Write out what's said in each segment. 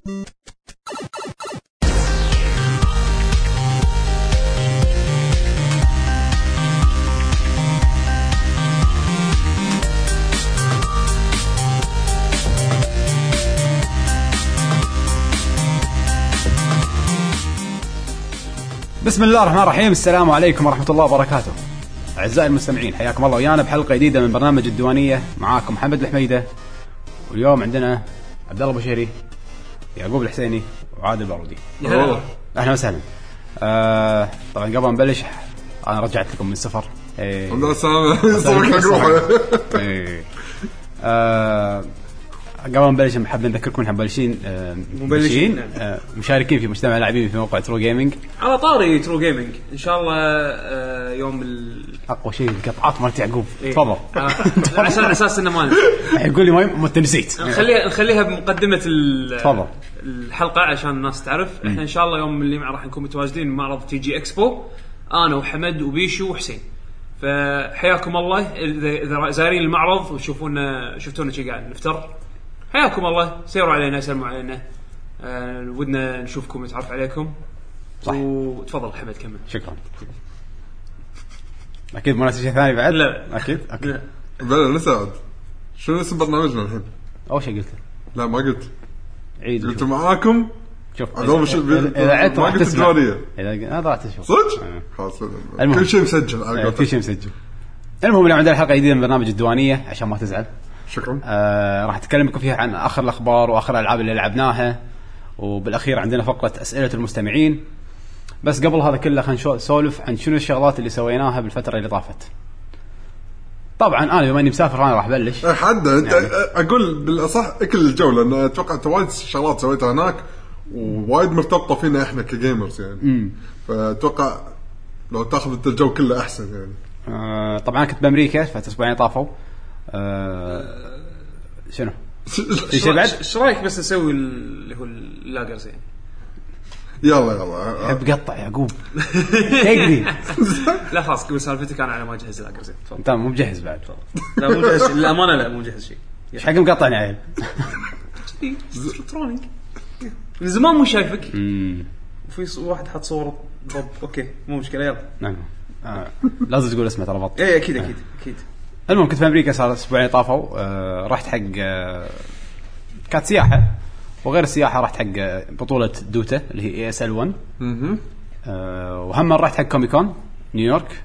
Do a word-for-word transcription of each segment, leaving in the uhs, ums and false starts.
بسم الله الرحمن الرحيم. السلام عليكم ورحمة الله وبركاته. أعزائي المستمعين، حياكم الله ويانا بحلقة جديدة من برنامج الديوانية. معاكم محمد الحميدة، واليوم عندنا عبد الله بشيري، يعقوب الحسيني، وعادل البارودي. أهلا وسهلا. آه طبعا قبل ما نبلش أنا رجعت لكم من السفر. إيه. الله سلام صوتك روحه. إيه. آه قبل ما نبلش نحب نذكركم نحن مبلشين آه مبلشين آه مشاركين في مجتمع لاعبين في موقع ترو جيمنج. على طاري ترو جيمنج ان شاء الله آه يوم ال... اقوى شيء القطعات مالت يعقوب. تفضل. إيه؟ آه. عشان اساس انه مالنا يقول لي ما انت نسيت. نخليها نخليها بمقدمه تفضل الحلقه عشان الناس تعرف. م. احنا ان شاء الله يوم اللي راح نكون متواجدين بمعرض تي جي اكسبو، انا وحمد وبيشو وحسين. فحياكم الله اذا زارين المعرض وتشوفونا شفتونا شي قاعد نفتر، حياكم الله. سيروا علينا، سلموا علينا. أه ودنا نشوفكم ونتعرف عليكم. صح. وتفضل حمد كمل. شكرا. اكيد ما نسيت شيء ثاني بعد. لا اكيد اكيد بلا نسعد. شنو اسم برنامجنا الحين؟ اول شيء قلت لا ما قلت عيد قلت معاكم. شوف اذا عدت راح تسمع. اذا هذا راح تشوف صدق خلاص كل شيء مسجل. آه كل شيء مسجل. المهم اليوم عندنا حلقه جديده من برنامج الديوانيه عشان ما تزعل. شكرا. آه راح نتكلم لكم فيها عن اخر الاخبار واخر الالعاب اللي لعبناها، وبالاخير عندنا فقره اسئله المستمعين. بس قبل هذا كله خلينا نسولف عن شنو الشغلات اللي سويناها بالفتره اللي طافت. طبعا انا بما اني مسافر انا راح ابلش. حد انت يعني اقول بالاصح اكل الجو، لان اتوقع انت وايد شغلات سويتها هناك ووايد مرتبطه فينا احنا كجيمرز يعني. م. فاتوقع لو تاخذ انت الجو كله احسن يعني. آه طبعا كنت بامريكا فاسبوعين طافوا. آه شنو شو بعد ايش رايك بس نسوي اللي هو اللاجرز يعني؟ يلا يلا حب قطع يعقوب تقدي. لا خلاص قول سالفتك، انا على ما اجهز اللاجرز. انت مو مجهز بعد؟ لا مو مجهز للامانه، لا مو مجهز شيء. ايش حق مقطعني عيل الكترونيك من زمان مو شايفك. امم وفي واحد حط صوره ضب. اوكي مو مشكله يلا. نعم آه. لازم تقول اسمه ترى بط. ايه اكيد اكيد اكيد. المهم كنت في امريكا صار اسبوعين طافوا. آه رحت حق آه كانت سياحه، وغير السياحه رحت حق بطوله دوتا اللي هي اي اس ال واحد. آه وهم رحت حق كوميكون نيويورك،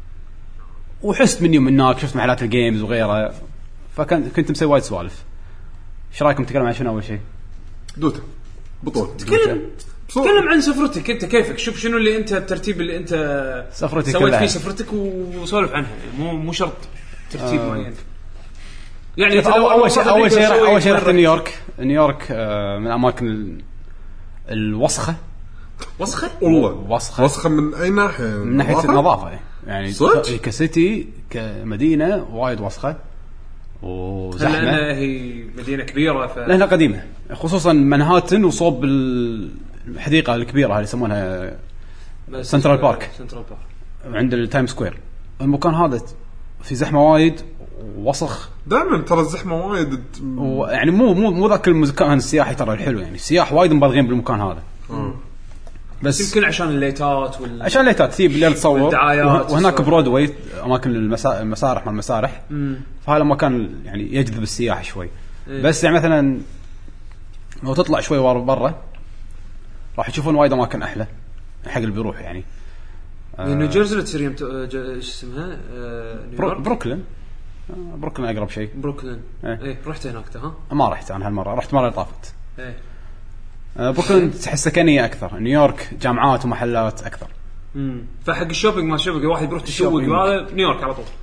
وحست من يوم هناك شفت محلات الجيمز وغيرها، فكنت كنت مسوي وايد سوالف. ايش رايكم نتكلم عن شنو اول شيء؟ دوتا بطوله. تكلم تكلم عن سفرتك انت، كيفك؟ شوف شنو اللي انت الترتيب اللي انت سفرتك سويت فيه سفرتك وسولف عنها، مو مو شرط ترتيب آه. معين يعني. اول شيء اول شيء اول شيء رحت نيويورك. نيويورك آه من الاماكن الوسخه. وسخه والله وسخه. وسخه من اي ناحيه؟ من ناحيه النظافه يعني. كسيتي كمدينه وايد وسخه وزحمه. لأنها هي مدينه كبيره ف... لأنها قديمه، خصوصا منهاتن وصوب الحديقه الكبيره اللي يسمونها سنترال بارك. سنترال بارك عند التايم سكوير. المكان هذا في زحمه وايد ووسخ دائما. ترى الزحمه وايد يعني مو مو مو ذاك المكان السياحي ترى الحلو يعني. السياح وايد مبالغين بالمكان هذا. م. بس يمكن عشان الليتات وال... عشان الليتات تجيب الليل تصور. وهناك برودواي اماكن المسا... المسارح مع المسارح. م. فهذا مكان يعني يجذب السياح شوي. إيه. بس يعني مثلا لو تطلع شوي ورا برا راح تشوفون وايد اماكن احلى حق اللي بيروح يعني. آه نيوجيرسي تصير ايش اسمها؟ آه برو... بروكلين. آه بروكلين اقرب شيء. بروكلين. ايه, ايه رحت هناك ها؟ ما رحت انا هالمره، رحت مره طافت. ايه آه بروكلين تحس سكنيه اكثر. نيويورك جامعات ومحلات اكثر. امم فحق الشوبينج ما شوبينج واحد بيروح يسوق وهذا نيويورك على طول.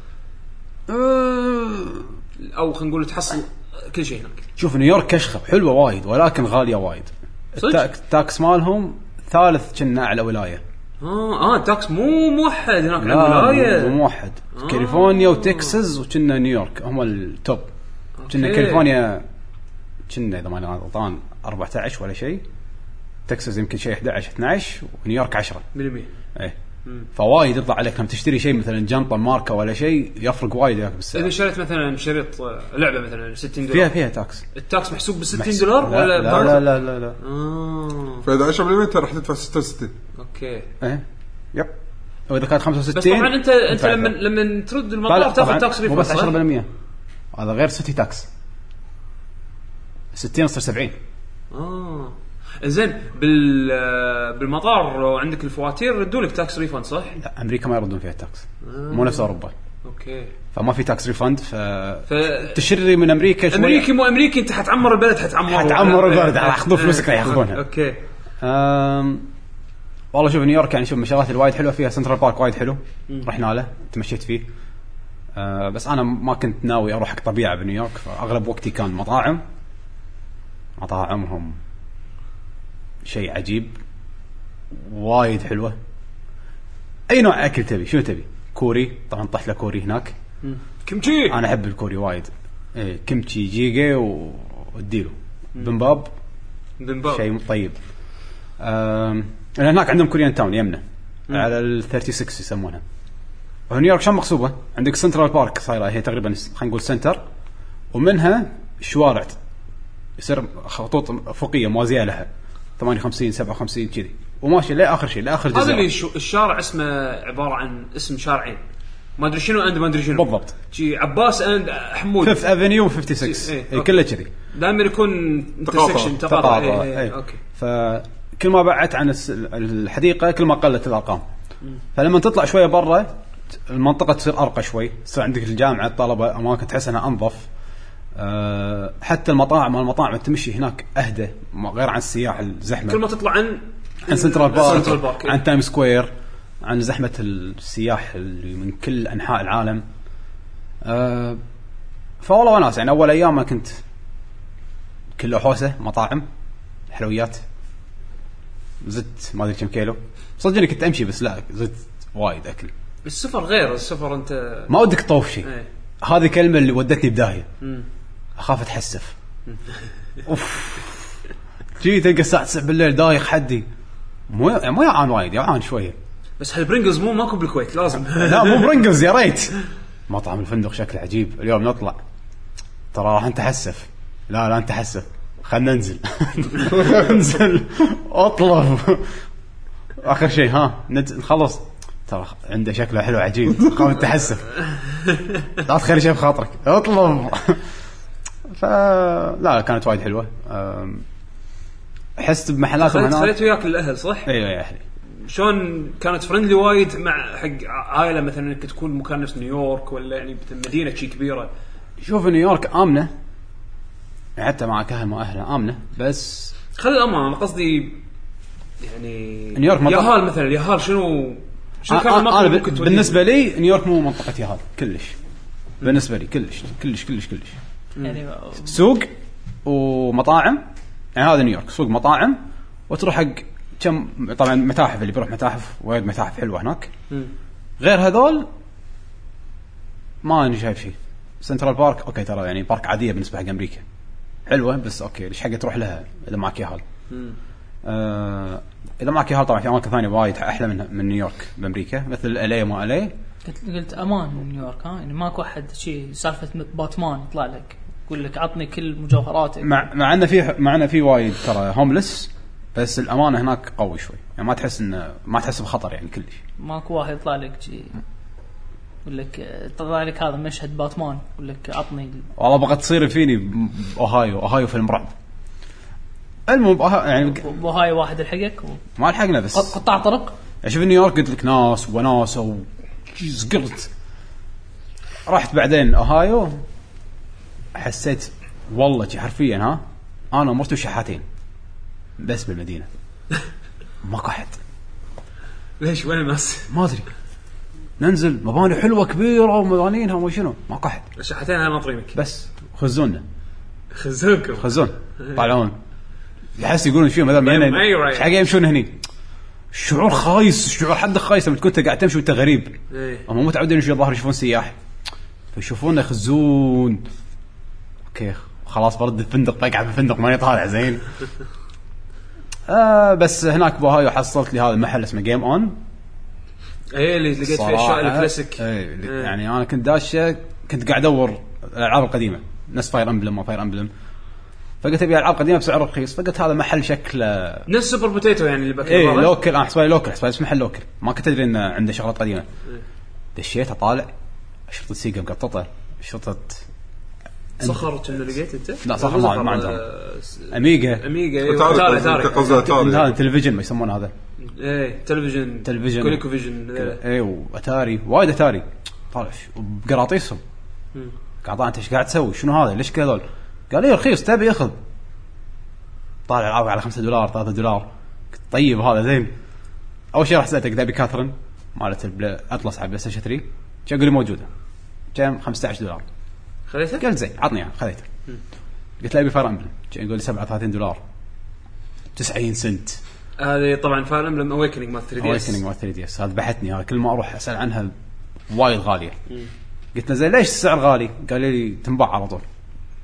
أه... او خلينا نقول تحصل كل شيء هناك. شوف نيويورك كشخه حلوه وايد ولكن غاليه وايد. التاكس مالهم ثالث كنا اعلى ولايه. اه اه تاكس مو موحد هناك الولايه. مو موحد. آه. كاليفورنيا وتكساس وكنا نيويورك هم التوب. كنا كاليفورنيا كنا اذا ما غلطان أربعة عشر ولا شيء. تكساس يمكن شيء أحد عشر اثنا عشر ونيويورك عشرة بالمية. ايه فوايد يطلع عليك لما تشتري شيء مثلا جنطه ماركه ولا شيء يفرق وايد وياك بالسعر. اذا شريت مثلا شريط لعبه مثلا ستين دولار فيها فيها تاكس، التاكس محسوب ب ستين دولار لا ولا لا لا لا لا, لا. آه. فاذا عشرة بالمية انت راح تدفع ستة وستين. اوكي ايه يب. واذا كانت خمسة وستين بس طبعا انت انت لما لما ترد المطار تاخذ تاكس ريفند بس عشرة بالمية هذا غير ستي تاكس ستين يصير سبعين. اه زين بال بالمطار عندك الفواتير ردوا لك تاكس ريفند صح؟ لا امريكا ما يردون فيها تاكس. آه. مو نفس اوروبا. اوكي فما في تاكس ريفند. ف... فتشري من امريكا شوي امريكي مو امريكي انت حتعمر البلد حتعمر حتعمر البلد ياخذون فلوسك ياخذونها. اوكي أم... والله شوف نيويورك يعني شوف من الشغلات الوايد حلوه فيها سنترال بارك وايد حلو. رحنا له تمشيت فيه. أه بس انا ما كنت ناوي اروح حق طبيعه بنيويورك فاغلب وقتي كان مطاعم. مطاعمهم شيء عجيب وايد حلوه. اي نوع اكل تبي شو تبي كوري طبعا طحت له كوري هناك. كيمتشي انا احب الكوري وايد. ايه كيمتشي جيجي واديله بمباب بمباب شيء طيب. امم هناك عندهم كوريان تاون يمنا على ال ستة وثلاثين يسمونها. ونيويورك شو مقصوبه عندك سنترال بارك صايره هي تقريبا خلينا نقول سنتر ومنها شوارع يصير خطوط فوقيه موازيه لها ثمانية وخمسين سبعة وخمسين كذي وماشي لا اخر شيء لا اخر جزء. هذا اللي الشارع اسمه عباره عن اسم شارعين ما ادري شنو اند ما ادري شنو بالضبط شي عباس اند حمود فيفث افنيو وستة وخمسين ايه. ايه كله كذي دائما يكون انترسكشن تقاطع. ايه. ايه. ايه. اوكي فكل ما بعدت عن الحديقه كل ما قلت الارقام. فلما تطلع شويه برا المنطقه تصير ارقى شوي تصير عندك الجامعه الطلبه اماكن تحس انها انظف. أه حتى المطاعم المطاعم تمشي هناك اهدى غير عن السياح الزحمه. كل ما تطلع عن عن سنترال بارك, بارك عن تايم سكوير عن زحمه السياح اللي من كل انحاء العالم. أه فوالله وناس يعني اول ايام ما كنت كله حوسه مطاعم حلويات زدت ما ادري كم كيلو صدقني كنت امشي بس لا زدت وايد اكل. السفر غير السفر انت ما ودك تطوف شيء. ايه. هذه كلمه اللي ودتني بداهيه. اخاف اتحسف. اوف جيت تلقى الساعه تسعة بالليل دايخ حدي مو مو يعان وايد يعان شويه بس هالبرينجلز مو ماكو بالكويت لازم. لا مو برينجلز يا ريت. مطعم الفندق شكله عجيب اليوم نطلع ترى راح نتحسف. لا لا نتحسف خلنا ننزل. ننزل اطلب اخر شيء ها نخلص ترى عنده شكله حلو عجيب خاف نتحسف. لا تخلي شيء بخاطرك اطلب. فلا كانت وايد حلوه. حست بمحلات وهناك خليت وياك الاهل صح؟ ايوه يا اهلي. شلون كانت فرندلي وايد مع حق عائله مثلا انك تكون مكان نفس نيويورك ولا يعني مدينه شيء كبيره؟ شوف نيويورك امنه حتى مع اهل ما اهلها امنه بس خلي الامان انا قصدي يعني نيويورك منطقة... ياهال مثلا الياهال شنو شنو آه كان آه أنا ب... بالنسبه لي نيويورك مو منطقه ياهال كلش. بالنسبه لي كلش كلش كلش كلش يعني سوق ومطاعم يعني هذا نيويورك سوق مطاعم وتروح حق كم طبعا متاحف اللي بيروح متاحف وايد متاحف حلوه هناك. م. غير هذول ما أنا شايف شيء. سنترال بارك اوكي ترى يعني بارك عاديه بالنسبه حق امريكا حلوه بس اوكي ليش حاجه تروح لها اذا معك ياهال. آه اذا معك ياهال طبعا في اماكن ثانيه وايد احلى من من نيويورك بامريكا مثل الي ما الي. قلت قلت امان من نيويورك ها يعني ماكو احد شيء سالفه باتمان يطلع لك يقول لك عطني كل مجوهراتك. مع مع انه في معنا في وايد ترى هوملس بس الامانه هناك قوي شوي يعني ما تحس انه ما تحس بخطر يعني كلش. ماكو واحد يطلع لك شيء يقول لك طلع لك هذا مشهد باتمان يقول لك عطني. والله بغت تصير فيني اوهايو اوهايو فيلم رعب. المهم يعني اوهايو واحد الحقك و... ما الحقنا بس قطع طرق. اشوف نيويورك قلت لك ناس وناسه وزقرت. رحت بعدين اوهايو حسيت والله شي حرفيا ها انا مرت شحاتين بس بالمدينه ما قحت. ليش وين الناس ما ادري. ننزل مباني حلوه كبيره ومبانينها وما شنو ما قحت. شحاتين انا ناطرينك بس خزونا خزونكم خزون طلعون يحس يقولون شو مثلا ايش حاجه يمشون هني شعور خايس شعور حد خايس لما تكون قاعد تمشي وانت غريب. هم متعودين يشوفون ظهر يشوفون سياح فيشوفونا خزون. اوكي خلاص برد الفندق بقعد بالفندق ماني طالع زين. آه بس هناك بوهايو حصلت لي هذا المحل اسمه جيم اون اي اللي لقيت فيه اشياء الكلاسيك. اي يعني انا كنت داشه كنت قاعد ادور الالعاب القديمه نفس فاير امبلم وفاير امبلم، فقلت ابي العاب قديمه بسعر رخيص، فقلت هذا محل شكله نفس سوبر بوتيتو يعني اللي بكره. اي لوكل، انا حسبي لوكل، حسبي اسمه محل لوكل، ما كنت ادري انه عنده شغلات قديمه. دشيت اطالع شرطه سيجا مقططه، شرطه صخر كنا لقيت انت؟ لا صخر ما ما عندهم اميجا اميجا تاري تاري هذا تلفزيون ما يسمونه هذا ايه تلفزيون تلفزيون كوليكو فيجن اي واتاري وايد اتاري طالع بقراطيسهم. قاعد انت ايش قاعد تسوي؟ شنو هذا؟ ليش كذا دول؟ قال لي رخيص تبي اخذ. طالع العاب على خمسة دولار ثلاثة دولار. طيب هذا زين. اول شيء راح سالتك تبي كاثرين مالت البلا اطلس على بلاي ستيشن ثلاثة، شو قال لي موجوده كم خمسة عشر دولار. خذيتها؟ قلت زين عطني اياها، خذيتها. قلت له ابي فاير امبلم، يقول لي سبعة وثلاثين دولار تسعين سنت. هذه طبعا فاير امبلم اويكننج مال ثري دي اس. اويكننج مال ثري دي اس هذا بحثني، هذا كل ما اروح اسال عنها وايد غاليه. قلت له زين ليش السعر غالي؟ قال لي تنباع على طول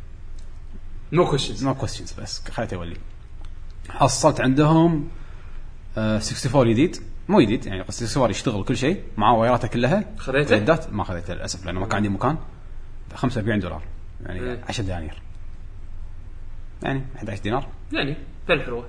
نو كويشنز نو كويشنز بس خليته يولي. حصلت عندهم أربعة وستين جديد، مو جديد يعني أربعة وستين يشتغل كل شيء مع وايراته كلها. خذيته؟ ردات ما خذيته للاسف لانه ما كان عندي مكان. خمسة وأربعين دولار يعني مم. عشرة دنانير يعني أحد عشر دينار يعني بل حلوه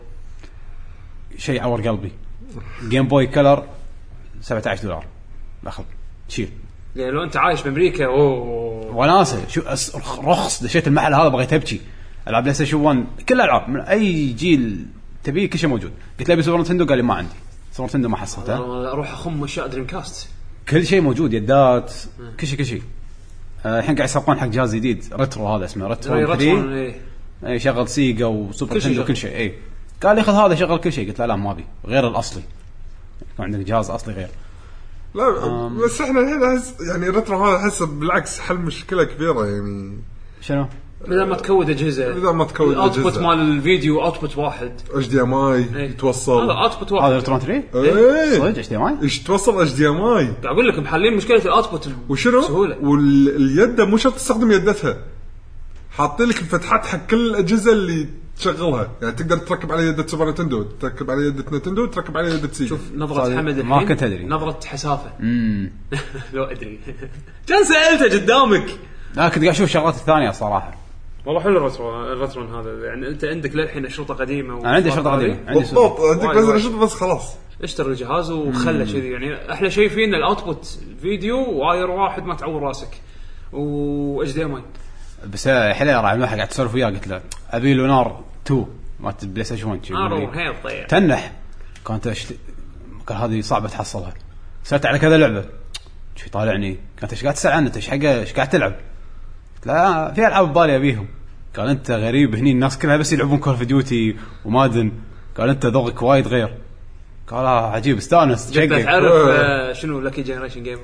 شيء عور قلبي. جيم بوي كلر سبعة عشر دولار اخذ شيل. يعني لو انت عايش بامريكا اوه وناسه شو أس... رخص. دشيت المحل هذا بغيت ابكي. العاب بلاي ستيشن واحد كل العاب من اي جيل تبي كل شيء موجود. قلت له ابي سوبر نتندو، قال لي ما عندي سوبر نتندو ما حصلته. اروح اخم اشياء دريم كاست كل شيء موجود يدات كل شيء كل شيء. الحين قاعد يسوقون حق جهاز جديد ريترو، هذا اسمه ريترو ثلاثة. اي اي شغل سيجا وسوبر نتندو كل شيء. اي قال لي خذ هذا شغل كل شيء. قلت له لا ما ابي غير الاصلي، يكون عندك جهاز اصلي غير. لا أم... بس احنا الحين يعني ريترو هذا احس بالعكس حل مشكله كبيره يعني. شنو؟ بدل ما تكود اجهزه، بدل ما تكود اجهزه الاوتبوت مال الفيديو اوتبوت واحد اتش دي ام اي يتوصل. هذا اوتبوت واحد. هذا ريترو ثلاثة اي صدق اتش دي ام اي ايش توصل اتش دي ام اي. قاعد اقول لك محلين مشكله الاوتبوت وشنو واليد مو شرط تستخدم يدتها، حاطين لك الفتحات حق كل الاجهزه اللي تشغلها. يعني تقدر تركب على يد سوبر نتندو، تركب على يد نتندو، تركب على يد سيجا. شوف نظره حمد الحين ما كنت ادري نظره حسافه. امم لو ادري كان سالته قدامك. لا كنت قاعد اشوف شغلات الثانيه الصراحه. والله حلو الرترو الرترون هذا. يعني انت عندك للحين اشرطه قديمه. انا عندي شرطه قديمه عندي بالضبط عندك بس اشرطه بس خلاص اشتري الجهاز وخله كذي. يعني احلى شيء فيه ان الاوتبوت فيديو واير واحد ما تعور راسك و اتش دي ام اي. بس حليله راح الواحد قاعد تسولف وياه قلت له ابي لونار اثنين ما بلاي ستيشن واحد اه تنح كانت أشت... كان هذه صعبه تحصلها. سالت على كذا لعبه شو طالعني كانت ايش قاعد تسال عنه ايش حاجه ايش قاعد تلعب. لا في العاب بالي ابيهم. قال انت غريب هني الناس كلها بس يلعبون كول اوف ديوتي ومادن. قال انت ذوقك وايد غير. قال عجيب استانس شقق تعرف شنو لكي جنريشن جيم.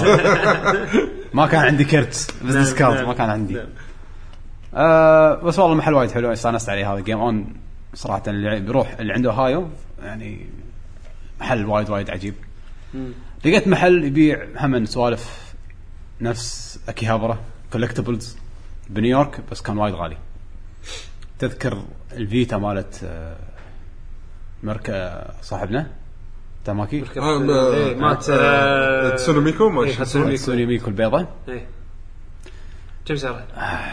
ما كان عندي كرت بزنس كارد ما كان عندي. آه بس والله محل وايد حلو استانست عليه هذا جيم اون صراحه. اللي بيروح اللي عنده هايو يعني محل وايد وايد عجيب. لقيت محل يبيع هم سوالف نفس اكيهابرا كولكتبلز بنيويورك بس كان وايد غالي. تذكر الفيتا مالت ماركة صاحبنا تاماكي مات تسونوميكو ما تسونوميكو البيضة كم سعره؟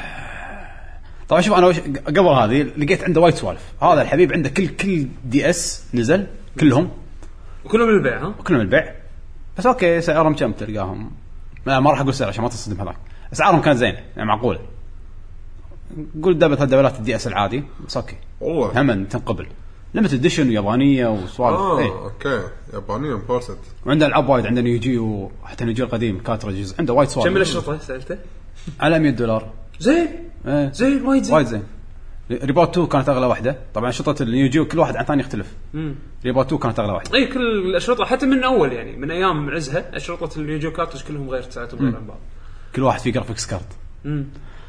طبعا شوف انا قبل هذه لقيت عنده وايد سوالف. هذا الحبيب عنده كل كل دي اس نزل كلهم وكلهم للبيع. ها كلهم للبيع بس اوكي سعرهم كم تلقاهم. لا ما راح اقول سعر عشان ما تصدم هذاك. اسعارهم كانت زين يعني معقوله. قول دبت هالدبلات الدي اس العادي بس اوكي والله هم تنقبل ليميتد اديشن ويابانيه وسوالف. اه ايه. اوكي يابانيه امبورتد. وعنده العاب وايد. عنده نيو جي وحتى نيو جي القديم كاتريجز. عنده وايد سوالف. كم الشرطه سالته على مية دولار. زين ايه. زين وايد زين وايد زين. ريبوت اثنين كانت اغلى واحده. طبعا شرطه النيو جي كل واحد عن ثاني يختلف. امم ريبوت اثنين كانت اغلى واحده. اي كل الاشرطه حتى من اول يعني من ايام عزها اشرطه النيو جي كارتج كلهم غير ساعتهم غير عن بعض. كل واحد فيه جرافيكس كارت. امم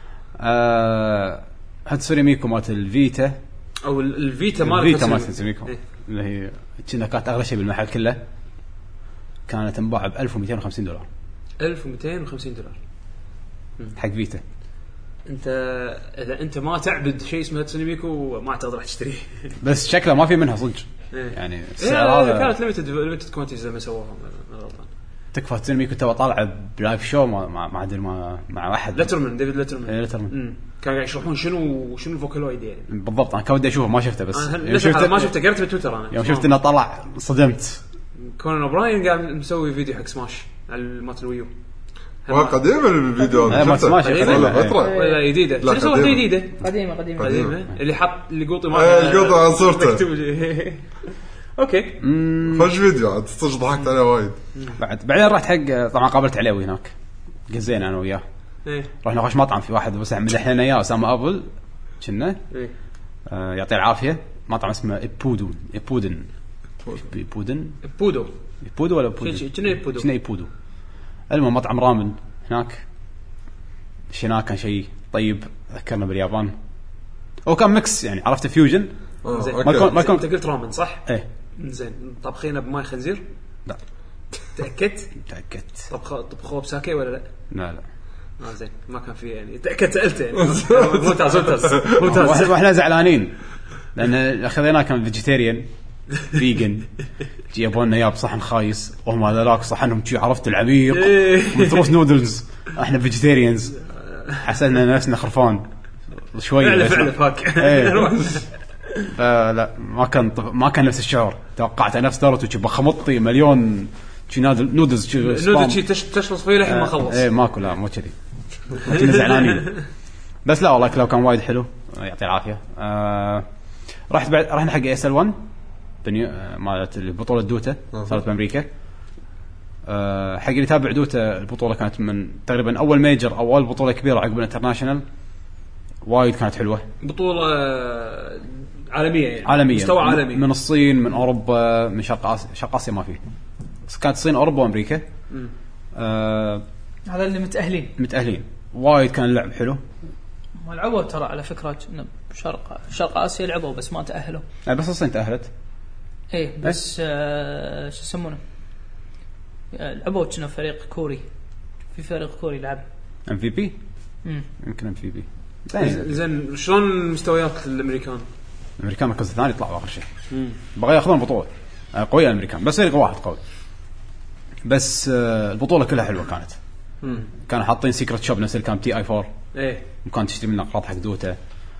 آه هاتسوري ميكو مالت الفيتا او الفيتا مالت الفيتا مالت هاتسوري ميكو إيه؟ اللي هي كنا كانت اغلى شيء بالمحل كله. كانت تنباع ب ألف ومئتين وخمسين دولار. ألف ومئتين وخمسين دولار حق فيتا. انت اذا انت ما تعبد شيء اسمه هاتسوري ميكو ما تقدر تشتريه. بس شكله ما في منها صدق. إيه؟ يعني السعر هذا كانت ليميتد ليميتد كوانتيز زي ما سووها غلطان. تكفى تسلمي كنت طالع بلايف شو مع مع ادري ما مع واحد لترمان ديفيد لترمان إيه لترمان كانوا يشرحون شنو شنو الفوكالويد يعني بالضبط. انا كنت اشوفه ما شفته بس أنا شفته ما شفته قريت بتويتر انا يوم شفت انه طلع صدمت. كونان اوبراين قاعد مسوي فيديو حق سماش على مات الويو قديمه الفيديو هذا شفته سماش فتره ولا جديده لا، شنو قديمة. جديده قديمه قديمه قديمه اللي حط اللي قوطي ما إيه، القوطي على صورته. اوكي خوش فيديو عاد تصدق ضحكت عليه وايد. بعد بعدين رحت حق طبعا قابلت عليوي هناك قزينا انا وياه ايه رحنا خوش مطعم في واحد بس مدحنا اياه اسامه ابل كنا ايه آه يعطيه العافيه. مطعم اسمه ايبودو ايبودن ايبودن بودو ايبودو ولا بودو كنا بودو كنا ايبودو. المهم مطعم رامن هناك شنا كان شيء طيب ذكرنا باليابان. هو كان ميكس يعني عرفت فيوجن. آه، زين. أوكي. ما يكون ما انت يكون قلت رامن صح ايه زين طبخينه بماء خنزير لا تاكدت تاكدت طبخ طبخوه بساكي ولا لا لا لا اه زين ما كان في يعني تاكدت سالت يعني ممتاز ممتاز ممتاز واحنا زعلانين لان اخذناه كان فيجيتيريان فيجن جيبوا لنا اياه بصحن خايس وهم هذاك صحنهم شي عرفت العميق متروس نودلز احنا فيجيتيريانز حسنا نفسنا خرفان شوي فعلا فعلا فاك لا ما كان ما كان نفس الشعور. توقعت نفس دارت وشي بخمطي مليون شي نودلز شي نودل شي تشلص فيه لحين ما خلص ايه ماكو لا مو كذي كنا زعلانين بس لا والله لو كان وايد حلو يعطي العافيه. آه رحت بعد رحنا حق اس ال واحد بنيو مالت البطوله دوتا صارت بامريكا. أه حق اللي يتابع دوتا البطوله كانت من تقريبا اول ميجر او اول بطوله كبيره عقب الانترناشنال وايد كانت حلوه. بطوله عالميه يعني عالميه مستوى عالمي من الصين من اوروبا من شرق اسيا شرق اسيا ما فيه بس كانت الصين اوروبا وامريكا. أه هذا اللي متأهلين متأهلين وايد كان اللعب حلو. ما لعبوا ترى على فكرة شرق شرق آسيا لعبوا بس ما تأهلوا. أه بس الصين تأهلت. إيه بس آه شو يسمونه لعبوا كنا فريق كوري في فريق كوري لعب ام في بي يمكن ام في بي زين. شلون مستويات الامريكان؟ الامريكان مركز ثاني يطلعوا اخر شيء بغى ياخذون البطوله قويه الامريكان بس فريق واحد قوي بس آه البطوله كلها حلوه كانت. مم. كانوا حاطين سيكرت شوب نفس الكام تي اي فور ايه ممكن تشتري منه اقراط حق دوتا.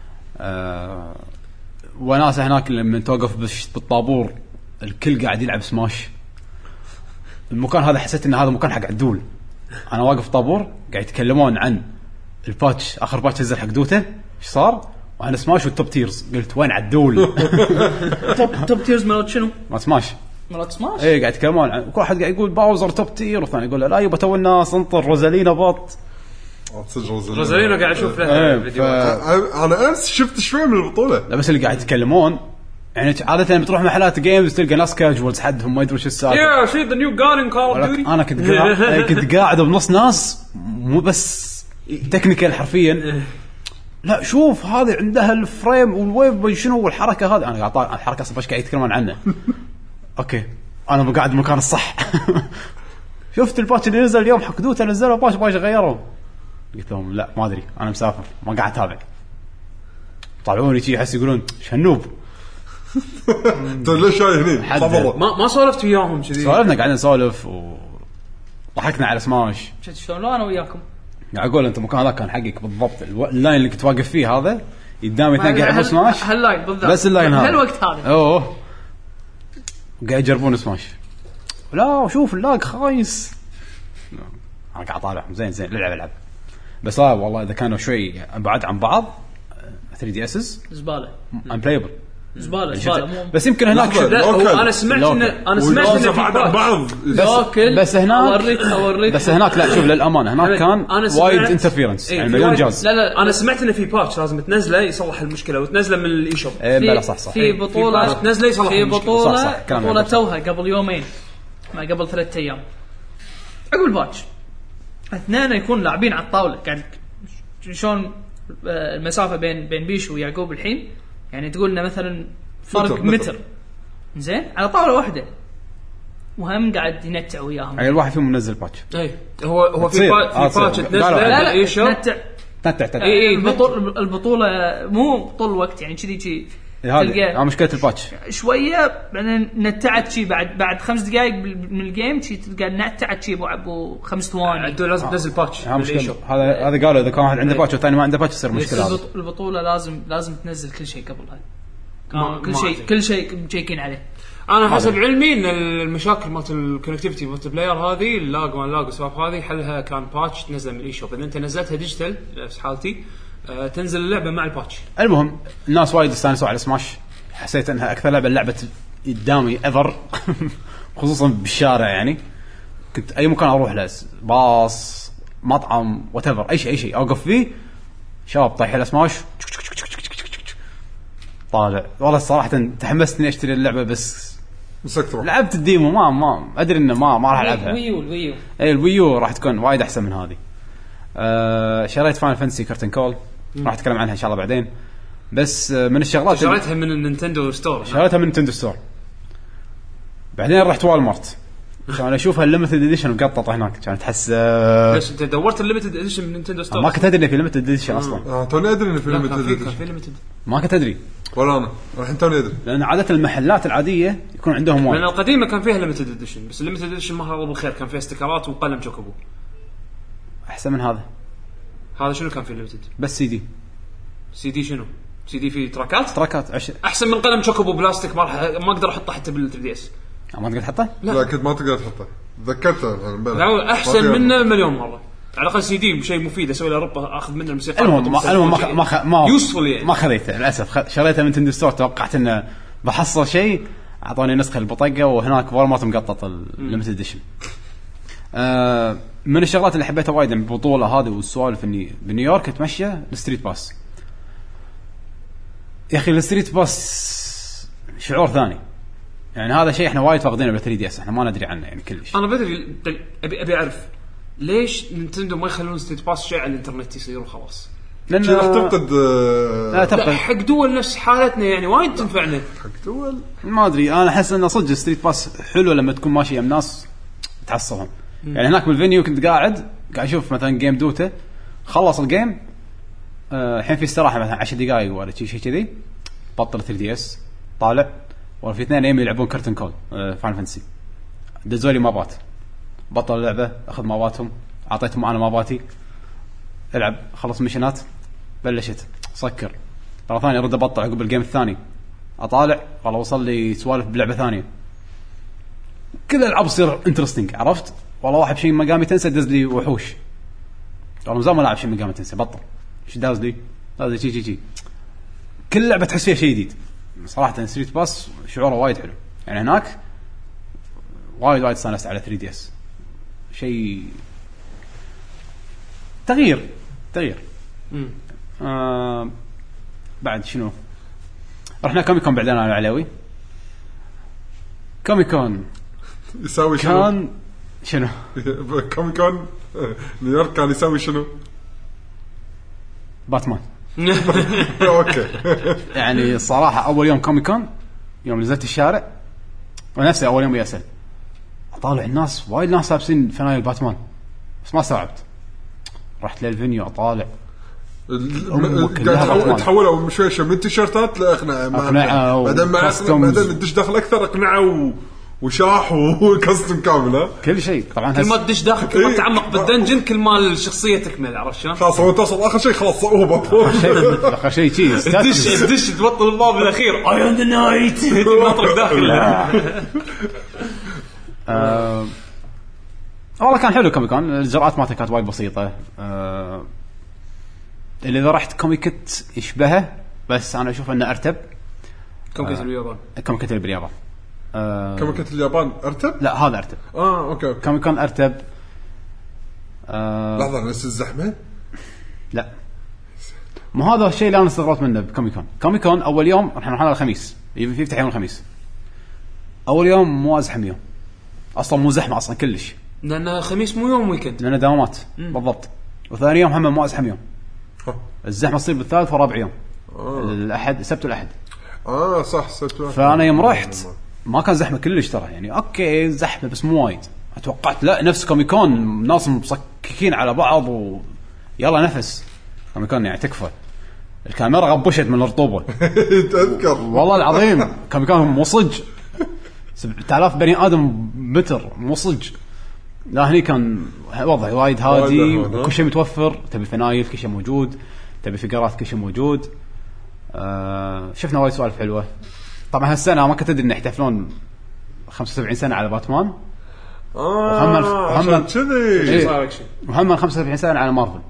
آه وناس هناك لما توقف بالطابور الكل قاعد يلعب سماش. المكان هذا حسيت ان هذا مكان حق عدول. انا واقف طابور قاعد يتكلمون عن الباتش اخر باتش نزل حق دوتا ايش صار وانا سماش والتوب تيرز قلت وين عدول توب توب تيرز مالت شنو ما سماش مالت سماش ايه قاعد يتكلمون عن كل واحد قاعد يقول باوزر توب تير والثاني يقول لا يبا تو الناس انطر روزالينا بط روزالينا قاعد اشوف لها ايه فيديوهات. انا امس شفت شوي من البطوله لا بس اللي قاعد يتكلمون يعني عاده لما تروح محلات جيمز تلقى ناس كاجوالز حدهم ما يدرون شو السالفه. يا شي ذا نيو جان ان كول اوف ديوتي. انا كنت قاعد كنت قاعد بنص ناس مو بس تكنيكال حرفيا لا شوف هذه عندها الفريم والويف شنو والحركه هذه انا قاعد الحركه اصلا قاعد يتكلمون عنها. اوكي انا قاعد بالمكان الصح. شفت الباتش اللي نزل اليوم حق دوتا نزلوا باتش باش غيروا قلت لهم لا ما ادري انا مسافر ما قاعد اتابع. طلعوني شي يحس يقولون شنوب انت ليش جاي هني ما ما سولفت وياهم كذي سولفنا قاعدين نسولف وضحكنا على سماش شفت شلون انا وياكم قاعد اقول انت مكان هذا كان حقك بالضبط اللاين اللي كنت واقف فيه هذا قدامي اثنين قاعد يلعبون سماش هاللاين بالضبط بس اللاين هذا هالوقت هذا اوه قاعد يجربون سماش لا شوف اللاج خايس انا قاعد طالعهم زين زين العب العب بس لا والله اذا كانوا شوي بعد عن بعض ثري دي اسز زباله ام بلايبل زباله زباله بس يمكن هناك شو لا هو انا سمعت ان انا سمعت ان في بعض لوكل بس هناك اوريك اوريك بس هناك لا شوف للامانه هناك كان وايد انترفيرنس يعني مليون جاز. لا لا انا سمعت ان في باتش لازم تنزله يصلح المشكله وتنزله من الاي شوب. ايه بلا صح صح في بطوله تنزله يصلح في بطوله صح صح بطوله توها قبل يومين ما قبل ثلاثة ايام عقب الباتش اثنين يكون لاعبين على الطاوله قاعد شلون المسافه بين بين بيشو ويعقوب الحين يعني تقول لنا مثلا فرق متر, متر. زين على طاوله واحده وهم قاعد ينتع وياهم. اي الواحد فيهم منزل باتش. اي هو هو في باتش في باتش تنزل لا لا اي شو نتع نتع اي البطوله البطوله مو طول الوقت يعني كذي شيء هذه مشكله الباتش شويه بعدين نتعت شي بعد بعد خمس دقائق من الجيم شي تلقى نتعت شي ابو ابو خمس ثواني عدوا لازم تنزل باتش هذا هذا قالوا اذا كان واحد عنده باتش والثاني ما عنده باتش يصير مشكله. البطوله لازم لازم تنزل كل شيء قبلها آه كل شيء كل شيء مشيكين عليه. انا حسب علمي ان المشاكل مالت الكونكتيفيتي مالت بلاير هذه اللاج ما لاج والسوالف هذه حلها كان باتش تنزل من الاي شوب. اذا انت نزلتها ديجيتال نفس حالتي أه تنزل اللعبه مع الباتش. المهم الناس وايد استانسوا على سماش حسيت انها اكثر لعبه لعبه قدامي ايفر خصوصا بالشارع يعني كنت اي مكان اروح له باص مطعم واتيفر اي شيء اي شيء اوقف فيه شباب طايح على سماش طالع. والله الصراحه تحمست اني اشتري اللعبه بس مسكتر لعبت الديمو ما ما ادري انه ما ما راح العبها. الويو الويو اي الويو راح تكون وايد احسن من هذه. أه شريت فاينل فانتسي كرتن كول راح اتكلم عنها ان شاء الله بعدين. بس من الشغلات شريتها من النينتندو ستور شريتها من نينتندو ستور بعدين رحت والمارت عشان اشوفها الليمتد اديشن مقططه هناك كانت تحس أه ليش انت دورت الليمتد اديشن من نينتندو ستور؟ ما كنت ادري انه في ليمتد اديشن اصلا. اه توني ادري انه في ليمتد ما كنت ادري ولا انا الحين توني ادري لان عاده المحلات العاديه يكون عندهم وايد. لان القديمه كان فيها ليمتد اديشن بس الليمتد اديشن ما هو بالخير كان فيها استيكرات وقلم شوكوبو احسن من هذا. هذا شنو كان فيه ليمتد؟ بس سي دي. سي دي شنو؟ سي دي فيه تراكات تراكات عشر احسن من قلم شوكوبو بلاستيك ما راح ما اقدر احطه حتى بال ثري دي اس. ما تقدر تحطه؟ لا كنت ما تقدر تحطه تذكرته لا احسن منه مليون مره على الاقل سي دي بشيء مفيد اسوي له ربطه اخذ منه الموسيقى. المهم ما المهم ما ما يوسفل يعني ما خذيته للاسف. شريته من نينتندو ستور توقعت انه بحصل شيء اعطوني نسخه البطاقه وهناك والمارت مقطط الليمتد اديشن. آه من الشغلات اللي حبيتها وايد من البطوله هذه والسوالف اني بنيويورك اتمشى الستريت باس. يا اخي الستريت باس شعور ثاني يعني هذا شيء احنا وايد فاقدينه بال ثري دي اس احنا ما ندري عنه يعني كلش. انا بدري ابي ابي اعرف ليش نينتندو ما يخلون ستريت باس شيء على الانترنت يصير وخلاص. لأن راح تفقد لا تفقد حق دول نفس حالتنا يعني وايد تنفعنا حق دول ما ادري. انا احس انه صدق ستريت باس حلو لما تكون ماشي يم ناس تعصبهم. يعني هناك بالفينيو كنت قاعد قاعد اشوف مثلا جيم دوتا خلص الجيم الحين في استراحه مثلا عشر دقائق ولا شيء شيء كذي بطل ثري دي اس طالع ولا في اثنين يم يلعبون كرتن كول فاينل فانتسي دزولي مابات بطل اللعبه اخذ ماباتهم اعطيتهم انا ماباتي العب خلص ميشنات بلشت سكر مره ثانيه ارد ابطل عقب الجيم الثاني اطالع والله وصل لي سوالف بلعبه ثانيه كل الالعاب تصير انترستينج عرفت. والله واحد شيء مقامي تنسى دز لي وحوش والله زمان ما لعب شيء مقامي تنسى بطل ايش داز لي هذا شيء شيء شيء كل لعبه تحس فيها شيء جديد صراحه. ستريت باس شعوره وايد حلو يعني هناك وايد وايد استانست على ثري دي اس شيء تغيير تغيير آه بعد شنو رحنا كوميكون بعدين انا علوي كوميكون يسوي شنو كان شنو كوميكون نيويورك كان يسوي شنو باتمان اوكي يعني الصراحه اول يوم كوميكون يوم نزلت الشارع ونفسي اول يوم ياسل اطالع الناس وايد ناس لابسين فنايل باتمان بس ما استوعبت رحت للفينيو اطالع قاعد تحولوا شوي شوي من تيشيرتات لاقنعه بعدين بعدين الدش داخل اكثر اقنعه وشاح وكاستم كامله كل شيء طبعا كل ما تدش داخل كل ما تعمق بالدنجن كل ما الشخصيه تكمل عرفت شلون خلاص هو تصل اخر شيء خلاص هو بطل اخر شيء شيء تدش تدش تبطل الباب الاخير اي ام ذا نايت تطلق داخل آه والله كان حلو كوميكون الجرأات مالته كانت وايد بسيطه آه اللي اذا رحت كوميكت يشبهه بس انا اشوف انه ارتب كوميكت اليابان كوميكت باليابان آه كوميكت اليابان ارتب لا هذا ارتب اه اوكي, أوكي. كوميكون ارتب آه لحظه نفس الزحمه لا مو هذا الشيء اللي انا استغربت منه بكوميكون. كوميكون اول يوم احنا رحنا الخميس يفتح يوم الخميس اول يوم مو ازحم يوم اصلا مو زحمه اصلا كلش لان خميس مو يوم ويكند لان دوامات بالضبط. وثاني يوم هم مو ازحم يوم الزحمه تصير بالثالث ورابع يوم آه. الاحد السبت والاحد اه صح سبت واحد. فانا يوم رحت ما كان زحمه كلش ترى يعني اوكي زحمه بس مو وايد. اتوقعت لا نفس كوميكون ناس مصككين على بعض ويلا نفس كوميكون يعني تكفى. الكاميرا غبشت من الرطوبه. تذكر والله العظيم كان كان مصج سبعة آلاف بني ادم متر مصج. لا هني كان وضع وايد هادي، كل شيء متوفر، تبي فنايل كل شيء موجود، تبي فقرات كل شيء موجود. آه شفنا وايد سوالف حلوه. طبعا هالسنه ما كنت ادري ان يحتفلون خمسة وسبعين سنه على باتمان. اه عشان كذي صار شيء وهم خمسة وسبعين سنه على مارفل.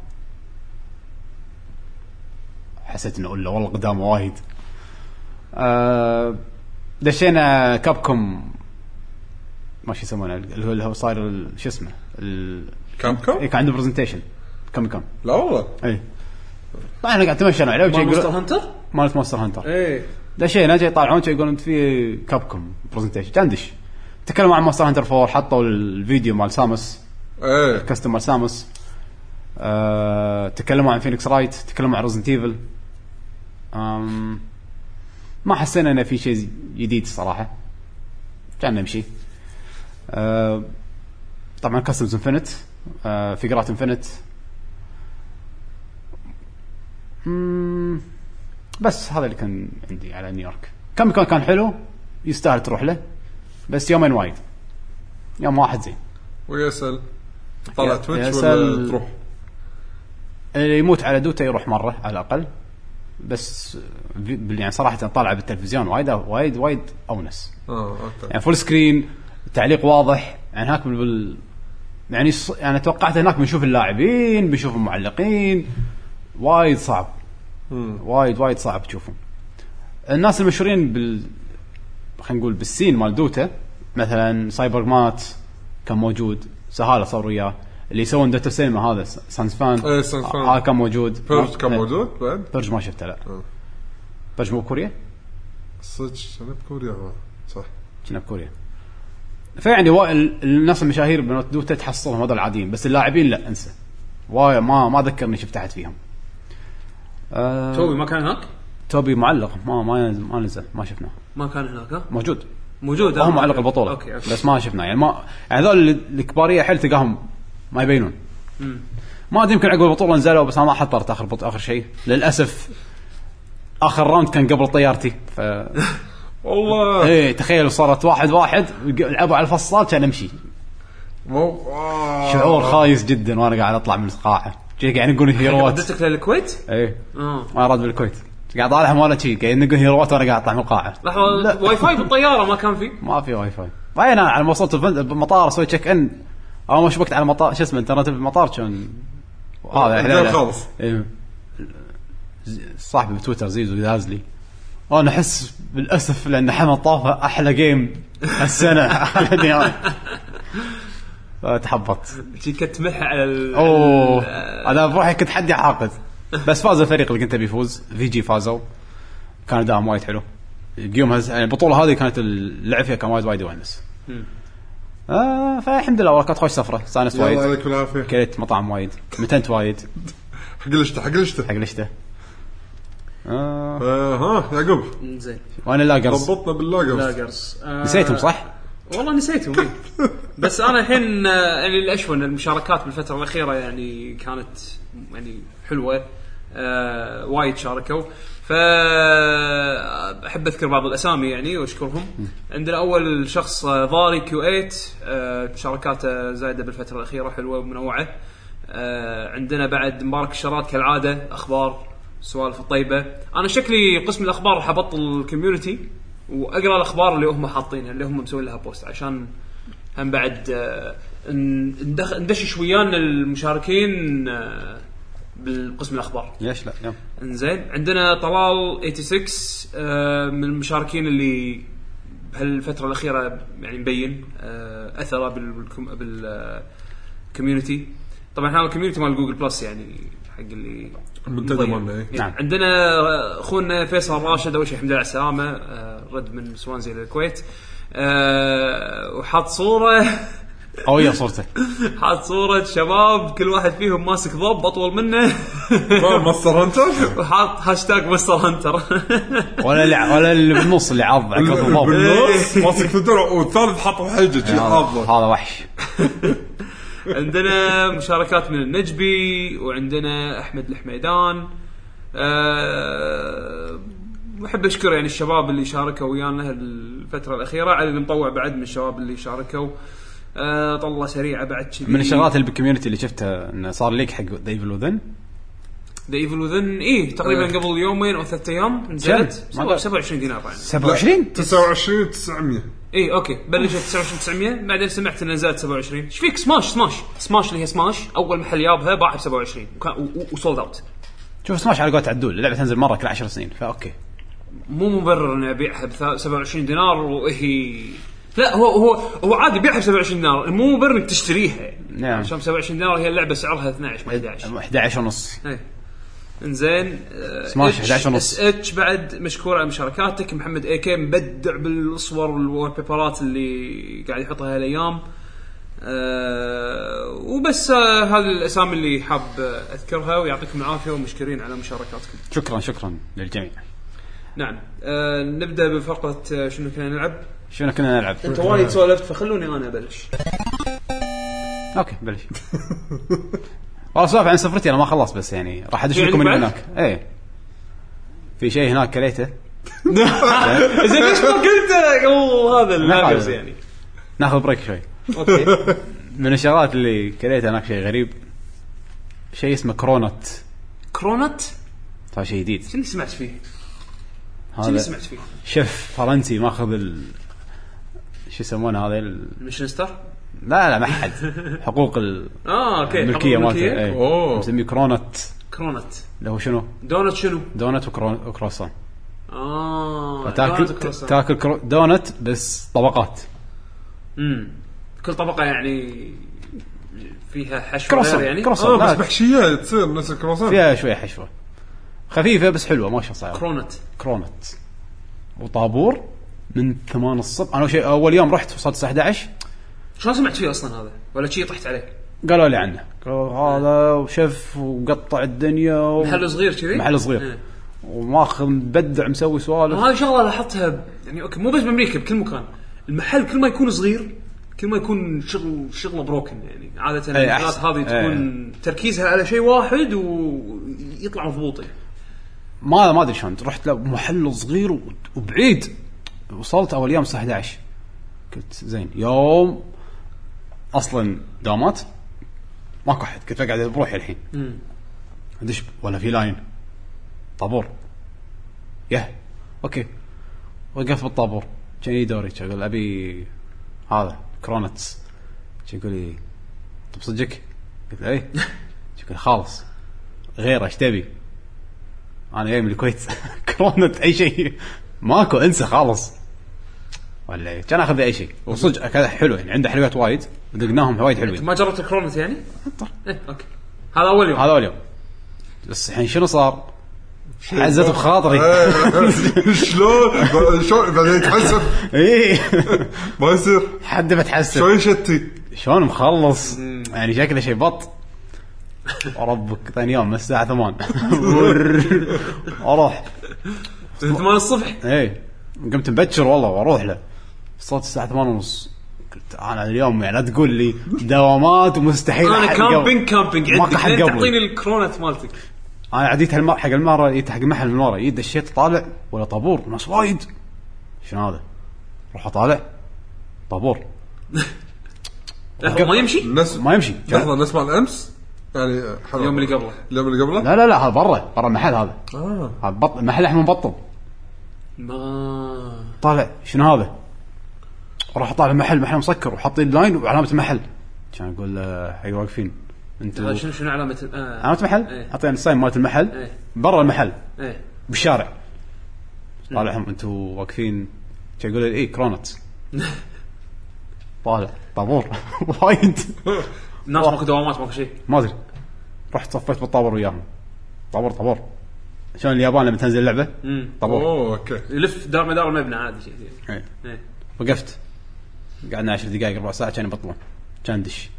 حسيت انه الا والله قدام وايد. آه دشينا كابكوم ماشي يسمونه اللي هو صاير شو اسمه كابكوم إيه كان عنده برزنتيشن كم كم. لا والله اي طبعا احنا قاعد تمشينا عليه وجاي مونستر هانتر مالت مونستر هانتر ايه دشينا جاي يطالعون شيء يقولون في كابكوم برزنتيشن جاندش. تكلموا عن مونستر هانتر فور، حطوا الفيديو مال سامس ايه كاستم مال سامس. أه تكلموا عن فينيكس رايت، تكلموا عن ريزنت ايفل. أم ما حسينا انه في شيء جديد الصراحه، كان نمشي. أه طبعا كاستمز انفينيت، أه فيجرات انفينيت. بس هذا اللي كان عندي على نيويورك. كم كان كان حلو يستاهل تروح له، بس يومين وايد، يوم واحد زين. ويسأل طلع تويتش ولا تروح؟ اللي يموت على دوتا يروح مرة على الأقل، بس يعني صراحة طالعة بالتلفزيون وايد وايد وايد أونس. اه اوكي يعني فول سكرين، تعليق واضح. يعني هناك بال يعني ص... يعني توقعت هناك بنشوف اللاعبين بنشوف المعلقين، وايد صعب. مم. وايد وايد صعب تشوفهم. الناس المشهورين بال خلينا نقول بالسين مال دوتا، مثلا سايبر مات كان موجود، سهالة صار وياه. اللي يسوون دوتا سينما هذا سانس فان ايه سانس فان آه كان موجود. بيرج كان موجود بعد. بيرج ما شفته لا. أه. بيرج مو كوريا صدق انا بكوريا صح كنا بكوريا. فيعني وا... الناس المشاهير بنوت دوتا تحصلهم هذول العاديين، بس اللاعبين لا انسى. واي ما ما ذكرني شفت احد فيهم. أه... توبي ما كان هناك. توبي معلق ما ما ما نزل ما شفناه. ما كان هناك ها؟ موجود موجود هو معلق البطولة. أوكي. أوكي. بس ما شفناه يعني ما يعني هذول الكبارية حيل تلقاهم ما يبينون. مم. ما ادري يمكن عقب البطولة نزلوا، بس انا ما حضرت اخر بط... اخر شيء للاسف. اخر راوند كان قبل طيارتي ف والله ايه تخيل صارت واحد واحد لعبوا على الفصال كان امشي. مو آه. شعور خايس جدا وانا قاعد اطلع من القاعة. جاي قاعد نقول هيروات. ردتك للكويت؟ ايه اه ما راد بالكويت قاعد طالع ولا شيء قاعد نقول هيروات وانا قاعد اطلع من القاعة. لحظة واي فاي بالطيارة ما كان فيه؟ ما في واي فاي. بعدين على ما وصلت المطار اسوي تشيك ان اول ما شبكت على المطار شو اسمه انترنت بالمطار كان هذا احنا خالص. ايه صاحبي بتويتر زيزو دازلي انا احس بالاسف لان حمد طافه احلى جيم هالسنه على النهائي تحبط شي كتمح على ال... اوه انا بروحي كنت حدي عاقد بس فاز الفريق اللي كنت بيفوز في جي فازوا كان دام وايد حلو اليوم هز... يعني البطوله هذه كانت اللعب فيها كان وايد وايد ونس آه فالحمد لله كانت خوش سفره سانس وايد الله عليك بالعافيه كلت مطعم وايد متنت وايد حق لشته حق لشته حق لشته آه. آه ها يعقوب زين وانا لاجرز ضبطنا باللاجرز لاجرز آه نسيتهم صح والله نسيتهم بس انا الحين يعني الاشون المشاركات بالفتره الاخيره يعني كانت يعني حلوه آه وايد شاركوا فأحب أذكر بعض الأسامي يعني وأشكرهم. عندنا أول شخص ضاري كيو ثمانية آه مشاركاته زايدة بالفترة الأخيرة حلوة ومنوعة. آه عندنا بعد مبارك الشراد كالعادة أخبار سوالف الطيبة. أنا شكلي قسم الأخبار راح أبطل الكوميونتي وأقرأ الأخبار اللي هم حاطينها اللي هم مسوين لها بوست عشان هم بعد آه ندشش ويانا المشاركين آه بالقسم الأخبار. ليش لا يوم. إنزين عندنا طلال ستة وثمانين آه من المشاركين اللي بهالفترة الأخيرة يعني مبين آه أثره بالكوميونتي. طبعا هذا الكوميونتي مال جوجل بلس يعني حق اللي منتظم. نعم. عندنا أخونا فيصل راشد أول شيء الحمد لله على السلامة آه رد من سوانزي للكويت آه وحط صورة قوية صورته حاط صورة شباب كل واحد فيهم ماسك ضب أطول منه ماستر هانتر وحاط هاشتاج ماستر هانتر ولا اللي ولا اللي بالنص اللي عض بالنص ماسك الدرع والثالث حاطه حجة هذا وحش. عندنا مشاركات من النجبي وعندنا أحمد الحميدان أه بحب اشكر يعني الشباب اللي شاركوا ويانا الفتره الاخيره، على المطوع بعد من الشباب اللي شاركوا. أه طلة سريعه بعد كذي من الشغلات اللي بالكوميونتي اللي شفتها انه صار ليك حق ذا ايفل وذن. ذا ايفل وذن ايه تقريبا أه. قبل يومين او ثلاثة ايام نزلت سبعة وعشرين دينار يعني سبعة وعشرين تسعة وعشرين وتسعمية. ايه اوكي بلشت تسعة وعشرين تسعمية بعدين سمعت ان نزلت سبعة وعشرين. ايش فيك سماش سماش سماش اللي هي سماش اول محل يابها باعها ب سبعة وعشرين وسولد اوت. شوف سماش على قولة عدول اللعبه تنزل مره كل عشر سنين فاوكي مو مبرر اني ابيعها ب سبعة وعشرين دينار وهي لا هو هو هو عادي بيعها ب سبعة وعشرين دينار مو مبرر انك تشتريها نعم عشان سبعة وعشرين دينار هي اللعبه سعرها اثنا عشر ما احد عشر احد عشر ونص. اي انزين سماش احد عشر ونص. اتش بعد مشكور على مشاركاتك. محمد اي كي مبدع بالصور والوور بيبرات اللي قاعد يحطها هالايام. أه وبس آه هذه الاسامي اللي حاب اذكرها ويعطيكم العافيه ومشكورين على مشاركاتكم. شكرا شكرا للجميع. نعم أه نبدا بفقره آه شنو كنا نلعب. شنو كنا نلعب انت وايد سولفت فخلوني انا ابلش. اوكي بلش. والله سولف عن سفرتي انا ما خلص بس يعني راح ادش لكم من هناك. ايه في شيء هناك كليته. زين ليش ما قلت قبل هذا اللاجرز يعني ناخذ بريك شوي. اوكي من الشغلات اللي كليته هناك شيء غريب شيء اسمه كرونت. كرونت هذا شيء جديد. شنو سمعت فيه؟ هذا شنو سمعت فيه؟ شيف فرنسي ماخذ ال شو يسمونه هذا ال... مش ستار. لا لا ما حد حقوق ال... اه اوكي الملكيه مالته. اوه مسميه كرونت. كرونت اللي هو شنو دونت شنو دونت وكرون... وكروسان. اه تاكل تاكل كرو... دونت بس طبقات. امم كل طبقه يعني فيها حشوه كروسان. يعني اه بس محشيه تصير نفس الكروسان فيها شويه حشوه خفيفه بس حلوه ما شاء الله. كرونت كرونت وطابور من ثمان الصبح. انا شيء اول يوم رحت وصلت الساعه احد عشر. شلون سمعت فيه اصلا هذا ولا شيء طحت عليه؟ قالوا لي عنه قالوا هذا وشف وقطع الدنيا و... محل صغير كذي محل صغير ايه. وماخذ مبدع مسوي سوالف. هذه شغله لاحظتها يعني اوكي مو بس بامريكا بكل مكان. المحل كل ما يكون صغير كل ما يكون شغل شغله بروكن يعني عاده المحلات هذه تكون ايه. تركيزها على شيء واحد ويطلع مضبوط. ما ما ادري شلون رحت له محل صغير وبعيد. وصلت اول يوم الساعه احد عشر قلت زين يوم اصلا دامات ماكو احد كنت قاعد بروحي الحين ادش ولا في لاين طابور يه اوكي وقفت بالطابور كان دوري اقول ابي هذا كرونتس يقول لي طب صدقك قلت له ايه يقول خالص غير ايش تبي انا جاي من الكويت كرونت اي شيء ماكو انسى خالص ولا ايه كان اخذ اي شيء وصدق كذا حلو يعني عنده حلويات وايد ودقناهم وايد حلوين. ما جربت الكرونت يعني ايه اوكي هذا اول يوم هذا اول يوم بس الحين شنو صار حزت بخاطري. شلون شلون بعدين يتحسف ايه ما يصير حد بتحسف شلون شتي شلون مخلص يعني شكله شيء بط ربك ثاني يوم الساعه ثمانية اروح ثمانية الصبح. ايه قمت مبكر والله واروح له صوت الساعه ثمانية ونص. قلت انا اليوم يعني لا تقول لي دوامات ومستحيل انا كامبينج كامبينج عندك تعطيني الكرونات مالتك. انا عديت هالمره حق المره يت حق المحل من ورا يد الشيت طالع ولا طابور ناس وايد شنو هذا روح اطالع طابور لا ما يمشي الناس ما يمشي لحظه نسمع الامس يعني اليوم اللي قبله اليوم اللي قبله لا لا لا هذا برا برا المحل هذا اه هذا بط المحل احنا مبطل ما طالع شنو هذا راح اطالع المحل محل مسكر وحاطين لاين وعلامه المحل كان اقول حي واقفين انتوا شنو شنو علامه آه. علامه المحل ايه. اعطينا الساين مالت المحل ايه. برا المحل ايه. بالشارع طالعهم انتوا واقفين يقول لي ايه كرونت طالع طابور وايد الناس ماكو دوامات ماكو شيء ما ادري رحت صفيت بالطابور وياهم طابور طابور شلون اليابان لما تنزل لعبه طابور اوه اوكي يلف دار مدار المبنى عادي شيء ايه. ايه. وقفت قعدنا عشر دقائق ربع ساعه كان يبطلون كان دش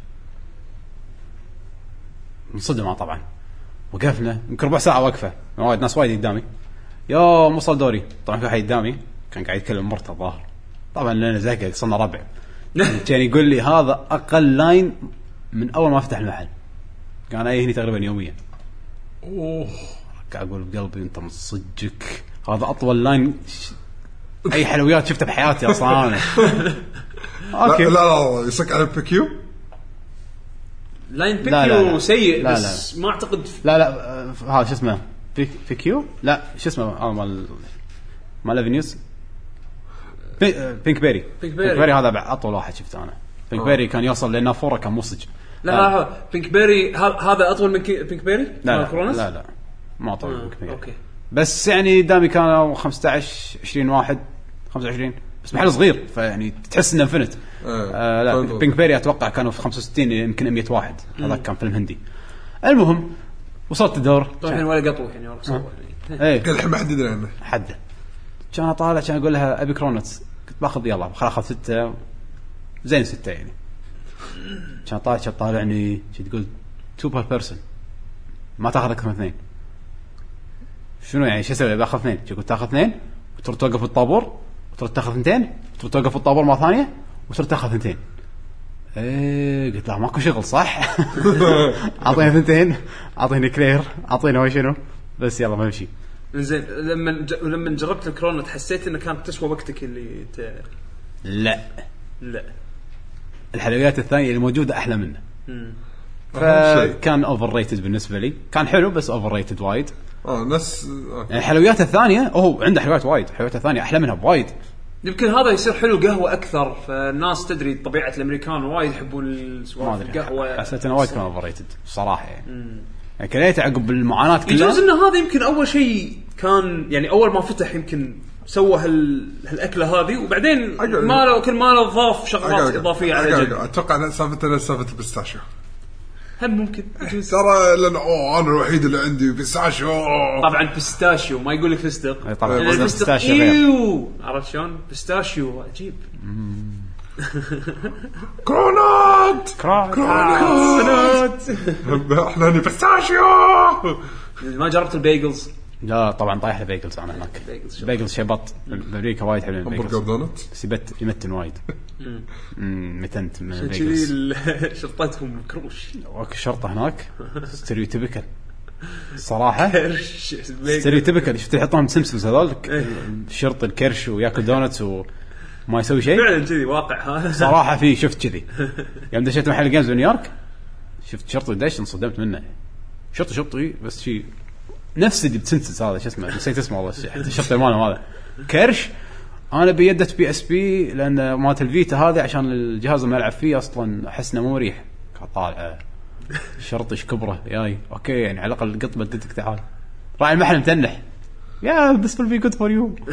انصدم طبعا وقفنا يمكن ربع ساعه وقفه وايد ناس وايد قدامي يوم وصل دوري طبعا في حد قدامي كان قاعد يتكلم مرته ظاهر طبعا لنا زاكي صرنا ربع كان يقول لي هذا اقل لاين من اول ما فتح المحل كان اي هني تقريبا يوميا اوه قاعد اقول بقلبي انت مصجك هذا اطول لاين ش... اي حلويات شفتها بحياتي اصلا انا. اوكي لا لا يسك على بيكيو لاين بيكيو سيء لا بس لا. ما اعتقد لا لا هذا شو اسمه بيك بيكيو لا شو اسمه اه مال مال افنيوس بي... بينك بيري بينك بيري هذا اطول واحد شفته انا. بينك بيري كان يوصل لنافوره كان مصج. لا آه. بينك بيري هذا اطول من بينك بيري لا لا, لا لا ما اطول من بينك بيري اوكي بس يعني دامي كانوا خمسة عشر عشرين واحد خمسة وعشرين بس محل صغير فيعني تحس انه انفنت. آه. آه لا بينك بيري اتوقع كانوا في خمسة وستين يمكن مية واحد. هذا كان فيلم هندي. المهم وصلت الدور الحين ولا قطو يعني ورا صور ايه كل الحين محدد لنا حد كان طالع كان اقول لها ابي كرونتس كنت باخذ يلا خلاص اخذ ستة زين ستة يعني كان طالع كان طالعني شي تقول تو بير بيرسون ما تاخذ اكثر من اثنين شنو يعني شو اسوي باخذ اثنين قلت تاخذ اثنين وتروح توقف بالطابور وتروح تاخذ اثنين وتروح توقف بالطابور مره ثانيه وتروح تاخذ اثنين. ايه قلت له ماكو شغل صح. اعطيني ثنتين اعطيني كلير اعطيني هو شنو بس يلا ما يمشي. زين لما ج... لما جربت الكورونا حسيت انه كانت تسوى وقتك اللي ت... لا لا الحلويات الثانيه اللي موجوده احلى منه. فكان اوفر ريتد بالنسبه لي كان حلو بس اوفر ريتد وايد. اه ناس يعني الحلويات الثانيه هو عنده حلويات وايد الحلويات الثانيه احلى منها بوايد. يمكن هذا يصير حلو قهوة أكثر فالناس تدري طبيعة الأمريكان وايد يحبون السوالف القهوة. حسيت إنه وايد كان أوفرريتد صراحة يعني. يعني كليت عقب المعاناة كلها. يجوز إنه هذا يمكن أول شيء كان يعني أول ما فتح يمكن سوى هال هالأكلة هذه وبعدين ما له كل ما له ضاف شغلات إضافية على جد. أتوقع أن سالفة سالفة البستاشيو. هم ممكن ترى لأن أوه أنا الوحيد اللي عندي بيستاشيو. طبعا بيستاشيو ما يقول لك فستق. طبعا البيستاشيو غير. عرفت شلون بيستاشيو عجيب. كرونات كرونات احنا هني بيستاشيو. ما جربت البيجلز؟ لا طبعا طايح البيجلز انا هناك. بيجلز شبط بامريكا وايد حلوين البيجلز. سبت يمتن وايد. امم متنت من البيجلز. شرطتهم كروش. وك الشرطه هناك ستيريوتيبيكال صراحه. ستيريوتيبيكال شفت يحطون سمسمز هذول الشرطي الكرش وياكل دونتس و ما يسوي شيء فعلا كذي واقع هذا صراحه. في شفت كذي يوم دشيت محل جيمز بنيويورك شفت شرطي داش انصدمت منه. شرطي شرطي بس شيء نفس اللي بتسنسس هذا شو اسمه نسيت اسمه والله حتى الشرطي ماله هذا كرش. انا بيدة بي اس بي لان مالت الفيتا هذه عشان الجهاز ما العب فيه اصلا احس انه مو مريح. طالع الشرطي ايش كبره ياي اوكي يعني على الاقل قط بدتك تعال راعي المحل متنح يا this will be good for you.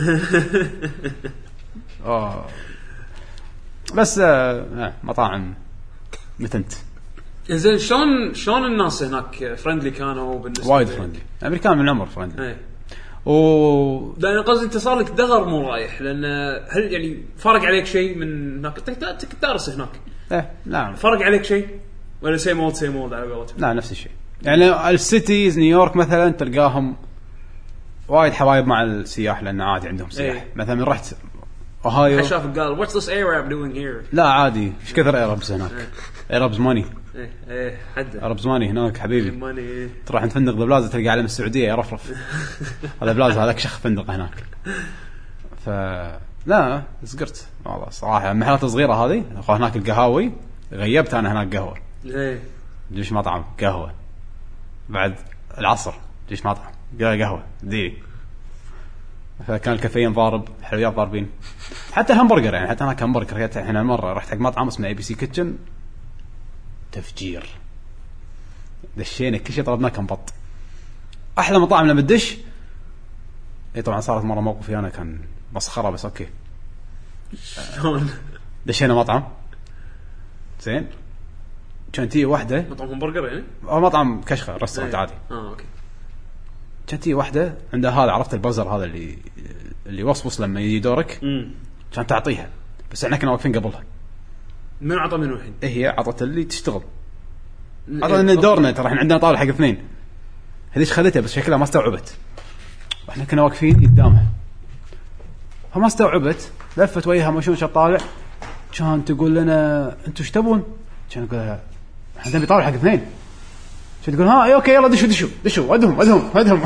آه. بس آه مطاعم متنت. زين شلون شلون الناس هناك فريندلي كانوا بالنسبه وايد فريندلي الامريكان من العمر فريندلي. ايه و لان قصدي انت صار لك دغر مو رايح لان هل يعني فرق عليك شيء من هناك انت تدرس هناك؟ ايه نعم فرق عليك شيء ولا سيم اولد سيم اولد على قولتهم؟ لا نفس الشيء يعني السيتيز نيويورك مثلا تلقاهم وايد حوايب مع السياح لان عادي عندهم سياح. ايه. مثلا من رحت اوهايو شاف قال what's this Arab doing here. لا عادي ايش كثر ارابز هناك. ارابز ماني ايه ايه حد ارابز ماني هناك حبيبي ماني. تروح عند فندق بلازا تلقى علم السعوديه يرفرف. هذا بلازا هذاك شخ فندق هناك. ف لا زقرت والله صراحه محلات صغيره هذه اخو هناك القهاوي غيبت انا هناك قهوه. ايه ليش مطعم قهوه بعد العصر ليش مطعم قال قهوه دي. فكان الكافيين ضارب حلويات ضاربين حتى همبرجر يعني حتى هناك همبرجر. احنا مره رحت حق مطعم اسمه اي بي سي كيتشن تفجير دشينا كل شيء طلبناه كان بط احلى مطاعم لما تدش. اي طبعا صارت مره موقفي انا كان مسخره بس اوكي. شلون دشينا مطعم زين كانت هي واحده مطعم همبرجر يعني او مطعم كشخه رستورانت عادي. اه اوكي. كانت هي واحده عندها هذا عرفت البازر هذا اللي اللي وصوص لما يجي دورك كان تعطيها بس احنا كنا واقفين قبلها. من عطى منو الحين؟ إيه هي عطت اللي تشتغل عطتنا دورنا ترى احنا عندنا طاوله حق اثنين. هذيش خذتها بس شكلها ما استوعبت واحنا كنا واقفين قدامها فما استوعبت لفت وجهها ما شلون طالع كان تقول لنا انتوا ايش تبون؟ كان نقول لها احنا نبي طاوله حق اثنين. كان تقول ها اي اوكي يلا دشوا دشوا دشوا ودهم ودهم ودهم.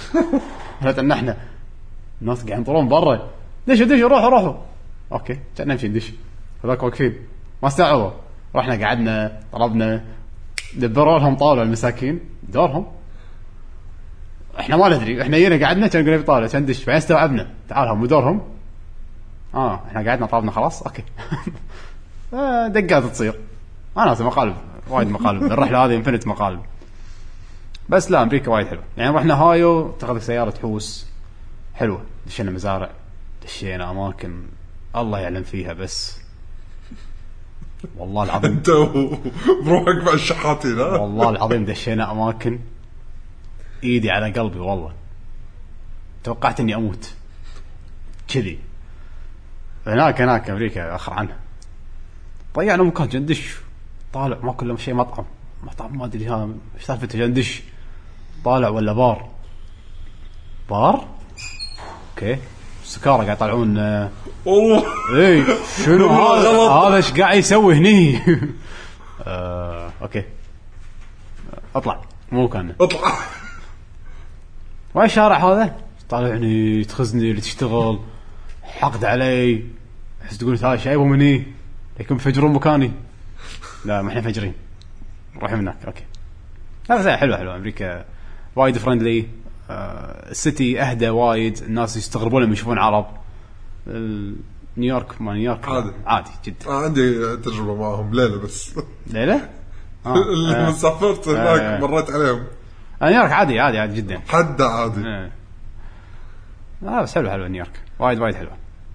ان احنا الناس قاعدين ينطرون برا دش دش روحوا روحوا اوكي كنا نمشي ندش هذاك واقفين ما استوعبوا رحنا قعدنا طلبنا دبروا لهم طاوله المساكين دورهم احنا ما ندري احنا جينا قعدنا كان نقول طاوله كان ندش بعدين استوعبنا تعال هم دورهم اه احنا قعدنا طلبنا خلاص اوكي آه دقات تصير انا اسمع مقالب وايد مقالب الرحله هذه انفنت مقالب بس لا امريكا وايد حلوه يعني رحنا هايو تاخذ سياره تحوس حلوه دشينا مزارع دشينا اماكن الله يعلم فيها بس والله العظيم انت بروحك مع الشحاتين ها والله العظيم دشينا اماكن ايدي على قلبي والله توقعت اني اموت كذي هناك هناك امريكا اخر عنها ضيعنا مكان جندش طالع ما كله شيء مطعم مطعم ما ادري ها ايش سالفته جندش طالع ولا بار بار اوكي سكارة قاعد يطلعون اوه اي شنو هذا هذا ايش قاعد يسوي هني آه، اوكي اطلع مو كان اطلع وين الشارع هذا طالعني تخزني اللي تشتغل حقد علي احس تقول هذا شايبه مني لكن فجرون مكاني لا ما احنا فجرين نروح هناك اوكي هذا زي حلو حلو امريكا وايد فريندلي آه، السيتي اهدى وايد الناس يستغربون لما يشوفون عرب نيويورك ما نيويورك عادي عادي جدا آه عندي تجربه معهم ليله بس ليله آه. اللي آه. سافرت هناك آه. مريت عليهم آه نيويورك عادي عادي عادي جدا حد عادي آه. آه بس حلو حلو نيويورك وايد وايد حلو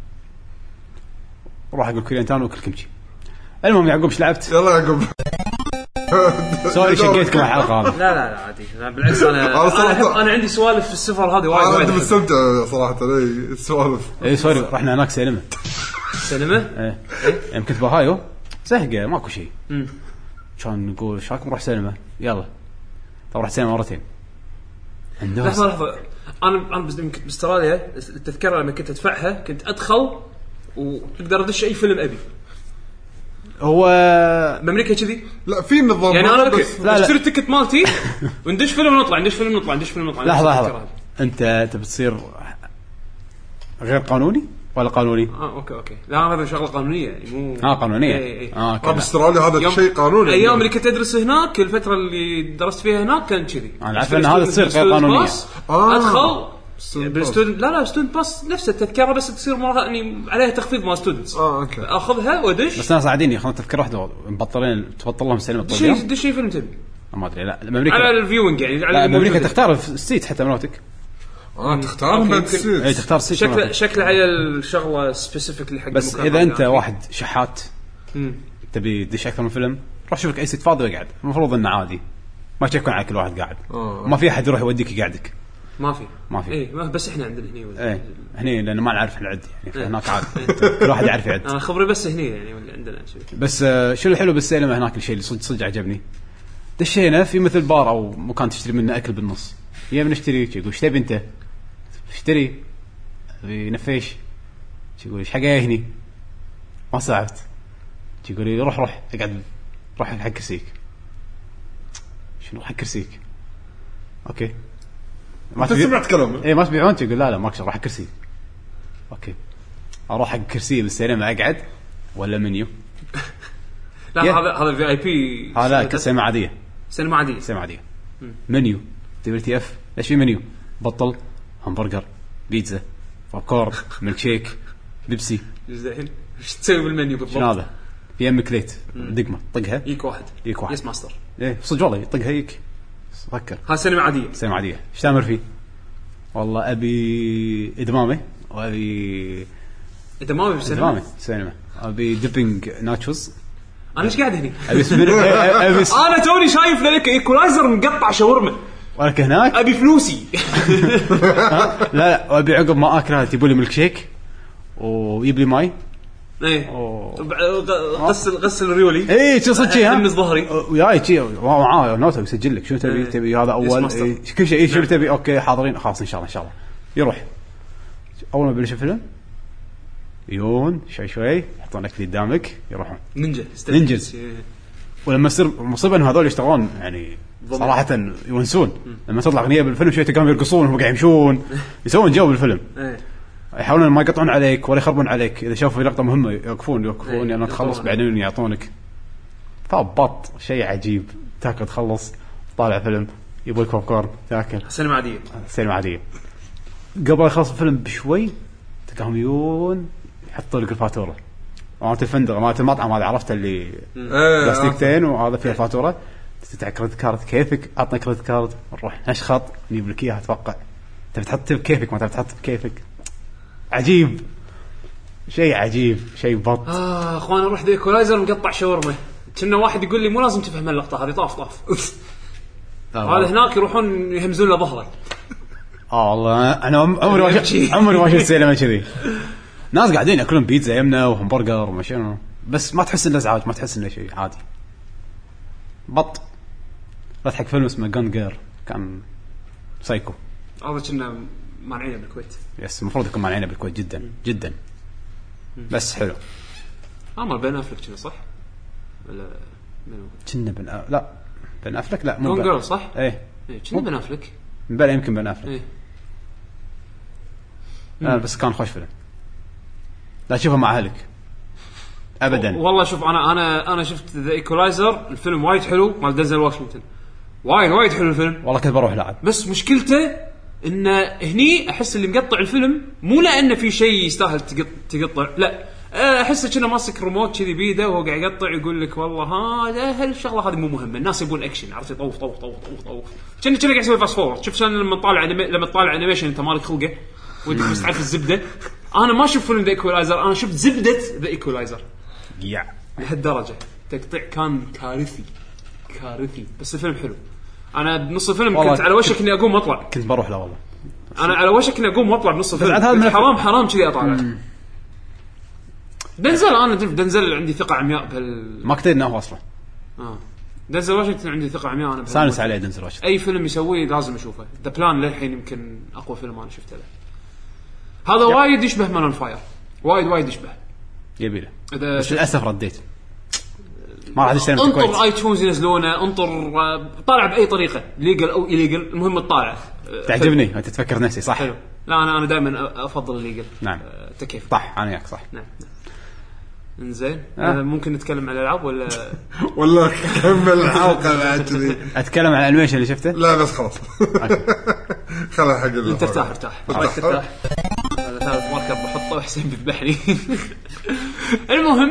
روح اقول كوريان تاون وكل كمشي المهم يعقوب ايش لعبت يلا يعقوب سوري شقيتكم الحلقه هذه لا لا لا عادي لا بالعكس انا انا, أحب أنا عندي سوالف في السفر هذه وايد انا وايد كنت مستمتع صراحه اي السوالف اي سوري رحنا هناك سينما سينما ايه يوم كنت بهايو زهقه ماكو شيء امم كان نقول ايش رايكم نروح سينما يلا طب رحت سينما مرتين لحظه لحظه انا انا كنت باستراليا التذكره لما كنت ادفعها كنت ادخل وتقدر ادش اي فيلم ابي هو بامريكا كذي لا في نظام يعني انا بس لا اشتري التيكت مالتي وندش فيلم ونطلع ندش فيلم نطلع ندش فيلم نطلع لحظه لحظه انت انت بتصير غير قانوني ولا قانوني اه اوكي اوكي لا هذا شغله قانونيه يعني مو اه قانونيه اي اي. اه في استراليا هذا شيء قانوني ايام اللي كنت ادرس هناك الفتره اللي درست فيها هناك كان كذي انا عارف ان هذا تصير غير قانونيه آه. ادخل بالستودنت لا لا ستودنت باس نفس التذكره بس تصير مرة اني عليها تخفيض مال ستودنتس اه اوكي اخذها وادش بس ناس قاعدين ياخذون تذكره واحده مبطلين تبطل لهم سينما طول شيء دش شيء فيلم تبي ما ادري لا بامريكا على الفيوينج يعني على لا بامريكا تختار السيت حتى منوتك اه تختار من السيت اي تختار السيت شكله شكله على الشغله سبيسيفيك حق بس اذا انت واحد شحات تبي تدش اكثر من فيلم روح شوف لك اي سيت فاضي واقعد المفروض انه عادي ما تكون على كل واحد قاعد آه. ما في احد يروح يوديك يقعدك ما في ما في اي بس احنا عندنا هني ولا ايه هني لان ما نعرف العد يعني فهناك عادي كل واحد يعرف يعد انا خبري بس هني يعني ولا عندنا شيء بس آه شو الحلو بالسينما هناك الشيء اللي صدق صدق عجبني دشينا في مثل بار او مكان تشتري منه اكل بالنص يا بنشتري يقول ايش تبي انت اشتري بنفيش يقول ايش حقه هني ما ساعدت يقول لي روح روح اقعد روح حق كرسيك شنو حق كرسيك اوكي ما سمعت كلامه ايه ما تبيعون تقول لا لا ماكش راح كرسي اوكي اروح حق كرسي بالسينما اقعد ولا منيو لا هذا هذا في اي بي هذا كسينما عاديه سينما عاديه سينما عاديه منيو تي تي اف ايش في منيو بطل همبرجر بيتزا بوبكورن ميلك شيك بيبسي زين ايش تسوي بالمنيو بالضبط شنو هذا في ام كليت دقمه طقها يك واحد يك واحد يس ماستر ايه صدق والله يطقها يك فكر ها سينما عاديه سينما عاديه ايش تامر فيه والله ابي ادمامه وابي ادمامه بالسينما ادمامه سينما ابي ديبينج ناتشوز انا ايش قاعد هني ابي سبير ابي انا توني شايف لك ايكولايزر مقطع شاورما ولك هناك ابي فلوسي لا لا وابي عقب ما اكلها تجيبوا لي ملك شيك ويجيب لي ماي ايه غسل غسل ريولي اي شو صدق ها من ظهري وياي شي معاه نوته يسجل لك شو تبي تبي هذا اول إيه كل شيء شو تبي اوكي حاضرين خلاص ان شاء الله ان شاء الله يروح اول ما بلش الفيلم يون شوي شوي يحطون لك قدامك يروحون نينجا نينجز ولما يصير المصيبه انه هذول يشتغلون يعني صراحه يونسون لما تطلع اغنيه بالفيلم شويه تقام يرقصون وهم قاعد يمشون يسوون جو بالفيلم يحاولون ما يقطعون عليك ولا يخربون عليك اذا شافوا في لقطه مهمه يوقفون يوقفون يعني تخلص بعدين يعطونك فبط شيء عجيب تاكل تخلص طالع فيلم يبغى بوب كورن تاكل سينما عاديه سينما عاديه قبل يخلص الفيلم بشوي تلقاهم يون يحطوا لك الفاتوره مالت الفندق مالت المطعم هذا عرفت اللي بلاستيكتين وهذا فيها فاتوره تدفع كريدت كارد كيفك عطنا كريدت كارد نروح نشخط نجيب لك اياها اتوقع تبي تحط بكيفك ما تبي تحط بكيفك عجيب شيء عجيب شيء بط اه اخوان نروح ذا ايكولايزر مقطع شاورما كنا واحد يقول لي مو لازم تفهم اللقطه هذه طاف طاف هذا هناك يروحون يهمزون له ظهره اه والله انا عمري ما شفت عمري ما شفت سينما كذي ناس قاعدين ياكلون بيتزا يمنا وهمبرجر وما شنو بس ما تحس انه ازعاج ما تحس انه شيء عادي بط رحت حق فيلم اسمه جان جير كان سايكو هذا كنا مانعينه بالكويت يس المفروض يكون مانعينه بالكويت جدا جدا بس حلو عمر بين افلك كنا صح ولا منو كنا بن أ... لا بن افلك لا مو جير صح ايه ايه كنا بن افلك بلا يمكن بن افلك ايه آه بس كان خوش فيلم لا تشوفه مع اهلك ابدا والله شوف انا انا انا شفت ذا ايكولايزر الفيلم وايد حلو مال دنزل واشنطن وايد وايد حلو الفيلم والله كنت بروح لعب بس مشكلته ان هني احس اللي مقطع الفيلم مو لانه في شيء يستاهل تقط تقطع لا احسه كنا ماسك ريموت كذي بيده وهو قاعد يقطع يقول لك والله هذا هالشغله هذه مو مهمه الناس يبون اكشن عرفت يطوف طوف طوف طوف طوف كنا كنا قاعد يسوي فاست فورورد شوف شلون لما تطالع لما تطالع انيميشن انت مالك خلقه وانت بس تعرف الزبده انا ما اشوف فيلم ذا ايكولايزر انا شفت زبده ذا ايكولايزر يا بهالدرجه تقطيع كان كارثي كارثي بس الفيلم حلو انا بنص الفيلم كنت على وشك اني اقوم واطلع كنت بروح لا والله انا على وشك اني اقوم واطلع بنص الفيلم حرام حرام كذي اطالع دنزل انا دنزل عندي ثقه عمياء بهال ما كنت انه اصلا اه دنزل واشنطن عندي ثقه عمياء انا سانس عليه دنزل واشنطن اي فيلم يسويه لازم اشوفه ذا بلان للحين يمكن اقوى فيلم انا شفته له هذا يب. وايد يشبه مان اون فاير وايد وايد يشبه يبي له بس للاسف رديت ما راح اشتري انطر اي تونز ينزلونه انطر طالع باي طريقه ليجل او إليجل المهم الطالع تعجبني انت تفكر نفسي صح حلو. لا انا انا دائما افضل الليجل نعم تكيف صح انا وياك صح نعم انزين أه. ممكن نتكلم عن الالعاب ولا ولا كمل الحلقه بعد اتكلم عن الانيميشن اللي شفته لا بس خلاص خلها حق انت ارتاح ارتاح ارتاح هذا ثالث ماركر بحطه وحسين بذبحني المهم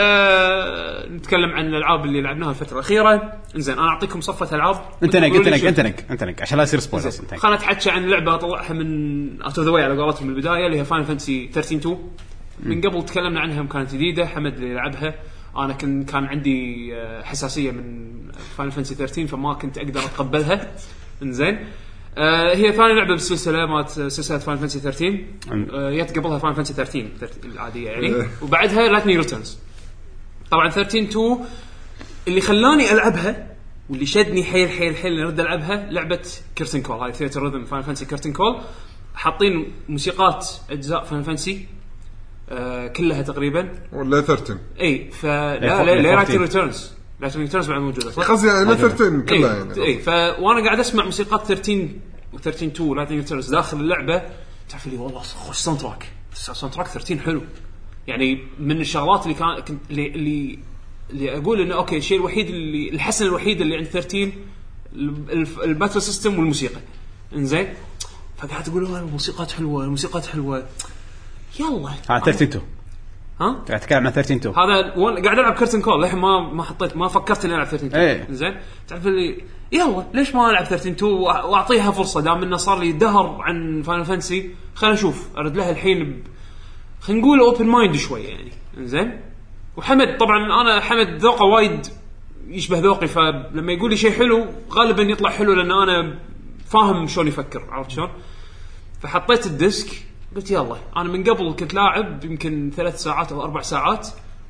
آه نتكلم عن الالعاب اللي لعبناها الفتره الاخيره انزين انا اعطيكم صفه العاب انت نق انت نق انت نق انت نق عشان لا يصير سبويلر خلنا نتحكي عن لعبه اطلعها من اوت اوف ذا واي على قولتهم من البدايه اللي هي فاينل فانتسي ثلاثة عشر تو من قبل تكلمنا عنها كانت جديده حمد اللي لعبها انا كان كان عندي حساسيه من فاينل فانتسي ثلاثة عشر فما كنت اقدر اتقبلها انزين آه هي ثاني لعبه بالسلسله مالت سلسله فاينل فانتسي ثلاثة عشر آه جت قبلها فاينل فانتسي ثلاثة عشر العاديه يعني وبعدها لايتنينج ريتيرنز طبعا ثلاثة عشر تو اللي خلاني العبها واللي شدني حيل حيل حيل نرد العبها لعبه كيرتن كول هاي ثياتر ريذم فاينل فانتسي كيرتن كول حاطين موسيقات اجزاء فاينل فانتسي آه كلها تقريبا ولا ثلاثة عشر اي فلا لا لايتنينج ريتيرنز لايتنينج ريتيرنز بعد موجوده صح قصدي يعني ثلاثة عشر كلها يعني اي فوانا قاعد اسمع موسيقات ثلاثة عشر و13 تو لايتنينج ريتيرنز داخل اللعبه تعرف لي والله خوش ساوند تراك الساوند تراك ثلاثة عشر حلو يعني من الشغلات اللي كان كنت اللي اللي, اللي اقول انه اوكي الشيء الوحيد اللي الحسن الوحيد اللي عند ثلاثة عشر الباتل سيستم والموسيقى انزين فقعدت اقول له الموسيقات حلوه الموسيقات حلوه يلا ها ثلاثة عشر تو ها قاعد اتكلم عن ثلاثة عشر تو هذا قاعد العب كرتن كول للحين ما ما حطيت ما فكرت اني العب ثلاثة عشر ايه. زين تعرف اللي يلا ليش ما العب ثلاثة عشر تو واعطيها فرصه دام انه صار لي دهر عن فاينل فانسي خلينا نشوف ارد لها الحين ب... خلينا نقول اوبن مايند شويه يعني زين وحمد طبعا انا حمد ذوقه وايد يشبه ذوقي فلما يقول لي شيء حلو غالبا يطلع حلو لان انا فاهم شلون يفكر عرفت شلون فحطيت الديسك قلت يلا انا من قبل كنت لاعب يمكن ثلاث ساعات او اربع ساعات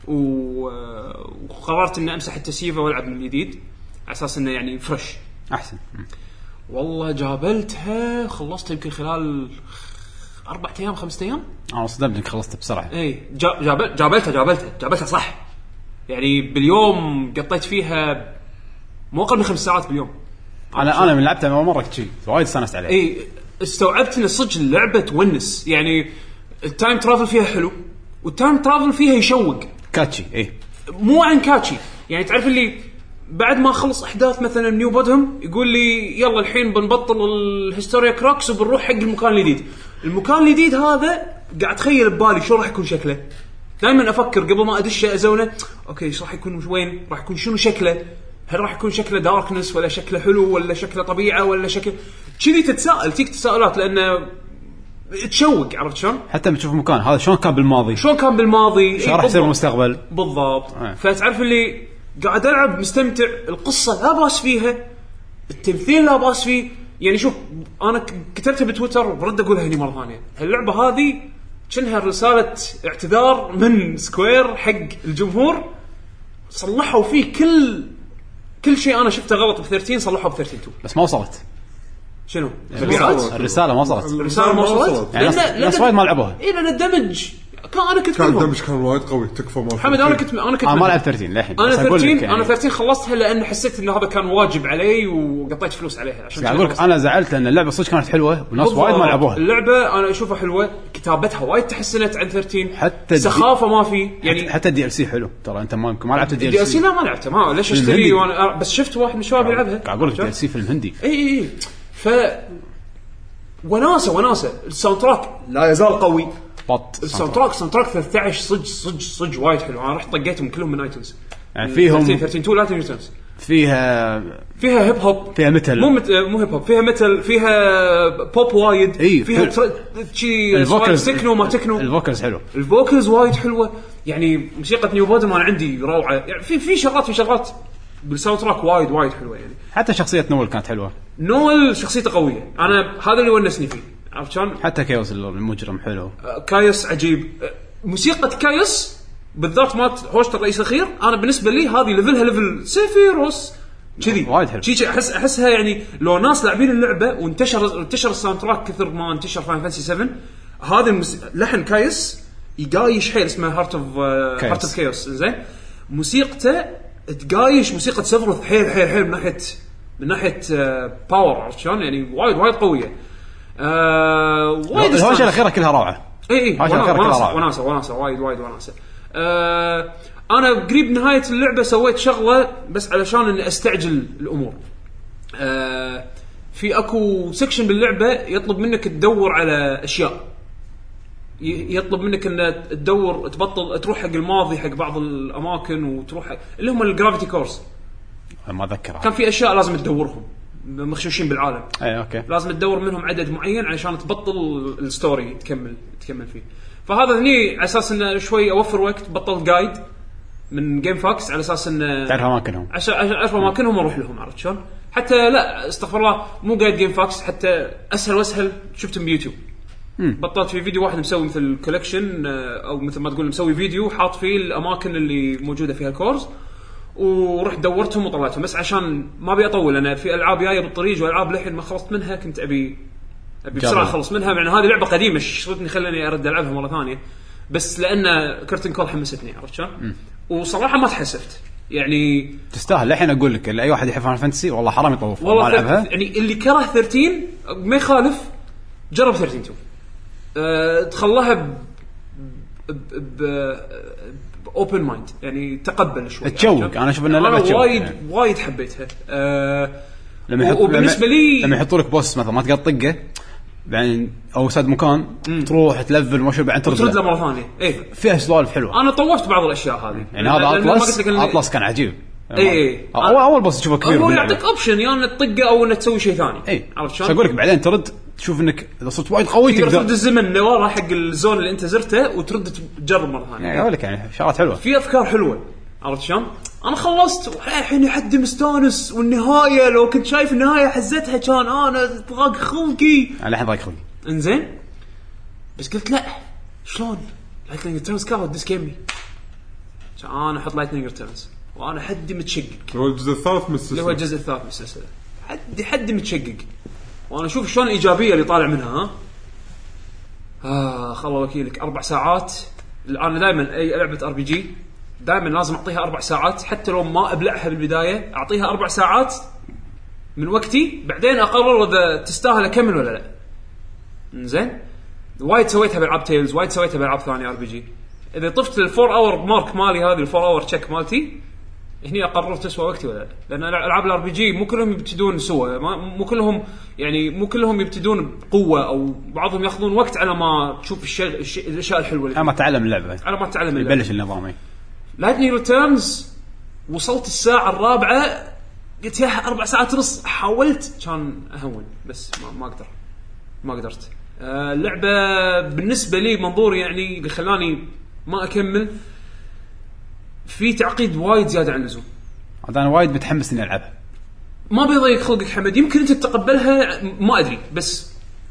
وقررت اني امسح التسييفه والعب من جديد على اساس انه يعني فريش احسن والله جابلتها خلصتها يمكن خلال اربع ايام خمسة ايام انا صدمت انك خلصت بسرعه اي جابل جابلتها جابلتها جابلتها صح يعني باليوم قطيت فيها مو اقل من خمس ساعات باليوم. انا انا من لعبتها اول مره كذي وايد استانست عليها. اي استوعبت ان صدق اللعبه تونس، يعني التايم ترافل فيها حلو والتايم ترافل فيها يشوق كاتشي. اي مو عن كاتشي، يعني تعرف اللي بعد ما خلص احداث مثلا نيو بودهم يقول لي يلا الحين بنبطل الهيستوريا كروكس وبنروح حق المكان الجديد. المكان الجديد هذا قاعد اتخيل ببالي شو راح يكون شكله. دائما افكر قبل ما ادش ازونه اوكي ايش راح يكون وين راح يكون شنو شكله، هل راح يكون شكله داركنس ولا شكله حلو ولا شكله طبيعه ولا شكل كذي. تتساءل تيك تساؤلات لانه تشوق. عرفت شلون؟ حتى بتشوف مكان هذا شلون كان بالماضي، شلون كان بالماضي، شو راح يصير بالمستقبل بالضبط. آه. فتعرف اللي قاعد العب مستمتع، القصه لا باس فيها، التمثيل لا باس فيه. يعني شوف انا كتبتها بتويتر وبرد اقولها هني مره ثانيه، اللعبه هذه كأنها رساله اعتذار من سكوير حق الجمهور. صلحوا فيه كل كل شيء انا شفته غلط بثلاثين صلحوا بثلاثين تو. بس ما وصلت. شنو الرسالة الرساله ما وصلت. الرساله ما وصلت يعني ناس وايد ما لعبوها. اي لان الدمج كان انا كنت كان الدمج كان وايد قوي تكفى ما محمد. انا كنت انا كنت انا ما لعبت ثلاثين للحين. انا ثلاثين يعني انا ثلاثين خلصتها لان حسيت ان هذا كان واجب علي وقطيت فلوس عليها عشان اقول لك انا زعلت لان اللعبه صدق كانت حلوه والناس وايد ما لعبوها. اللعبه انا اشوفها حلوه، كتابتها وايد تحسنت عن ثلاثين، حتى سخافه ما في يعني. حتى الدي ال سي حلو ترى. انت ما يمكن ما لعبت الدي ال ال سي. سي. لا ما لعبته، ما ليش اشتري وانا بس شفت واحد من الشباب يلعبها. قاعد اقول لك الدي ال سي فيلم هندي. اي اي اي ف وناسه وناسه. الساوند تراك لا يزال قوي. بط الساوند تراك ساوند تراك ثلاثة عشر صج صج صج وايد حلو. انا رحت طقيتهم كلهم من ايتونز يعني فيهم ثلاثين تو لا تنسى. فيها فيها هيب هوب، فيها ميتال، مو مت... مو هيب هوب، فيها ميتال، فيها بوب وايد. إيه فيها شيء الفوكلز تكنو ما تكنو. الفوكلز حلو، الفوكلز وايد حلوه. يعني موسيقى نيو بودم انا عندي روعه. يعني في في شغلات في شغلات بالساوند تراك وايد وايد حلوه. يعني حتى شخصيه نويل كانت حلوه. نويل شخصيته قويه، انا هذا اللي ونسني فيه. عرفت شلون؟ حتى كايوس المجرم حلو. كايوس عجيب. موسيقى كايوس بالذات مات هوست الرئيس الاخير انا بالنسبه لي هذه ليفلها ليفل سيفيروس كذي وايد حلو. شيء احس احسها يعني لو ناس لاعبين اللعبه وانتشر انتشر الساوند تراك كثر ما انتشر فاين فانسي سبعة. هذا المس... لحن كايوس يقايش حيل اسمه هارت اوف هارت اوف كايوس. زين موسيقته تقايش موسيقى سيفروث حيل حيل حيل من ناحيه من ناحيه باور. عرفت شلون؟ يعني وايد وايد قويه. آه وايد الهوشه الاخيره كلها روعه. اي اي وناسه وناسه وناسه وايد وايد وناسه. آه انا قريب نهايه اللعبه سويت شغله بس علشان اني استعجل الامور. آه في اكو سكشن باللعبه يطلب منك تدور على اشياء، يطلب منك ان تدور تبطل تروح حق الماضي حق بعض الاماكن وتروح حق اللي هم الجرافيتي كورس. ما اذكر كان في اشياء لازم تدورهم مخشوشين بالعالم. اي اوكي لازم تدور منهم عدد معين علشان تبطل الستوري تكمل تكمل فيه. فهذا هني على اساس انه شوي اوفر وقت بطل جايد من جيم فاكس على اساس انه تعرف اماكنهم عشان اعرف اماكنهم واروح لهم. عرفت شلون؟ حتى لا استغفر الله مو جايد جيم فاكس، حتى اسهل واسهل شفتهم بيوتيوب. مم. بطلت في فيديو واحد مسوي مثل كولكشن او مثل ما تقول مسوي فيديو حاط فيه الاماكن اللي موجوده فيها الكورز ورحت دورتهم وطلعتهم. بس عشان ما ابي اطول انا في العاب جايه بالطريق والعاب لحين ما خلصت منها كنت ابي ابي بسرعه اخلص منها. يعني هذه لعبه قديمه شرطني خلاني ارد العبها مره ثانيه بس لان كرتن كول حمستني. عرفت شلون؟ وصراحه ما تحسفت يعني تستاهل. الحين اقول لك اي واحد يحب فان فانتسي والله حرام يطوف والله لعبها. يعني اللي كره ثلاثين ما يخالف جرب ثلاثين تو. أه تخلها ب ب اوبن مايند يعني تقبل شوي تشوق. انا اشوف ان اللعبه تشوق وايد يعني. وايد حبيتها. أه لما يحط وبالنسبه لي لما يحطوا لك بوس مثلا ما تقدر تطقه بعدين او سد مكان مم. تروح تلفل مش بعدين ترد له مره ثانيه. ايه فيها سوالف حلوه. انا طوفت بعض الاشياء هذه يعني هذا اطلس اطلس كان عجيب. اي اي اول اول بوس تشوفه كبير هو يعطيك اوبشن يا ان تطقه او ان تسوي شيء ثاني. اي عرفت شلون؟ اقول لك بعدين ترد تشوف انك اذا صرت وايد قوي تقدر ترد الزمن لورا حق الزون اللي انت زرته وترد تجرب مره ثانيه. يعني اقول لك يعني شغلات حلوه في افكار حلوه. عرفت شلون؟ انا خلصت الحين حد مستانس والنهايه لو كنت شايف النهايه حزتها كان انا ضاق خلقي. انا الحين ضاق خلقي انزين بس قلت لا شلون لايتنينج ريتيرنز كاو ديسكيمي انا احط لايتنينج ريتيرنز وانا حدي متشقق. هو الجزء الثالث من السلسله هو الجزء الثالث من السلسله حدي حدي متشقق وانا اشوف شلون الايجابيه اللي طالع منها. ها آه خلوا وكيلك اربع ساعات. انا دائما اي لعبه ار بي جي دائما لازم اعطيها اربع ساعات حتى لو ما ابلعها بالبدايه اعطيها اربع ساعات من وقتي بعدين اقرر اذا تستاهل اكمل ولا لا. زين وايد سويتها بالعاب تيلز وايد سويتها بالعاب ثانيه ار بي جي. اذا طفت الفور اور مارك مالي هذه الفور اور تشيك مالتي هني اقرر تسوى وقتي ولا لا. لان العاب الار بي جي مو كلهم يبتدون سوا مو كلهم يعني مو كلهم يبتدون بقوه او بعضهم ياخذون وقت على ما تشوف الشيء الاشياء الحلوه على ما تعلم اللعبه على ما تعلم اللعبه يبلش النظام. لايتنينج ريتيرنز وصلت الساعه الرابعه قلت يا اربع ساعات ونص حاولت كان اهون بس ما, ما اقدر ما قدرت. آه اللعبه بالنسبه لي منظوري يعني اللي خلاني ما اكمل في تعقيد وايد زياده عن اللزوم. انا وايد متحمس اني العبها. ما بيضيق خلقك حمد يمكن انت تتقبلها ما ادري بس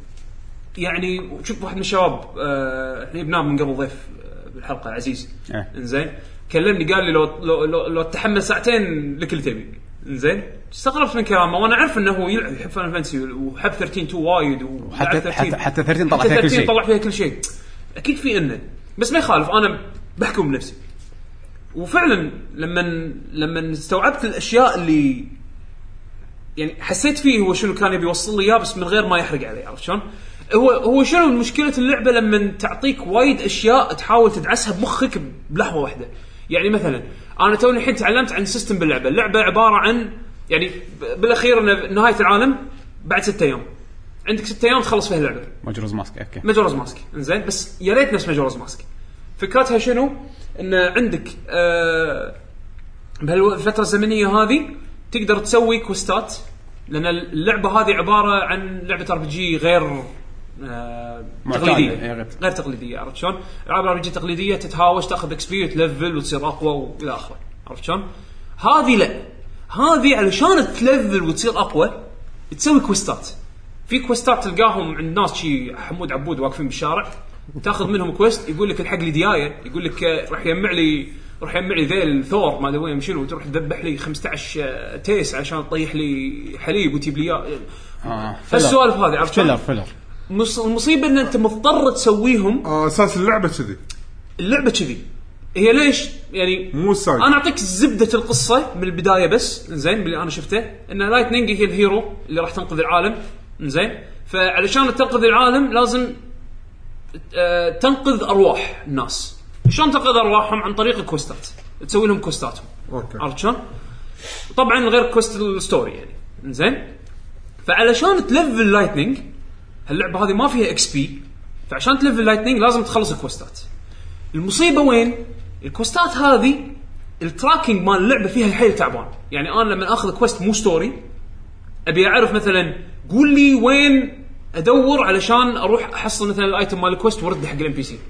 يعني شوف واحد من الشباب آه احنا بنام من قبل ضيف بالحلقه عزيز أه. انزين كلمني قال لي لو لو لو, لو تحمل ساعتين لك اللي تبي انزين استغربت من كلامه وانا اعرف انه هو يلعب يحب فان فانسي وحب ثلاثة عشر تو وايد وحتى حتى حتى ثلاثة عشر طلع فيها كل شيء طلع فيها كل شيء اكيد في انه بس ما يخالف انا بحكم بنفسي. وفعلا لما لما استوعبت الاشياء اللي يعني حسيت فيه هو شنو كان يبي يوصل لي اياه بس من غير ما يحرق علي. عرفت شلون هو هو شنو مشكله اللعبه لما تعطيك وايد اشياء تحاول تدعسها بمخك بلحظه واحده. يعني مثلا انا توني الحين تعلمت عن سيستم باللعبه. اللعبه عباره عن يعني بالاخير نهايه العالم بعد ستة ايام عندك ستة ايام تخلص فيها اللعبه. ماجورز ماسك اوكي ماجورز ماسك انزين بس يا ريت نفس ماجورز ماسك. فكرتها شنو ان عندك آه بهالفتره الزمنيه هذه تقدر تسوي كوستات لان اللعبه هذه عباره عن لعبه ار بي جي غير آه تقليديه غير تقليديه. عرفت شلون العاب ار بي جي تقليديه تتهاوش تاخذ اكس بي وتلفل وتصير اقوى والى اخره. عرفت شلون هذه لا هذه علشان تلفل وتصير اقوى تسوي كوستات. في كوستات تلقاهم عند ناس شي حمود عبود واقفين بالشارع تاخذ منهم كويست يقول لك الحق لي ديايه يقول لك راح يجمع لي راح يجمع لي ذيل ثور ما ادري وين شنو وتروح تذبح لي خمسة عشر تيس عشان تطيح لي حليب وتجيب لي اه فالسوالف هذه. عرفت فيلر فيلر المصيبه ان انت مضطر تسويهم. آه اساس اللعبه كذي اللعبه كذي هي ليش يعني مو سايد. انا اعطيك زبده القصه من البدايه بس زين باللي انا شفته ان لايتنينج هي الهيرو اللي راح تنقذ العالم زين. فعلشان تنقذ العالم لازم آه تنقذ ارواح الناس. شلون تنقذ ارواحهم؟ عن طريق الكوستات تسوي لهم كوستاتهم. عرفت شلون طبعا غير كوست الستوري يعني زين. فعلشان تلفل لايتنينج هاللعبه هذه ما فيها اكس بي فعشان تلفل لايتنينج لازم تخلص الكوستات. المصيبه وين الكوستات هذه التراكنج مال اللعبه فيها الحيل تعبان. يعني انا لما اخذ كوست مو ستوري ابي اعرف مثلا قول لي وين ادور علشان اروح احصل مثلا الايتم مال الكوست ورد حق الام بي سي.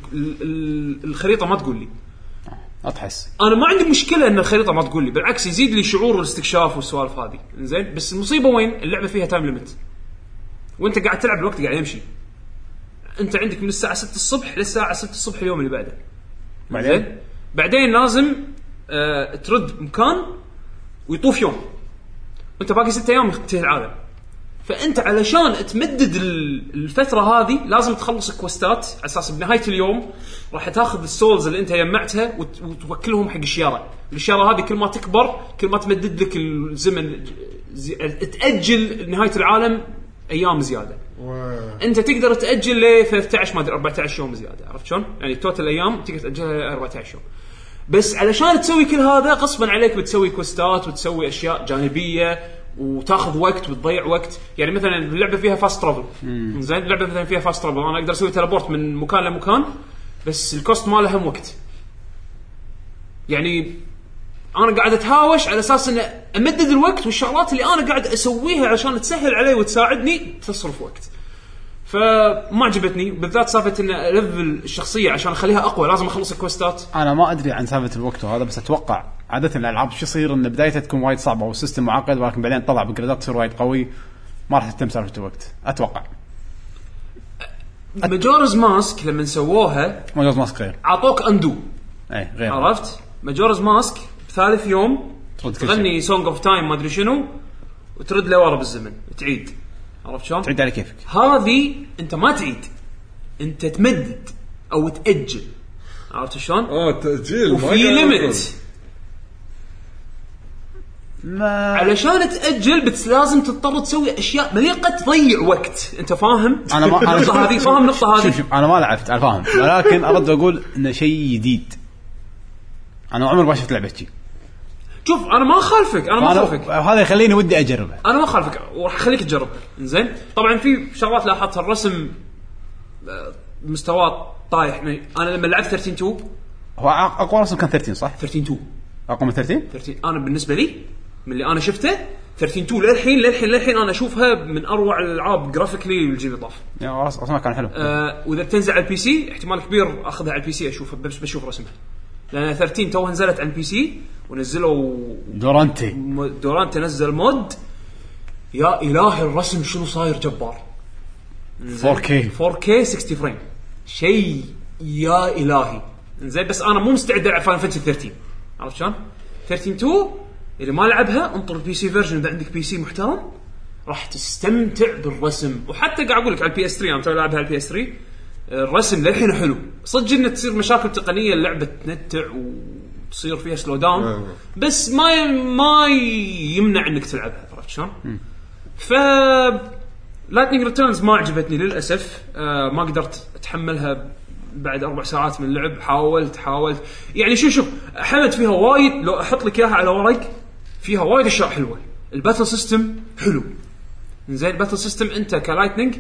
الخريطه ما تقول لي اتحس انا ما عندي مشكله ان الخريطه ما تقول لي بالعكس يزيد لي شعور الاستكشاف والسوالف هذه زين. بس المصيبه وين اللعبه فيها تايم ليميت وانت قاعد تلعب الوقت قاعد يمشي. انت عندك من الساعه ستة الصبح للساعه ستة الصبح اليوم اللي بعده بعدين بعدين لازم آه ترد مكان ويطوف يوم وانت باقي ستة ايام ينتهي العالم. فانت علشان تمدد الفتره هذه لازم تخلص الكوستات على اساس بنهايه اليوم راح تاخذ السولز اللي انت جمعتها وتوكلهم حق الشياره. الشياره هذه كل ما تكبر كل ما تمدد لك الزمن تاجل نهايه العالم ايام زياده. انت تقدر تاجل ل ثلاثة عشر ما ادري أربعة عشر يوم زياده. عرفت شلون يعني توتال ايام تقدر تاجلها ل أربعة عشر يوم. بس علشان تسوي كل هذا غصبا عليك بتسوي كوستات وتسوي اشياء جانبيه وتاخذ وقت وتضيع وقت. يعني مثلا اللعبه فيها فاست ترافل زين. اللعبه مثلا فيها فاست ترافل انا اقدر اسوي تليبورت من مكان لمكان بس الكوست ماله هم وقت. يعني انا قاعد اتهاوش على اساس ان امدد الوقت والشغلات اللي انا قاعد اسويها عشان تسهل علي وتساعدني تصرف وقت. فما عجبتني بالذات سالفه ان ليفل الشخصيه عشان اخليها اقوى لازم اخلص الكوستات. انا ما ادري عن سالفه الوقت وهذا بس اتوقع عاده الالعاب شو يصير ان بدايتها تكون وايد صعبه والسيستم معقد ولكن بعدين طلع بجرادات تصير وايد قوي ما راح تتم سالفه الوقت. اتوقع ماجورز ماسك لما سووها ماجورز ماسك غير عطوك اندو اي غير. عرفت ماجورز ماسك بثالث يوم تغني سونج اوف تايم ما ادري شنو وترد له ورا بالزمن تعيد. عرفت شلون تعيد على كيفك. هذه انت ما تعيد انت تمدد او تاجل. عرفت شلون؟ اه تاجيل وفي ليميت ما علشان تاجل بس لازم تضطر تسوي اشياء مليقه تضيع وقت. انت فاهم؟ انا ما انا النقطه هذه فاهم النقطه هذه. شوف شوف انا ما لعبت انا فاهم ولكن ارد اقول انه شيء جديد. انا عمري ما شفت لعبه شيء. شوف انا ما خالفك انا ما خالفك هذا يخليني ودي اجربه. انا ما خالفك وراح اخليك تجرب. زين طبعا في شغلات لاحظتها الرسم مستوى طايح. انا لما لعبت ثلاثة عشر تو هو اقوى رسم كان ثلاثة عشر صح؟ ثلاثة عشر تو اقوى من ثلاثة عشر؟ ثلاثة عشر انا بالنسبه لي من اللي انا شفته ثلاثة عشر تو للحين للحين للحين انا اشوفها من اروع الالعاب جرافيكلي الجيل طاف. يا رسمها كان حلو. آه واذا بتنزل على البي سي احتمال كبير اخذها على البي سي اشوفها بس بشوف رسمها لان ثلاثة عشر توها نزلت على البي سي ونزلوا دورانتي دورانتي نزل مود. يا الهي الرسم شنو صاير جبار. فور كي فور كي ستين فريم شيء يا الهي. زين بس انا مو مستعد العب فاينل فانتسي ثلاثة عشر. عرفت شلون؟ ثلاثة عشر تو اللي ما لعبها انطر البي سي فيرجن اذا عندك بي سي محترم راح تستمتع بالرسم. وحتى قاعد اقول لك على البي اس ثلاثة انا تو لعبها على البي اس ثلاثة الرسم للحين حلو. صدق انه تصير مشاكل تقنيه اللعبه تنتع وتصير فيها سلو داون بس ما ما يمنع انك تلعبها. عرفت شلون؟ ف لايتنينج ريتيرنز ما عجبتني للاسف. آه ما قدرت اتحملها بعد أربع ساعات من اللعب. حاولت حاولت يعني شوف شوف حمد فيها وايد. لو احط لك اياها على ورق فيها وايد اشياء حلوه. الباتل سيستم حلو. زين الباتل سيستم انت كلايتنينج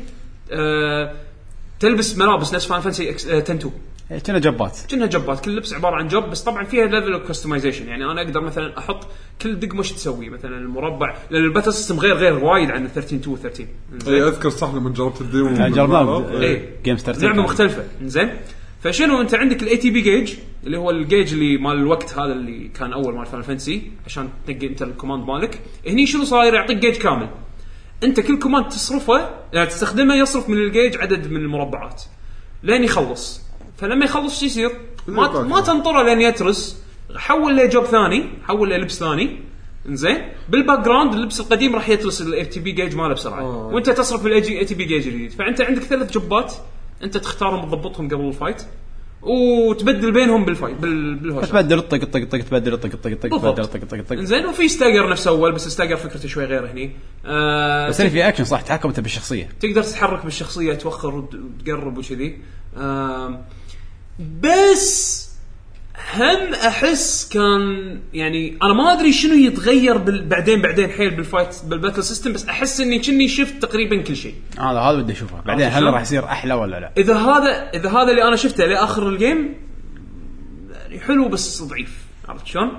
آه تلبس ملابس نفس فاين فانسي عشرة تو كنا جبات كنا جبات كل لبس عباره عن جب بس طبعا فيها ليفل اوف كستمايزيشن. يعني انا اقدر مثلا احط كل دقمه ايش تسوي مثلا المربع لان الباتل سيستم غير غير وايد عن ثلاثة عشر تو ثلاثة عشر. اي اذكر صح لما جربت الديمو جربناه اي جيم ستارت لعبه مختلفه. زين فشنو انت عندك الاي تي بي جيج اللي هو الجيج اللي مال الوقت هذا اللي كان اول مال فاينل فانتسي عشان تنقي انت الكوماند مالك. هني شنو صاير يعطيك جيج كامل انت كل كوماند تصرفه يعني تستخدمه يصرف من الجيج عدد من المربعات لين يخلص. فلما يخلص شو يصير ما ما تنطره لين يترس حول له جوب ثاني حول له لبس ثاني. انزين بالباك جراوند اللبس القديم راح يترس الاي تي بي جيج ماله بسرعه أوه. وانت تصرف الاي تي بي جيج الجديد. فانت عندك ثلاث جوبات انت تختارهم وتضبطهم قبل الفايت وتبدل بينهم بالفايت بالهوش تبدل الطق الطق الطق تبدل الطق الطق الطق تبدل الطق الطق الطق. انزين وفي ستاجر نفس اول بس ستاجر فكرته شوي غير هني. آه بس في اكشن صح تحكم انت بالشخصيه تقدر تتحرك بالشخصيه توخر وتقرب وكذي. آه بس هم احس كان يعني انا ما ادري شنو يتغير بعدين بعدين حيل بالفايت بالباتل سيستم بس احس اني كني شفت تقريبا كل شيء. هذا هذا بدي اشوفه بعدين هل راح يصير احلى ولا لا. اذا هذا اذا هذا اللي انا شفته لاخر الجيم يعني حلو بس ضعيف. عرفت شلون؟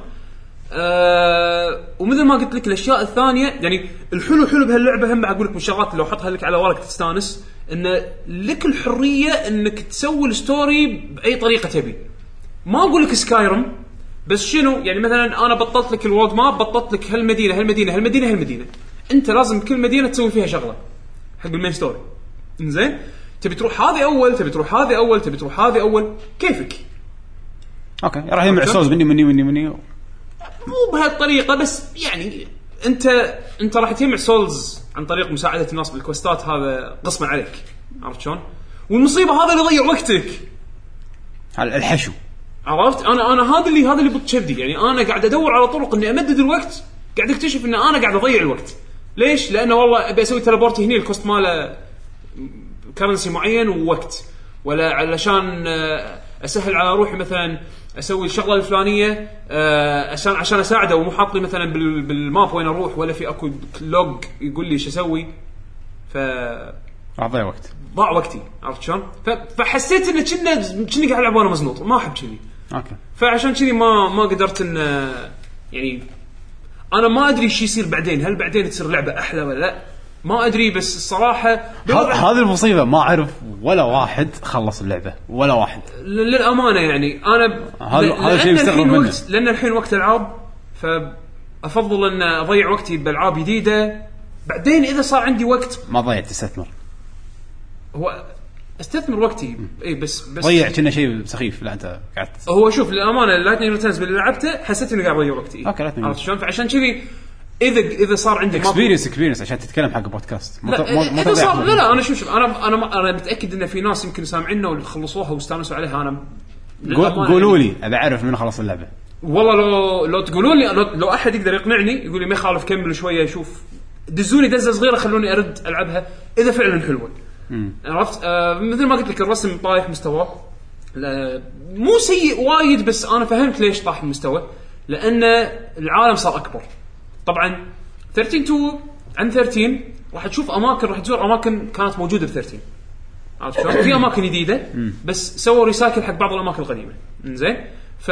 أه ومثل ما قلت لك الاشياء الثانيه يعني الحلو حلو بهاللعبه هم اقول لك من الشغلات لو حطها لك على ورق تستانس ان لك الحريه انك تسوي الستوري باي طريقه تبي. ما اقول لك سكايرم بس شنو يعني مثلا انا بطلت لك الورد ماب بطلت لك هالمدينه هالمدينه هالمدينه هالمدينه انت لازم كل مدينه تسوي فيها شغله حق المين ستوري. انزين تبي تروح هذه اول تبي تروح هذه اول تبي تروح هذه اول كيفك. اوكي راح يجمع سولز مني مني مني مني مو بهالطريقه بس يعني انت انت راح تجمع سولز عن طريق مساعده الناس بالكوستات هذا قسما عليك. عرفت شلون؟ والمصيبه هذا اللي يضيع وقتك على الحشو. عرفت انا انا هذا اللي هذا اللي بتشفدي يعني انا قاعد ادور على طرق اني امدد الوقت قاعد اكتشف ان انا قاعد اضيع الوقت. ليش؟ لانه والله ابي اسوي تليبورت هنا الكوست ماله كرنسي معين ووقت ولا علشان اسهل على روحي مثلا اسوي الشغله الفلانيه عشان عشان اساعده ومو حاط لي مثلا بالماب وين اروح ولا في اكو لوج يقول لي ايش اسوي. ف اضيع وقت ضاع وقتي. عرفت شلون؟ فحسيت ان كنا كني قاعد العب وانا مزنوط ما احب كذي. اوكي فعشان كذي ما ما قدرت ان يعني انا ما ادري ايش يصير بعدين هل بعدين تصير لعبه احلى ولا لا ما ادري بس الصراحه هذه المصيبه ما اعرف ولا واحد خلص اللعبه ولا واحد للامانه يعني انا هذا هذا شيء مستغرب منه وقت لان الحين وقت العاب فافضل ان اضيع وقتي بالالعاب جديده. بعدين اذا صار عندي وقت ما ضيعت تستثمر هو استثمر وقتي اي بس بس ضيع كنا شيء سخيف. لا انت قعدت هو شوف للامانه لايتنينج ريتيرنز اللي لعبته حسيت اني قاعد اضيع وقتي. عرفت شلون؟ فعشان كذي اذا اذا صار عندي اكسبيرينس اكسبيرينس عشان تتكلم حق بودكاست لا, إذا صار لا لا انا شوف شوف انا انا انا متاكد ان في ناس يمكن سامعيننا وخلصوها واستانسوا عليها. انا قولوا لي ابي اعرف من خلص اللعبه. والله لو لو تقولون لي لو, لو احد يقدر يقنعني يقول لي ما يخالف كمل شويه شوف دزوني دزه صغيره خلوني ارد العبها اذا فعلا حلوه. عرفت آه مثل ما قلت لك الرسم طايح مستواه مو سيء وايد بس انا فهمت ليش طاح المستوى لان العالم صار اكبر. طبعا ثلاثة عشر تو عن ثلاثة عشر راح تشوف اماكن راح تزور اماكن كانت موجوده في ثلاثة عشر عرفت شلون في اماكن جديده بس سووا ريسايكل حق بعض الاماكن القديمه زين. ف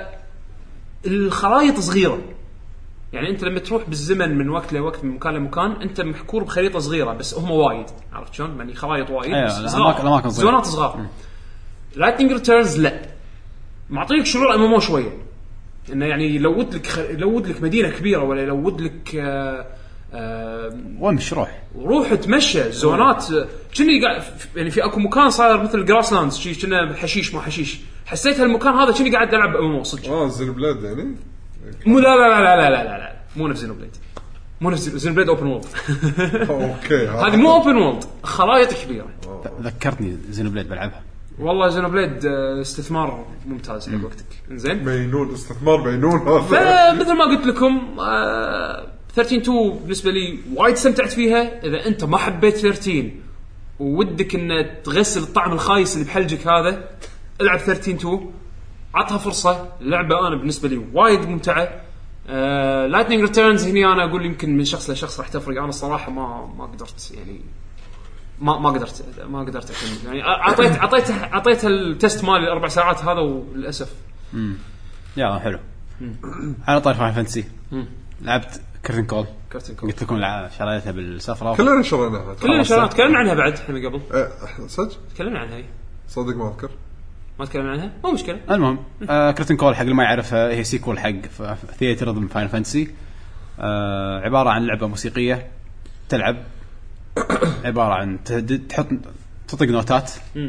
الخرائط صغيره يعني انت لما تروح بالزمن من وقت لوقت من مكان لمكان انت محكور بخريطه صغيره بس هم وايد عرفت شلون يعني خرائط وايد أيوة زونات صغار. لايتنينج ريتيرنز لا معطيك شعور امامه شويه انه يعني لود لك خ... لود لك مدينه كبيره ولا لود لك آه آه وين مش روح روح تمشى زونات كني قاعد يعني في اكو مكان صاير مثل جراس لاندز شيء كنا حشيش ما حشيش حسيت هالمكان هذا كني قاعد العب امامه صدق. اه زين بلاد يعني مو لا لا لا لا لا لا, لا. مو نفس زين بلاد مو نفس زين بلاد اوبن وورلد. اوكي هذه مو اوبن وورلد خرائط كبيره. ذكرتني زين بلاد بلعبها والله. زين بلاد استثمار ممتاز حق وقتك انزين مينون استثمار مينون هذا. فمثل ما قلت لكم آه ثلاثة عشر تو بالنسبه لي وايد استمتعت فيها. اذا انت ما حبيت ثلاثة عشر وودك ان تغسل الطعم الخايس اللي بحلجك هذا العب ثلاثة عشر تو عطها فرصه. اللعبه انا بالنسبه لي وايد ممتعه. لايتنينج uh, ريتيرنز هني انا اقول يمكن من شخص لشخص راح تفرق. انا الصراحه ما ما قدرت يعني ما ما قدرت ما قدرت اكمل يعني اعطيت اعطيت اعطيت التست مالي الاربع ساعات هذا وللاسف. امم يا حلو. على طرف فاين فانتسي لعبت كرتن كول. كرتن كول قلت لكم شريتها بالسفره كلنا شريناها كلنا شرينا تكلمنا عنها بعد احنا قبل أه صدق تكلمنا عنها هي صدق ما اذكر ما تكلمنا عنها مو مشكله. المهم آه كرتن كول حق اللي ما يعرفها هي سيكول حق ثياتر ضمن فاين فانتسي. آه عباره عن لعبه موسيقيه تلعب عباره عن تهدد تحط تطق نوتات.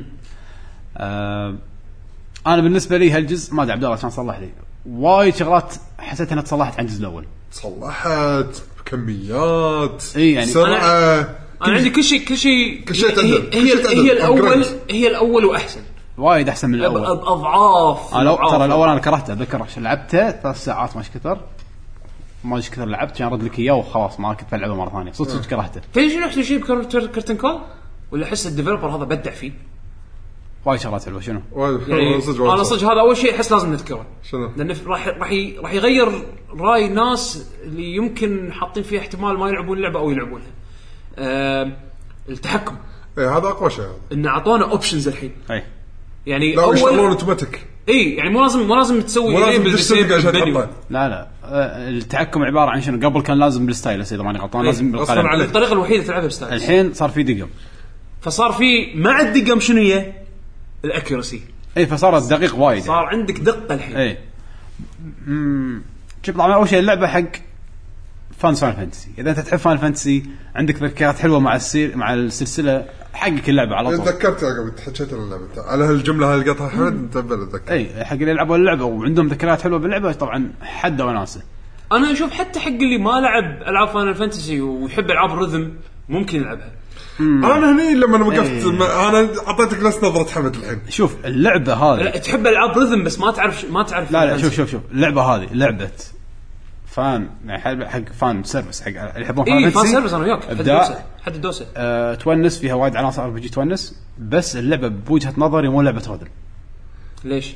آه انا بالنسبه لي هالجزء ما ادري عبد الله عشان صلح لي وايد شغلات حسيت انها تصلحت عن الجزء الاول. صلحت بكميات اي يعني سرعه انا, أنا عندي كل شيء كل شيء كل شيء هي, هي, هي الاول هي الاول واحسن وايد احسن من الاول اضعاف. انا ترى الاول انا كرهته اتذكر لعبته ثلاث ساعات ماش كثر ما ايش كثر لعبت كان رد لك اياه وخلاص ما كنت بلعبه مره ثانيه صدق صدق كرهته. في شيء احسن شيء بكرتن كول ولا احس الديفلوبر هذا بدع فيه وايد شغلات حلوه. شنو يعني انا صدق هذا اول شيء احس لازم نذكره شنو لان راح راح راح يغير راي الناس اللي يمكن حاطين فيه احتمال ما يلعبون اللعبه او يلعبونها. أه التحكم ايه هذا اقوى شيء ان اعطونا اوبشنز الحين. اي يعني لا اول يشتغلون اوتوماتيك. اي يعني مو لازم مو لازم تسوي لازم بالسيف بالمنيو. لا لا التحكم عباره عن شنو قبل كان لازم بالستايلس اذا ماني غلطان لازم بالقلم. الطريقه الوحيده تلعبها بالستايلس. الحين صار في دقم فصار في مع الدقم شنو هي الاكيورسي. اي فصارت دقيق وايد صار عندك دقه الحين. اي امم شوف طبعا اول شيء اللعبه حق فان فان فانتسي. اذا انت تحب فان فانتسي عندك ذكريات حلوه مع السير مع السلسله حقك اللعبه على طول. تذكرت قبل تحكيت عن اللعبه على هالجمله هاي قطعها حمد انت بتذكر. اي حق اللي يلعبوا اللعبه وعندهم ذكريات حلوه باللعبه طبعا حد وناسه. انا اشوف حتى حق اللي ما لعب العاب فان فانتسي ويحب العاب الرذم ممكن يلعبها. انا هني لما انا وقفت ايه. انا اعطيتك نفس نظره حمد الحين. شوف اللعبه هذه تحب العاب رذم بس ما تعرف ما تعرف لا لا شوف شوف شوف اللعبه هذه لعبه فان يعني حق فان سيرفيس حق اللي يحبون فان فان سيرفيس. انا وياك حد الدوسه حد الدوسه أه تونس فيها وايد عناصر ار بي جي تونس بس اللعبه بوجهه نظري مو لعبه رذم. ليش؟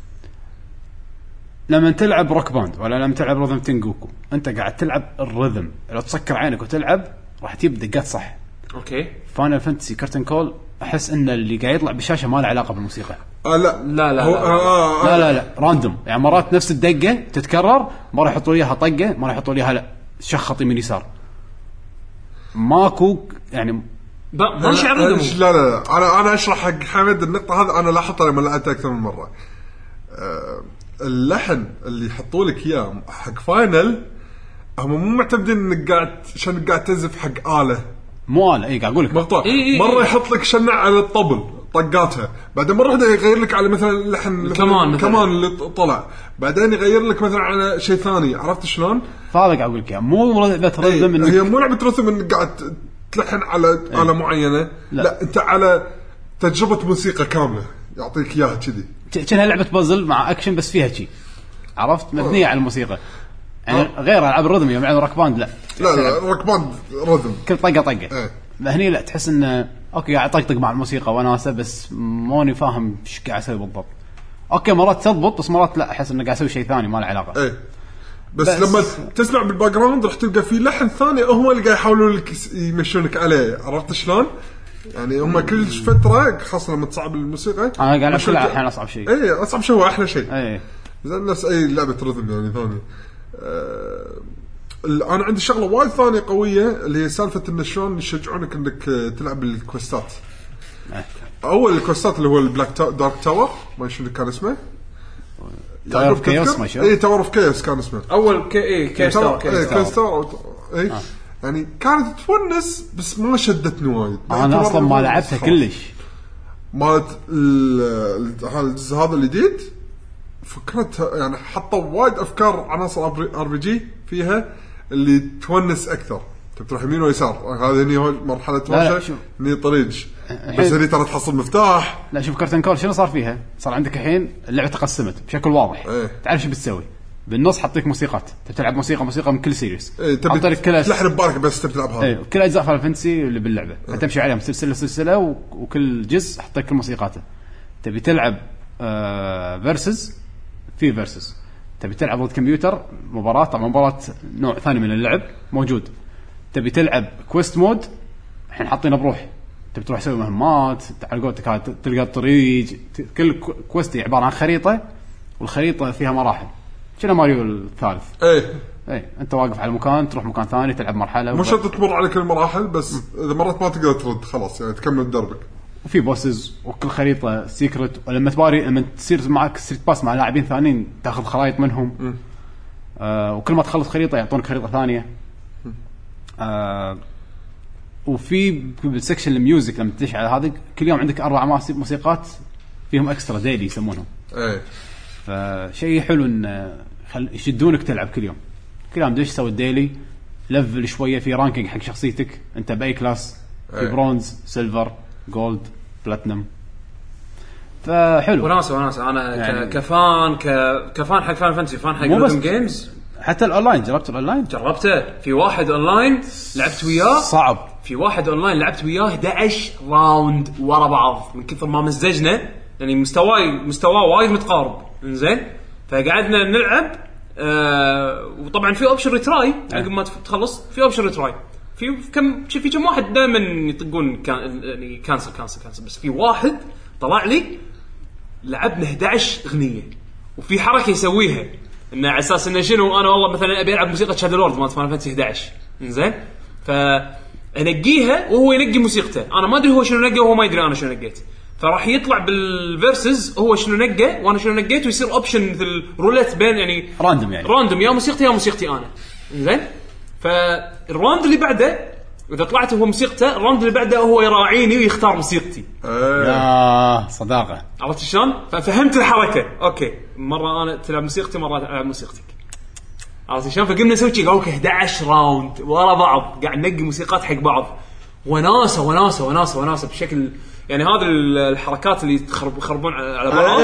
لما تلعب روك باند ولا لما تلعب رذم تنجوكو انت قاعد تلعب الرذم لو تسكر عينك وتلعب راح تجيب دقات صح. اوكي فاينل فانتسي كرتن كول احس ان اللي قاعد يطلع بالشاشه ما له علاقه بالموسيقى. آه لا لا لا هو لا, آه لا, لا, لا, لا راندوم يعني مرات نفس الدقه تتكرر مره يحطوا ليها طقه مره يحطوا ليها لا شخطي من يسار ماكو يعني ما شعر لا لا لا انا انا اشرح حق حمد النقطه هذه انا لاحظتها لما لعبت اكثر من مره. أه اللحن اللي يحطوا لك اياه حق فاينل هم مو معتمدين انك قاعد عشان قاعد تزف حق آلة مو آلة اي قاعد اقول لك مقطع إيه مره يحط لك شنع على الطبل طقاتها بعدين مره واحده يغير لك على مثلا اللحن كمان كمان اللي طلع بعدين يغير لك مثلا على شيء ثاني عرفت شلون فهذا قاعد اقول لك مو لعبه رذم إيه هي مو لعبه رذم انك قاعد تلحن على إيه؟ آلة معينه لا. لا انت على تجربه موسيقى كامله يعطيك اياها كذي كأنها لعبه بازل مع اكشن بس فيها شيء عرفت مبنيه على الموسيقى يعني غير العاب الرذم يوم يعني روك باند لا لا لا روك باند رذم كل طقه طقه ايه. هني لا تحس انه اوكي قاعد طقطق مع الموسيقى وناسه بس ماني فاهم ايش قاعد اسوي بالضبط. اوكي مرات تضبط بس مرات لا احس انه قاعد اسوي شيء ثاني ما له علاقه ايه. بس, بس لما تسمع بالباك جراوند راح تلقى في لحن ثاني هم اللي قاعد يحاولون لك يمشونك عليه عرفت شلون يعني هم كل فتره خاصه لما تصعب الموسيقى انا قاعد العب الحين اصعب شيء اي اصعب شيء هو احلى شيء اي زين نفس اي لعبه رذم يعني ثاني. أه انا عندي شغله وايد ثانيه قويه اللي هي سالفه ان شلون يشجعونك انك تلعب الكوستات. اول الكوستات اللي هو البلاك تا... دارك تاور ما شنو كان اسمه تاور اوف كيوس ما شاء اي تاور اوف كيوس كان اسمه اول كي اي كيوس تاور اي يعني كانت تونس بس ما شدتني وايد انا اصلا ما لعبتها كلش مالت هذا هذا الجديد فكرتها يعني حطوا وايد افكار عناصر ار بي جي فيها اللي تونس اكثر تروح يمين ويسار هذا هني هو مرحله ماشيه هني طريق بس هني ترى تحصل مفتاح. لا شوف كارتن كول شنو صار فيها صار عندك الحين اللعبه تقسمت بشكل واضح ايه. تعرف شو بتسوي بالنص حطيك موسيقات تلعب موسيقى موسيقى من كل سيريس ايه تبي تلحن ببالك بس تلعب هذا ايه. كل اجزاء فاينل فانتسي اللي باللعبه ايه. تمشي عليهم سلسله سلسله و... وكل جزء حطيك موسيقاته. تبي تلعب آه... فيرسز في فيرسز تبي تلعب ضد كمبيوتر مباراة طبعا مباراة نوع ثاني من اللعب موجود. تبي تلعب كويست مود الحين حاطينه بروح تبي تروح تسوي مهمات على قولتك تلقى الطريق كل كويست عبارة عن خريطة والخريطة فيها مراحل شنو ماريو الثالث ايه ايه انت واقف على مكان تروح مكان ثاني تلعب مرحلة مش شرط تمر على كل المراحل بس اذا مرات ما تقدر ترد خلاص يعني تكمل دربك. وفي بوسز وكل خريطة سيكرت ولما تباري لما تصير معك ستريت باس مع لاعبين ثانيين تاخذ خرائط منهم آه وكل ما تخلص خريطة يعطونك خريطة ثانية آه وفي بالسكشن الميوزك لما تدش على هذا كل يوم عندك أربع موسيقات فيهم اكسترا ديلي يسمونهم ايه. فشيء حلو ان خل يشدونك تلعب كل يوم كل يوم دش سوي الديلي ليفل شوية في رانكينج حق شخصيتك انت بأي كلاس في ايه. برونز سيلفر جولد بلاتنم فحلو وناسه وناسه انا يعني كفان كفان حق فان فانتسي فان حق ريتم جيمز حتى الاونلاين جربت الاونلاين جربته في واحد اونلاين لعبت وياه صعب في واحد اونلاين لعبت وياه احد عشر راوند ورا بعض من كثر ما مزجنا يعني مستواي مستواه وايد متقارب زين فقعدنا نلعب آه وطبعا في اوبشن ريتراي عقب ما تخلص في اوبشن ريتراي في كم في كم واحد دائما يطقون كان يعني كانسل كانسل كانسل بس في واحد طلع لي لعبنا احد عشر اغنيه وفي حركه يسويها انه على اساس انه شنو انا والله مثلا ابي العب موسيقى شادو لورد مال فاينل فانتسي احد عشر زين فانقيها وهو ينقي موسيقته انا ما ادري هو شنو نقى وهو ما يدري انا شنو نقيت فراح يطلع بالفيرسز هو شنو نقى وانا شنو نقيت ويصير اوبشن مثل رولات بين يعني راندوم يعني راندوم يا موسيقتي يا موسيقتي انا زين فالراوند اللي بعده اذا طلعت هو موسيقته الراوند اللي بعده هو يراعيني ويختار موسيقتي يا صداقه عرفت شلون ففهمت الحركه اوكي مره انا تلعب موسيقتي مره العب موسيقتك عرفت شلون فقمنا نسوي شيء اوكي احد عشر راوند ورا بعض قاعد ننقي موسيقات حق بعض وناسه وناسه وناسه وناسه بشكل يعني هذا الحركات اللي تخرب يخربون على بعض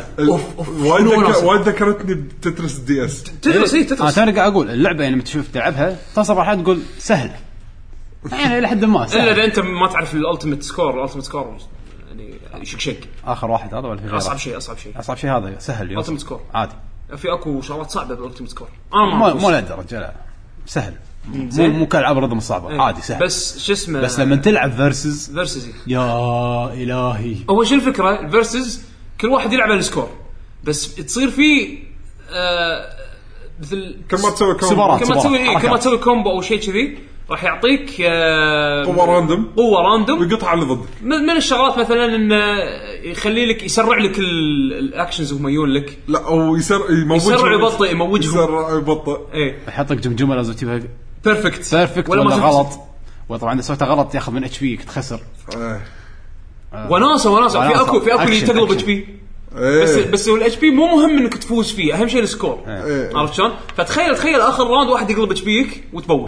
وايد وايد ذكرتني بتترس دي اس تترس اي تترس انا قاعد اقول اللعبه يعني تشوف تلعبها تصبر راح تقول سهل يعني لحد ما الا اذا انت ما تعرف الالتيميت سكور الالتيميت سكور يعني شق اخر واحد هذا ولا في غيره اصعب شيء اصعب شيء اصعب شيء هذا سهل الالتيميت سكور عادي في اكو شغلات صعبه بالالتيميت سكور انا ما مو لدرجه لا سهل مو مو كالعاب رضم الصعبه ايه. عادي سهل بس شو اسمه بس لما تلعب فيرسز فيرسز يا الهي هو شو الفكره الفيرسز كل واحد يلعب على السكور بس تصير فيه آه مثل كما تسوي كومبو كما تسوي إيه كما تسوي كومبو او شيء كذي راح يعطيك آه قوه راندوم قوه راندوم ويقطع اللي ضدك من الشغلات مثلا انه يخلي لك يسرع لك الاكشنز وهم يجون لك لا او يسرع يسرع يبطئ يموجهم يسرع يبطئ ايه يحط لك جمجمه لازم تجيبها بيرفكت بيرفكت ولا, ولا غلط وطبعا اذا سويته غلط ياخذ من اتش بي تخسر آه. وناسه وناسه في اكو في اكو اللي تقلب اتش بي بس بس الاتش بي مو مهم انك تفوز فيه اهم شيء السكور ايه. عرفت شلون فتخيل تخيل اخر راوند واحد يقلب اتش بيك وتبوش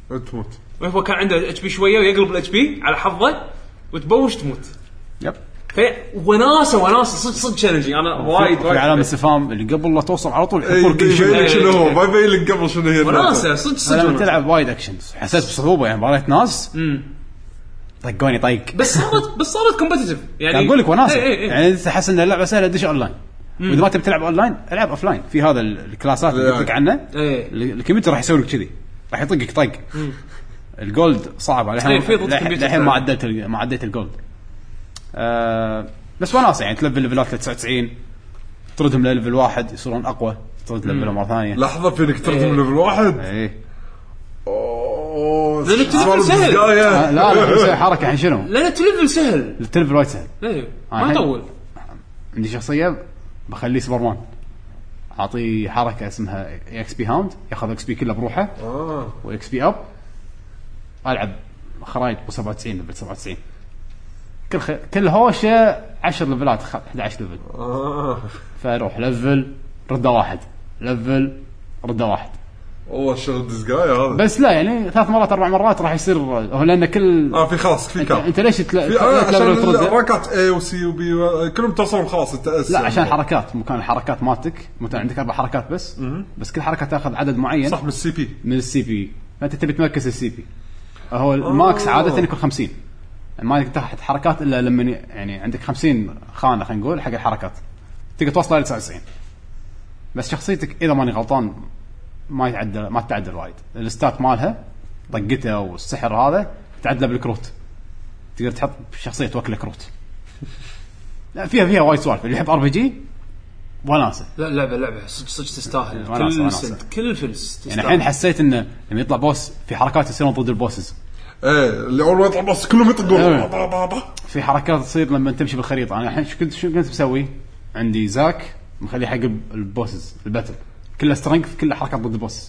تموت هو كان عنده اتش بي شويه ويقلب الاتش بي على حظه وتبوش تموت يب في وناسه وناسه صدق صدق تشالنجي. انا وايد في علامه استفهام اللي قبل لا توصل على طول إيه، يحطون كل شيء شنو هو ما يبين لك قبل شنو هي وناسه صدق صدق لما وناسة. تلعب وايد اكشنز حسيت بصعوبه يعني مباريات ناس طقوني طيق بس صارت بس صارت كومبتيتيف يعني اقول لك وناسه إيه إيه إيه. يعني انت تحس ان اللعبه سهله دش اونلاين واذا ما تبي تلعب اونلاين العب اوفلاين في هذا الكلاسات اللي قلت لك عنه إيه. الكمبيوتر راح يسوي لك كذي راح يطقك طق الجولد صعب عليه إيه، في ضد كمبيوتر الحين ما فعلا. عدلت ما عديت الجولد آه بس وناسه يعني تلفل ليفلات ل تسعة وتسعين تردهم لليفل واحد يصيرون اقوى ترد ليفلهم مره ثانيه لحظه فينك تردم ليفل واحد ايه اوه لأن التلفل سهل. لا لا بس حركه الحين شنو لان التلفل سهل التلفل وايد سهل ايه آه، ما الحين- يطول. عندي شخصيه بخليه سوبرمان اعطيه حركه اسمها اكس بي هاوند ياخذ اكس بي كله بروحه اه واكس بي اب العب خرايط ب سبعة وتسعين ليفل سبعة وتسعين كل خ... كل هوشه عشر ليفلات خ... احد عشر ليفل اه فاروح ليفل رده واحد ليفل رده واحد والله شغل دزقاي هذا بس لا يعني ثلاث مرات اربع مرات راح يصير هو لان كل اه في خلاص في انت, كام انت ليش تل... في آه عشان ترد الركات A و C و B و... كلهم توصلهم خلاص انت اس لا يعني. عشان حركات مكان الحركات مالتك مثلا عندك اربع حركات بس بس كل حركه تاخذ عدد معين صح من السي بي من السي بي فانت تبي تمركز السي بي هو الماكس عاده يكون خمسين ما تحت حركات الا لما يعني عندك خمسين خانه خلينا نقول حق الحركات تقدر توصل ل تسعة وتسعين بس شخصيتك اذا ماني غلطان ما يتعدل ما تتعدل وايد الستات مالها طقته والسحر هذا تعدله بالكروت تقدر تحط شخصيه توكل كروت لا فيها فيها وايد سوالف اللي يحب ار بي جي وناسه لا لعبه لعبه صدق صدق تستاهل وناسة، كل وناسة. سنت كل فلس يعني الحين حسيت انه لما يطلع بوس في حركات يصيرون ضد البوسز ايه اللي اول ما يطلع بس كلهم يطقون إيه. في حركات تصير لما تمشي بالخريطه انا الحين شو كنت شو كنت مسوي عندي زاك مخليه حق البوسز الباتل كله سترينث كله حركات ضد البوس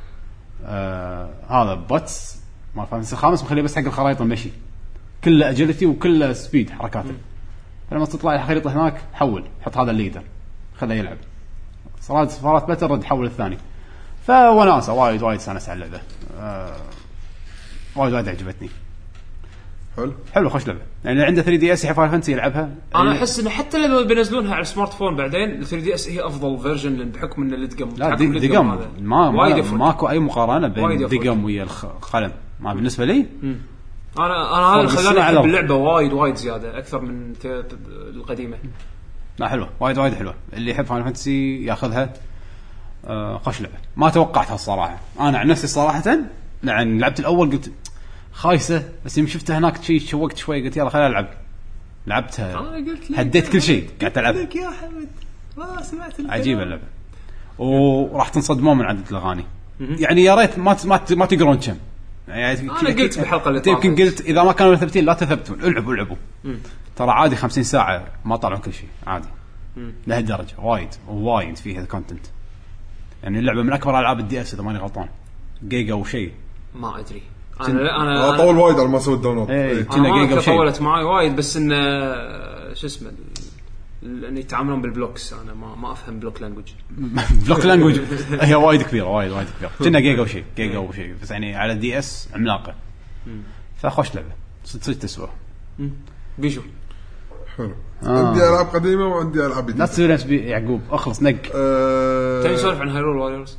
آه هذا بوتس ما فاهم الخامس مخليه بس حق الخرائط المشي كله اجيلتي وكله سبيد حركاته فلما تطلع الخريطه هناك حول حط هذا الليدر خليه يلعب صارت صارت باتل رد حول الثاني فوناسه وايد وايد استانست على اللعبه آه وايد وايد عجبتني حلو حلو خوش لعبه يعني عنده ثري دي اس يحب فاينل فانتسي يلعبها انا احس انه حتى لو بينزلونها على السمارت فون بعدين ثري دي اس هي افضل فيرجن لان بحكم ان الدقم لا دي دقم ما ما يفرق. ماكو اي مقارنه بين وايد يفرق. الدقم ويا القلم ما بالنسبه لي انا انا هذا اللي فرق خلاني السرعة احب لو. اللعبه وايد وايد زياده اكثر من ت- ت- القديمه. لا حلوه وايد وايد حلوه اللي يحب فاينل فانتسي ياخذها آه خوش لعبه ما توقعتها الصراحه انا عن نفسي صراحه يعني لعبت الاول قلت خايسه بس يوم شفتها هناك شيء شوقت شوي قلت يلا خليني العب لعبتها انا قلت لك هديت كل شيء قعدت العب لك يا حمد ما سمعت الكلام. عجيبه اللعبه وراح تنصدمون من عدد الاغاني يعني يا ريت ما ما ما تقرون كم يعني انا قلت بالحلقه اللي يمكن قلت اذا ما كانوا مثبتين لا تثبتون العبوا العبوا ترى عادي خمسين ساعه ما طلعوا كل شيء عادي لهالدرجه وايد وايد فيها كونتنت يعني اللعبه من اكبر العاب الدي اس اذا ماني غلطان جيجا وشيء ما ادري انا انا آه طول وايد على ما سويت داونلود إيه. إيه. كنا أنا جيجا ما وشيء. طولت معي وايد بس انه شو اسمه اللي يتعاملون بالبلوكس انا ما ما افهم بلوك لانجويج بلوك لانجوج هي وايد كبيره وايد وايد كبيره كنا جيجا وشيء جيجا وشيء بس يعني على دي اس عملاقه فخوش لعبه صدق صدق تسوى بيشو حلو آه. عندي العاب قديمه وعندي العاب لا جديده تسوي نفس بي- يعقوب اخلص نق أه... تبي نسولف عن هايرول واريورز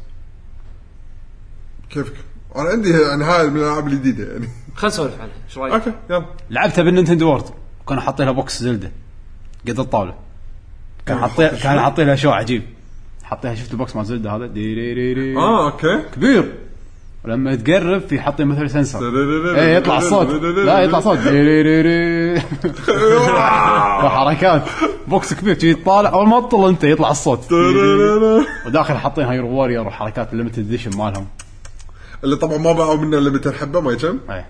كيفك انا عندي يعني هاي من الالعاب الجديده يعني خلينا نسولف عنها ايش رايك اوكي يلا لعبتها بالنينتندو وورد وكانوا حاطين لها بوكس زلده قد الطاوله كان حاطين كان حاطين لها شو عجيب حاطيها شفت البوكس مال زلده هذا دي ري ري ري اه اوكي كبير ولما تقرب في حاطين مثل سنسر ايه يطلع الصوت لا يطلع صوت دي ري ري ري وحركات بوكس كبير تجي تطالع اول ما تطل انت يطلع الصوت وداخل حاطين هايرو واريور وحركات الليمتد اديشن مالهم اللي طبعا ما باعوا منه اللي بتنحبه ما يجم ايه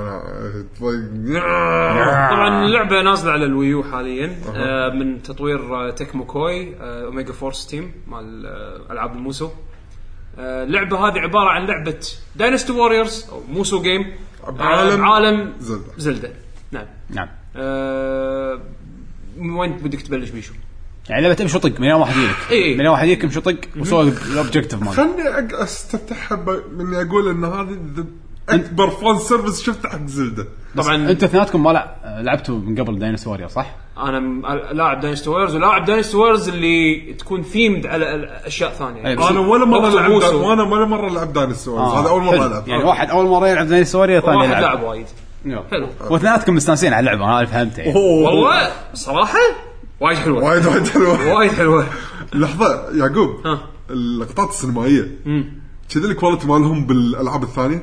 طبعا اللعبه نازله على الويو حاليا آه من تطوير آه تكمو كوي آه اوميجا فورس تيم مال آه العاب الموسو آه اللعبه هذه عباره عن لعبه داينستي واريورز او موسو جيم بعالم آه عالم زلدة. زلدة نعم نعم آه من وين بدك تبلش بيشو يعني لعبه تمشي طق من يوم واحد يجيك إيه. من يوم واحد يجيك مشي طق وسوي الاوبجيكتيف مال خلني أق- استفتحها ب- مني اقول ان هذه ذ- اكبر فان سيرفيس شفته حق زلدة طبعا انت اثنيناتكم ما لع- لعبتوا من قبل داينوسور واريور صح؟ انا م- لاعب داينستي وورز ولاعب داينستي وورز اللي تكون ثيمد على اشياء ثانيه. أي بس انا ولا مره وقت لعبت موسو. وانا ولا مره لعبت داينستي وورز. هذا اول مره حلو. العب. يعني واحد اول مره يلعب داينستي وورير ثاني واحد يلعب لاعب وايد يلا. حلو. واثنيناتكم مستانسين على اللعبه انا فهمت يعني. أوه. والله صراحه وايد حلوه وايد وايد حلوه. وايد حلوه. لحظه يعقوب ها. اللقطات السينمائيه كذا الكواليتي مالهم بالالعاب الثانيه.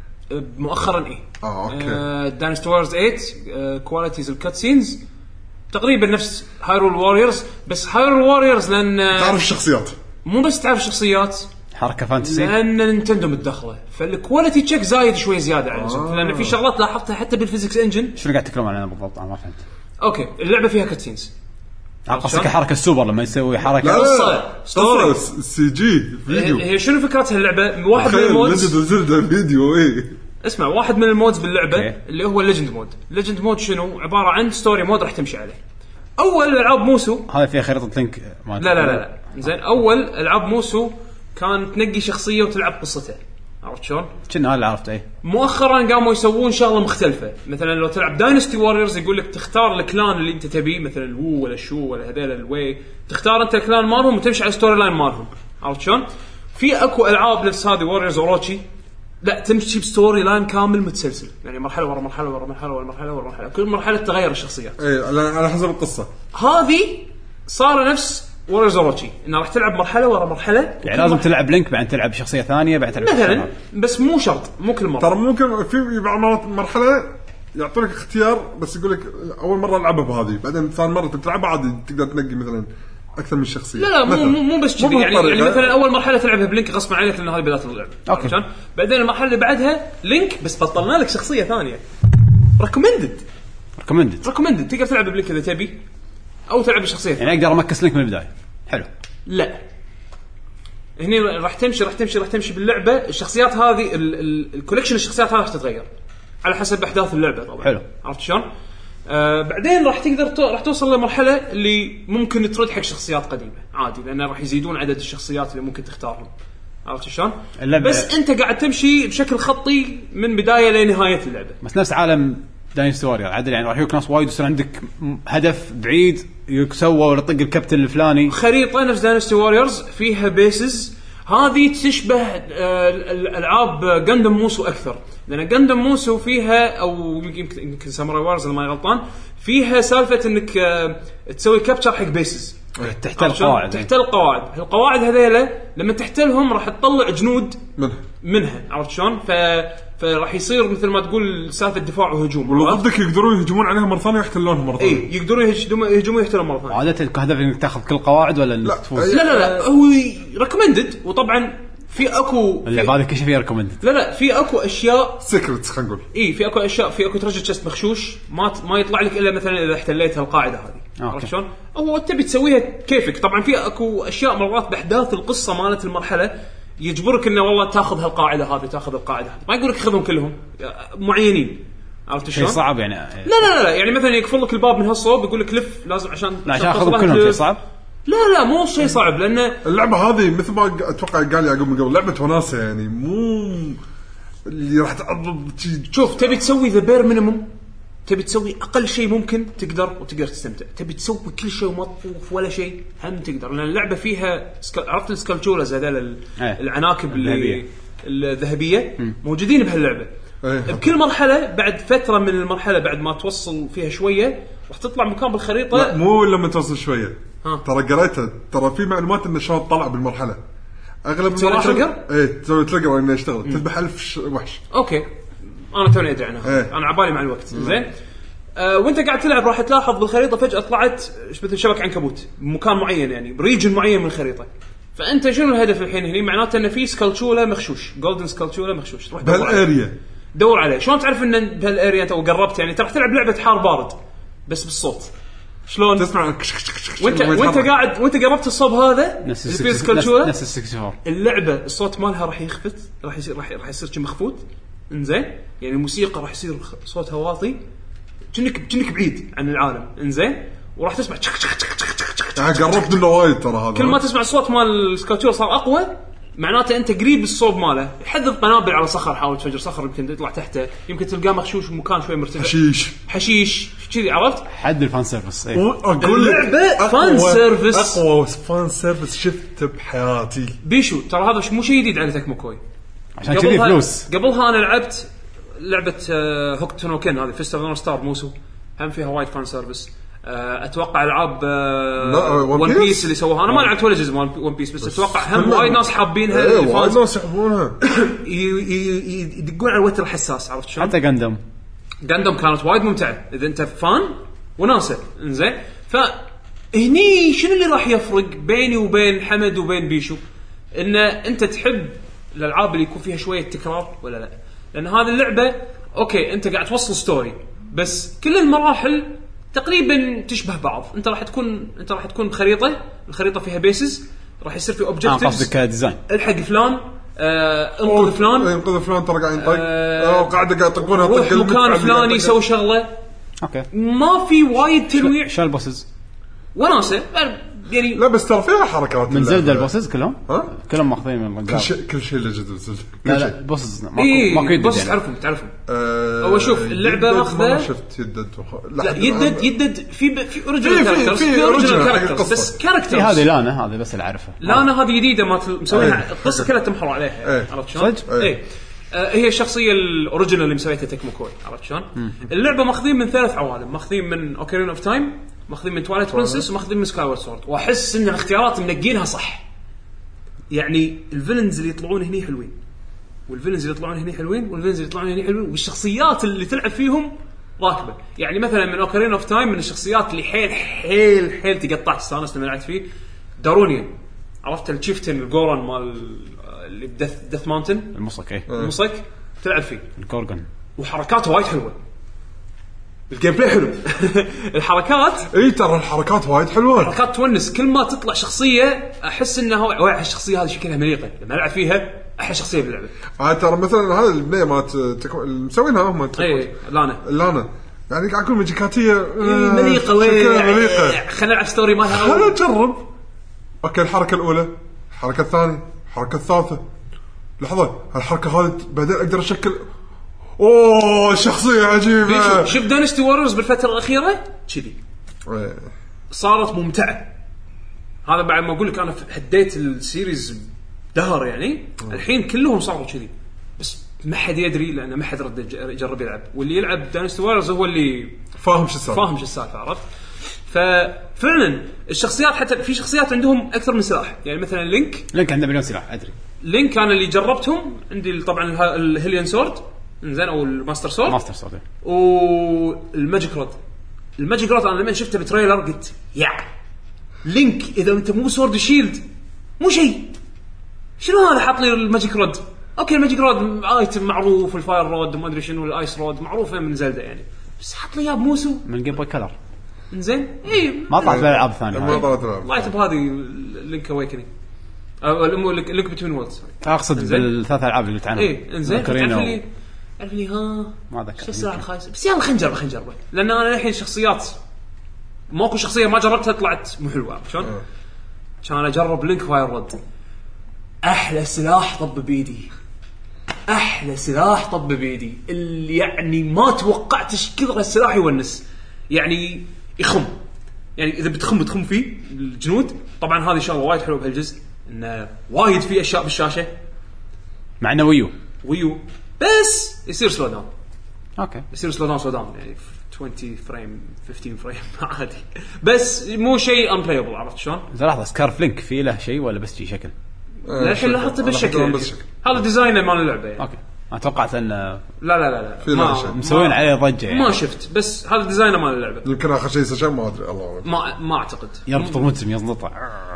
مؤخرا ايه اه اوكي. داينستي وورز ثمانية آه كواليتيز الكات سينز تقريبا نفس هايرول واريورز بس هايرول واريورز لان تعرف الشخصيات مو بس تعرف الشخصيات حركه فانتسي لان نينتندو متدخله فالكواليتي تشيك زايد شوي زياده عن اللزوم. لان في شغلات لاحظتها حتى بالفيزكس انجن. شنو قاعد تتكلم عنها بالضبط انا ما فهمت. اوكي اللعبه فيها كات سينز. قصدك حركه السوبر لما يسوي حركه لا قصة. لا ستوري. سي جي فيديو. هي شنو فكرتها اللعبه؟ واحد من ليجند المودز زلدة فيديو ايه. اسمع واحد من المودز باللعبه أوكي. اللي هو الليجند مود. الليجند مود شنو؟ عباره عن ستوري مود راح تمشي عليه. اول العاب موسو هذا فيها خريطه لينك لا لا لا لا زين اول العاب موسو كان تنقي شخصيه وتلعب قصته. عرفت شلون؟ كنا هذا اللي عرفته اي مؤخرا قاموا يسوون شغله مختلفه. مثلا لو تلعب داينستي واريورز يقول لك تختار الكلان اللي انت تبيه مثلا الوو ولا شو ولا هذول الوي تختار انت الكلان مالهم وتمشي على ستوري لاين مالهم. عرفت شلون؟ في اكو العاب نفس هذه واريورز اوروتشي لا تمشي بستوري لاين كامل متسلسل يعني مرحله ورا مرحله ورا مرحله ورا مرحله ورا مرحله كل مرحله تغير الشخصيات. ايه على على حسب القصه. هذه صار نفس واريورز اوروتشي انه راح تلعب مرحله ورا مرحله يعني لازم تلعب لينك بعدين تلعب شخصيه ثانيه بعدين تلعب مثلا بس مو شرط مو كل مره. ترى ممكن في بعض مرات مرحله يعطونك اختيار بس يقول لك اول مره العبها بهذه بعدين ثاني مره تلعبها عادي تقدر تنقي مثلا اكثر من شخصيه. لا لا مو مو, مو بس كذي يعني, يعني مثلا اول مرحله تلعبها بلينك غصب عنك لان هذه بدايه اللعبه. اوكي. بعدين المرحله اللي بعدها لينك بس بطلنا لك شخصيه ثانيه ريكومندد ريكومندد ريكومندد تقدر تلعب بلينك اذا تبي او تلعب بشخصيه يعني اقدر امكس لينك من البدايه. حلو. لا هني راح تمشي راح تمشي راح تمشي باللعبه الشخصيات هذه الكولكشن الشخصيات هذه راح تتغير على حسب احداث اللعبه طبعا. حلو. عرفت شلون؟ آه بعدين راح تقدر تو... راح توصل لمرحله اللي ممكن ترد حق شخصيات قديمه عادي لان راح يزيدون عدد الشخصيات اللي ممكن تختارهم. عرفت شلون؟ بس انت قاعد تمشي بشكل خطي من بدايه لنهايه اللعبه بس نفس عالم داينستي واريور عدل يعني راح يكون ناس وايد ويصير عندك هدف بعيد يسوى ولا طق الكابتن الفلاني. خريطه نفس داينستي واريورز فيها بيسز هذه تشبه الالعاب جاندم موسو اكثر لان جاندم موسو فيها او يمكن يمكن ساموراي وارز ما غلطان فيها سالفه انك تسوي كابتشر حق بيسز تحتل القواعد. تحتل القواعد القواعد هذيله لما تحتلهم راح تطلع جنود منها منها. عرفت شلون؟ ف فراح يصير مثل ما تقول سالفه دفاع وهجوم ولو ضدك يقدرون يهجمون عليها مره ثانيه ويحتلونها مره ثانيه. اي يقدرون يهجمون يهجمون يحتلون مره ثانيه. عاده الهدف انك تاخذ كل القواعد ولا لا. تفوز؟ لا لا لا هو ريكومندد وطبعا في اكو اللعبه هذه كل شيء فيها ريكومندد. لا لا في اكو اشياء سيكريتس خلينا نقول. اي في اكو اشياء في اكو ترجع تشست مخشوش ما ما يطلع لك الا مثلا اذا احتليت القاعده هذه. عرفت شلون؟ هو تبي تسويها كيفك. طبعا في اكو اشياء مرات باحداث القصه مالت المرحله يجبرك انه والله تاخذ هالقاعده هذه تاخذ القاعده هذه ما يقولك خذهم كلهم معينين. عرفت شلون؟ شيء صعب يعني. لا لا لا يعني مثلا يقفل لك الباب من هالصوب يقول لك لف لازم عشان عشان اخذهم كلهم شيء صعب. لا لا مو شيء صعب لان اللعبه هذه مثل ما اتوقع قال يعقوب من قبل لعبه وناسه يعني مو اللي راح تعضب. شوف تبي تسوي ذا بير مينيموم تبي تسوي اقل شيء ممكن تقدر وتقدر تستمتع. تبي تسوي كل شيء وما تطوف ولا شيء هم تقدر لان اللعبه فيها سكال... عرفت السكالتشورز هذول العناكب اللي الذهبيه موجودين بهاللعبه. بكل مرحله بعد فتره من المرحله بعد ما توصل فيها شويه راح تطلع مكان بالخريطه. لا مو لما توصل شويه ها. ترى قريتها ترى في معلومات انه شلون طلع بالمرحله اغلب تسوي تريجر ايه تسوي تريجر انه يشتغل تذبح ألف وحش. اوكي انا توني ادري عنها. ايه. انا عبالي مع الوقت زين. أه وانت قاعد تلعب راح تلاحظ بالخريطه فجاه طلعت مثل شبك عنكبوت بمكان معين يعني بريجن معين من الخريطه. فانت شنو الهدف الحين هنا؟ معناته ان في سكالتشولا مخشوش جولدن سكالتشولا مخشوش تروح دور بالاريا دور عليه. شلون تعرف ان بهالاريا انت وقربت يعني تروح تلعب لعبه حار بارد بس بالصوت شلون تسمع وانت وانت قاعد وانت قربت الصوب هذا نفس السكالتشولا نفس السكسفور اللعبه الصوت مالها راح يخفت راح يصير راح راح يصير شيء مخفوت. انزين يعني الموسيقى راح يصير صوتها واطي كأنك كأنك بعيد عن العالم. انزين وراح تسمع قربت منه وايد ترى هذا كل ما تسمع الصوت مال السكالتشولا صار اقوى معناته انت قريب الصوب ماله، يحذف قنابل على صخر، حاول تفجر صخر يمكن تطلع تحته، يمكن تلقاه مخشوش ومكان شوي مرتفع، حشيش حشيش كذي، عرفت؟ حد الفان سيرفيس. اي اقول لك اللعبة فان سيرفيس، اقوى فان سيرفيس شفته بحياتي. بيشو ترى هذا مو شيء جديد على تكمو كوي، عشان كذي فلوس. قبلها انا لعبت لعبه هوك تونوكن هذه فيست اوف ستار موسو، هم فيها وايد فان سيرفيس. اتوقع العاب ون بيس اللي سووها، انا ما لعبت ولا جزء من ون بيس، بس اتوقع هم وايد ناس حابينها. ايه وايد ناس يحبونها. يدقون على الوتر الحساس، عرفت شلون؟ حتى غاندم غاندم كانت وايد ممتعه اذا انت فان وناسه. انزين فهني شنو اللي راح يفرق بيني وبين حمد وبين بيشو؟ ان انت تحب الالعاب اللي يكون فيها شويه تكرار ولا لا؟ لان هذه اللعبه اوكي انت قاعد توصل ستوري، بس كل المراحل تقريبا تشبه بعض. انت راح تكون انت راح تكون بخريطه، الخريطه فيها بيسز، راح يصير في اوبجكتيفز. اه قصدك ديزاين، الحق فلان، آه، انقذ فلان، انقذ فلان ترى قاعد ينطق، آه، قاعد قاعد يطقونها روح مكان فلاني يسوي شغله. اوكي ما في وايد تنويع. شو البوسز وناسه يعني. لا بس ترى فيها حركات من زلدة البوسز كلهم ها؟ كلهم ماخذين من كل مقال. شيء كل شيء لجد زلدة. لا لا البوسز ماكو إيه ماكو يدد بس يعني. تعرفهم تعرفهم أه هو شوف اللعبه ماخذه. ما شفت يدد وخ... لا يدد يدد في ب... في اوريجينال في- كاركترز، في في اوريجينال original حق كاركترز، القصة. بس في كاركترز هذه لانا هذه بس اللي اعرفها. لانا هذه جديده ما تل- مسويها إيه. القصه كلها تمحر عليها. إيه. عرفت شلون؟ صدق؟ إيه. اي آه هي الشخصيه الاوريجينال اللي مسويتها تكمو كوي. عرفت شلون؟ اللعبه ماخذين من ثلاث عوالم، ماخذين من اوكارين اوف تايم، ماخذين من تواليت برنسس، وماخذين من سكاي وورد سورد. واحس ان الاختيارات منقينها صح. يعني الفيلنز اللي يطلعون هني حلوين، والفيلنز اللي يطلعون هني حلوين، والفيلنز اللي يطلعون هني حلوين، والشخصيات اللي تلعب فيهم راكبه. يعني مثلا من اوكارين اوف تايم من الشخصيات اللي حيل حيل حيل تقطع استانس لما لعبت فيه دارونيان. عرفت الشيفتن الجوران مال اللي بدث دث ماونتن المصك ايه المصك تلعب فيه الكورغن، وحركاته وايد حلوه، الجيم بلاي حلو. الحركات اي ترى الحركات وايد حلوه، حركات تونس. كل ما تطلع شخصيه احس انها واحد الشخصيه هذه شكلها مليقه لما العب فيها، احلى شخصيه باللعبه. آه ترى مثلا هذا البنيه مالت تكو... مسوينها هم اي لانا لانا يعني قاعد اكون ماجيكاتيه إيه مليقه شكلها مليقه. خلينا نلعب ستوري مالها. خلينا نجرب. اوكي الحركه الاولى، الحركه الثانيه، الحركه الثالثه، لحظه هالحركه هذه بعدين اقدر اشكل. اوه شخصيه عجيبه. شوف داينستي ووريرز بالفتره الاخيره كذي إيه. صارت ممتعه. هذا بعد ما اقول لك انا هديت السيريز دهر يعني. الحين كلهم صاروا كذي، بس ما حد يدري لان ما حد رد يجرب يلعب، واللي يلعب داينستي ووريرز هو اللي فاهم شو السالفه، فاهم شو السالفه. عرفت؟ ففعلا الشخصيات حتى في شخصيات عندهم اكثر من سلاح. يعني مثلا لينك لينك عنده مليون سلاح ادري. لينك انا اللي جربتهم عندي طبعا الهيليان سورد زين او الماستر سورد ماستر سورد والماجيك رود. الماجيك رود انا لما شفته بتريلر قلت يا لينك اذا انت مو سورد شيلد مو شيء، شنو هذا حاط لي الماجيك رود؟ اوكي الماجيك رود ايتم معروف، الفاير رود وما ادري شنو الايس رود معروفه من زلدة يعني، بس حط لي اياه بموسو من جيم بوي كلر زين. اي ما طلعت بالالعاب الثانيه. ما طلعت طلعت بهذه لينك اويكنينج او لينك بتوين وورلدز. اقصد بالثلاث العاب اللي عنها. اي انزين تعرف لي تعرف لي ها ما ذكر شو السلاح الخايس، بس يلا خلينا نجرب خلينا نجربه، لان انا الحين شخصيات ماكو شخصيه ما جربتها طلعت مو حلوه. شلون كان اجرب لينك فاير رود، احلى سلاح طب بيدي، احلى سلاح طب بيدي اللي يعني ما توقعت ايش كثر السلاح يونس، يعني يخم. يعني اذا بتخم بتخم فيه الجنود. طبعا هذه شغله وايد حلوه بهالجزء انه وايد في اشياء بالشاشه مع انه ويو ويو بس يصير سلو داون. اوكي يصير سلو داون سلو داون يعني عشرين فريم خمستاشر فريم عادي، بس مو شيء ان بلايبل. عرفت شلون؟ لحظه سكارف لينك في له شيء ولا بس شي شكل؟ الحين لاحظت بالشكل هذا ديزاينر مال اللعبه يعني. اوكي انا توقعت ان لا لا لا لا ما مسوين عليه ضجه يعني. ما شفت، بس هذا ديزاينر مال اللعبه. يمكن اخر شيء سجن ما ادري الله ما ما اعتقد يربط المجسم يزنطه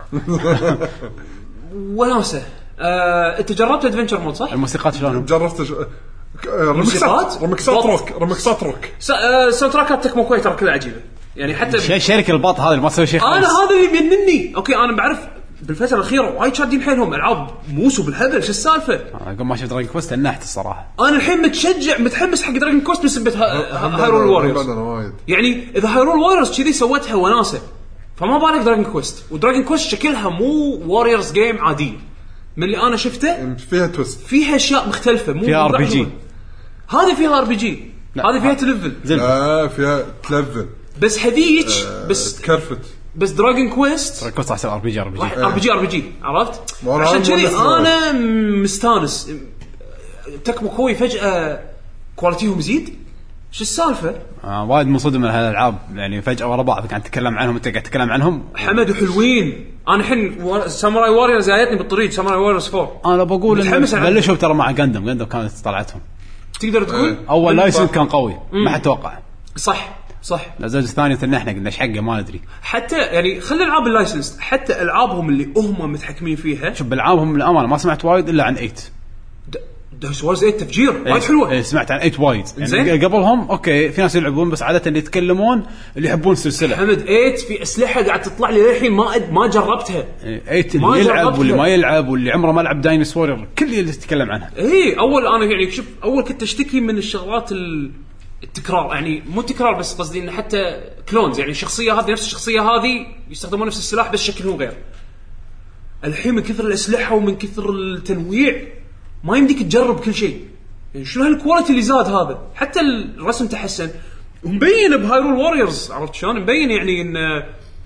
وناسه. آه، انت جربت ادفنتشر مود صح؟ الموسيقات شلونهم؟ جربت ج... رمكسات رمكسات روك رمكسات روك ساوند تراكات تكمو كويت ترى كلها عجيبه يعني. حتى شيء شركه الباط هذا ما تسوي شيء خالص. انا هذا اللي بينني. اوكي انا بعرف بالفتره الاخيره وايد شادين حيلهم العاب موسو بالهبل. شو السالفه؟ انا قبل ما شفت دراجون كويست النحت الصراحه. انا الحين متشجع متحمس حق دراجون كويست بسبه هايرول ووريرز. يعني اذا هايرول ووريرز كذي سوتها وناسه، فما بالك دراجون كويست. ودراجون كويست شكلها مو ووريرز جيم عادي، من اللي انا شفته فيها تويست، فيها اشياء مختلفه، مو فيها ار بي جي. هذه فيها ار بي جي، هذه فيها تلفل، لا فيها تلفل بس هذيك بس كرفت. بس دراجون كويست كوست احسن ار بي جي ار بي جي ار بي جي ار بي جي عرفت؟ وأنا عشان هذا كذي مو انا مستانس. تكمو كوي فجاه كواليتيهم يزيد، شو السالفه؟ آه وايد منصدم من هالالعاب يعني فجاه ورا بعض قاعد تتكلم عنهم انت قاعد تتكلم عنهم حمد وحلوين. انا الحين و... ساموراي واريور زايدني بالطريق، ساموراي واريورز فور انا بقول ان متحمس على- بلشوا ترى مع غاندم غاندم كانت طلعتهم تقدر تقول إيه. اول لايسنس كان قوي ما حد توقع. صح صح. الزوج الثاني ان احنا قلنا ايش حقه ما ندري. حتى يعني خلي العاب اللايسنس، حتى العابهم اللي هم متحكمين فيها. شوف بالعابهم الامانه ما سمعت وايد الا عن ثمانية. دايس وارز ثمانية تفجير وايد حلوه. إيه سمعت عن ثمانية وايد زين. يعني قبلهم اوكي في ناس يلعبون بس عاده اللي يتكلمون اللي يحبون السلسله. حمد ثمانية في اسلحه قاعد تطلع لي للحين ما أد... ما جربتها. ثمانية ما اللي يلعب جربتها. واللي ما يلعب واللي عمره ما لعب داينوسور كل اللي يتكلم عنها. اي اول انا يعني شوف اول كنت اشتكي من الشغلات ال... التكرار، يعني مو تكرار بس قصدي ان حتى كلونز، يعني الشخصيه هذه نفس الشخصيه هذه يستخدمون نفس السلاح بس شكلهم غير. الحين من كثر الاسلحه ومن كثر التنويع ما يمديك تجرب كل شيء. يعني شنو هالكواليتي اللي زاد هذا؟ حتى الرسم تحسن ومبين بهايرول واريورز، عرفت شلون مبين يعني ان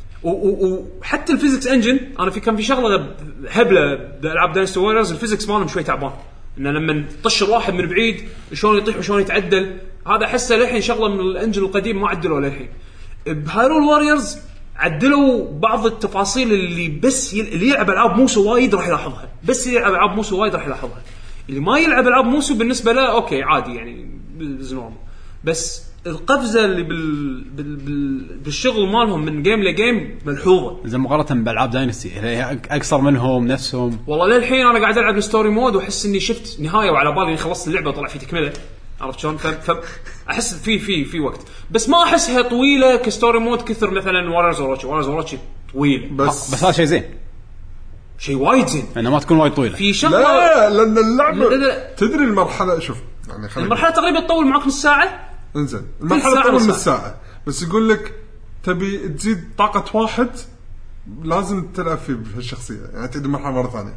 وحتى الفيزكس انجن. انا في كان في شغله هبله بالعاب داينستي واريورز، الفيزكس مالهم شوي تعبان، ان لما تطش الواحد من بعيد شلون يطيح وشلون يتعدل. هذا احسه للحين شغله من الانجن القديم ما عدلوا للحين. بهايرول واريورز عدلوا بعض التفاصيل اللي بس يل... اللي يلعب العاب موسو وايد راح يلاحظها، بس اللي يلعب العاب موسو وايد راح يلاحظها. اللي ما يلعب العاب موسو بالنسبه له اوكي عادي يعني بالزنوم، بس القفزه اللي بال... بال... بال... بالشغل مالهم من جيم لجيم ملحوظه زي مقارنه بالعاب داينستي هي اقصر منهم نفسهم. والله للحين انا قاعد العب الستوري مود واحس اني شفت نهايه وعلى بالي اني خلصت اللعبه وطلع في تكمله، عرفت شلون؟ فاحس في في في وقت، بس ما احسها طويله كستوري مود كثر مثلا وارز اوروتشي. وارز اوروتشي طويله بس بس هذا شيء زين، شيء وايد زين انه ما تكون وايد طويله. في شغله. لا لان اللعبه لا لا. تدري المرحله شوف يعني خلينا المرحله تقريبا تطول معك نص ساعه. انزين المرحله ساعة تطول نص نص ساعه، بس يقول لك تبي تزيد طاقه واحد لازم تلعب في هالشخصيه، يعني تعيد المرحله مره ثانيه.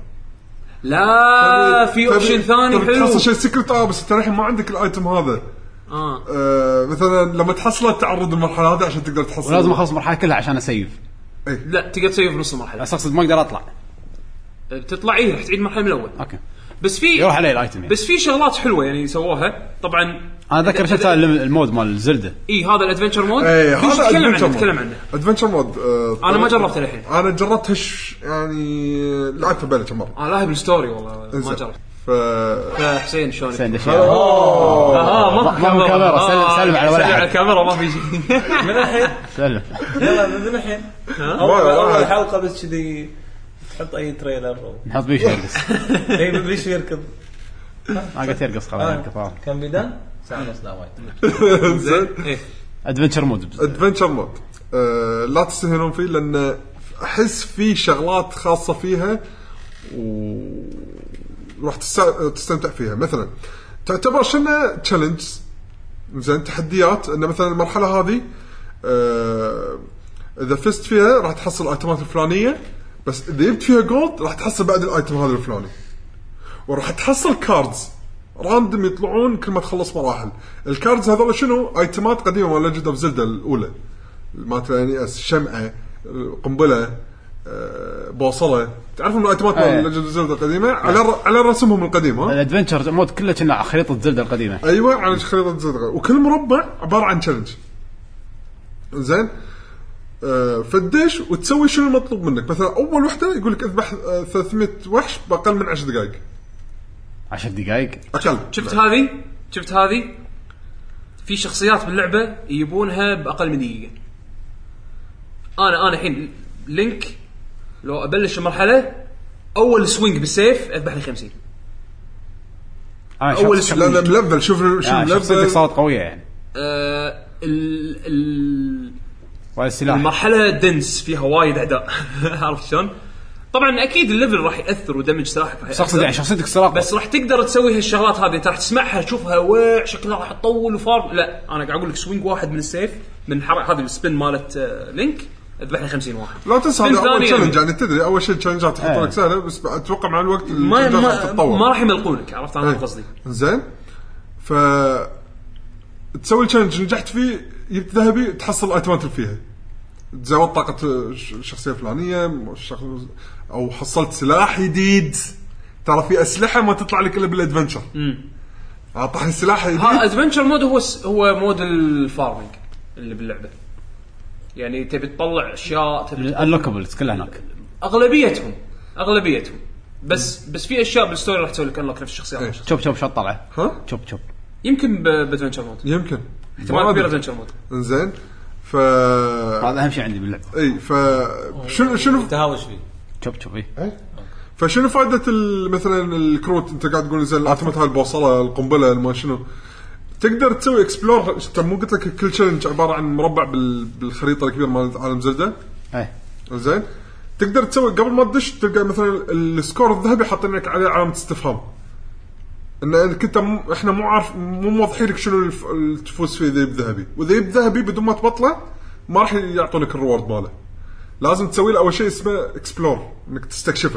لا في اوبشن ثاني حلو تحصل شيء سيكرت اه بس انت الحين ما عندك الايتم هذا. اه, آه مثلا لما تحصله تعرض المرحله هذه عشان تقدر تحصل. ولازم اخلص المرحله كلها عشان اسيف. لا تقدر تسوي في نص المرحله بس اقصد ما اقدر اطلع. تطلع ايه رح تعيد المرحله من الاول. اوكي بس في يروح عليه الايتم يعني. بس في شغلات حلوه يعني سووها طبعا. انا اتذكر شفت المود مال زلدة. اي هذا الادفنتشر مود. اي هذا تكلم عنه ادفنتشر تكلم عنه ادفنتشر مود. آه انا ما جربته الحين. انا جربته يعني لعبته بلا كم مره. انا لاعب الستوري والله ما جربت. ف حسين شلون حسين دشيا اه ما ما كاميرا سلم على ولا على حد الكاميرا ما في شيء. من الحين سلم يلا من الحين اول اول حلقه بس كذي تحط اي تريلر نحط بيش يرقص. اي بيش يركض ما قلت يرقص خلاص يرقص. كان بيدان ساعه ونص لا وايد. زين ادفنتشر مود ادفنتشر مود أه لا تستهينون فيه لان احس في شغلات خاصه فيها وراح تستمتع فيها. مثلا تعتبر شنو تشالنج زين تحديات ان مثلا المرحله هذه أه اذا فزت فيها راح تحصل الايتمات الفلانيه، بس اذا جبت فيها جولد راح تحصل بعد الايتم هذا الفلاني، وراح تحصل كاردز راندم يطلعون كل ما تخلص مراحل. الكاردز هذول شنو؟ ايتمات قديمه مال ليجند اوف زلدا الاولى مالت يعني شمعه قنبله بوصله، تعرفون الايتمات مال ليجند اوف زلدا القديمه على على رسمهم القديم. ها الادفنتشر مود كله كنا خريطه زلدا القديمه. ايوه على خريطه زلدا، وكل مربع عباره عن تشالنج. زين أه فدش وتسوي شنو المطلوب منك. مثلا اول وحده يقول لك اذبح أه ثلاثمية وحش باقل من عشر دقائق. عشر دقائق اقل. شفت هذه شفت هذه في شخصيات باللعبه يجيبونها باقل من دقيقه. انا انا الحين لينك لو ابلش المرحله اول سوينج بالسيف اذبح لي خمسين. اول لا لا ملفل. شوف شوف ملفل صارت قويه يعني. أه ال ال والسلاح المرحله دنس فيها وايد اعداء. عرفت شلون؟ طبعا اكيد الليفل راح ياثر ودمج سلاحك راح ياثر يعني شخصيتك سلاح، بس راح تقدر تسوي هالشغلات هذه. انت راح تسمعها تشوفها وع شكلها راح تطول وفار. لا انا قاعد اقول لك سوينج واحد من السيف من حركه هذه السبين مالت لينك ذبحنا خمسين واحد. لا تنسى هذا اول ثاني تشالنج يعني. يعني تدري اول شيء تشالنجات تحط لك سهله بس اتوقع مع الوقت ما التشالنجات ما, تتطور ما راح يملقونك عرفت انا إيه. قصدي. زين ف تسوي تشالنج نجحت فيه جبت ذهبي تحصل ايتمات فيها تزود طاقه الشخصيه الفلانيه او حصلت سلاح جديد. ترى في اسلحه ما تطلع لك الا بالادفنتشر. امم اعطاني سلاح جديد. ها ادفنتشر مود هو هو مود الفارمينج اللي باللعبه يعني تبي تطلع اشياء تبي اللوكابلز كلها هناك اغلبيتهم اغلبيتهم بس بس في اشياء بالستوري راح تسوي لك انلوك نفس الشخصيات. إيه. شوف شوف شو طلع ها شوف شوف يمكن بادفنتشر مود يمكن احتمال كبير ادفنتشر مود. انزين ف هذا اهم شيء عندي باللعبه. اي ف شنو شنو تهاوش فيه شوف شوف ايه فشنو فائده مثلا الكروت انت قاعد تقول زين الاعتماد هاي البوصله القنبله ما شنو تقدر تسوي اكسبلور. مو قلت لك كل تشالنج عباره عن مربع بالخريطه الكبيره مال عالم زلدة ايه زين تقدر تسوي قبل ما تدش تلقى مثلا السكور الذهبي حاطين لك عليه علامه استفهام ان انت م... احنا مو عارف مو موضحين لك شنو الف... تفوز فيه ذهب ذهبي وذهب ذهبي بدون ما تبطله ما راح يعطونك الريورد ماله. لازم تسوي له اول شيء اسمه اكسبلور انك تستكشفه.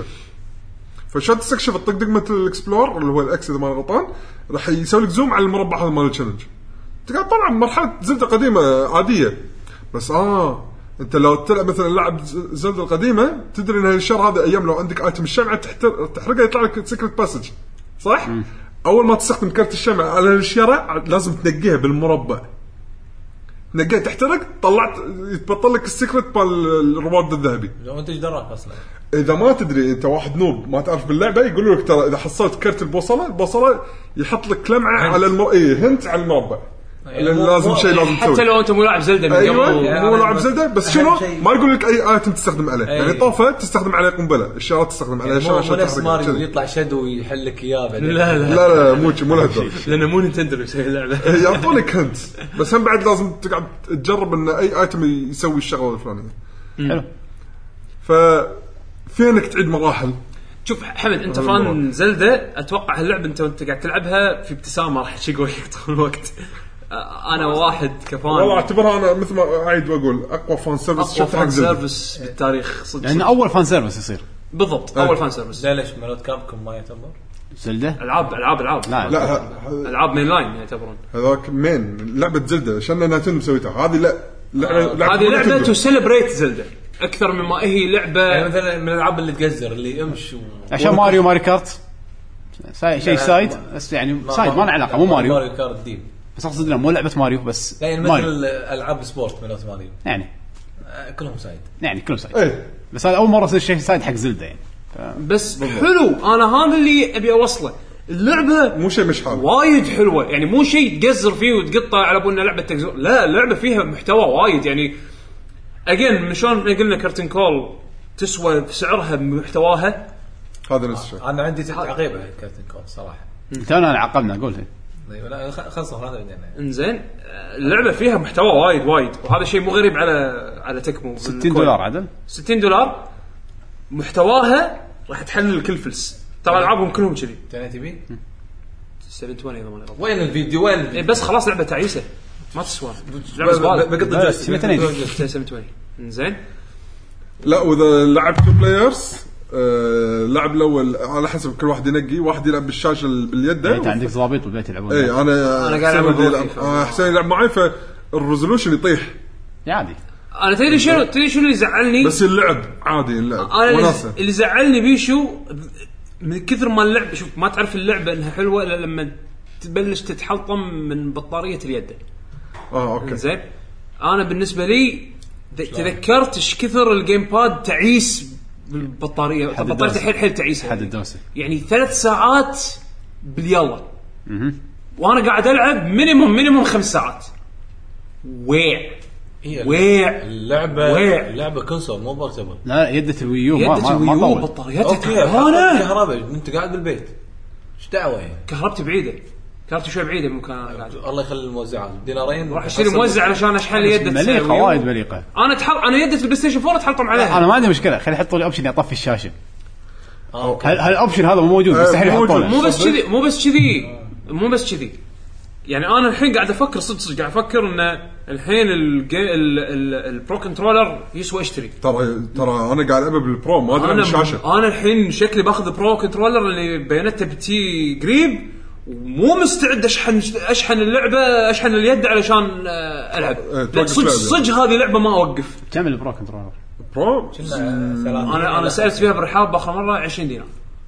فشو تستكشف الطق دقمه الاكسبلور اللي هو الاكس اذا ما غلطان راح يسوي لك زوم على المربع هذا مال التشالنج. تقعد طبعا مرحله زلدة قديمه عاديه بس اه انت لو تلعب مثلا لعب زلدة القديمه تدري ان هالشهر هذا ايام لو عندك ايتم الشمعه تحتر... تحرقه يطلع لك سيكريت باسج صح. م. اول ما تستخدم كرت الشمعه على الشارع لازم تنقيها بالمربع نقيها تحترق طلعت يتبطل لك السيكريت مال الرواد الذهبي. لو انت ايش دراك اصلا اذا ما تدري انت واحد نوب ما تعرف باللعبه يقولوا لك ترى اذا حصلت كرت البوصله البوصله يحط لك لمعه على المو... ايه هنت على المربع يعني لازم شيء لازم تسوي حتى لو انت مو لاعب زلدة من أيوة قبل يعني مو لاعب زلدة بس شنو ما يقول لك اي ايتم تستخدم عليه. يعني طوفه تستخدم عليه قنبله الشارات تستخدم عليه يعني مو نفس ماريو يطلع شادو ويحل لك اياه بعدين. لا لا لا لا مو مو لهالدرجه لانه مو نينتندو يسوي اللعبه يعطونك هنت بس هم بعد لازم تقعد تجرب ان اي ايتم يسوي الشغله الفلانيه. حلو ف في انك تعيد مراحل. شوف حمد انت فان زلدة اتوقع هاللعبه انت وانت قاعد تلعبها في ابتسامه راح تشقوك طول الوقت. انا واحد كفان والله اعتبرها انا مثل ما اعيد واقول اقوى فان سيرفيس اقوى فان سيرفيس بالتاريخ صدق لان اول فان سيرفيس يصير بالضبط اول فان سيرفيس. ليش مالت كابكم ما يعتبر زلدة العاب العاب العاب لا لا العاب مين لاين يعتبرون هذاك مين لعبه زلدة عشان ناتن مسويتها هذه لا لعبه هذه لعبه تو سيلبريت زلدة اكثر مما هي لعبه يعني مثلا من الالعاب اللي تقزر اللي امشي عشان ماريو ماري كارت شيء سايد بس يعني سايد ما له علاقه مو ماريو ماريو كارت دي بس اقصد مو لعبه ماريو بس يعني مثل العاب سبورت مالت ماريو يعني كلهم سايد يعني كلهم سايد ايه. بس هذا اول مره يصير شيء سايد حق زلدة يعني ف... بس حلو انا هذا اللي ابي اوصله. اللعبه مو شيء مش حلو وايد حلوه يعني مو شيء تقزر فيه وتقطع على ابونا لعبه تقزر لا اللعبه فيها محتوى وايد يعني اجين من شلون احنا قلنا كرتن كول تسوى سعرها بمحتواها هذا نفس الشيء. انا عندي تعقيبه كرتن كول صراحه انا عقبنا قلت لا خلص هذا بدنا انزين اللعبه فيها محتوى وايد وايد وهذا شيء مو غريب على على تكمو ستين دولار عدل ستين دولار محتواها راح تحلل كل فلس ترى العابهم كلهم كذي تبي سبعمية وعشرين اذا ما غلط. وين الفيديو وين الفيديو؟ بس خلاص لعبه تعيسه ما تسوى لعبه بقضي جوست سبعمية وعشرين انزين لا واذا لعب تو بلايرز آه لعب الاول على حسب كل واحد ينقي واحد يلعب بالشاشه باليد انت عندك ضابط بالبيت يلعبون اي انا انا قاعد العب آه حسين يلعب معي فالريزولوشن يطيح عادي. انا تدري شنو تدري شنو اللي زعلني بس اللعب عادي اللعب انا اللي زعلني بيشو من كثر ما اللعب شوف ما تعرف اللعبه انها حلوه الا لما تبلش تتحلطم من بطاريه اليد. اه اوكي زين انا بالنسبه لي تذكرت ايش كثر الجيم باد تعيس بالبطاريه بطاريه الحيل حيل تعيس حد الدوسه يعني ثلاث ساعات باليلا وانا قاعد العب مينيموم مينيموم خمس ساعات ويع ويع اللعبه ويع. اللعبه كونسول مو بورتبل لا يدة الويو ما ما ما طول بطاريتها تعبانه كهرباء انت قاعد بالبيت ايش دعوه يعني كهربتي بعيده كهربتي شوي بعيده من مكان انا قاعد الله يخلي الموزعات دينارين راح اشتري موزع علشان اشحن يدة مليقه وايد مليقه. انا تحط انا يدة البلاي ستيشن فور تحطم عليها انا ما عندي مشكله خلي يحطوا لي اوبشن يطفي الشاشه هل هالاوبشن هذا مو موجود مستحيل يحطونه مو بس كذي مو بس كذي مو بس كذي يعني انا الحين قاعد افكر صدق صدق قاعد افكر ان الحين البرو كنترولر يسوى اشتري. ترى ترى انا قاعد العب بالبرو ما ادري عن الشاشه. انا الحين شكلي باخذ برو كنترولر اللي بياناته بتي قريب ومو مستعد اشحن اشحن اللعبه اشحن اليد علشان العب. صدق صدق هذه لعبه ما اوقف. كم البرو كنترولر؟ برو انا انا سالت فيها بالرحاب اخر مره عشرين دينار.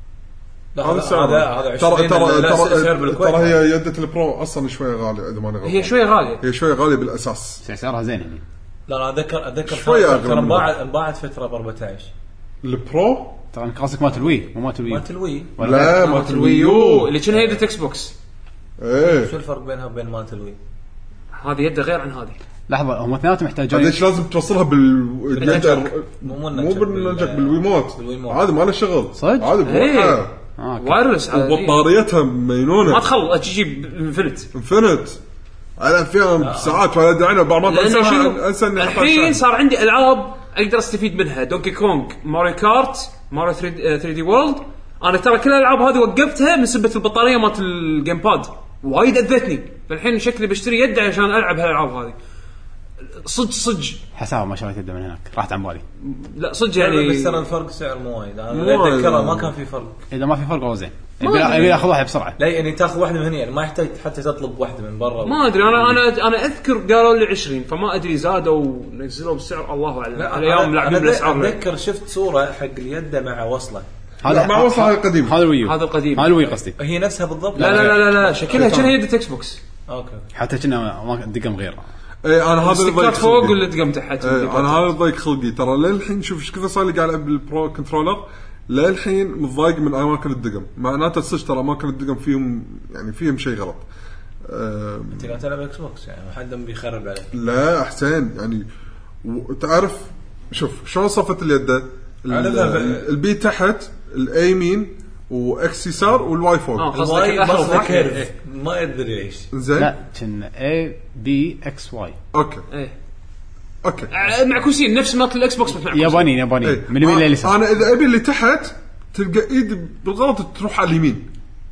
هذا هذا ترى ترى ترى ترى هي يدة البرو اصلا شويه غاليه اذا ماني غلطان. هي شويه غاليه هي شويه غاليه بالاساس. سعرها زين يعني. لا لا اتذكر اتذكر ترى انباعت انباعت فتره ب أربعة عشر البرو. ترى قصدك مالت الوي مو مالت الوي. مالت الوي لا مالت الويو اللي كانها يدة اكس بوكس. ايه شو الفرق بينها وبين مالت الوي؟ هذه يده غير عن هذه. لحظه هم اثنيناتهم محتاجين. ليش لازم توصلها بال مو مو بالنجك بالويموت. هذا ما له شغل هذا بروحه وايرلس وبطاريتها مينونه ما تخلص تجيب انفنت انفنت على فيها ساعات ولا دعنا بعض ما انسى الحين صار عندي العاب اقدر استفيد منها. دونكي كونغ ماريو كارت ماريو ثري دي وورلد. انا ترى كل الالعاب هذه وقفتها من سبه البطاريه مالت الجيم باد وايد اذتني. فالحين شكلي بشتري يد عشان العب هالالعاب هذه. صدق صدق حسابه ما شريت يده من هناك راحت عن بالي. لا صدق يعني بس ترى الفرق سعر مو وايد. انا اتذكر ما كان في فرق. اذا ما في فرق والله زين. يبي ياخذ واحد بسرعه. لا يعني تاخذ واحده من هنا يعني ما يحتاج حتى تطلب واحده من برا. ما ادري انا انا انا اذكر قالوا لي عشرين فما ادري زادوا ونزلوا بالسعر الله اعلم. اليوم لاعبين بالاسعار. اتذكر شفت صوره حق اليد مع وصله. هذا مع وصله القديم. هذا الويو. هذا القديم. هذا الوي قصدي. هي نفسها بالضبط. لا لا لا لا شكلها كأنها يد اكس بوكس. اوكي حتى كنا ما دقم غير. ايه انا هذا اللي ضيق فوق ولا دقم تحت. ايه انا هذا ضيق خلقي ترى للحين. شوف ايش كثر صار لي قاعد العب بالبرو كنترولر للحين متضايق من اماكن الدقم. معناته الصج ترى اماكن الدقم فيهم يعني فيهم شيء غلط. أه انت قاعد تلعب اكس بوكس يعني حد بيخرب عليك. لا احسن يعني تعرف شوف شلون صفت اليد البي تحت الاي يمين واكس يسار والواي فوق. الواي بس كيرف ما ادري ايش زين. لا كنا اي بي اكس واي. اوكي ايه اوكي معكوسين نفس مالت الاكس بوكس بس يابانيين يابانيين ايه. من اليمين لليسار. انا اذا ابي اللي تحت تلقى ايد بالغلط تروح على اليمين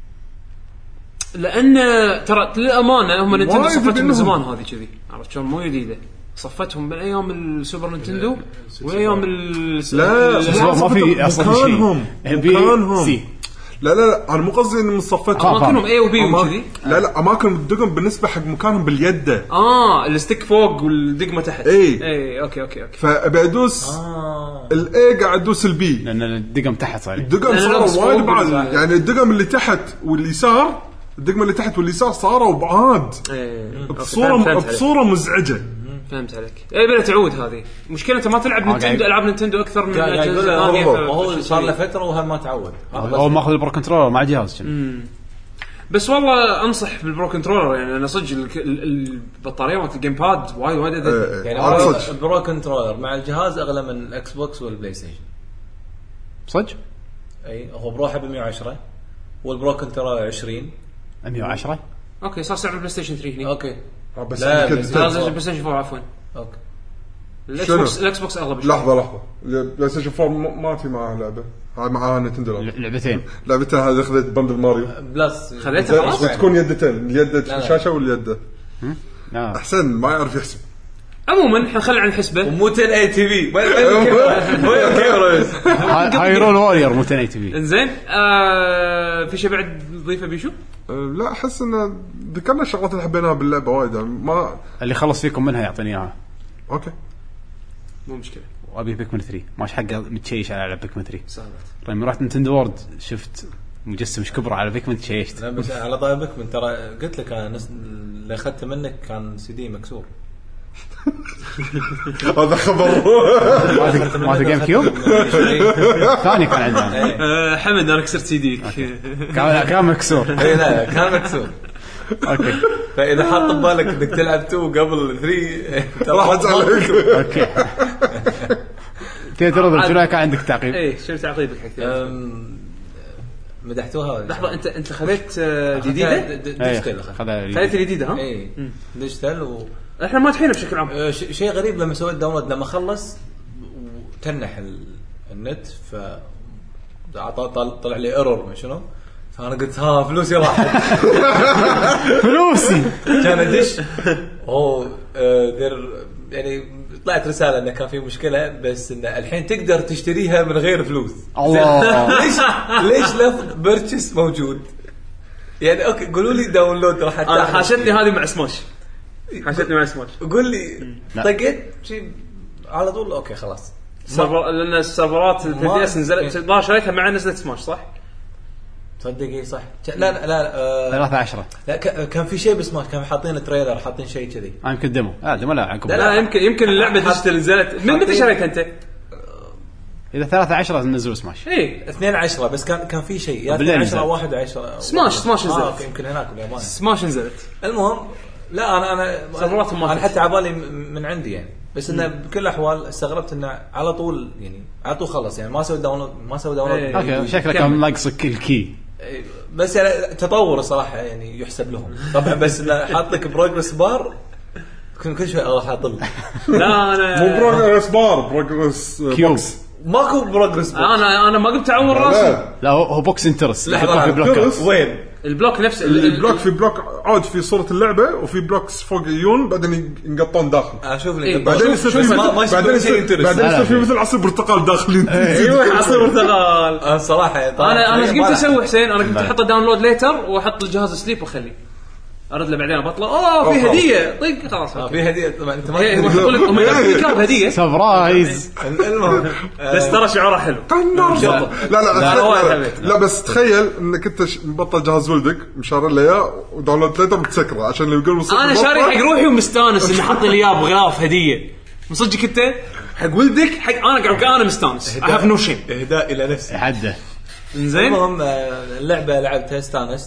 لان ترى للامانه هم نينتندو صفتهم من زمان هذه كذي عرفت شلون مو جديده. صفتهم من ايام السوبر نينتندو وايام لا ما في اصلا شيء. مكانهم سي. لا لا لا انا مو قصدي ان من صفتهم اماكنهم اي وبي وكذي. لا لا اماكن الدقم بالنسبه حق مكانهم باليده. اه الستيك فوق والدقمه تحت. اي اي اوكي اوكي اوكي فابي ادوس آه. الاي قاعد ادوس البي لان الدقم تحت صار. الدقم صاروا وايد بعاد يعني الدقم اللي تحت واليسار الدقمه اللي تحت واليسار صاروا بعاد بصوره بصوره مزعجه. فهمت عليك. اي بلا تعود هذه مشكله انت ما تلعب نينتندو العاب نينتندو اكثر من ثانيه. هو صار له فتره وهل ما تعود. اول ما اخذ البرو كنترولر مع جهاز بس والله انصح بالبرو كنترولر يعني انا صدق البطاريه مالت الجيم باد وايد وايد يعني البرو كنترولر مع الجهاز اغلى من الاكس بوكس والبلاي ستيشن صدق. اي هو بروحه ب مية وعشرة والبرو كنترولر عشرين مية وعشرة. اوكي صار سعر البلاي ستيشن ثري هنا. اوكي بس لا البلاي ستيشن فور عفوا. اوكي الاكس بوكس الاكس بوكس اغلى بشوي. لحظه لحظه البلاي ستيشن فور ما في معاه لعبه. هاي معاه نينتندو لعبتين. لعبتين هذه اخذت بندل ماريو بلس خليتها خلاص تكون يدتين اليد الشاشه واليد. لا احسن ما يعرف يحسب. عموما حنخلي عن الحسبه ومو عشرة اي تي في وين الكاميرا. هايرول وارير مو عشرة اي تي في. انزين آه في شيء بعد نضيفه بيشو؟ لا احس ان ذكرنا الشغلات اللي حبيناها باللعبه وايد ما اللي خلص فيكم منها يعطيني اياها. اوكي مو مشكله. وابي بيكمن ثري ماش حقه متشيش على لعبه بيكمن ثري. سالت لما رحت نينتندو وورد شفت مجسم ايش كبره على بيكمن تشيشت. لا بس على طاري بيكمن ترى قلت لك انا اللي اخذته منك كان سي دي مكسور. هذا خبر ما في جيم كيوب ثاني كان عندنا. حمد انا كسرت سي ديك كان كان مكسور. اي لا كان مكسور. اوكي فاذا حاط ببالك انك تلعب تو قبل ثري راح ازعلك. اوكي ترى شنو كان عندك تعقيب؟ ايه شو تعقيبك حق مدحتوها؟ لحظه انت انت خذيت جديده ديجيتال خذيت الجديده ها اي ديجيتال و احنا ما تحينا بشكل عام. شيء غريب لما سويت داونلود لما خلص وتنح النت ف طلع لي ايرور ما شنو فانا قلت ها فلوسي راحت. فلوسي كان ادش اوه دير يعني طلعت رساله انه كان في مشكله بس ان الحين تقدر تشتريها من غير فلوس. الله ليش ليش لفظ بيرتشيس موجود يعني؟ اوكي قولوا لي داونلود راح انا حاشتني هذه مع سماش حاشتني مع سماش قول لي طقيت شيء على طول اوكي خلاص. سيرفر لان السيرفرات ثري دي اس نزلت ما شريتها مع نزلت سماش صح؟ تصدقي صح. لا لا لا آه ثلاثة عشرة لا كان في شيء بس ما كان حاطين تريلر حاطين شيء كذي. انا يمكن ديمو اه ديمو لا عقب لا, لا يمكن يمكن اللعبه تشتغل نزلت من متى شريتها انت؟ اذا ثلاثة عشرة ننزل سماش ايه اثنين عشرة بس كان كان في شيء يا اثنين عشرة واحد عشرة سماش سماش نزلت آه يمكن هناك باليابان سماش نزلت. المهم لا انا انا سيرفراتهم انا حتى عبالي من عندي يعني بس انه بكل الاحوال استغربت انه على طول يعني على طول خلص يعني ما سوى داونلود ما سوى داونلود. ايه اوكي شكله كان ناقصك الكي بس يعني تطور الصراحه يعني يحسب لهم طبعا بس انه حاط لك بروجرس بار كل كل شوي اروح اطل. لا انا مو بروجرس بار بروجرس بوكس ماكو بروجرس بوكس. انا انا ما قمت اعور راسي. لا هو بوكس انترس في بلوكات وين البلوك نفس البلوك في بلوك عاد في صورة اللعبة وفي بلوكس فوق عيون بعدين ينقطون داخل. اشوف لك إيه. بعدين يصير في بعدين يصير بعدين يصير في مثل عصير برتقال داخلين. ايوه عصير برتقال. انا الصراحه انا انا ايش قمت اسوي حسين؟ انا قمت احط داونلود ليتر واحط الجهاز سليب واخليه ارد له بعدين بطلع اوه في هديه طيق خلاص في هديه طبعا انت ما يقول لك هم يكتب هديه سبرايز. المهم بس ترى شعوره حلو. لا لا لا بس تخيل انك انت مبطل جهاز ولدك مشار له اياه وداونلود ليتر بتسكره عشان اللي يقول انا شاري حق روحي ومستانس اني حط لي اياه بغلاف هديه مصدقك انت حق ولدك حق انا قاعد انا مستانس I have no shame اهداء الى نفسي حده زين. المهم اللعبه لعبتها استانست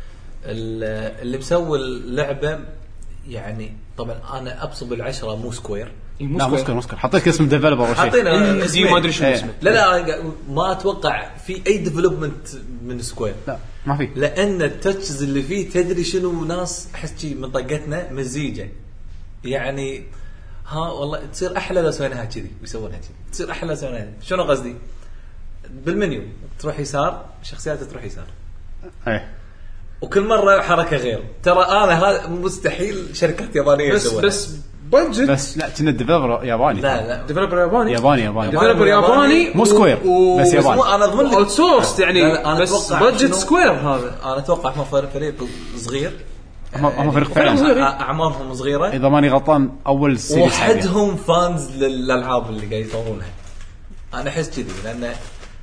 اللي مسوي اللعبه يعني طبعا انا ابصب بالعشرة مو سكوير. لا مسكر مسكر حطيت اسم ديفلوبر ولا شيء حطينا دي ما ادري شو اسمه. لا لا ما اتوقع في اي ديفلوبمنت من سكوير. لا ما في لان التاتشز اللي فيه تدري شنو ناس احس شيء من طقتنا مزيجه يعني ها والله تصير احلى لو سويناها كذي ويسوونها كذي تصير احلى لو سويناها. شنو قصدي؟ بالمنيو تروح يسار شخصيات تروح يسار ايه وكل مرة حركة غير. ترى أنا هذا مستحيل شركات يابانية بس يسوونها. بس بادجت بس لا كنا ديفلوبر ياباني. لا لا ديفلوبر ياباني ياباني ياباني ديفلوبر ياباني مو سكوير و... بس ياباني. أنا أضمن لك اوت سورس يعني لا لا بس بادجت سكوير هذا. أنا أتوقع هم فريق صغير هم هم فريق فعلا أعمارهم صغيرة إذا ماني غلطان أول سيريس وحدهم فانز للألعاب اللي قاعد يطورونها. أنا أحس كذي لأن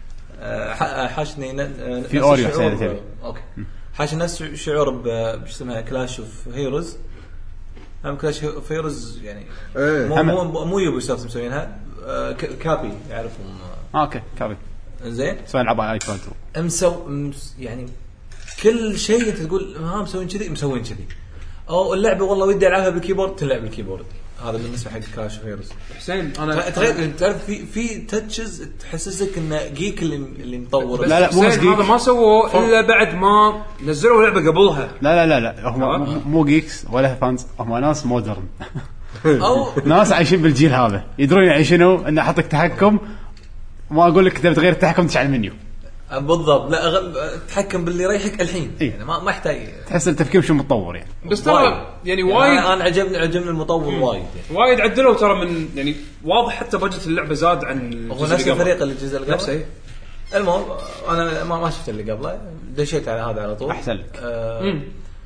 حاشني في أوريو حسين. أوكي حاش الناس شعور بش اسمها كلاش اوف هيروز. هم كلاش اوف هيروز يعني مو مو مو يوبي سوفت مسوينها كابي يعرفهم. اوكي كابي زين سوي العاب اي كونترول امسو يعني كل شيء انت تقول ها مسوين كذي مسوين كذي او اللعبه والله ودي العبها بالكيبورد تلعب بالكيبورد. هذا بالنسبه حق كلاش اوف هيروز. حسين انا تعرف في في تاتشز تحسسك انه جيك اللي اللي مطور. لا لا مو جيك هذا ما سووا الا بعد ما نزلوا لعبه قبلها. لا لا لا لا هم مو جيكس ولا فانز هم ناس مودرن او ناس عايشين بالجيل هذا يدرون يعني شنو انه احطك تحكم ما اقول لك تبي تغير التحكم تشعل المنيو بالضبط. لا أغل... تحكم باللي يريحك الحين إيه؟ يعني ما ما يحتاج تحس التفكير شو متطور يعني. بس ترى يعني وايد يعني انا عجبني عجبني المطور وايد يعني. وايد عدلوا ترى من يعني واضح حتى بجت اللعبه زاد عن هو نفس الفريق اللي الجزء اللي نفسه. المهم انا ما ما شفت اللي قبله دشيت على هذا على طول احسن لك. آه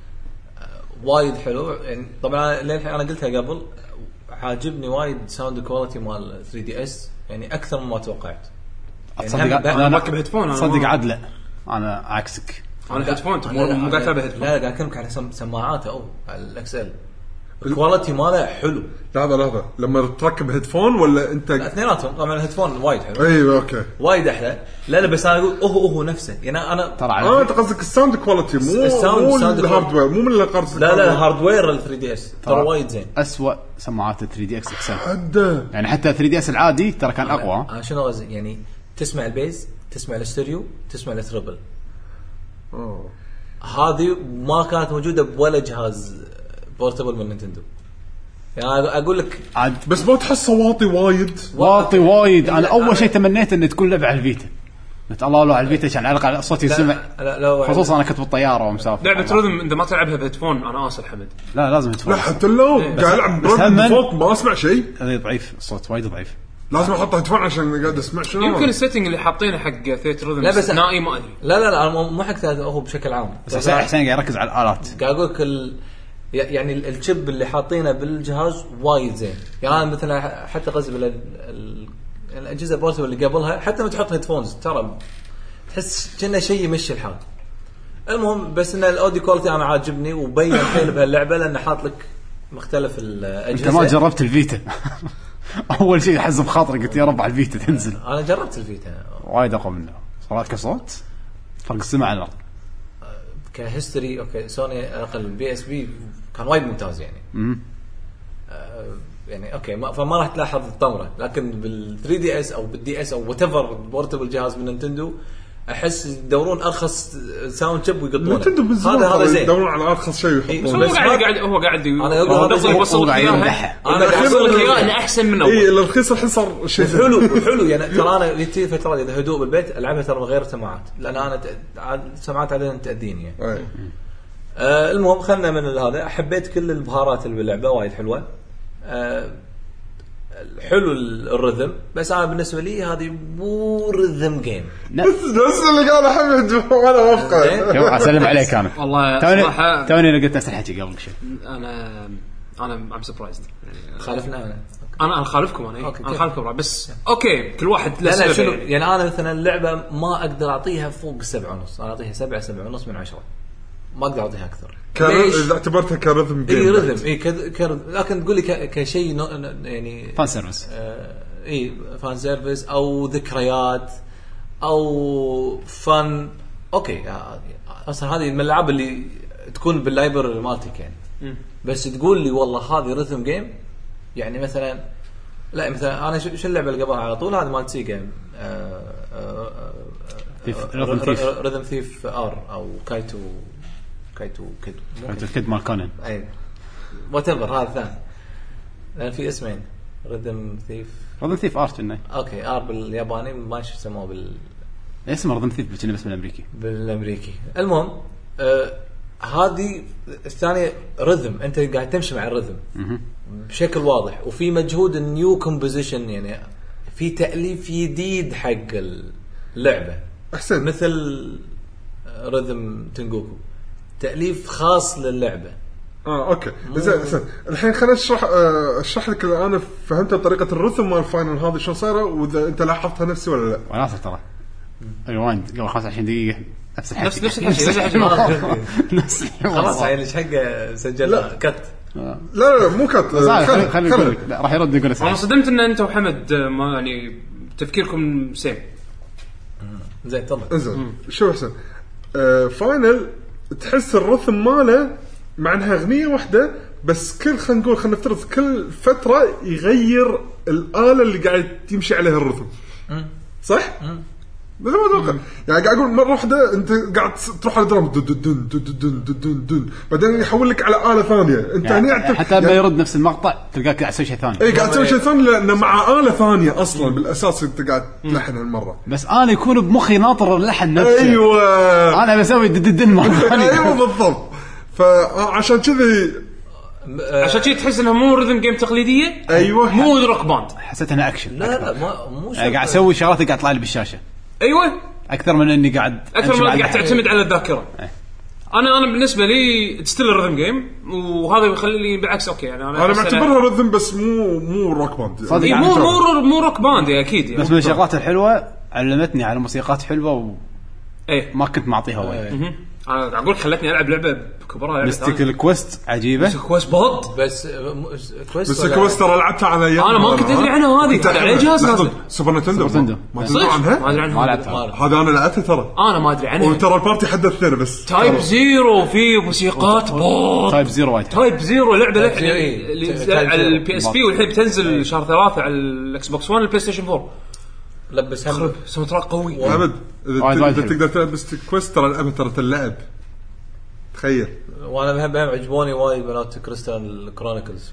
وايد حلو يعني. طبعا للحين انا قلتها قبل عاجبني وايد ساوند كواليتي مال ثري دي اس يعني اكثر مما توقعت. تصدق انا مركب هيدفون. صدق عاد لا انا عكسك. انا هيدفون مو قاعد العب هيدفون. لا قاعد اكلمك على سماعاته او على الاكسل الكواليتي ماله حلو. لحظه لحظه لما تركب هيدفون ولا انت اثنيناتهم؟ طبعا الهيدفون وايد حلو. ايوه اوكي وايد احلى. لا لا بس انا اقول اوه اوه نفسه يعني انا ترى اه انت قصدك الساوند كواليتي مو الساوند مو الساوند الهاردوير مو من القرص. لا لا الهاردوير ال ثري دي اس ترى وايد زين. اسوأ سماعات ثري دي اكس اكسل حده يعني حتى ثري دي اس العادي ترى كان اقوى. آه شنو قصدي يعني تسمع البيز تسمع الاستيريو تسمع التربل. اوه هذه ما كانت موجوده بولا جهاز بورتبل من نينتندو يعني اقول لك عاد. بس ما تحس واطي وايد واطي وايد. انا اول شيء تمنيت ان تكون لعبه على الفيتا قلت الله لو على الفيتا عشان على الاقل صوتي يسمع. لا لو خصوصا انا كنت بالطياره ومسافر. لعبه رذم انت ما تلعبها بهيدفون انا اسف حمد. لا لازم تفوت. لا حتى لو قاعد العب برد ما اسمع شيء. هذا ضعيف الصوت وايد ضعيف. لازم احط هيدفون عشان قاعد اسمع شنو. يمكن السيتنج اللي حاطينه حق ثيت رذم نائي ما ادري. لا لا لا مو حق هو بشكل عام. بس حسين قاعد يركز على الالات. قاعد اقول لك ال... يعني الشيب اللي حاطينه بالجهاز وايد زين. يعني مثلا حتى قصدي بال ال... الاجهزه البورتبل اللي قبلها حتى ما تحط هيدفونز ترى تحس كأنه شيء يمشي الحال. المهم بس ان الاوديو كواليتي انا عاجبني وبين حيل بهاللعبه لانه حاط لك مختلف الاجهزه. انت ما جربت الفيتا؟ اول شيء حزب خاطري قلت يا رب على الفيتا تنزل. انا جربت الفيتا وايد اقوى منه صراحه كصوت فرق السمع على الارض. كهيستوري اوكي سوني اقل البي اس بي كان وايد ممتاز يعني. امم آه يعني اوكي ما فما راح تلاحظ الطمره لكن بال ثري دي اس او بالدي اس او وات ايفر بورتبل جهاز من نينتندو احس يدورون ارخص ساوند شيب ويقطونه. هذا هذا زين يدورون على ارخص شيء يحطونه. بس هو قاعد قاعد هو قاعد انا اقول هذا يوصل لك اياها. انا قاعد اوصل لك اياها انه احسن منه. اي الرخيص الحين صار شيء حلو حلو يعني ترى انا لي فتره اذا هدوء بالبيت العبها ترى من غير سماعات لان انا سماعات عاده تاديني يعني. آه المهم خلنا من هذا. حبيت كل البهارات اللي باللعبه وايد حلوه. آه حلو الرذم بس انا بالنسبه لي هذه مو رذم جيم. بس نفس اللي قال حمد وانا وافقه. يوم اسلم عليك انا والله صراحه توني انا قلت نفس الحكي قبل شيء. انا انا ام سربرايزد خالفنا انا انا انا خالفكم انا أوكي. انا خالفكم بس اوكي كل واحد لا لا شنو يعني. يعني انا مثلا اللعبه ما اقدر اعطيها فوق السبعة ونص. انا اعطيها سبعة سبعة ونص من عشرة ما اقدر اعطيها اكثر. اذا اعتبرتها كرذم جيم اي رذم اي كرذم لكن تقول لي كشيء يعني فان سيرفيس. آه اي فان سيرفيس او ذكريات او فن اوكي اصلا هذه من الالعاب اللي تكون باللايبرري مالتك يعني. م. بس تقول لي والله هذه رذم جيم يعني مثلا لا مثلا انا شو اللعبه اللي قبلها على طول هذه مالت سيجا رذم ثيف ار او كايتو كايتو كد كايتو كد مال كونن اي وات ايفر هذا ثاني لان في اسمين رذم ثيف رذم ثيف ار كنا اوكي ار بالياباني ما ايش يسموه بال اسمه رذم ثيف بس بس بالامريكي بالامريكي. المهم آه هذه الثانيه رذم انت قاعد تمشي مع الرذم بشكل واضح وفي مجهود النيو كومبوزيشن يعني في تأليف جديد حق اللعبه احسن مثل رذم تنجوكو تأليف خاص للعبه. اه اوكي زين زين الحين خلينا نشرح آه اشرح لك اللي انا فهمت طريقه الرثم مال الفاينل هذه شلون صايره واذا انت لاحظتها نفسي ولا لا. وانا ترى ريوايند قبل خمسة وعشرين دقيقه نفس الحكي نفس نفس الحكي نفس الحكي نفس خلاص يعني ايش حقه سجلنا كت. لا لا مو كت خلي خلي يقول لا راح يرد يقول انا صدمت ان انت وحمد ما يعني تفكيركم سيم. زين تفضل. زين شو احسن آه فاينل تحس الرثم ماله مع انها اغنيه واحده بس كل خلينا نقول خلينا نفترض كل فتره يغير الاله اللي قاعد يمشي عليها الرثم صح بس ما اتوقع يعني قاعد اقول مره واحده انت قاعد تروح على درام دن دن دن دن دن دن بعدين يحول لك على اله ثانيه انت يعني يعني حتى ما يرد نفس المقطع تلقاك قاعد تسوي شيء ثاني. اي قاعد تسوي شيء ثاني لانه مع اله ثانيه اصلا بالاساس انت قاعد تلحن هالمره بس انا يكون بمخي ناطر اللحن نفسه. ايوه انا بسوي دن دن مره ثانيه. ايوه بالضبط. فعشان كذي عشان كذي تحس انها مو ريذم جيم تقليديه. ايوه مو روك باند حسيت انها اكشن. لا لا ما مو قاعد اسوي شغلات قاعد تطلع لي بالشاشه. ايوه اكثر من اني قاعد اكثر من قاعد تعتمد على الذاكره. أيه. انا انا بالنسبه لي تستيل ريذم جيم وهذا يخلي بالعكس اوكي يعني انا انا معتبرها ريذم بس مو مو روك باند يعني. يعني مو مو مو روك باند اكيد يعني. بس من الشغلات الحلوه علمتني على موسيقات حلوه و ايه ما كنت معطيها وايد. انا اقول خلتني العب لعبه بكبرها مستيكل كويست عجيبه بس كويست بط بس كويست بس كويست ترى لعبتها على ايام انا ما كنت ادري عنها هذه على جهاز نازل سوبر نينتندو ما تدري عنها ما ادري عنها ما لعبتها هذا انا لعبتها ترى انا ما ادري عنها وترى البارتي حدثنا بس تايب زيرو في موسيقات بط تايب زيرو وايد تايب زيرو لعبه اللي على البي اس بي والحين بتنزل شهر ثلاثة على الاكس بوكس ون البلاي ستيشن فور لبس هم ساوند تراك قوي عبد اذا تقدر تلعب كويست ترى العبها ترى اللعب تخيل. وانا بهم بهم عجبوني وايد بنات كريستال كرونيكلز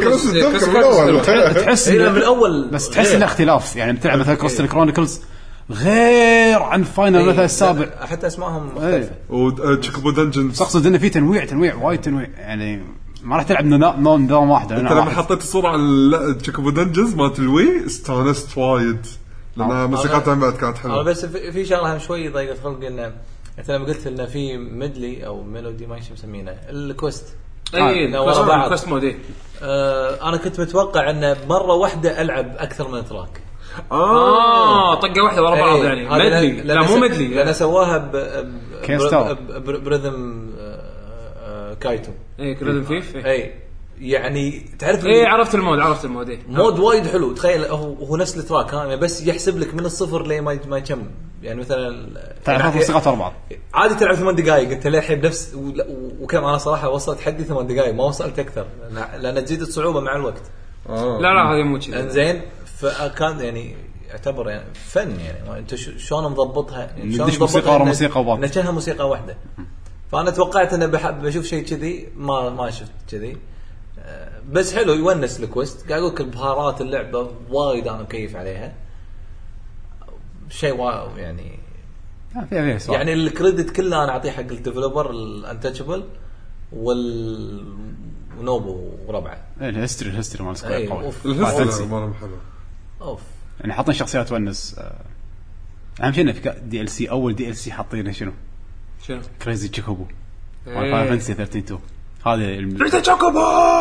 كريستال تحس من الاول بس تحس ان اختلاف يعني بتلعب مثلا كريستال كرونيكلز غير عن فاينل مثلا السابع حتى اسمائهم مختلفه. وتشيكوبو دنجنز اقصد انه في تنويع تنويع وايد تنويع يعني ما راح تلعب نظام نظام واحد. انت لما حطيت الصوره على تشيكوبو دنجنز مالت الوي استانست وايد لان موسيقاتها بعد كانت حلوه. بس في شغله شوي ضيقت خلقي انه انت لما قلت لنا في ميدلي او ميلودي ما ايش مسمينه الكوست اي ورا بعض كوست مودي. آه انا كنت متوقع انه مره واحده العب اكثر من تراك. اه طقه واحده ورا بعض يعني ميدلي. لا مو ميدلي لان سواها ب كيستو بريذم كايتو. اي بريذم فيف اي يعني تعرف اي عرفت المود عرفت المود ايه مود وايد حلو. تخيل هو هو نفس التراك ها بس يحسب لك من الصفر لين ما ما يكم يعني مثلا تعرف موسيقى اربعه عادي تلعب ثمان دقائق انت للحين بنفس وكم انا صراحه وصلت حدي ثمان دقائق ما وصلت اكثر لان تزيد الصعوبه مع الوقت. لا لا هذه مو كذا انزين فكان يعني يعتبر يعني فن يعني انت شلون مضبطها يعني شلون موسيقى ورا موسيقى وبعض نشانها موسيقى واحده. فانا توقعت انه بحب بشوف شيء كذي ما ما شفت كذي بس حلو يونس الكويست. قاعد اقول لك بهارات اللعبه وايد انا مكيف عليها شيء واو يعني فيها فيها يعني الكريدت كله انا اعطيه حق الديفلوبر الانتشبل وال ونوبو وربعه. ايه الهيستوري الهيستوري مال سكوير قوي الهيستوري مالهم حلو اوف يعني حاطين شخصيات تونس. اهم شيء في دي ال سي اول دي ال سي حاطينه شنو شنو كريزي تشيكوبو مال فاينل فانتسي ثلاثة عشر هذا ريتا تشوكوبو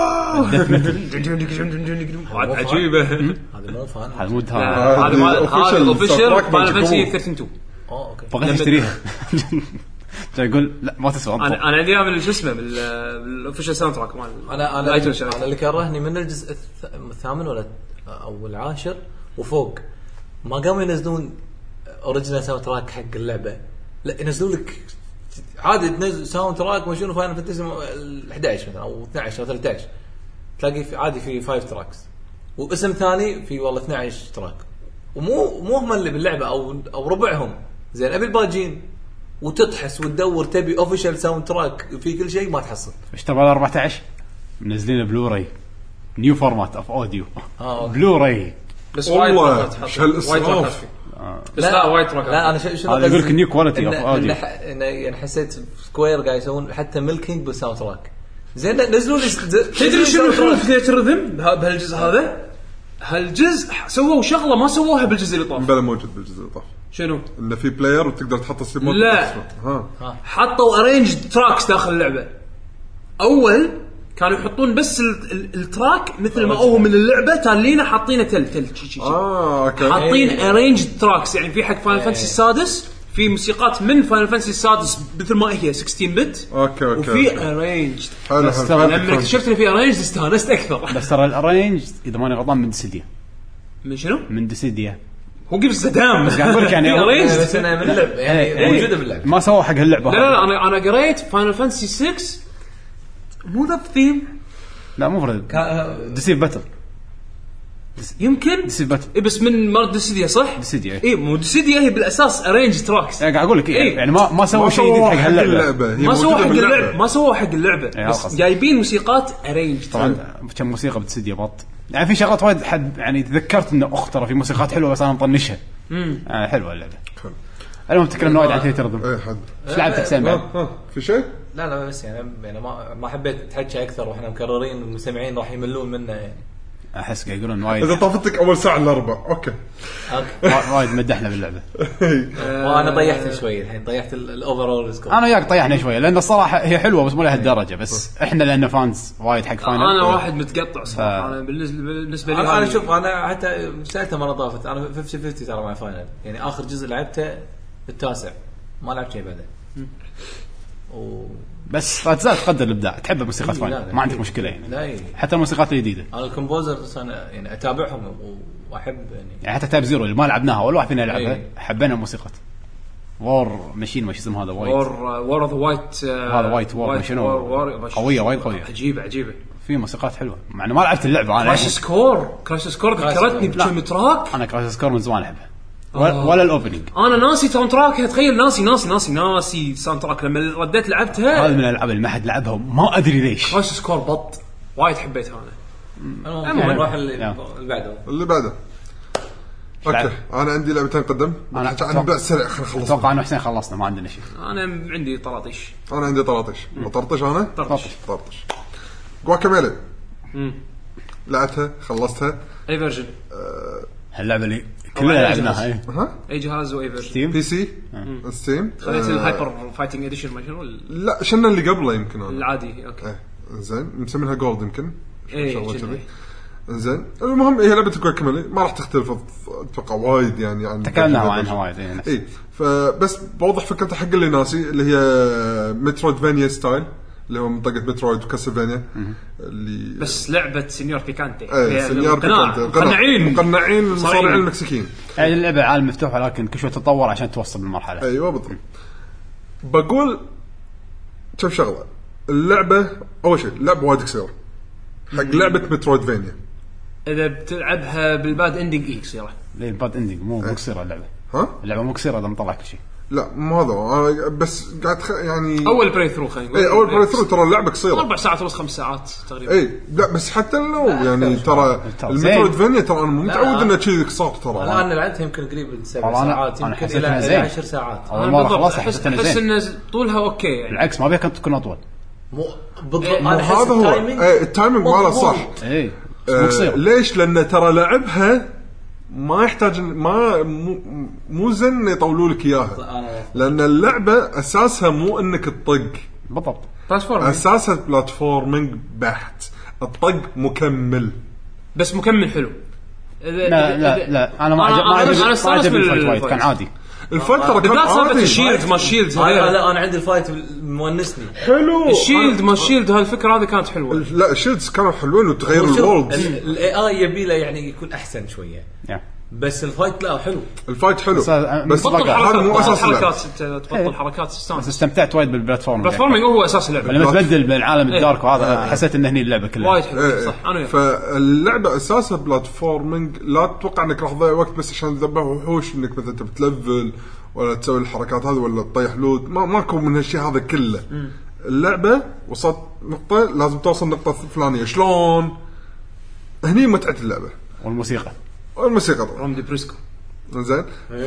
عجيبه. هذا مو فان هذا مود هذا هذا مال هذا اوفيشال فاينل فانتسي ثلاثة عشر. اه اوكي بغيت اشتريها جاي يقول لا ما تسوى. انا انا عندي من شو اسمه بالاوفيشال ساوند تراك مال انا انا انا اللي كرهني من الجزء الثامن ولا او العاشر وفوق ما قاموا ينزلون اوريجينال ساوند تراك حق اللعبه. لا ينزلوا لك عادي تنزل ساوند تراك وشنو فاينل فانتسي احد عشر مثلا او اثنا عشر او ثلاثة عشر تلاقي في عادي في خمسة تراكس واسم ثاني في والله اثنا عشر تراك ومو مو هم اللي باللعبه او او ربعهم زين ابي الباجين وتطحس وتدور تبي اوفيشال ساوند تراك في كل شيء ما تحصل. اشترى على أربعة عشر منزلين بلوراي نيو فورمات اوف اوديو آه بلوراي بس وايد وايد بس لا وايد تراك. لا انا شنو هذا يقول لك نيو كواليتي اوف اوديو يعني حسيت سكوير قاعد يسوون حتى ميلكينج بالساوند تراك زين نزلوا لي تدري شنو الحلو في الرذم بهالجزء هذا هالجزء سووا شغله ما سووها بالجزء اللي طاف. بلا موجود بالجزء اللي طاف شنو انه في بلاير وتقدر تحط السيب مود. لا ها حطوا ارينج تراكس داخل اللعبه. اول كانوا يحطون بس التراك مثل ما هو من اللعبه تالينا حاطينه تل تل شي شي اه اوكي حاطين ارينج تراكس يعني في حق فاينل فانتسي السادس في موسيقات من فاينل فانتسي السادس مثل ما هي ستة عشر بت اوكي اوكي وفي ارينج. حلو حلو لما اكتشفت ان في ارينج استانست اكثر. بس ترى الارينج اذا ماني غلطان من ديسيديا. من شنو من ديسيديا هو كيف السدام بس قاعد اقول لك يعني ارينج بس انا من اللعبه يعني موجوده باللعبه ما سووا حق اللعبه. لا لا انا انا قريت فاينل فانتسي ستة مو ذا ثيم. لا مو فرد ديسيف باتل يمكن ديسيف باتل اي بس من مرد ديسيديا صح ديسيديا اي مو ديسيديا هي بالاساس ارينج تراكس. يعني قاعد اقول لك إيه؟ إيه؟ يعني ما ما سووا شيء جديد حق هاللعبه. ما سووا حق اللعبه ما سووا حق اللعبه إيه بس جايبين موسيقات ارينج. طبعا كم موسيقى بتسديا بط يعني في شغلات وايد حد يعني تذكرت انه اخ ترى في موسيقات حلوه بس انا مطنشها. امم آه حلوه اللعبه. المهم تكلمنا وايد عن ثيتر ذم. اي حد ايش لعبت حسين بعد؟ في شيء؟ لا لا بس يعني يعني ما ما حبيت اتحكي اكثر واحنا مكررين والمستمعين راح يملون منا يعني. احس قاعد يقولون وايد اذا طافتك اول ساعه الا ربع اوكي وايد مدحنا باللعبه. وانا طيحت شوي الحين طيحت الاوفرول سكور. انا وياك طيحنا شويه لان الصراحه هي حلوه بس مو لهالدرجه بس احنا لان فانز وايد حق فاينل. انا واحد متقطع صراحه انا بالنسبه بالنسبه لي انا شوف انا حتى سالته مره طافت انا خمسين خمسين ترى مع فاينل يعني اخر جزء لعبته التاسع ما لعبت شيء بعده و بس تزال تقدر الابداع تحب موسيقى فاينل ما عندك مشكله يعني لا حتى الموسيقات الجديده انا الكومبوزر انا يعني اتابعهم واحب يعني يعني حتى تاب زيرو اللي ما لعبناها ولا واحد فينا يلعبها حبينا الموسيقى وور ماشين ما اسمه هذا وايت وور وور ذا وايت هذا وايت وور شنو قويه وايد قويه عجيبه عجيبه في موسيقات حلوه مع انه ما لعبت اللعبه انا كراش سكور كراش سكور ذكرتني بكم تراك انا كراش سكور من زمان احبها ولا الاوبننج انا ناسي ساوند تراك تخيل ناسي ناسي ناسي ناسي ساوند تراك لما رديت لعبتها هذا من الالعاب اللي ما حد لعبها ما ادري ليش كراش سكور بط وايد حبيتها انا المهم نروح اللي بعده اللي بعده اوكي انا عندي لعبتين قدم انا انا بلا سريع خلينا نخلص. اتوقع انه حسين خلصنا ما عندنا شيء. انا عندي طراطيش. انا عندي طراطيش طرطش انا طرطش طرطش جواكاميلي امم لعبتها خلصتها. اي فيرجن هاللعبه اللي كلنا لعبناها اي ها اي جهاز واي فيرجن ستيم بي سي ستيم خليت الهايبر فايتنج اديشن ما شنو لا شنو اللي قبله يمكن انا العادي اوكي ايه زين مسمينها جولد يمكن اي شغله كذي. زين المهم هي لعبه جواكاميلي ما راح تختلف اتوقع وايد يعني عن تكلمنا عنها وايد اي اي فبس بوضح فكرتها حق اللي ناسي اللي هي مترويدفانيا ستايل اللي هو منطقه مترويد وكاسلفانيا اللي بس لعبه سينيور بيكانتي ايه سينيور بيكانتي مقنعين مقنعين المصارعين المكسيكيين. يعني اللعبه عالم مفتوح ولكن كل شوي تتطور عشان توصل للمرحله. ايوه بالضبط. بقول شوف شغله اللعبه اول شيء لعبه وايد قصيره حق لعبه مترويدفانيا. اذا بتلعبها بالباد اندنج اي قصيره ليه الباد اندنج مو مو قصيره اللعبه. ها اللعبه مو قصيره اذا مطلع كل شيء. لا مو هذا بس قاعد خ... يعني اول بري ثرو خلينا نقول. اي اول بري ثرو ترى اللعبه قصيره اربع ساعات ونص خمس ساعات تقريبا. اي لا بس حتى لو يعني ترى المترويدفانيا ترى انا مو متعود انه شيء قصار ترى. انا انا لعبتها يمكن قريب من سبع ساعات يمكن الى عشر ساعات. اول مره خلاص احس احس ان طولها اوكي يعني بالعكس ما بيها تكون اطول. مو بالضبط إيه انا احس هذا هو التايمينج اي التايمينج ماله صح. اي آه ليش لان ترى لعبها ما يحتاج ما مو, مو زين يطولوا لك اياها لان اللعبه اساسها مو انك تطق بالضبط بلاتفورم اساسها بلاتفورمينج بحت الطق مكمل بس مكمل حلو. لا لا لا انا ما عجب ما عجب ما عجب الفايت وايد كان عادي. الفايت ترى كان عادي. الشيلد ما الشيلد لا انا عندي الفايت مونسني حلو. الشيلد ما الشيلد هالفكره هذه كانت حلوه. لا الشيلدز كانوا حلوين وتغير الورلد. الاي اي يبي له يعني يكون احسن شويه بس الفايت لا حلو. الفايت حلو بس هذا مو اساس الحركات تبطل حركات بس استمتعت وايد بالبلاتفورم. البلاتفورمينج هو اساس اللعبه لما تبدل بين عالم الدارك وهذا حسيت ان هني اللعبه كلها وايد حلو صح. انا فاللعبه اساسها بلاتفورمينج لا تتوقع انك راح تضيع وقت بس عشان تذبح وحوش انك مثلا تبي تلفل ولا تسوي الحركات هذه ولا تطيح لود ما ماكو من هالشيء هذا كله. اللعبه وصلت نقطه لازم توصل نقطه فلانيه شلون هني متعه اللعبه والموسيقى والموسيقى روم دي بريسكو زين ف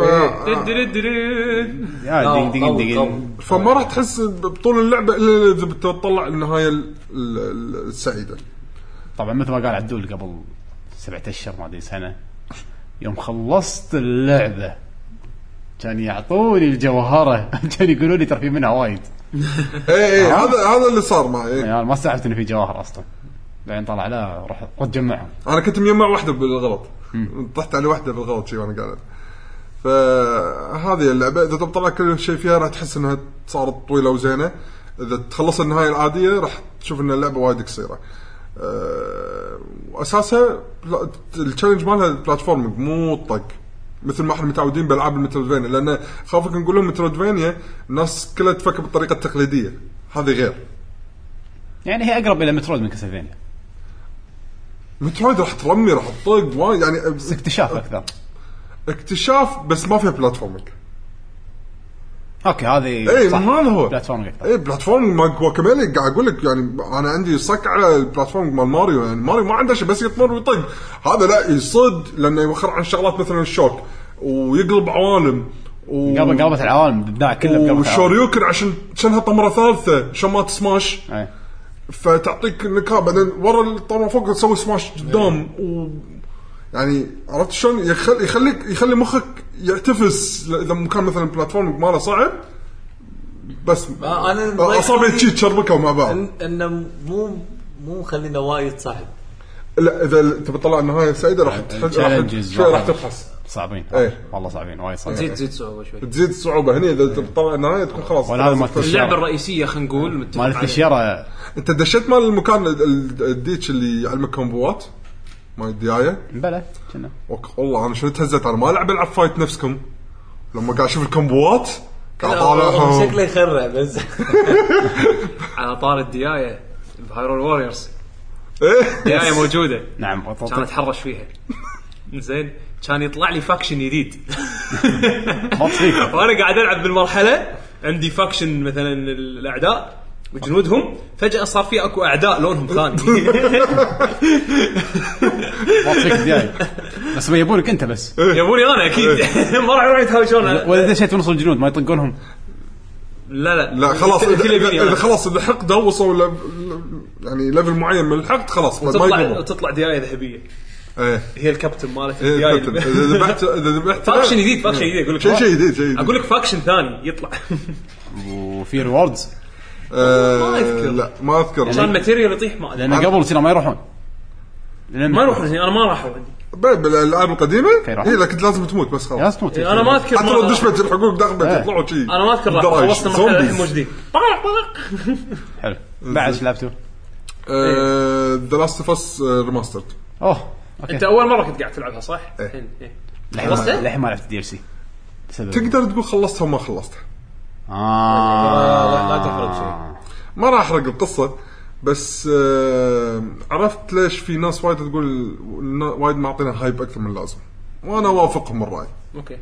يا دين دين دين فما راح تحس بطول اللعبه الا اذا بتطلع النهايه السعيده. طبعا مثل ما قال عدول قبل سبعة اشهر ما ادري سنه يوم خلصت اللعبه كان يعطوني الجوهره كان يقولوا لي ترى في منها وايد. اي هذا هذا اللي صار معي يعني ما استوعبت انه في جواهر اصلا بعدين طلع لا روح روح جمعهم. انا كنت مجمع واحده بالغلط طحت على واحده بالغلط شيء وانا قاعد. فهذه اللعبه اذا تطلع كل شيء فيها راح تحس انها صارت طويله وزينه. اذا تخلص النهايه العاديه راح تشوف ان اللعبه وايد قصيره. أه واساسها التشالنج مالها البلاتفورمينج مو طق مثل ما احنا متعودين بالعاب المترويدفانيا لان خافك نقول لهم مترويدفانيا الناس كلها تفكر بالطريقه التقليديه هذه غير. يعني هي اقرب الى مترويد من كاسلفانيا. مترويد راح ترمي راح تطق وايد يعني اكتشاف اكثر اكتشاف بس ما فيها بلاتفورمينج. اوكي هذه اي ما هو بلاتفورمينج اكثر. اي بلاتفورمينج ما جواكاميلي قاعد اقول لك يعني انا عندي صك على البلاتفورمينج مال ماريو يعني ماريو ما عنده شيء بس يطمر ويطق. هذا لا يصد لانه يوخر عن شغلات مثلا الشوك ويقلب عوالم و... قلب قلبت العوالم بدا كله وشوريوكن عشان شنها طمره ثالثه عشان ما تسماش اي فتعطيك نكهه بعدين ورا الطمره فوق تسوي سماش قدام و يعني عرفت شلون يخلي يخليك يخلي مخك يعتفس اذا مكان مثلا بلاتفورم ماله صعب بس انا اصابع تشي تشربكوا مع بعض انه مو مو خلينا وايد صعب. لا اذا تبي تطلع النهايه سعيده راح تحس راح تفحص صعبين ايه. والله صعبين وايد صعبين تزيد تزيد صعوبه شوي تزيد الصعوبه هنا اذا تبي تطلع النهايه تكون خلاص اللعبه الرئيسيه خلينا نقول مالت الشيره. انت دشيت مال المكان الديتش اللي يعلمك كومبوات ما الديايه بلا كنا والله انا شو تهزت انا ما العب العب فايت نفسكم لما قاعد اشوف الكومبوات قاعد طالع شكله يخرع بس على طار الديايه بهايرول ووريرز ايه ديايه موجوده نعم كان اتحرش فيها زين كان يطلع لي فاكشن جديد وانا قاعد العب بالمرحله عندي فاكشن مثلا الاعداء وجنودهم فجاه صار في اكو اعداء لونهم ثاني. ما تصير دياي بس ما يبونك انت بس يبوني انا اكيد. ما راح يروح يتهاوشون. ولا دشيت ونص الجنود ما يطقونهم. لا لا لا خلاص اذا خلاص الحقد وصلوا يعني ليفل معين من الحقد خلاص ما تطلع تطلع ديايه ذهبيه. ايه هي الكابتن مالت الديايه. اذا ذبحت اذا ذبحت فاكشن جديد فاكشن جديد اقول لك شيء جديد شيء اقول لك فاكشن ثاني يطلع. وفي ريوردز ما اذكر. لا ما اذكر عشان ماتيريال يطيح ما لان قبل يصير ما يروحون ما يروحون. انا ما راح عندي بالالعاب القديمه هي لكن لازم تموت بس خلاص تموت. انا ما اذكر حتى لو دشمت الحقوق داخل يطلعوا شيء. انا ما اذكر خلصت المرحله الحين موجودين. حلو بعد لعبته ذا لاست اوف اس ريماسترد. اوه انت اول مره كنت قاعد تلعبها صح؟ الحين خلصتها؟ الحين ما لعبت دي ال سي. تقدر تقول خلصتها وما خلصتها. اه لا تفرق شيء. ما راح احرق القصه بس آه عرفت ليش في ناس وايد تقول وايد معطينا هايب اكثر من اللازم وانا وافقهم الراي. اوكي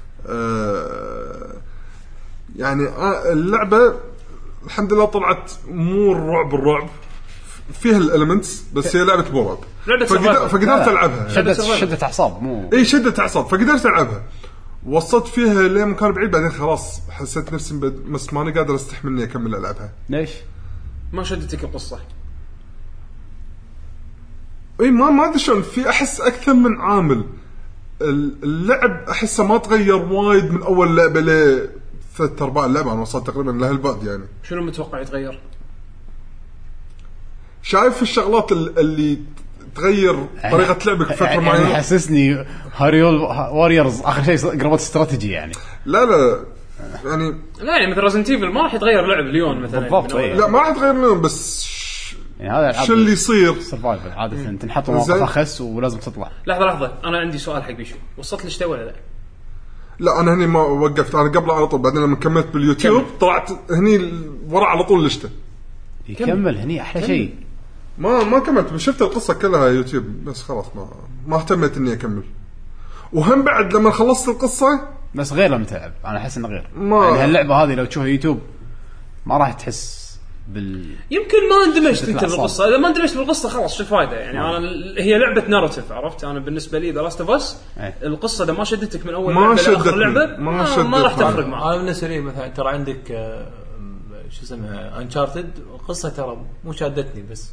آه يعني اللعبه الحمد لله طلعت مو الرعب الرعب فيها الاليمنتس بس هي لعبه مرعب فقدرت العبها. شدت شدت اعصاب مو اي شدت اعصاب فقدرت العبها. وصلت فيها لين مكان بعيد بعدين خلاص حسيت نفسي بس ماني قادر استحمل اني اكمل العبها. ليش ما شدتك القصه؟ اي ما ما ادري شلون في احس اكثر من عامل. اللعب احسه ما تغير وايد من اول لعبه ل ثلاث ارباع اللعبه. انا وصلت تقريبا لهالبعد يعني. شنو متوقع يتغير؟ شايف الشغلات اللي تغير طريقه لعبك في فتره معينه. يعني حسسني هاريول واريورز اخر شيء قربت استراتيجي يعني. لا لا يعني لا يعني مثل ريزنت ايفل ما راح يتغير لعب اليوم مثلا. بالضبط. لا ما راح يتغير لهم بس يعني هذا شو اللي يصير سرفايفل عاده تنحط مواقف خس ولازم تطلع. لحظه لحظه انا عندي سؤال حق بيشو. وصلت لشتي ولا لا؟ لا انا هني ما وقفت. انا قبل على طول بعدين لما كملت باليوتيوب كمل. طلعت هني ورا على طول لشته. يكمل هني احلى شيء. ما ما كملت شفت القصه كلها يوتيوب بس خلاص ما ما اهتميت اني اكمل. وهم بعد لما خلصت القصه بس غير لما تلعب انا احس انه غير ما يعني هاللعبه هذه لو تشوفها يوتيوب ما راح تحس بال يمكن ما اندمجت انت بالقصه. اذا ما اندمجت بالقصه خلاص شو فايده يعني. ما. انا هي لعبه ناراتيف عرفت. انا بالنسبه لي ذا لاست اوف اس القصه اذا ما شدتك من اول لعبه لاخر لعبه ما, ما, ما راح تفرق معك. انا بالنسبه لي مثلا ترى عندك شو اسمها انشارتد القصه ترى مو شادتني بس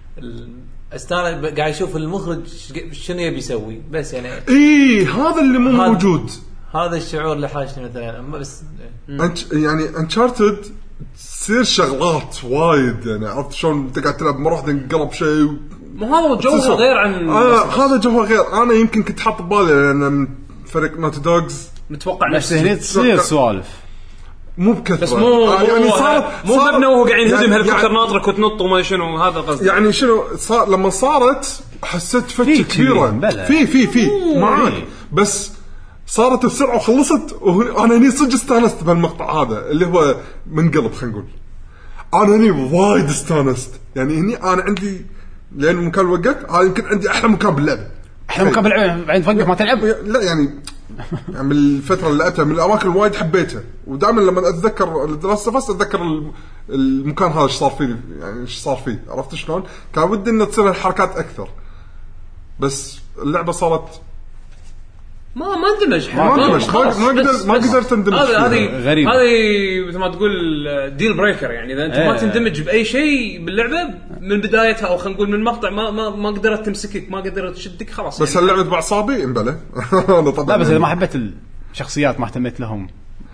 استانا قاعد اشوف المخرج شنو يبي يسوي بس يعني اي هذا اللي مو موجود. هذا الشعور اللي حاشني مثلا بس أنت يعني انشارتد تصير شغلات وايد يعني عرفت شلون تقعد تلعب مره واحده انقلب شيء. مو هذا جوه غير عن آه هذا جوه غير. انا يمكن كنت حاط ببالي لان من فريق نوت دوغز متوقع بس هنا تصير سوالف مو بكثره بس مو آه يعني صارت مو مبنى وهو قاعد يهزم يعني هليكوبتر ناطرك وتنط وما شنو هذا قصدي. يعني شنو صار لما صارت حسيت فتره كبيره في في في معاك بس صارت بسرعه وخلصت. وانا هني صدق استانست بهالمقطع هذا اللي هو منقلب خلينا نقول. انا هني وايد استانست يعني هني انا عندي لان مكان وقف هذا يمكن عندي احلى مكان باللعبه. احلى مكان باللعبه بعدين توقف ما تلعب. لا يعني يعني من الفتره اللي لعبتها من الاماكن وايد حبيتها. ودائما لما اتذكر الدراسه فاست اتذكر المكان هذا ايش صار فيه يعني ايش صار فيه عرفت شلون. كان ودي ان تصير الحركات اكثر بس اللعبه صارت ما ما اندمج ما اندمج ما قدرت ما قدرت اندمج. هذا هذه غريب. هذه مثل ما تقول ديل بريكر يعني اذا انت ايه ما تندمج باي شيء باللعبه من بدايتها او خلينا نقول من مقطع ما ما ما قدرت تمسكك ما قدرت تشدك خلاص. بس يعني اللعبه باعصابي امبلا. انا طبعا لا بس اذا ما حبيت الشخصيات ما اهتميت لهم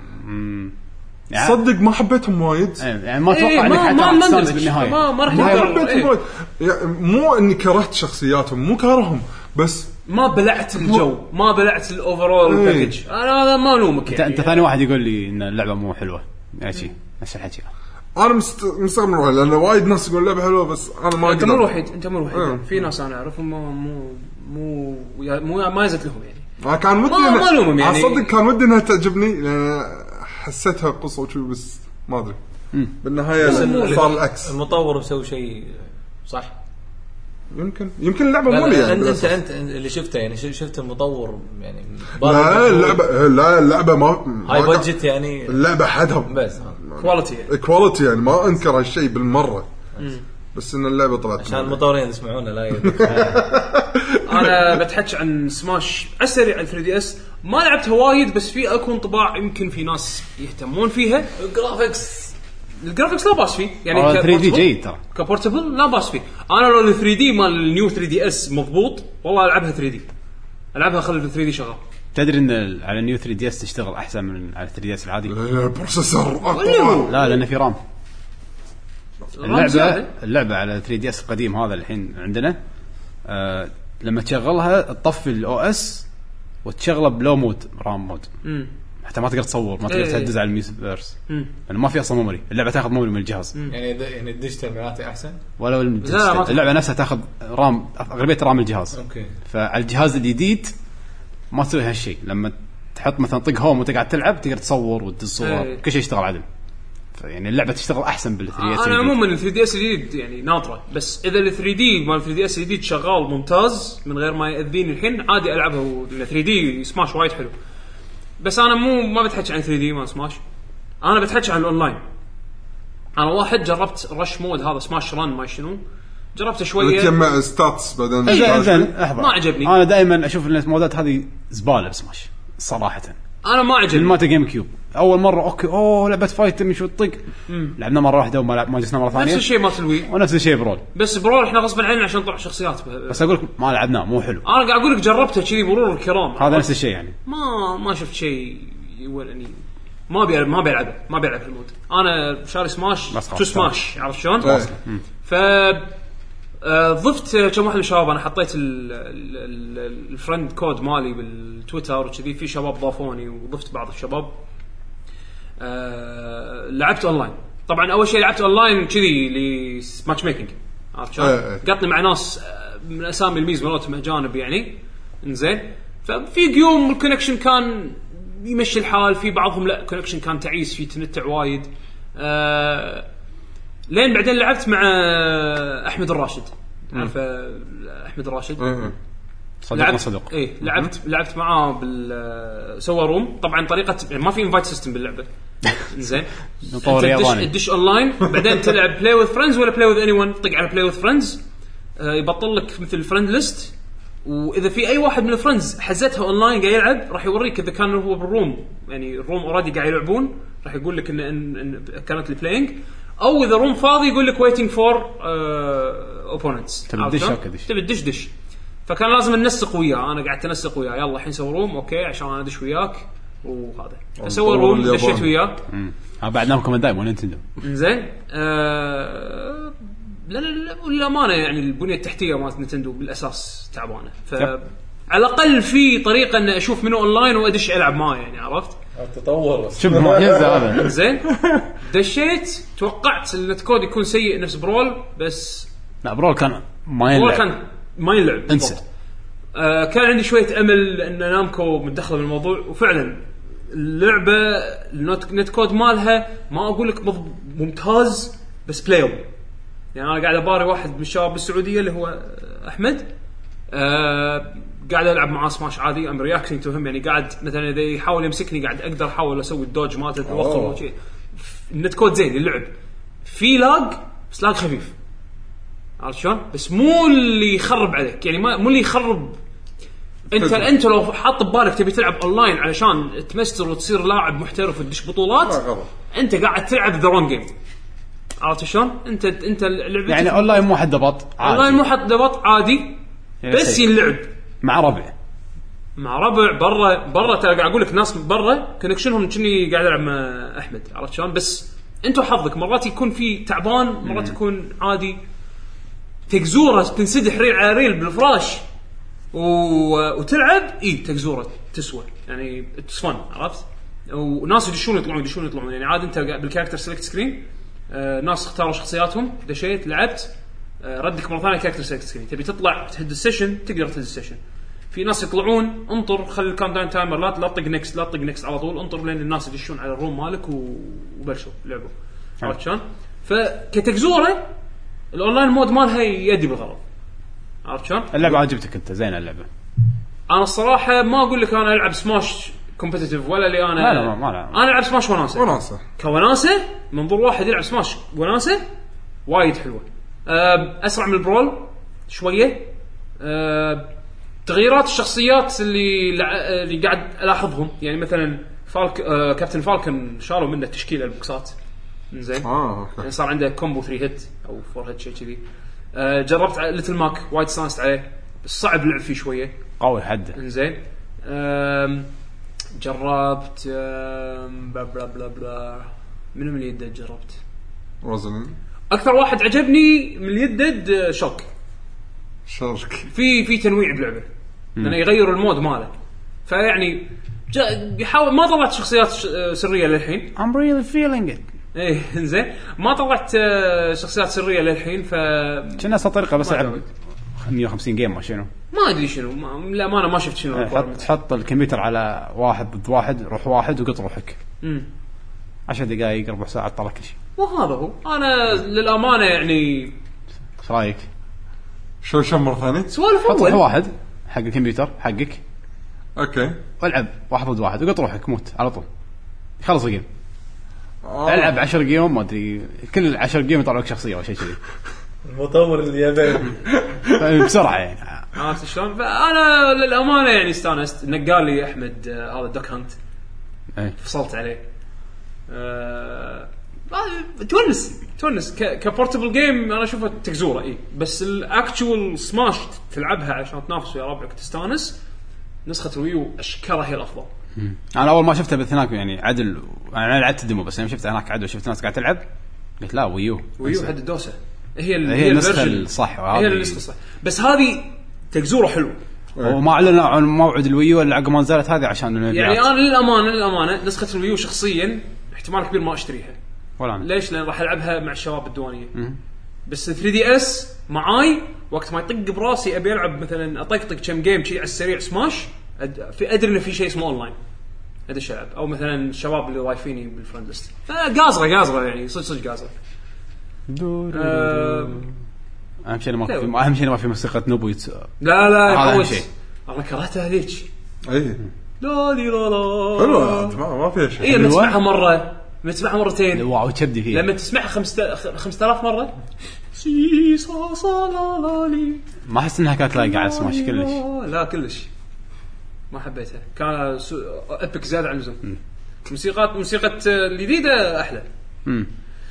يعني صدق ما حبيتهم وايد يعني ما اتوقع ايه انك حتى تستانس بالنهايه. ما ما راح حبيتهم وايد يعني مو اني كرهت شخصياتهم مو كارههم بس ما بلعت الجو ما بلعت الاوفرول باكج. انا هذا ما الومك انت يعني. انت ثاني واحد يقول لي ان اللعبه مو حلوه ماشي نفس الحكي. انا مست... مستغرب من روحي لان وايد ناس يقول اللعبه حلوه بس انا ما انت مو الوحيد انت مو الوحيد. في ناس انا اعرفهم مو مو مو مو ما يزت لهم يعني. ما كان ودي ما الومهم يعني. صدق كان ودي انها تعجبني لان حسيتها قصه وشو بس ما ادري بالنهايه صار العكس. المطور مسوي شيء صح يمكن يمكن اللعبه لا مولي لا يعني انت انت انت اللي شفته يعني ش- شفت المطور يعني لا اللعبه لا اللعبه ما هاي ما بادجت يعني اللعبه حدها بس كواليتي يعني. كواليتي يعني ما انكر هالشيء بالمره بس ان اللعبه طلعت عشان مولي. المطورين يسمعونا لا يدك انا بتحكي عن سماش اسري على ثري دي اس ما لعبتها وايد بس في اكو انطباع يمكن في ناس يهتمون فيها. الجرافيكس الجرافيكس لا باس فيه يعني آه، ثري دي كبورتبل- جيد ترى. كبورتبل لا باس فيه. انا لو ال ثري دي مال النيو ثري دي اس مضبوط والله العبها ثري دي العبها خلي ال ثري دي شغال. تدري ان ال- على النيو ثري دي اس تشتغل احسن من على ثري دي اس العادي؟ البروسيسور اللي هو اقوى لا لان في رام. الرام زيادة. اللعبه اللعبه على ثري دي اس القديم هذا الحين عندنا آه لما تشغلها تطفي الاو اس وتشغله بلو مود رام مود امم حتى ما تقدر تصور ما تقدر إيه. تهدز على الميوزيفيرس امم لانه ما في اصلا ميموري. اللعبه تاخذ ميموري من الجهاز يعني د- يعني الديجيتال معناته احسن. ولو لا، ما الديجيتال. تاخذ. اللعبه نفسها تاخذ رام اغلبيه رام الجهاز. اوكي فعلى الجهاز الجديد ما تسوي هالشيء. لما تحط مثلا طق هوم وانت قاعد تلعب تقدر تصور وتدز صور إيه. كل شيء يشتغل عدل. يعني اللعبه تشتغل احسن بال ثري دي اس. انا عموما ال ثري دي اس الجديد يعني ناطره بس اذا ال ثري دي مال ثري دي اس الجديد شغال ممتاز من غير ما ياذيني الحين عادي العبها. ال ثري دي سماش وايد حلو بس انا مو ما بتحكي عن ثري دي مال سماش. انا بتحكي عن الاونلاين. انا واحد جربت رش مود هذا سماش ران ما شنو جربته شويه تجمع ستاتس بعدين زين زين احضر. ما عجبني. انا دائما اشوف ان المودات هذه زباله بسماش صراحه. انا ما من عجبني مات جيم كيوب اول مره اوكي اوه لعبه فايت تمشي شو الطق لعبنا مره واحده وما لعب ما جلسنا مره نفس ثانيه الشيء مال الوي ونفس الشيء برول. بس برول احنا غصبا عننا عشان نطلع شخصيات. بس اقول لك ما لعبناه مو حلو. انا قاعد اقول لك جربته كذي مرور الكرام هذا نفس الشيء يعني ما ما شفت شيء يولني ما بيلعب ما بيلعب ما بيلعب المود. انا شاري سماش بس خلاص. تو سماش عرفت شلون. إيه. ف آه، ضفت كم واحد من الشباب. انا حطيت ال- ال- ال- الفرند كود مالي بالتويتر وكذي في شباب ضافوني وضفت بعض الشباب. أه لعبت اونلاين. طبعا اول شيء لعبت اونلاين كذي لماتش ميكينج عرفت شلون. إيه. قطني مع ناس آه، من اسامي الميز مالتهم اجانب يعني انزين. ففي قيوم الكونكشن كان يمشي الحال في بعضهم لا كونكشن كان تعيس في تنتع وايد. أه لين بعدين لعبت مع احمد الراشد عارف احمد الراشد صديقنا صدق. ايه لعبت لعبت معاه بال سوى روم. طبعا طريقه يعني ما في انفايت سيستم باللعبه زين. نطور ياباني الدش اونلاين بعدين تلعب بلاي وذ فريندز ولا بلاي وذ اني ون. طق على بلاي وذ فريندز يبطل لك مثل الفريند ليست. واذا في اي واحد من الفريندز حزتها اونلاين قاعد يلعب راح يوريك اذا كان هو بالروم يعني الروم اوريدي قاعد يلعبون راح يقول لك ان, إن, إن كانت البلاينج. او اذا روم فاضي يقول لك ويتنج فور اوبوننتس. تبي تدش اوكي دش تبي تدش دش. فكان لازم ننسق وياه. انا قعدت انسق وياه يلا الحين سوي روم اوكي عشان انا ادش وياك وهذا فسوى روم اليابان. دشيت وياه ها بعد نامكم دايم نينتندو. زين. آه لا لا لا للامانه يعني البنيه التحتيه مالت نينتندو بالاساس تعبانه. ف على الاقل في طريقه ان اشوف منو اونلاين وادش العب معاه يعني عرفت التطور بس شوف معجزه هذا. زين. دشيت توقعت النت كود يكون سيء نفس برول بس لا برول كان ما برول يلعب كان ما يلعب انسى. آه كان عندي شويه امل ان نامكو متدخله بالموضوع وفعلا اللعبه النت كود مالها ما اقول لك ممتاز بس بلايبل. يعني انا قاعد اباري واحد من الشباب بالسعوديه اللي هو احمد آه قاعد العب معاه سماش عادي ام رياكتنج تو هم يعني قاعد مثلا اذا يحاول يمسكني قاعد اقدر احاول اسوي الدوج مالته توخر وشيء. النت كود زين اللعب في لاج بس لاج خفيف عرفت شلون. بس مو اللي يخرب عليك يعني ما مو اللي يخرب. انت انت لو حاط ببالك تبي تلعب اونلاين علشان تمستر وتصير لاعب محترف وتدش بطولات انت قاعد تلعب ذا رونج جيم عرفت شلون. انت انت لعبتك يعني اونلاين مو حد ضبط اونلاين مو حد ضبط عادي بس يلعب مع ربع مع ربع برا برا. ترى قاعد اقول لك ناس برا كونكشنهم كني قاعد العب مع احمد عرفت شلون. بس انتو حظك مرات يكون في تعبان مرات يكون عادي. تكزوره تنسدح ريل على ريل بالفراش و... وتلعب اي تكزوره تسوى يعني تسفن عرفت. وناس يدشون يطلعون يدشون يطلعون يعني عاد انت بالكاركتر سيلكت سكرين آه ناس اختاروا شخصياتهم دشيت لعبت آه ردك مره ثانيه كاركتر سيلكت سكرين. تبي تطلع تهد السيشن تقدر تهد السيشن. في ناس يطلعون انطر خلي الكاونت داون تايمر لا لا طق نكست لا طق نكست على طول انطر لين الناس يدشون على الروم مالك وبلشوا لعبوا عرفت شلون. فكتكزوره الاونلاين مود مالها يدي بالغلط عرفت شلون؟ اللعبه عجبتك انت زين اللعبه؟ انا الصراحه ما اقول لك انا العب سماش كومبتيتيف ولا اللي انا لا لا ما لا. انا العب سماش وناسه وناسه كوناسه منظور واحد يلعب سماش وناسه وايد حلوه. اسرع من البرول شويه. تغييرات الشخصيات اللي اللي قاعد الاحظهم يعني مثلا فالك آه كابتن فالكن شالوا منه تشكيله البوكسات زين اه يعني صار عنده كومبو ثري هيت او فور هيت شيء كذي. آه جربت ليتل ماك وايد استانست عليه بس صعب لعب فيه شويه قوي حده زين. جربت بلا بلا بلا بلا من من اليد جربت روزن اكثر واحد عجبني من اليد شوك شارك في في تنويع بلعبه لانه يغير المود ماله فيعني يحاول ما طلعت شخصيات سريه للحين. I'm really feeling it. ايه زين ما طلعت شخصيات سريه للحين ف كنا طريقه بس العب مية وخمسين جيم ما شنو ما ادري شنو ما... لا ما انا ما شفت شنو حط تحط الكمبيوتر على واحد ضد واحد روح واحد وقط روحك امم عشر دقائق ربع ساعه طلع كل شيء. وهذا هو انا للامانه يعني ايش رايك؟ شو شو مره ثانيه سوالف حط اول واحد حق الكمبيوتر حقك اوكي والعب واحد ضد واحد وقط روحك موت على طول يخلص الجيم. آه. العب عشر جيم ما ادري كل عشر جيم يطلع لك شخصيه او شيء كذي المطور الياباني بسرعه يعني عرفت شلون. فانا للامانه يعني استانست انك قال لي احمد آه هذا دوك هانت ايه فصلت عليه. أه... تونس تونس ك... كبورتبل جيم انا اشوفه تكزوره اي بس الاكتوال سماش تلعبها عشان تنافس ويا ربعك تستانس نسخه الويو اشكرها هي الافضل. انا اول ما شفتها بثناك يعني عدل انا لعبت الديمو بس لما شفتها هناك عدل وشفت ناس قاعده تلعب قلت لا ويو ويو حد الدوسه هي ال... هي النسخه الصح هي النسخه الصح بس هذه تكزوره حلوه وما اعلنوا عن موعد الويو الا عقب ما نزلت هذه عشان يعني انا للامانه للامانه نسخه الويو شخصيا احتمال كبير ما اشتريها ولا أنا. ليش؟ لان راح العبها مع الشباب الديوانيه بس ثري دي اس معاي وقت ما يطق براسي ابي العب مثلا اطقطق كم جيم شيء على السريع سماش في ادري انه في شيء اسمه اونلاين ادش العب او مثلا الشباب اللي ضايفيني بالفرند ليست فقازره قازره يعني صدق صدق قازره. اهم شيء ما في اهم شيء ما في موسيقى نوبو يتس... لا لا هذا اهم شيء انا كرهتها هذيك اي لا لي لا لا حلوه ما فيها شيء. اي نسمعها مره نسمعها مرتين واو تشبدي فيها لما تسمعها خمسة آلاف مره سي صا صا لا لا لي ما احس انها كانت لايقه على سماش كلش. لا كلش ما حبيتها كان سو... ابيك زياده عن اللزوم. موسيقى موسيقى الجديده احلى امم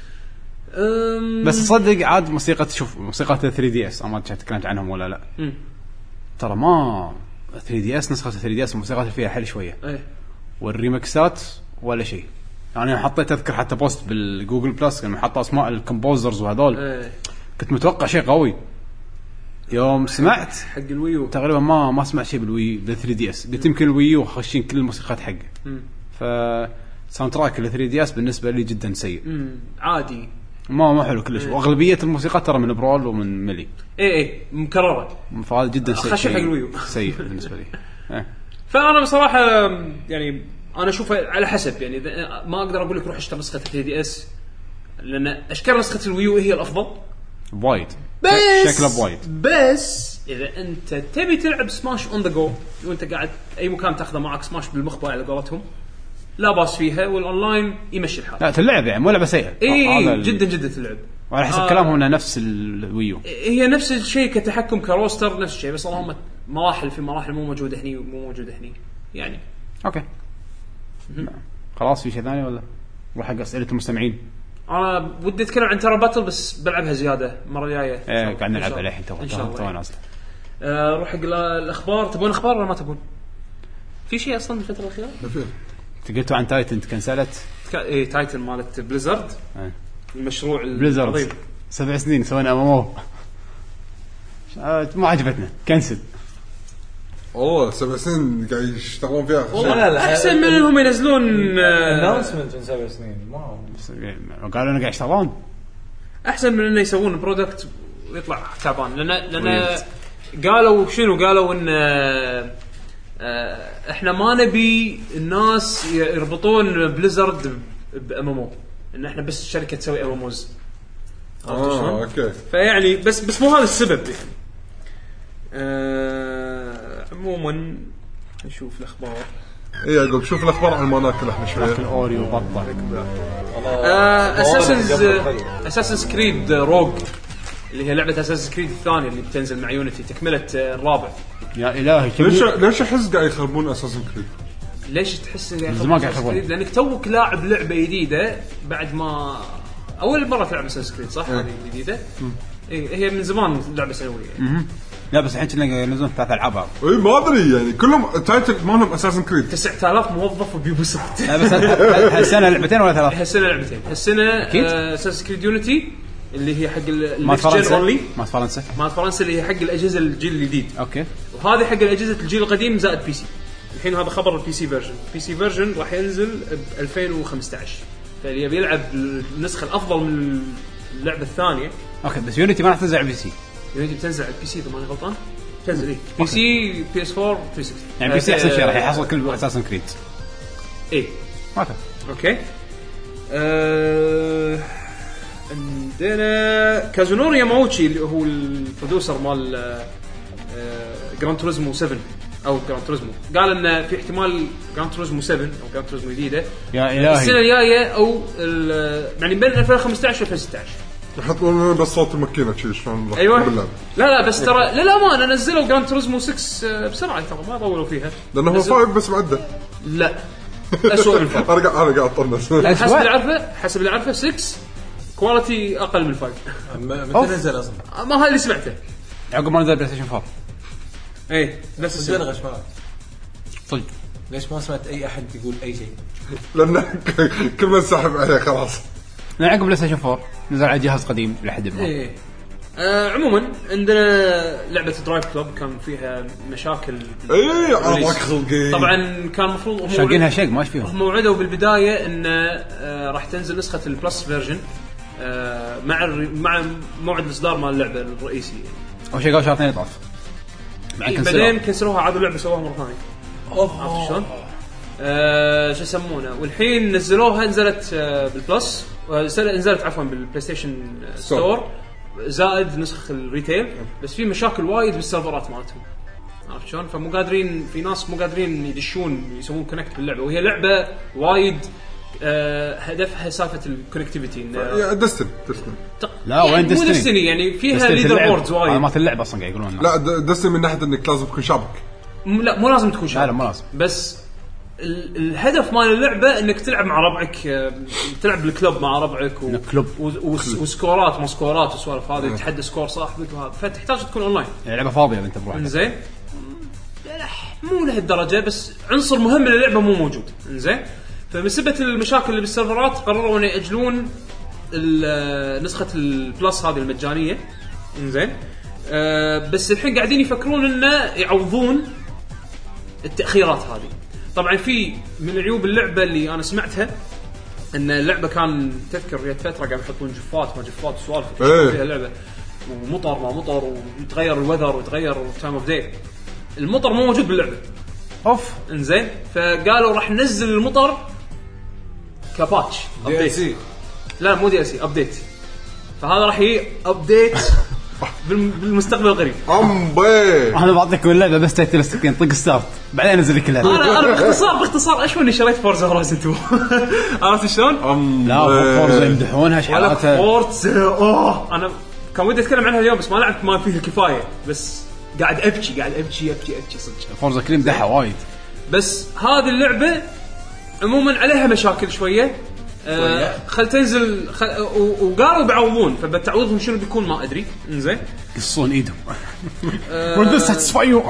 أم... بس صدق عاد موسيقى تشوف موسيقى ثري دي اس ما تكلمت عنهم ولا لا مم. ترى ما ثري دي اس نسخه ثري دي اس الموسيقى فيها حل شويه ايه والريمكسات ولا شيء يعني حطيت اذكر حتى بوست بالجوجل بلس لما حط اسماء الكومبوزرز وهذول ايه. كنت متوقع شيء قوي يوم سمعت حق الويو تقريبا ما ما سمعت شيء بالوي بال ثري دي اس قلت يمكن الويو خاشين كل الموسيقات حقه ف ساوند تراك ال ثري دي اس بالنسبه لي جدا سيء امم عادي ما ما حلو كلش واغلبيه الموسيقى ترى من برول ومن ملي اي اي مكرره فهذا جدا سيء خش حق الويو سيء بالنسبه لي إيه. فانا بصراحه يعني انا اشوفه على حسب يعني ما اقدر اقول لك روح اشتري نسخه ثري دي اس لان اشكال نسخه الويو هي الافضل وايد شكله وايد بس اذا انت تبي تلعب سماش اون ذا جو وانت قاعد اي مكان تاخذه معك سماش بالمخبأ على قولتهم لا باس فيها والاونلاين يمشي الحال. لا تلعب يعني مو لعبه سيئه اي جدا جدا تلعب وعلى حسب آه كلامهم انه نفس الويو هي نفس الشيء كتحكم كروستر نفس الشيء بس اللهم مراحل في مراحل مو موجوده هني ومو موجوده هني يعني اوكي خلاص في شيء ثاني ولا نروح حق اسئله المستمعين؟ انا ودي اتكلم عن ترى باتل بس بلعبها زياده المره الجايه ايه قاعد نلعب عليه الحين تو تو نازل. آه روح حق الاخبار تبون اخبار ولا ما تبون؟ في شيء اصلا الفتره الاخيره تقلتوا عن تايتن تكنسلت تك... ايه تايتن مالت بليزرد ايه. المشروع بليزرد سبع سنين سوينا امامه ما عجبتنا كنسل اوه سبع سنين قاعد يشتغلون فيها احسن من انهم ينزلون اناونسمنت من سبع سنين ما قالوا انه قاعد يشتغلون احسن من انه يسوون برودكت ويطلع تعبان لان لان قالوا شنو قالوا ان احنا ما نبي الناس يربطون بليزرد بامامو ان احنا بس شركه تسوي اماموز اه اوكي فيعني بس بس مو هذا السبب يعني آه عموما نشوف الاخبار. اي يعقوب شوف الاخبار عن الموناكل احنا شويه. الاوريو بطل. اساسنز اساسنز كريد روج اللي هي لعبه اساسنز كريد الثانيه اللي بتنزل مع يونيتي تكمله الرابع. يا الهي ليش ليش احس قاعد يخربون اساسن كريد؟ ليش تحس من زمان قاعد يخربون؟ لانك توك لاعب لعبه جديده بعد ما اول مره تلعب اساسن كريد صح؟ هذه جديده. اي هي من زمان لعبه سنويه يعني. لا بس الحين كنا نزلون ثلاث العاب. اي ما ادري يعني كلهم تايتل مالهم اساسن كريد. تسعة آلاف موظف بيوبيسوفت. لا بس هالسنه لعبتين ولا ثلاث؟ هالسنه لعبتين. هالسنه اساسن كريد يونيتي اللي هي حق ما فرنسا ما فرنسا ما فرنسا اللي هي حق الاجهزه الجيل الجديد. اوكي. وهذه حق الاجهزه الجيل القديم زائد بي سي. الحين هذا خبر البي سي فيرجن. البي سي فيرجن راح ينزل ب ألفين وخمسة عشر. فاللي يبي يلعب النسخه الافضل من اللعبه الثانيه. اوكي بس يونيتي ما راح تنزل على البي سي. يونيتي بتنزل على البي سي اذا ماني غلطان. تنزل ايه بي سي بي اس أربعة ثلاثمية وستين يعني بي سي احسن شيء راح يحصل كل اساسن كريد. ايه اوكي اوكي. أه... عندنا كازونوري ياماوتشي اللي هو البرودوسر مال أه... جراند توريزمو سبعة او جراند توريزمو قال ان في احتمال جراند توريزمو سبعة او جراند توريزمو جديده يا الهي السنه الجايه او يعني بين ألفين وخمسة عشر و ألفين وستة عشر. يحطون بس صوت الماكينه شيء شلون أيوة. لا لا بس ترى للامانه نزلوا جراند توريزمو ستة بسرعه ترى ما طولوا فيها لانه هو فايف بس معدل. لا اسوء من فايف. ارجع انا قاعد اطنس حسب اللي عارفه حسب اللي عارفه ستة كواليتي اقل من فايف. متى نزل اصلا؟ ما هذا اللي سمعته عقب ما نزل بلاي ستيشن أربعة. ايه نفس الشيء. بلغش معك صدق ليش ما سمعت اي احد يقول اي شيء؟ لان كل ما سحب عليه خلاص. لا عقب بلاي ستيشن أربعة نزل على جهاز قديم لحد ما. ايه آه عموما عندنا لعبه درايف كلوب كان فيها مشاكل. اي عرضك خلقي طبعا كان المفروض هم شاقينها شيء ماش فيهم. هم وعدوا بالبدايه ان آه راح تنزل نسخه البلس فيرجن آه مع مع موعد الاصدار مال اللعبه الرئيسي. اول شيء قالوا شهر اثنين يطاف. إيه بعدين كسروها عادوا لعبه سووها مره ثانيه. عرفت شلون؟ آه شو يسمونه والحين نزلوها نزلت آه بالبلس نزلت عفوا بالبلاي ستيشن ستور زائد نسخ الريتيل بس في مشاكل وايد بالسيرفرات مالتهم. عرفت شلون؟ فمو قادرين في ناس مو قادرين يدشون يسوون كونكت باللعبه وهي لعبه وايد آه هدفها سالفه الكونكتيفيتي. يا دستن دستن لا وين دستني؟ مو دستني يعني فيها ليدر بوردز وايد. ما اللعبه اصلا قاعد يقولون لا دستن من ناحيه انك لازم تكون شابك. لا مو لازم تكون شابك. لا مو لازم بس الهدف مال اللعبه انك تلعب مع ربعك تلعب بالكلوب مع ربعك و... وسكورات ما سكورات وسوالف هذه تحدى سكور صاحبك وهذا فتحتاج تكون اونلاين. اللعبه فاضيه انت بروحك. زين مو لهالدرجه بس عنصر مهم للعبه مو موجود. زين فبسبب المشاكل اللي بالسيرفرات قرروا ان ياجلون نسخه البلس هذه المجانيه. زين أه بس الحين قاعدين يفكرون انه يعوضون التاخيرات هذه. طبعا في من عيوب اللعبه اللي انا سمعتها ان اللعبه كان تذكر جت فتره قاعد يحطون جفات ما جفات وسوالف فيها اللعبه ومطر ما مطر ويتغير الوذر ويتغير التايم اوف داي. المطر مو موجود باللعبه اوف. انزين فقالوا راح ننزل المطر كباتش ابديت. لا مو دي سي ابديت. فهذا راح ي ابديت بالمستقبل القريب. امبي انا بعطيك اللعبه بس تايتل ستين طق ستارت بعدين انزل لك كلها. انا انا باختصار باختصار اشوف اني شريت فورزا هورايزن اثنين. عرفت شلون؟ لا فورزا يمدحونها شحالاتها. فورزا اوه انا كان ودي اتكلم عنها اليوم بس ما لعبت ما فيه الكفايه بس قاعد ابكي قاعد ابكي ابكي ابكي صدق. فورزا كريم دحها وايد بس هذه اللعبه عموما عليها مشاكل شويه. آه خل تنزل خل... وقالوا بعوضون فبتعوضهم شنو بيكون ما ادري. انزين قصون ايدهم وذ ساتسفاي يو.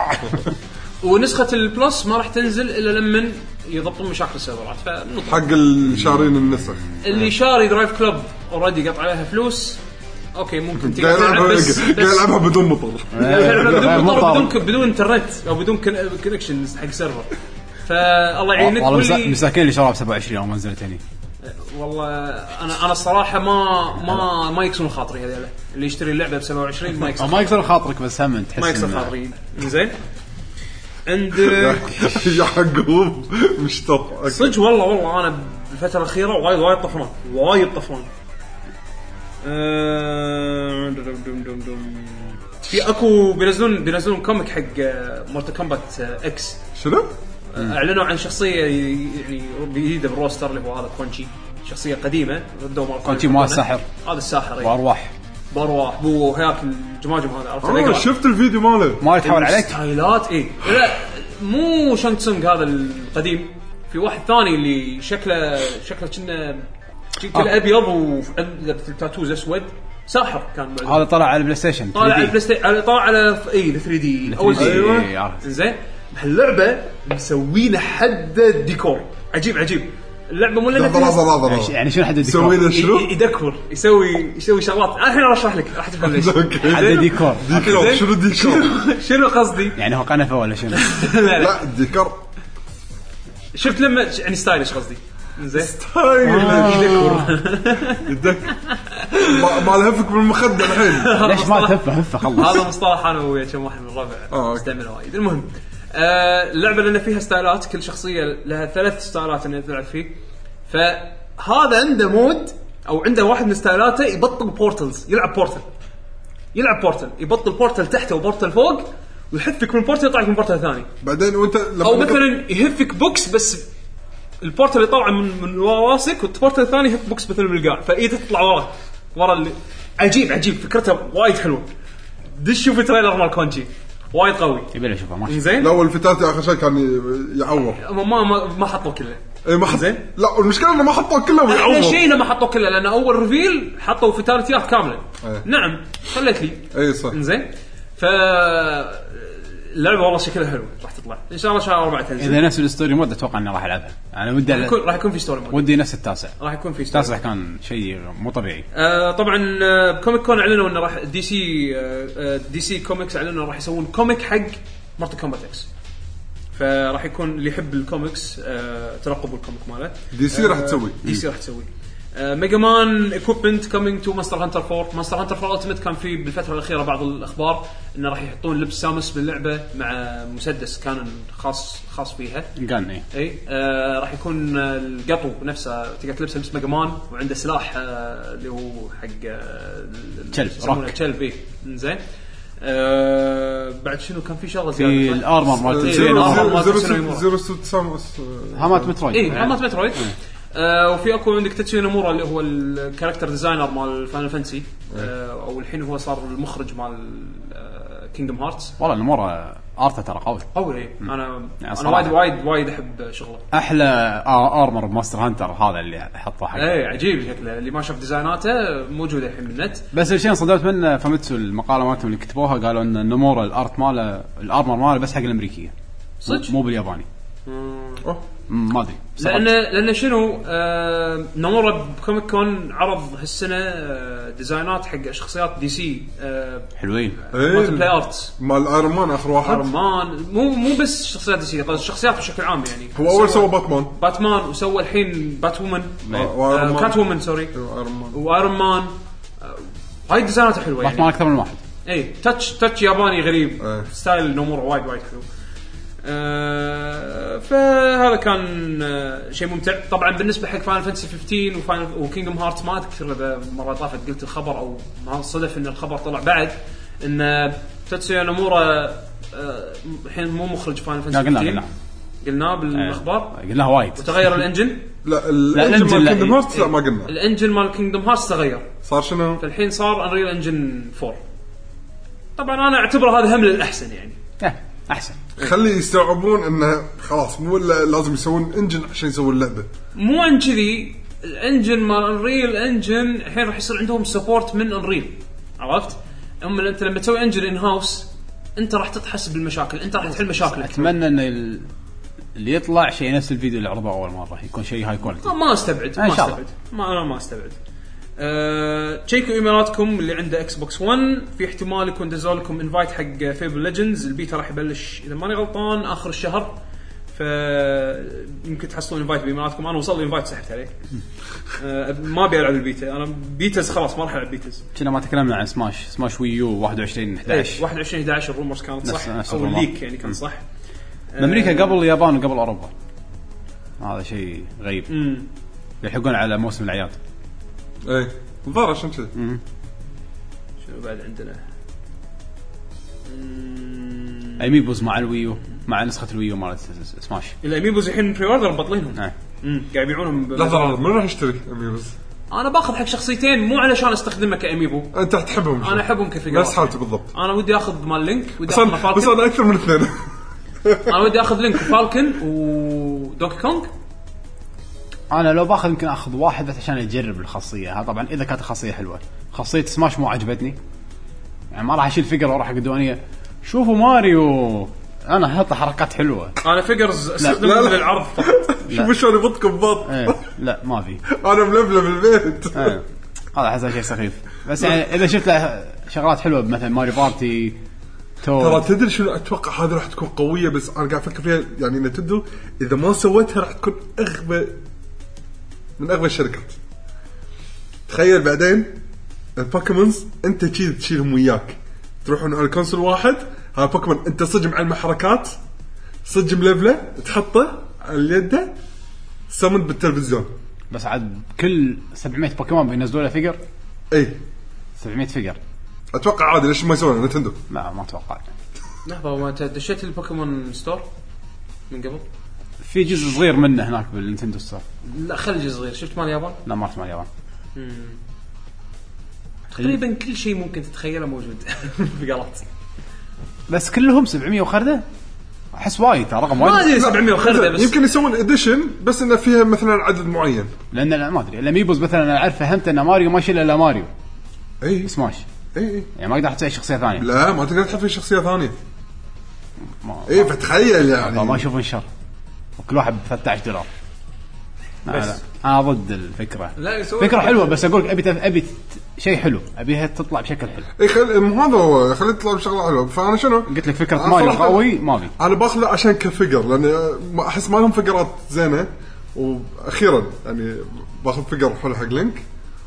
ونسخه البلس ما راح تنزل الا لما يضبطون مشاكل السيرفرات. فنطلع حق الشارين النسخ اللي شاري درايف كلوب اوريدي قطع عليها فلوس اوكي ممكن تلعب بس يلعبها بدون مطر بدون مطر بدون بدون انترنت او بدون كونكشن حق سيرفر. فالله يعينك. والله مساكين اللي شراب سبعة وعشرين او منزلت هني والله انا انا الصراحه ما ما ما يكسر خاطري هذول اللي يشتري اللعبه ب سبعة وعشرين ما يكسر ما يكسر خاطرك بس هم تحس ما يكسر خاطري. زين عند يا حقوب مشتط صدق والله والله انا بالفتره الاخيره وايد وايد طفران وايد طفران. في اكو بينزلون بينزلون كوميك حق مورتال كومبات اكس. شنو؟ اعلنوا عن شخصيه يعني جديده بالروستر اللي هو هذا كونشي، شخصيه قديمه ردوا مره كونشي مال الساحر، هذا الساحر وارواح بارواح بو هياك الجماجم هذا عرفت. اه شفت الفيديو ماله ما يتحول عليك ستايلات اي لا مو شانغ تسونغ هذا القديم، في واحد ثاني اللي شكله شكله كنا كله ابيض وعنده تاتوز اسود، ساحر كان بعد. هذا طلع على البلاي ستيشن طلع على البلاي ستيشن، طلع على اي ثري دي اول ايوه زين. هاللعبه مسوينه حد الديكور عجيب عجيب. اللعبه مو لنا لحظه لحظه يعني شنو حد الديكور مسوينا شنو يدكر يسوي يسوي شغلات. الحين راح اشرح لك راح تفهم ليش حد الديكور ديكور شنو ديكور شنو قصدي يعني هو قنفه ولا شنو لا لا ديكور شفت لما يعني ستايلش قصدي زين ستايل يدك ما ما لهفك بالمخده الحين ليش ما تهفه هفه خلص. هذا مصطلح انا ويا كم واحد من الربع استعمله وايد. المهم آه اللعبه لان فيها ستايلات، كل شخصيه لها ثلاث ستايلات انها تلعب فيه. فهذا عنده مود او عنده واحد من ستايلاته يبطل بورتلز، يلعب بورتل يلعب بورتل يبطل بورتل تحته وبورتل فوق ويحفك من بورتل يطلعك من بورتل ثاني. بعدين وانت او مثلا يهفك بوكس بس البورتل يطلع من من راسك والبورتل الثاني يهف بوكس مثل من القاع فايده تطلع ورا ورا اللي عجيب عجيب فكرته وايد حلوه. دش شوف تريلر مال كونجي وايد قوي يبي له اشوفه ماشي زين. الاول فتاتي اخر شيء كان يعور ما ما ما حطوا كله اي ما حط زين. لا المشكله انه ما حطوا كله ويعور. احلى شيء لما حطوا كله لان اول ريفيل حطوا فتالتيات كامله. أيه. نعم خليت لي اي صح زين. ف اللعبه والله شكلها حلو راح تطلع ان شاء الله شهر أربعة تنزل. اذا نفس الستوري مود اتوقع اني راح العبها. انا ودي راح يكون راح يكون في ستوري مود، ودي نفس التاسع راح يكون في ستوري. التاسع كان شيء مو طبيعي. آه طبعا آه كوميك كون اعلنوا انه راح دي سي آه دي سي كوميكس اعلنوا راح يسوون كوميك حق مورتال كومبات اكس. فراح يكون اللي يحب الكوميكس آه ترقبوا الكوميك ماله. دي سي راح تسوي دي سي راح تسوي ميجا مان ايكويبمنت كومينج تو ماستر هانتر فور. ماستر هانتر فور التيمت كان في بالفتره الاخيره بعض الاخبار انه راح يحطون لبس سامس باللعبه مع مسدس كان خاص خاص فيها قال اي اي آه راح يكون القطو نفسه تقدر تلبسه لبس ميجا مان وعنده سلاح آه اللي هو حق كلب يسمونه كلب اي زين. آه بعد شنو كان في شغله في الارمر مال زيرو ست ساموس هامات مترويد. اي هامات مترويد. آه وفي اكو عندك تاتسويا نامورا اللي هو الكاركتر ديزاينر مال فاينل فانتسي آه او الحين هو صار المخرج مال آه كينجدم هارتس. والله نامورا ارته ترى قوي قوي. انا يعني انا وايد وايد وايد احب شغله. احلى ارمر ماستر هانتر هذا اللي حطه حق اي عجيب شكله اللي ما شاف ديزايناته موجوده الحين بالنت. بس الشيء صدمت منه فهمتوا المقاله مالتهم اللي كتبوها قالوا ان النامورا الارت ماله الارمر ماله بس حق الامريكيه صدق مو بالياباني. أوه. ما ادري لان لان شنو آه نامورا بكوميك كون عرض هالسنه آه ديزاينات حق شخصيات دي سي آه حلوين مالتي بلاي ارتس مال ايرون مان اخر واحد. ايرون مان مو مو بس شخصيات دي سي قصدي الشخصيات بشكل عام يعني. هو اول سوى باتمان باتمان وسوى الحين بات وومن آه كات وومن سوري ايرون مان وايرون مان آه هاي ديزاينات حلوه يعني. باتمان اكثر من واحد. اي تاتش تاتش ياباني غريب أيه. ستايل نامورا وايد وايد حلو. آه فهذا كان آه شيء ممتع. طبعا بالنسبه حق فاينل فانتسي خمستاشر وفاينل وكينجدم هارت ما اذكر اذا مره طافت قلت الخبر او ما صدف ان الخبر طلع بعد ان تاتسويا نامورا الحين آه مو مخرج فاينل فانتسي قلنا قلنا قلنا بالاخبار آه قلنا وايد وتغير الانجن. لا الانجن مال كينجدم هارت لا ما قلنا الانجن مال كينجدم هارت تغير صار شنو فالحين صار انريل انجن فور. طبعا انا اعتبر هذا هم للاحسن يعني اه احسن خلي يستوعبون انه خلاص مو لازم يسوون انجن عشان يسوون اللعبه مو عن كذي. الانجن مال انريل انجن الحين راح يصير عندهم سبورت من انريل عرفت. اما انت لما تسوي انجن ان هاوس انت راح تتحسب المشاكل انت راح تحل مشاكلك. اتمنى ان اللي يطلع شيء نفس الفيديو اللي عرضوه اول مره يكون شيء هاي كواليتي. ما استبعد ما استبعد ما انا ما استبعد. تشيكوا أه ايميلاتكم اللي عنده اكس بوكس ون في احتمال يكون دزوا لكم انفايت حق فيبل ليجندز. البيتا راح يبلش اذا ماني غلطان اخر الشهر فيمكن تحصلون انفايت بايميلاتكم. انا وصل لي انفايت سحبت عليه. أه ما ابي العب البيتا انا بيتز خلاص ما راح العب بيتز. كنا ما تكلمنا عن سماش سماش ويو واحد وعشرين احد عشر واحد وعشرين احد عشر الرومرز كانت صح نفس او الليك يعني كان صح. بامريكا قبل اليابان وقبل اوروبا. هذا شيء غريب. امم يلحقون على موسم الاعياد. ايه الظاهر عشان كذا. شنو بعد عندنا اميبوز مع الويو مع نسخه الويو مالت سماش. الاميبوز الحين بري اوردر مبطلينهم. نعم امم قاعد يبيعونهم. لحظه من راح اشتري اميبوز؟ انا باخذ حق شخصيتين مو علشان استخدمه كاميبو. انت تحبهم؟ انا احبهم كفيجرات. نفس حالتي بالضبط. انا ودي اخذ مال لينك ودي اخذ بس, فالكن. بس انا اكثر من اثنين. انا ودي اخذ لينك وفالكن ودونكي كونغ. انا لو باخذ يمكن اخذ واحد بس عشان اجرب الخاصيه. ها طبعا اذا كانت خاصيه حلوه. خاصيه سماش مو عجبتني يعني ما راح اشيل فيجر واروح حق الديوانيه شوفوا ماريو انا احط حركات حلوه. انا فيجرز استخدمهم للعرض فقط. شوفوا شلون يبطكم بط. ايه لا ما في. انا ملبله بالبيت. ايه هذا حسن شيء سخيف بس يعني اذا شفت له شغلات حلوه مثلا ماريو بارتي ترى تدري شنو اتوقع هذه راح تكون قويه بس انا قاعد افكر فيها يعني نتندو اذا ما سويتها راح تكون اغبى من اغبى الشركات. تخيل بعدين البوكيمونز انت كذي تشيلهم وياك تروحون على الكونسول واحد ها بوكيمون انت صدق مع المحركات صدق ملفله تحطه على اليد سمن بالتلفزيون. بس عاد كل سبعمية بوكيمون بينزلوا له فيجر. اي سبعمية فيجر اتوقع عادي. ليش ما يسوون نتندو؟ لا ما اتوقع. لحظه ما انت دشيت البوكيمون ستور من قبل؟ في جزء صغير منه هناك بالنينتندو ستور. لا خلي جزء صغير. شفت مال اليابان؟ لا ما رحت مال اليابان. تقريبا كل شيء ممكن تتخيله موجود في قلات. بس كلهم سبعمية وخرده احس وايد رقم وايد. ما ادري سبعمية وخرده بس يمكن يسوون اديشن بس انه فيها مثلا عدد معين. لان لا ما ادري الاميبوز مثلا انا اعرف فهمت ان ماريو ما شيل الا ماريو. اي سماش اي يعني ما اقدر احط شخصيه ثانيه. لا ما تقدر تحط في شخصيه ثانيه. ما اي فتخيل يعني ما اشوف انشر وكل واحد ب ثلاثة عشر دولار. بس انا ضد الفكره. لا فكره حلوه بس اقول ابي ابي شيء حلو ابيها تطلع بشكل حلو. اي خل مو هذا هو خلي تطلع بشغله حلوه. فانا شنو قلت لك فكره ماريو قوي ما في. انا باخذه عشان كفيجر لان احس ما لهم فيجرات زينه واخيرا يعني باخذ فيجر حلو حق لينك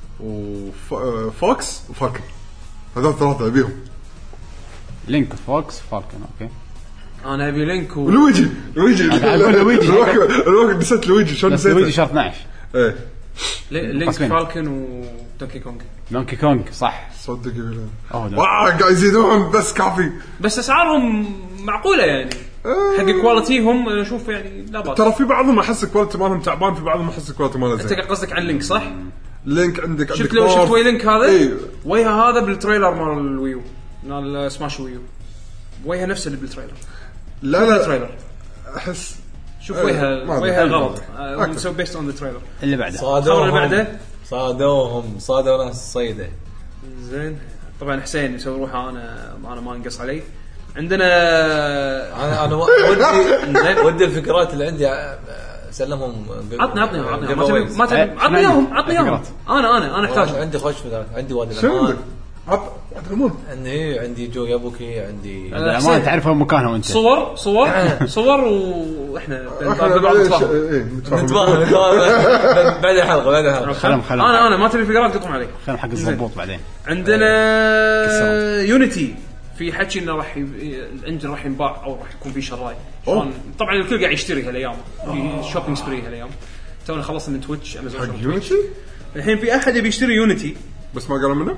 وفوكس وفالكن. هذول ثلاثه ابيهم. لينك فوكس فالكن اوكي. انا ابي لينك و... لويجي لويجي لويجي الوقت نسيت لويجي شلون نسيت لويجي شهر اثنا عشر. ايه لينك فالكن ودونكي كونغ. دونكي كونغ صح صدق بالله. اوه قاعد يزيدون بس كافي. بس اسعارهم معقوله يعني حق كواليتيهم اشوف يعني لا باس. ترى في بعضهم احس كواليتي مالهم تعبان في بعضهم احس كواليتي ماله انت زين. قصدك عن لينك صح؟ لينك عندك شفت لو شفت وي لينك هذا ايه. ويها هذا بالتريلر مال الويو مال سماش ويو ويها نفس اللي بالتريلر. لا لا التريلر احس شوف ايه. ويها ويها غلط مسوي بيست اون ذا تريلر. اللي بعده صادوهم اللي بعده صادوهم صادوا ناس صيده زين. طبعا حسين يسوي روحه انا انا ما انقص علي. عندنا انا انا ودي ودي الفكرات اللي عندي سلمهم. عطني عطني عطني ما تبي عطني اياهم عطني اياهم. انا انا انا احتاج عندي خوش فكرات. عندي وادي شنو الامان. عط عط الامور عندي عندي جو يابوكي عندي ما تعرفهم مكانهم انت. صور صور صور واحنا ببعض نتفاهم بعد الحلقه بعد الحلقه. خلهم خلهم انا انا ما تبي فكرات قطهم علي. خلهم حق الضبوط بعدين. عندنا يونيتي في حكي انه راح الانجن راح ينباع او راح يكون في شراي. طبعا الكل قاعد يشتري هالايام في شوبينج سبري هالايام. تونا خلصنا من تويتش امازون يونيتي. الحين في احد يبي يشتري يونيتي بس ما قالوا منه.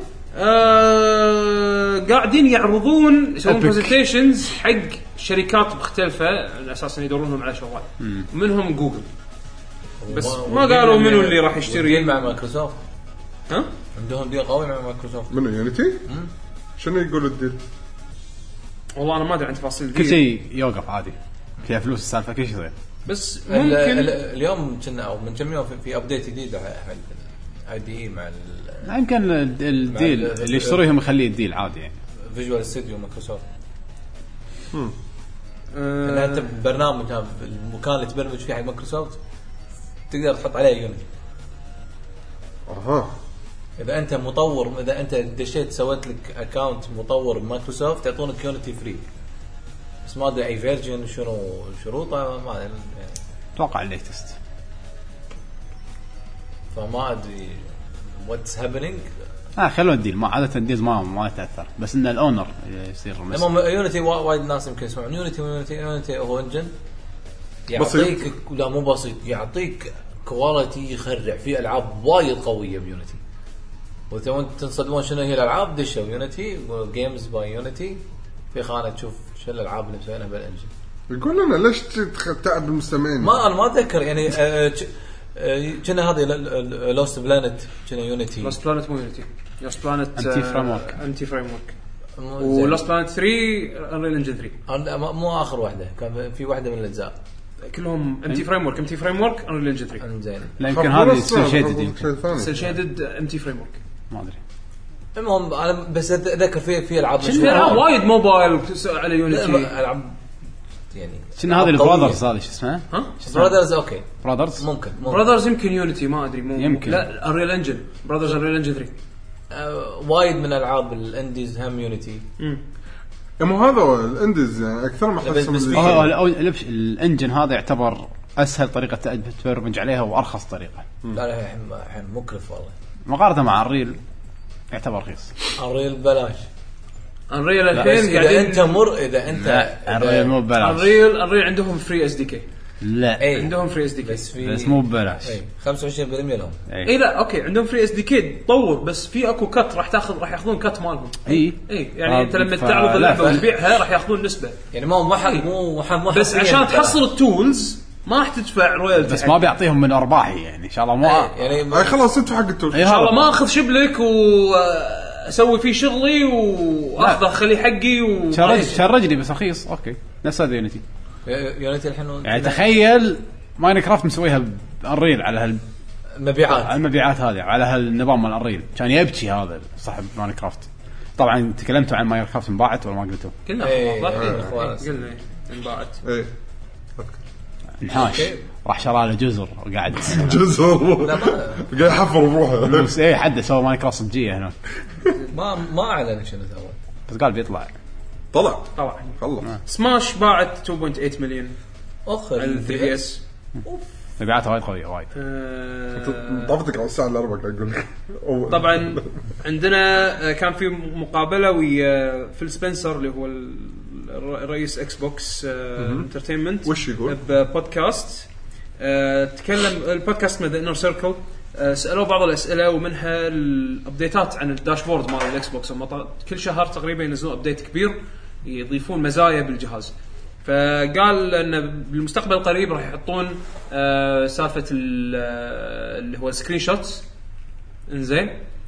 آه قاعدين يعرضون يسوون برزنتيشنز حق شركات مختلفه على اساس ان يدورونهم على شغل منهم جوجل. بس ما قالوا منو اللي راح يشتري مع مايكروسوفت. ها عندهم ديل قوي مع مايكروسوفت. منو يونيتي؟ شنو يقولوا الديل؟ والله انا ما ادري عن تفاصيل كل شيء يوقف عادي فيها فلوس السالفه كل شيء صغير. بس ممكن اليوم كنا او من كم يوم في ابديت جديد اي دي اي مع يمكن الديل اللي يشتريهم يخليه الديل عادي يعني فيجوال ستوديو مايكروسوفت. امم أه انت برنامج المكان اللي تبرمج فيه حق مايكروسوفت تقدر تحط عليه يونيتي. اها اذا انت مطور اذا انت دشيت سويت لك اكاونت مطور بمايكروسوفت يعطونك يونيتي فري. بس ما ادري اي فيرجن شنو شروطه ما ادري يعني. اتوقع الليتست فما ادري واتس هابينج. اه خلوا الديل ما عاده الديل ما ما يتاثر بس ان الاونر يصير المهم يونيتي وايد ناس يمكن يسمعون يونيتي يونيتي يونيتي هو انجن يعطيك لا مو بسيط يعطيك كواليتي يخرع فيه العاب وايد قويه بيونيتي. وتبون تنصدمون شنو هي الالعاب دشوا يونيتي جيمز باي يونيتي في خانه تشوف شو الالعاب اللي مسوينها بالانجن. يقول لنا ليش تعب المستمعين؟ ما انا ما اتذكر يعني كنا هذه لوست بلانت كنا يونيتي. لوست بلانت مو يونيتي، لوست بلانت انتي فريم ورك انتي فريم ورك ولوست بلانت ثري انريل انجن ثري. مو اخر واحده، كان في واحده من الاجزاء كلهم امتي فريم ورك امتي فريم ورك انريل انجن ثري. زين لا يمكن هذه سيل شيدد، سيل شيدد امتي فريم ورك ما ادري. المهم انا بس اتذكر في في العاب في العاب وايد موبايل على يونيتي العاب يعني. شنو هذه البرادرز هذه شو اسمها؟ ها برادرز. اوكي برادرز ممكن, ممكن. برادرز يمكن يونيتي ما ادري مو يمكن. لا انريل انجن برادرز انريل انجن ثري. آه وايد من العاب الانديز هم يونيتي. امم مو هذا الانديز يعني اكثر ما حسب اه الانجن هذا يعتبر اسهل طريقه تبرمج عليها وارخص طريقه. لا لا الحين الحين مكلف والله مقارنه مع الريل يعتبر رخيص. الريل بلاش. الريل الحين قاعدين انت مر اذا انت الريل مو ببلاش. الريل الريل عندهم فري اس دي كي. لا ايه. عندهم فري اس دي كي بس, بس مو ببلاش. اي خمسة وعشرين بالمية لهم. اي إيه لا اوكي عندهم فري اس دي كي تطور بس في اكو كات راح تاخذ راح ياخذون كات مالهم. اي اي يعني انت لما تعرض اللعبه وتبيعها راح ياخذون نسبه يعني ما ما حد مو مو بس عشان تحصل التولز ما راح تدفع رويالتي بس ما بيعطيهم من ارباحي يعني ان شاء الله. ما يعني اي خلاص انتوا حق التولز ان شاء الله ما اخذ شبلك واسوي فيه شغلي واخذه خليه حقي و شرجني بس رخيص. اوكي نفس هذا يونيتي. يونيتي الحين يعني تخيل ماينكرافت مسويها بالريل على هالمبيعات المبيعات هذه على هالنظام مال الريل كان يبكي هذا صاحب ماينكرافت. طبعا تكلمتوا عن ماينكرافت انباعت ولا ما قلتوا؟ قلنا قلنا انباعت ايه نحاش راح شرى له جزر وقاعد جزر قاعد يحفر بروحه. بس ايه حد سوى ماينكرافت صجيه هنا ما ما اعلن شنو سوى بس قال بيطلع طلع طلع خلص. سماش باعت اثنين فاصلة ثمانية مليون اخر ال ثري اس. مبيعاتها وايد قويه وايد. طافتك على الساعه الاربعة قاعد اقول لك. طبعا عندنا كان في مقابله ويا فيل سبنسر اللي هو الرئيس اكس بوكس انترتينمنت وش يقول ببودكاست. تكلم البودكاست مال انر سيركل. سالوا بعض الاسئله ومنها الابديتات عن الداشبورد مال الاكس بوكس. كل شهر تقريبا ينزلون ابديت كبير يضيفون مزايا بالجهاز. فقال ان بالمستقبل القريب راح يحطون آه سالفه اللي هو سكرين شوتس. انزين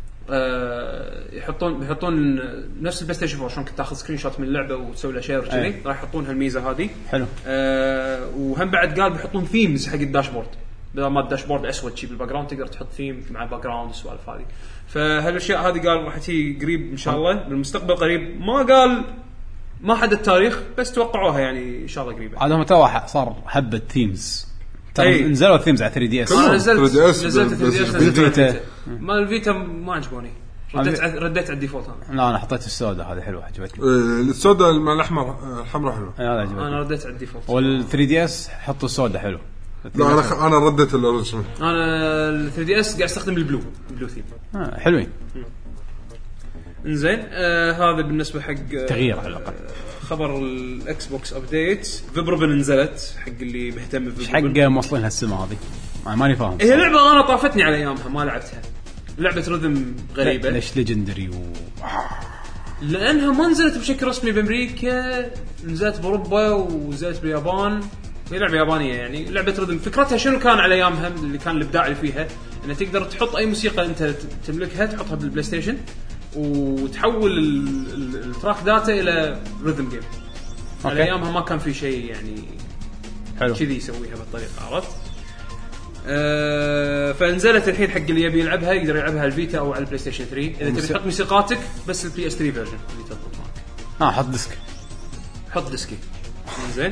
آه يحطون يحطون نفس البلاي ستيشن فور شلون كنت تاخذ سكرين شوت من اللعبه وتسوي له شير كذي راح يحطون هالميزه هذه. حلو. آه وهم بعد قال بيحطون ثيمز حق الداشبورد بدل ما الداشبورد اسود شيء بالباك جراوند تقدر تحط ثيم مع الباك جراوند والسوالف هذه. فهالاشياء هذه قال راح تيجي قريب ان شاء الله بالمستقبل قريب. ما قال ما حد التاريخ بس توقعوها يعني ان شاء الله قريبه. هذا متى صار هبه ثيمز نزلوا ثيمز على ثري دي اس. نزلت نزلت ثري دي اس ما الفيتا ما عجبوني. رديت رديت على الديفولت انا. لا انا حطيت السوداء هذه حلوه عجبتني. السوداء مع الاحمر الحمراء حلوه. هذا عجبني. انا رديت على الديفولت. وال3 دي اس حطوا السوداء حلو. لا انا خ... انا رديت الاوريجينال. انا ال3 دي اس قاعد استخدم البلو البلو ثيم. آه حلوين. انزين آه هذا بالنسبه حق تغيير على الاقل. خبر الاكس بوكس ابديت. فيبروبن نزلت حق اللي مهتم بفيبروبن. حق موصلين هالسمه هذه ما ماني فاهم. هي لعبه انا طافتني على ايامها ما لعبتها. لعبه رذم غريبه. ليش ليجندري و لانها ما نزلت بشكل رسمي بامريكا. نزلت باوروبا ونزلت باليابان. هي لعبه يابانيه يعني لعبه رذم. فكرتها شنو كان على ايامها اللي كان الابداع اللي فيها انك تقدر تحط اي موسيقى انت تملكها تحطها بالبلاي ستيشن وتحول التراك داتا الى ريذم جيم. على ايامها ما كان في شيء يعني حلو كذي يسويها بالطريقه. عرفت أه فنزلت الحين حق اللي يبي يلعبها يقدر يلعبها على الفيتا او على البلاي ستيشن ثري. اذا تبي تحط موسيقاتك بس البي اس ثري فيرجن اللي تضبط معك. اه حط ديسك حط ديسكي. زين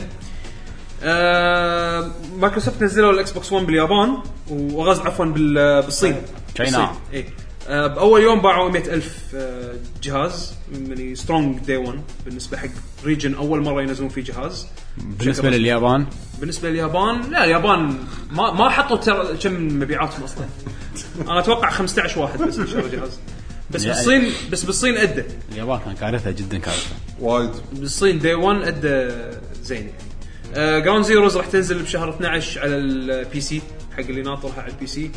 أه مايكروسوفت نزلوا الاكس بوكس ون باليابان وغاز عفوا بالصين تشاينا. اي أه باول يوم باعوا مئة ألف أه جهاز يعني سترونج داي ون بالنسبه حق ريجن اول مره ينزلون فيه جهاز. بالنسبه لليابان بالنسبه لليابان لا اليابان ما ما حطوا كم مبيعاتهم اصلا. انا اتوقع خمسة عشر واحد بس شروا جهاز. بس بالصين بس بالصين ادى. اليابان كان كارثه جدا كارثه وايد. بالصين داي ون ادى زين يعني. آه جراوند زيروز راح تنزل بشهر اثنا عشر على البي سي حق اللي ناطرها على البي سي.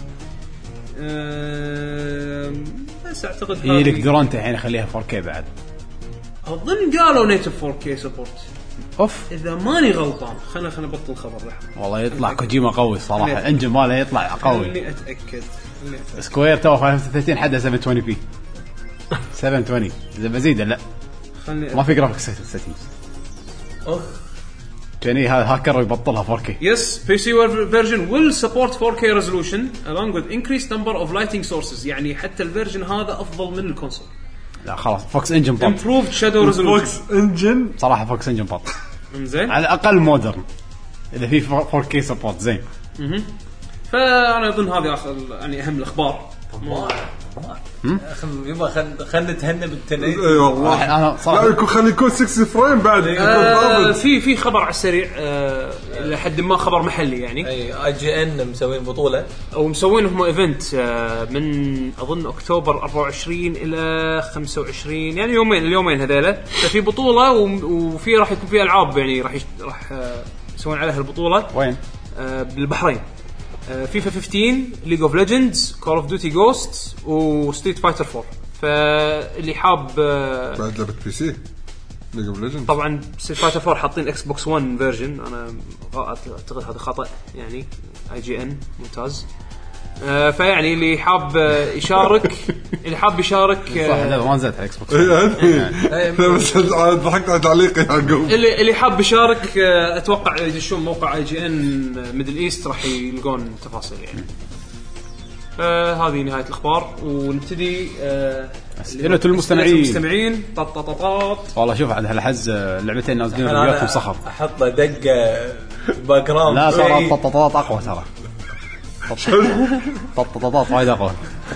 آه بس اعتقد هي لك درونت الحين خليها فور كي بعد. اظن قالوا نيتف فور كي سبورت اوف اذا ماني غلطان. خلنا خلنا نبطل الخبر لحظه. والله يطلع كوجيما قوي صراحه الانجن ماله يطلع قوي. خليني اتاكد. سكوير تو خمسة وثلاثين حد سبعمية وعشرين بي سبعمية وعشرين اذا بزيد لا خلني ما في جرافيكس ستين اوه جاني هذا هاكر يبطلها فور كي. Yes, بي سي version will support فور كي resolution along with increased number of lighting sources. يعني حتى الفيرجن هذا افضل من الكونسول. لا خلاص فوكس انجن بط improved shadow resolution. فوكس انجن صراحه فوكس انجن بط انزين على الاقل مودرن اذا في فور كي سبورت زين. فانا اظن هذه اخر يعني اهم الاخبار. يبا خل خل نتهنى بالتنين. اي والله انا صراحه لا يكون خلي يكون ستين فريم بعد آه في في خبر على السريع آه لحد ما خبر محلي يعني. اي اي جي ان مسوين بطوله او مسوين هم ايفنت آه من اظن اكتوبر أربعة وعشرين الى خمسة وعشرين يعني يومين اليومين هذيلا. ففي بطوله وفي راح يكون في العاب يعني راح راح آه يسوون عليها البطوله. وين؟ آه بالبحرين. فيفا خمستاشر ليج اوف ليجندز كول اوف ديوتي جوست وستريت فايتر فور. فاللي حاب بعد لعبه بي سي ليج اوف ليجندز طبعا ستريت فايتر فور حاطين اكس بوكس ون فيرجن. انا اعتقد هذا خطا يعني اي جي ان ممتاز. فيعني اللي حاب يشارك اللي حاب يشارك صح لا ما نزلت على اكس بوكس بس ضحكت على تعليقي يعقوب. اللي اللي حاب يشارك اتوقع يدشون موقع اي جي ان ميدل ايست راح يلقون تفاصيل يعني. فهذه نهايه الاخبار ونبتدي اسئله المستمعين المستمعين طط طط طط. والله شوف عاد هالحز لعبتين نازلين ريفيواتهم صخر احط دقه باك جراوند. لا ترى طط طط اقوى ترى طط طط طط وايد اقوى.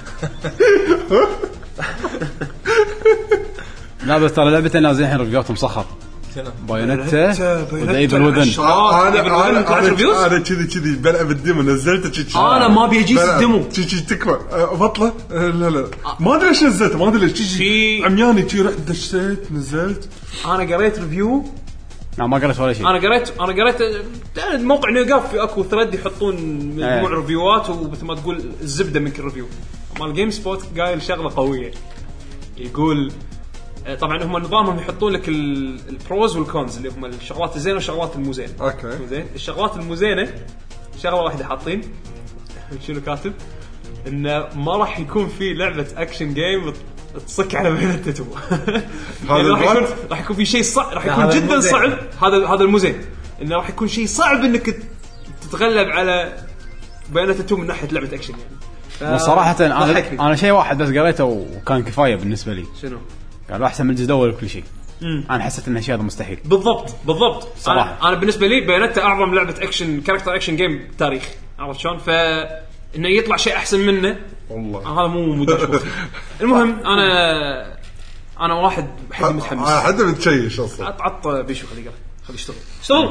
لا بس ترى لعبتين نازلين الحين ريفيواتهم صخر. بايونيتا ودايبل وذن. انا انا كذي كذي بلعب الديمو نزلته كذي. انا ما بيجيس الديمو كذي تكفى بطله. لا لا ما ادري ليش نزلته ما ادري ليش كذي عمياني كذي رحت دشيت نزلت. انا قريت ريفيو. لا ما قريت ولا شيء. انا قريت انا قريت موقع نيوغاف في اكو ثريد يحطون مجموعه ريفيوات ومثل ما تقول الزبده من كل ريفيو. مال جيم سبوت قايل شغله قويه يقول طبعا هم نظامهم يحطون لك البروز والكونز اللي هم الشغلات الزينه والشغلات المزينه. اوكي زين الشغلات المزينه شغله واحده حاطين شنو كاتب انه ما راح يكون في لعبه اكشن جيم تصك على بيانات تو. يعني راح يكون راح يكون في شيء صعب راح يكون جدا المزين. صعب هذا هذا المزين انه راح يكون شيء صعب انك تتغلب على بيانات تو من ناحيه لعبه اكشن يعني. صراحه انا انا شيء واحد بس قريته وكان كفايه بالنسبه لي. شنو؟ قالوا احسن من الجزء الاول وكل شيء. انا حسيت ان هالشيء هذا مستحيل بالضبط بالضبط صراحه. انا, أنا بالنسبه لي بيانات اعظم لعبه اكشن كاركتر اكشن جيم تاريخ عرفت شلون. فانه يطلع شيء احسن منه والله هذا مو مدش. المهم انا انا واحد بحب متحمس. حد متشيش اصلا. عط عط بيشو خليه خليه يشتغل اشتغل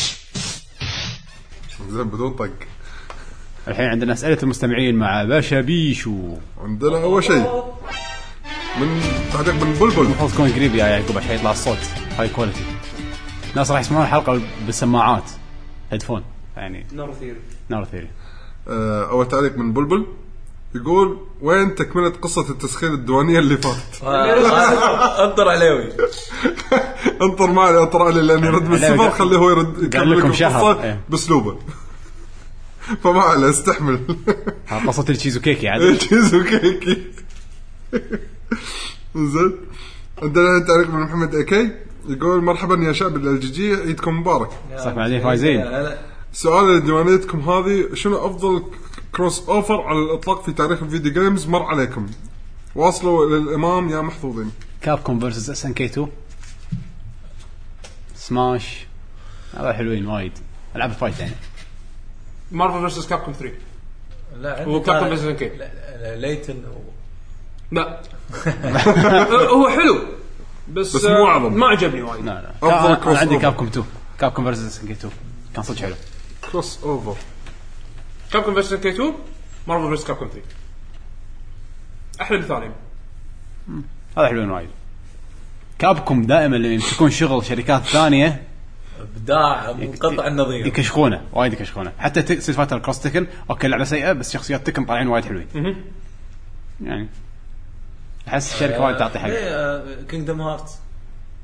زين بدون طق. الحين عندنا اسئله المستمعين مع باشا بيشو. عندنا اول شيء من تعليق من بلبل. المفروض تكون قريب يا يعقوب عشان يطلع الصوت هاي كواليتي. الناس راح يسمعون الحلقه بالسماعات هيدفون يعني نار ثيري نار ثيري. اول تعليق من بلبل يقول وين تكمله قصه التسخين الديوانيه اللي فاتت؟ انطر عليوي انطر معي انطر علي لاني رد بالسفر خليه هو يرد يكمل لكم شهر باسلوبه. فما عليه استحمل. قصه التشيزو كيكي عاد تشيزو كيكي. زين عندنا تعليق من محمد اكي يقول مرحبا يا شعب ال جي جي عيدكم مبارك. صح بعدين فايزين. سؤال ديوانيتكم هذه شنو افضل كروس اوفر على الاطلاق في تاريخ الفيديو جيمز مر عليكم؟ واصلوا للامام يا محظوظين. كابكوم فيرسس اس ان كي تو سماش هذا حلوين وايد. العاب فايت يعني مارفل فيرسس كابكوم ثري. لا هو كابكوم فيرسس ان كي ليتن لا هو حلو بس, بس مو أعظم. ما عجبني وايد. لا لا أنا عندي كابكوم تو كابكوم فيرسس ان كي تو كان صدق حلو. كروس اوفر كابكوم فيرسس ان كي تو مارفل فيرسس كابكوم ثري احلى مثالين. هذا حلوين وايد. كابكوم دائما لما يمسكون شغل شركات ثانيه ابداع منقطع النظير يكشخونه وايد يكشخونه. حتى ستريت فايتر كروس تكن اوكي لعبه سيئه بس شخصيات تكن طالعين وايد حلوين يعني. احس الشركه وايد تعطي حق. كينجدم هارت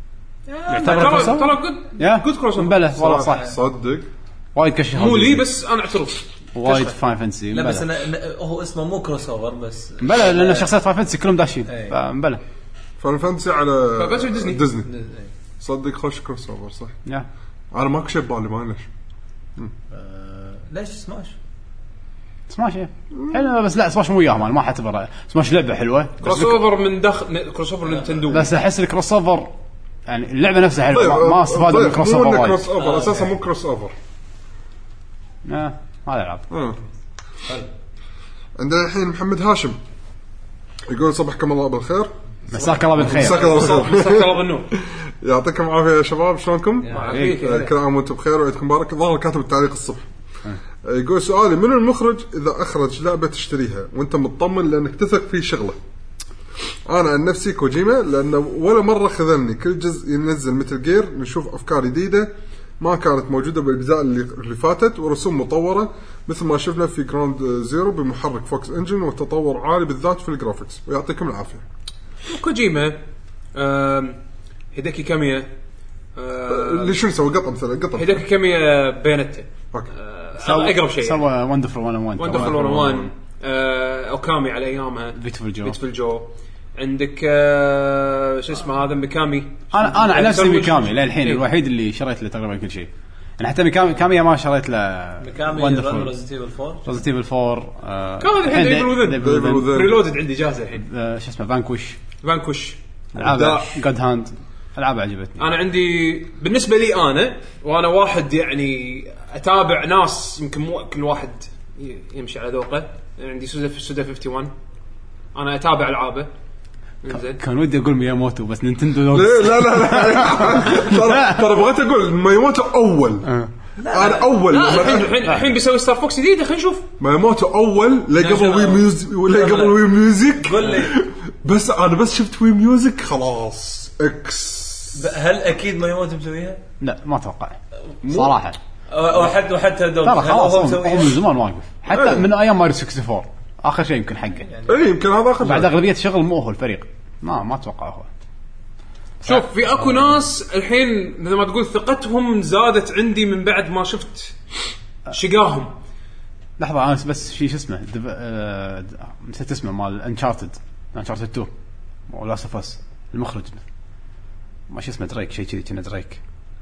يعتبر ترى كروس ترى اوفر جود يا جود كروس اوفر بلى والله صح صدق وايد كشخ مو لي بس انا اعترف وايد فاين فانسي لا بس أنا هو اسمه مو كروس اوفر بس بلى لان شخصيات فاين فانسي كلهم داشين فبلى فان فانتسي على بس ديزني. ديزني صدق خوش كروس اوفر صح يا انا ماكو شيء ببالي ما ليش آه ليش سماش سماش حلو بس لا سماش مو وياهم انا ما اعتبره سماش لعبه حلوه كروس اوفر من داخل كروس اوفر نينتندو بس احس الكروس اوفر يعني اللعبه نفسها حلوه طيب ما استفاد من الكروس مو اوفر إنه وايد كروس اوفر اساسا مو كروس اوفر اه هذا العاب اه عندنا الحين محمد هاشم يقول صبحكم الله بالخير مساك الله بالخير مساك الله بالخير مساك الله بالنور يعطيكم العافيه يا شباب شلونكم يعافيك. آه، كل عام وانتم بخير وعيدكم مبارك ظهر كاتب التعليق الصبح يقول سؤالي من المخرج إذا أخرج لعبة تشتريها وأنت مطمن لأنك تثق في شغله. أنا عن نفسي كوجيما لأنه ولا مرة خذلني كل جزء ينزل مثل جير نشوف أفكار جديدة ما كانت موجودة بالأجزاء اللي, اللي فاتت ورسوم مطورة مثل ما شفنا في جراند زيرو بمحرك فوكس انجن وتطور عالي بالذات في الجرافيكس ويعطيكم العافية. كوجيما هيداكي كاميا اللي شو يسوي قطع مثلا قطع هيداكي كاميا بيانته سوى اقرب شيء سوى وندرفul مية وواحد وندرفul مية وواحد اوكامي على ايامها بيوتيفول جو بيوتيفول جو عندك آه شو اسمه هذا ميكامي انا انا على نفسي ميكامي للحين الوحيد اللي شريت له تقريبا كل شيء انا حتى ميكامي كاميا ما شريت له ميكامي ريزنت ايفل فور ريزنت ايفل فور كان الحين ديفل ريلودد عندي جاهزه الحين شو اسمه فانكوش فانكوش العاب جود هاند العاب عجبتني انا عندي بالنسبه لي انا وانا واحد يعني اتابع ناس يمكن مو كل واحد يمشي على ذوقه عندي سودا في سودا واحد وخمسين انا اتابع العابه كان ودي اقول مياموتو بس نينتندو لوجز لا لا لا ترى ترى بغيت اقول مياموتو اول انا اول الحين الحين بيسوي ستار فوكس جديد خلينا نشوف مياموتو اول لا قبل وي ميوزك ولا قبل وي ميوزك قول لي بس انا بس شفت وي ميوزك خلاص اكس هل اكيد ما يموت مسويها؟ لا ما اتوقع صراحه وحد وحتى دوم ترى خلاص هو من زمان واقف حتى من ايام ماريو أربعة وستين اخر شيء يمكن حقه اي يمكن هذا اخر بعد اغلبيه الشغل مو هو الفريق ما ما اتوقع هو. شوف في اكو ناس الحين مثل ما تقول ثقتهم زادت عندي من بعد ما شفت شقاهم. لحظه انا بس في شو اسمه آه نسيت اسمه مال انشارتد انشارتد اثنين ولا سفاس المخرج ما شو اسمه دريك شيء كذي كنا دريك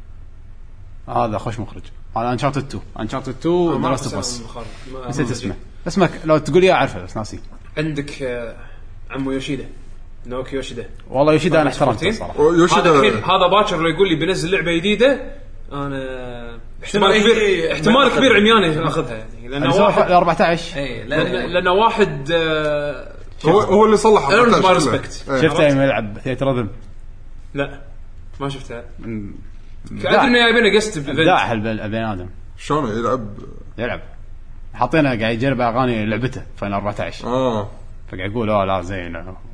هذا خوش مخرج على انشارتد اثنين انشارتد اثنين لا سفاس نسيت اسمه اسمك لو تقول لي اعرفه بس ناسي. عندك آه عمو يوشيدا نوكي يوشيدا والله يوشيدا انا احترمته صراحه يوشيدا هذا, هذا باكر لو يقول لي بنزل لعبه جديده انا احتمال كبير احتمال كبير عمياني اخذها يعني لانه واحد أربعة عشر اي لانه واحد آه هو هو اللي صلح ما ريسبكت شفته يلعب ثياتر رذم لا ما شفتها كأدري انه يبينا قست ابداع البني ادم شلون يلعب يلعب حاطينه قاعد يجرب اغاني لعبته فاينل أربعة عشر اه فقاعد يقول اه لا زين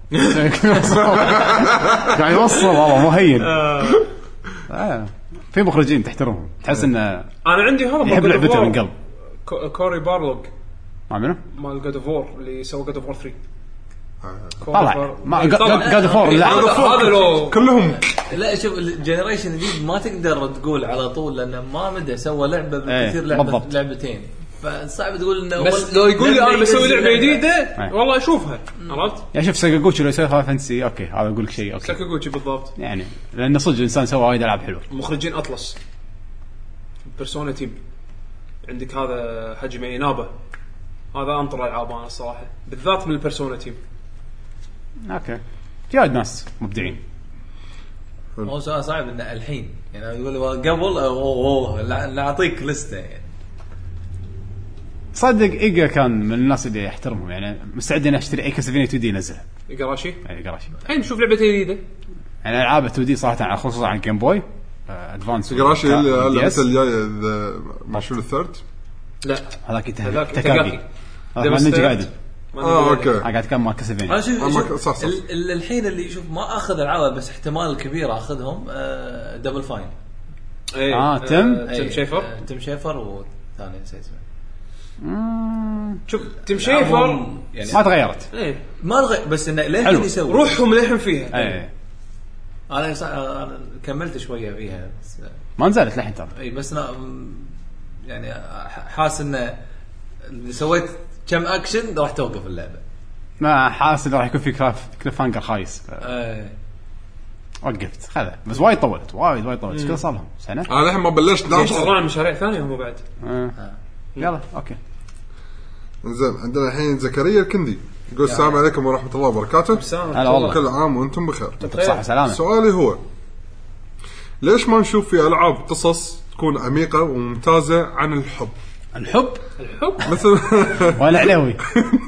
قاعد يوصل والله مو هين آه. في مخرجين تحترمهم تحس انه انا عندي هذا يحب لعبته من قلب كوري بارلوغ ما منه مال جاد اوف وور اللي سوى جاد اوف وور ثلاثة طلع ما جاد فور لا هذا لو كلهم لا شوف الجنريشن الجديد ما تقدر تقول على طول لانه ما مدى سوى لعبه بالكثير ايه لعبه بالضبط. لعبتين فصعب تقول انه بس لو يقول لي انا بسوي لعبه جديده والله اشوفها عرفت يعني شوف ساكاغوتشي لو يسوي فانتسي اوكي هذا اقول لك شيء اوكي ساكاغوتشي بالضبط يعني لانه صدق الانسان سوى وايد العاب حلوه مخرجين اطلس بيرسونا تيم عندك هذا هاجمي نابا هذا انطر العاب انا الصراحه بالذات من البيرسونا تيم اوكي في وايد ناس مبدعين هو سؤال صعب انه الحين يعني يقول قبل اوه اوه نعطيك لسته يعني صدق ايجا كان من الناس اللي يحترمهم يعني مستعد اني اشتري اي كاسلفينيا اثنين دي ينزلها قراشي اي قراشي الحين نشوف لعبه جديده يعني العاب اثنين دي صراحه على خصوصا على الجيم بوي ادفانس قراشي اللي مثل الجاي مشهور الثيرد لا هذاك تاكاكي هذا نينجا قاعد اه اوكي قاعد كم ما كاسلفينيا انا شوف صح صح الحين اللي يشوف ما اخذ العاب بس احتمال كبير اخذهم دبل فاين اه تم تم شيفر تم شيفر وثاني نسيت اسمه شوف تم شيفر يعني ما تغيرت ايه ما تغير بس انه ليه يسوي روحهم ليهم فيها ايه انا صح... انا كملت شويه فيها بس ما نزلت لحين ترى. اي بس أنا يعني حاس انه اللي سويت كم اكشن راح توقف اللعبه. ما حاسس راح يكون في كلاف كليف هانجر خايس. اي وقفت خذها بس وايد طولت وايد وايد طولت كذا صار لهم سنه. انا الحين ما بلشت ناطر طبعا مشاريع ثانيه هم بعد. آه. يلا اوكي زين. عندنا الحين زكريا الكندي يقول السلام عليكم ورحمه الله وبركاته. هلا والله. كل عام وانتم بخير. صحه وسلامه. سؤالي هو ليش ما نشوف في العاب قصص تكون عميقه وممتازه عن الحب؟ الحب الحب مثل ولا علوي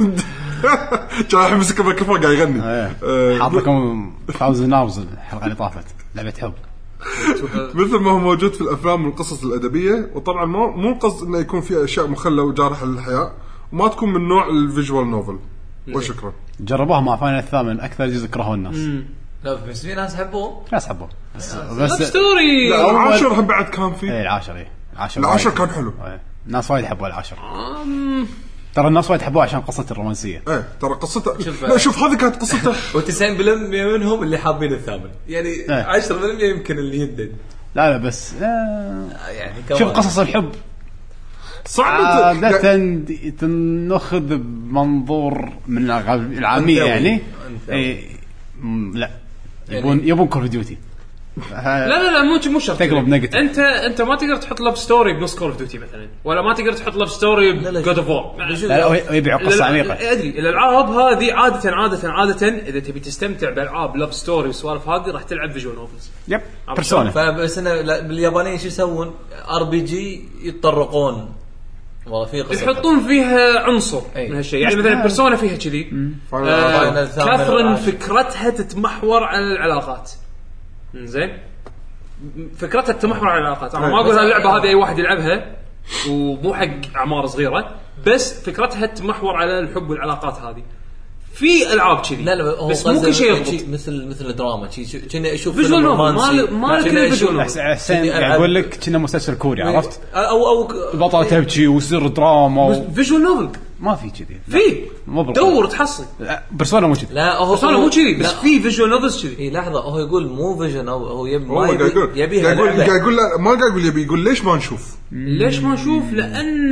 كان الحين مسك الميكروفون قاعد يغني. ايه حاط لكم فاوزن ناوز الحلقه اللي طافت لعبه حب مثل ما هو موجود في الافلام والقصص الادبيه. وطبعا مو مو القصد انه يكون في اشياء مخله وجارحه للحياه وما تكون من نوع الفيجوال نوفل. وشكرا. جربوها مع فاينل الثامن اكثر جزء كرهوا الناس. لا بس في ناس حبوه ناس حبوه بس بس بس ستوري. لا العاشر هم بعد كان في ايه العاشر ايه العاشر العاشر كان حلو. ايه الناس وايد حبوا العاشر. ترى الناس وايد حبوه عشان قصة الرومانسية. ايه ترى قصته شوف لا شوف هذه كانت قصته وتسعين بالمية منهم اللي حابين الثامن يعني ايه. عشرة بالمية يمكن اللي يدد. لا لا بس لا يعني شوف قصص الحب صعب عادة تنخذ بمنظور من العامية يعني ايه لا يبون يبون كول اوف ديوتي. لا لا لا مو مو شرط تقلب نيجاتيف. انت انت ما تقدر تحط لاب ستوري بنص كول اوف ديوتي مثلا ولا ما تقدر تحط لاب ستوري بجود اوف وور. لا يبيعوا قصة عميقة. ادري الالعاب هذه عاده عاده عاده اذا تبي تستمتع بالالعاب لاب ستوري والسوالف هذه راح تلعب فيجوال نوفلز. يب بيرسونا. فبس انا باليابانيين شو يسوون ار بي جي يتطرقون والله في قصة يحطون فيها عنصر أي. من هالشيء يعني مثلا بيرسونا فيها كذي. آه كاثرين فكرتها تتمحور على العلاقات. زين فكرتها تتمحور على العلاقات. انا ما اقول هاللعبه هذه اي واحد يلعبها ومو حق اعمار صغيره بس فكرتها تتمحور على الحب والعلاقات هذه في العاب كذي. لا لا بس مو كل شيء يضبط مثل مثل دراما شيء كنا اشوف فيجوال نوفل ما ما كنا فيجوال احسن اقول لك كنا مسلسل كوري عرفت او او البطله تبكي ويصير دراما فيجوال نوفل ما في كذي. في دور تحصل بيرسونا مو كذي. لا هو بيرسونا مو كذي بس في فيجوال نوفلز كذي. اي لحظه هو يقول مو فيجن او هو يبي ما يبي يبي يقول قاعد يقول لا ما قاعد يقول يبي يقول ليش ما نشوف ليش ما نشوف لان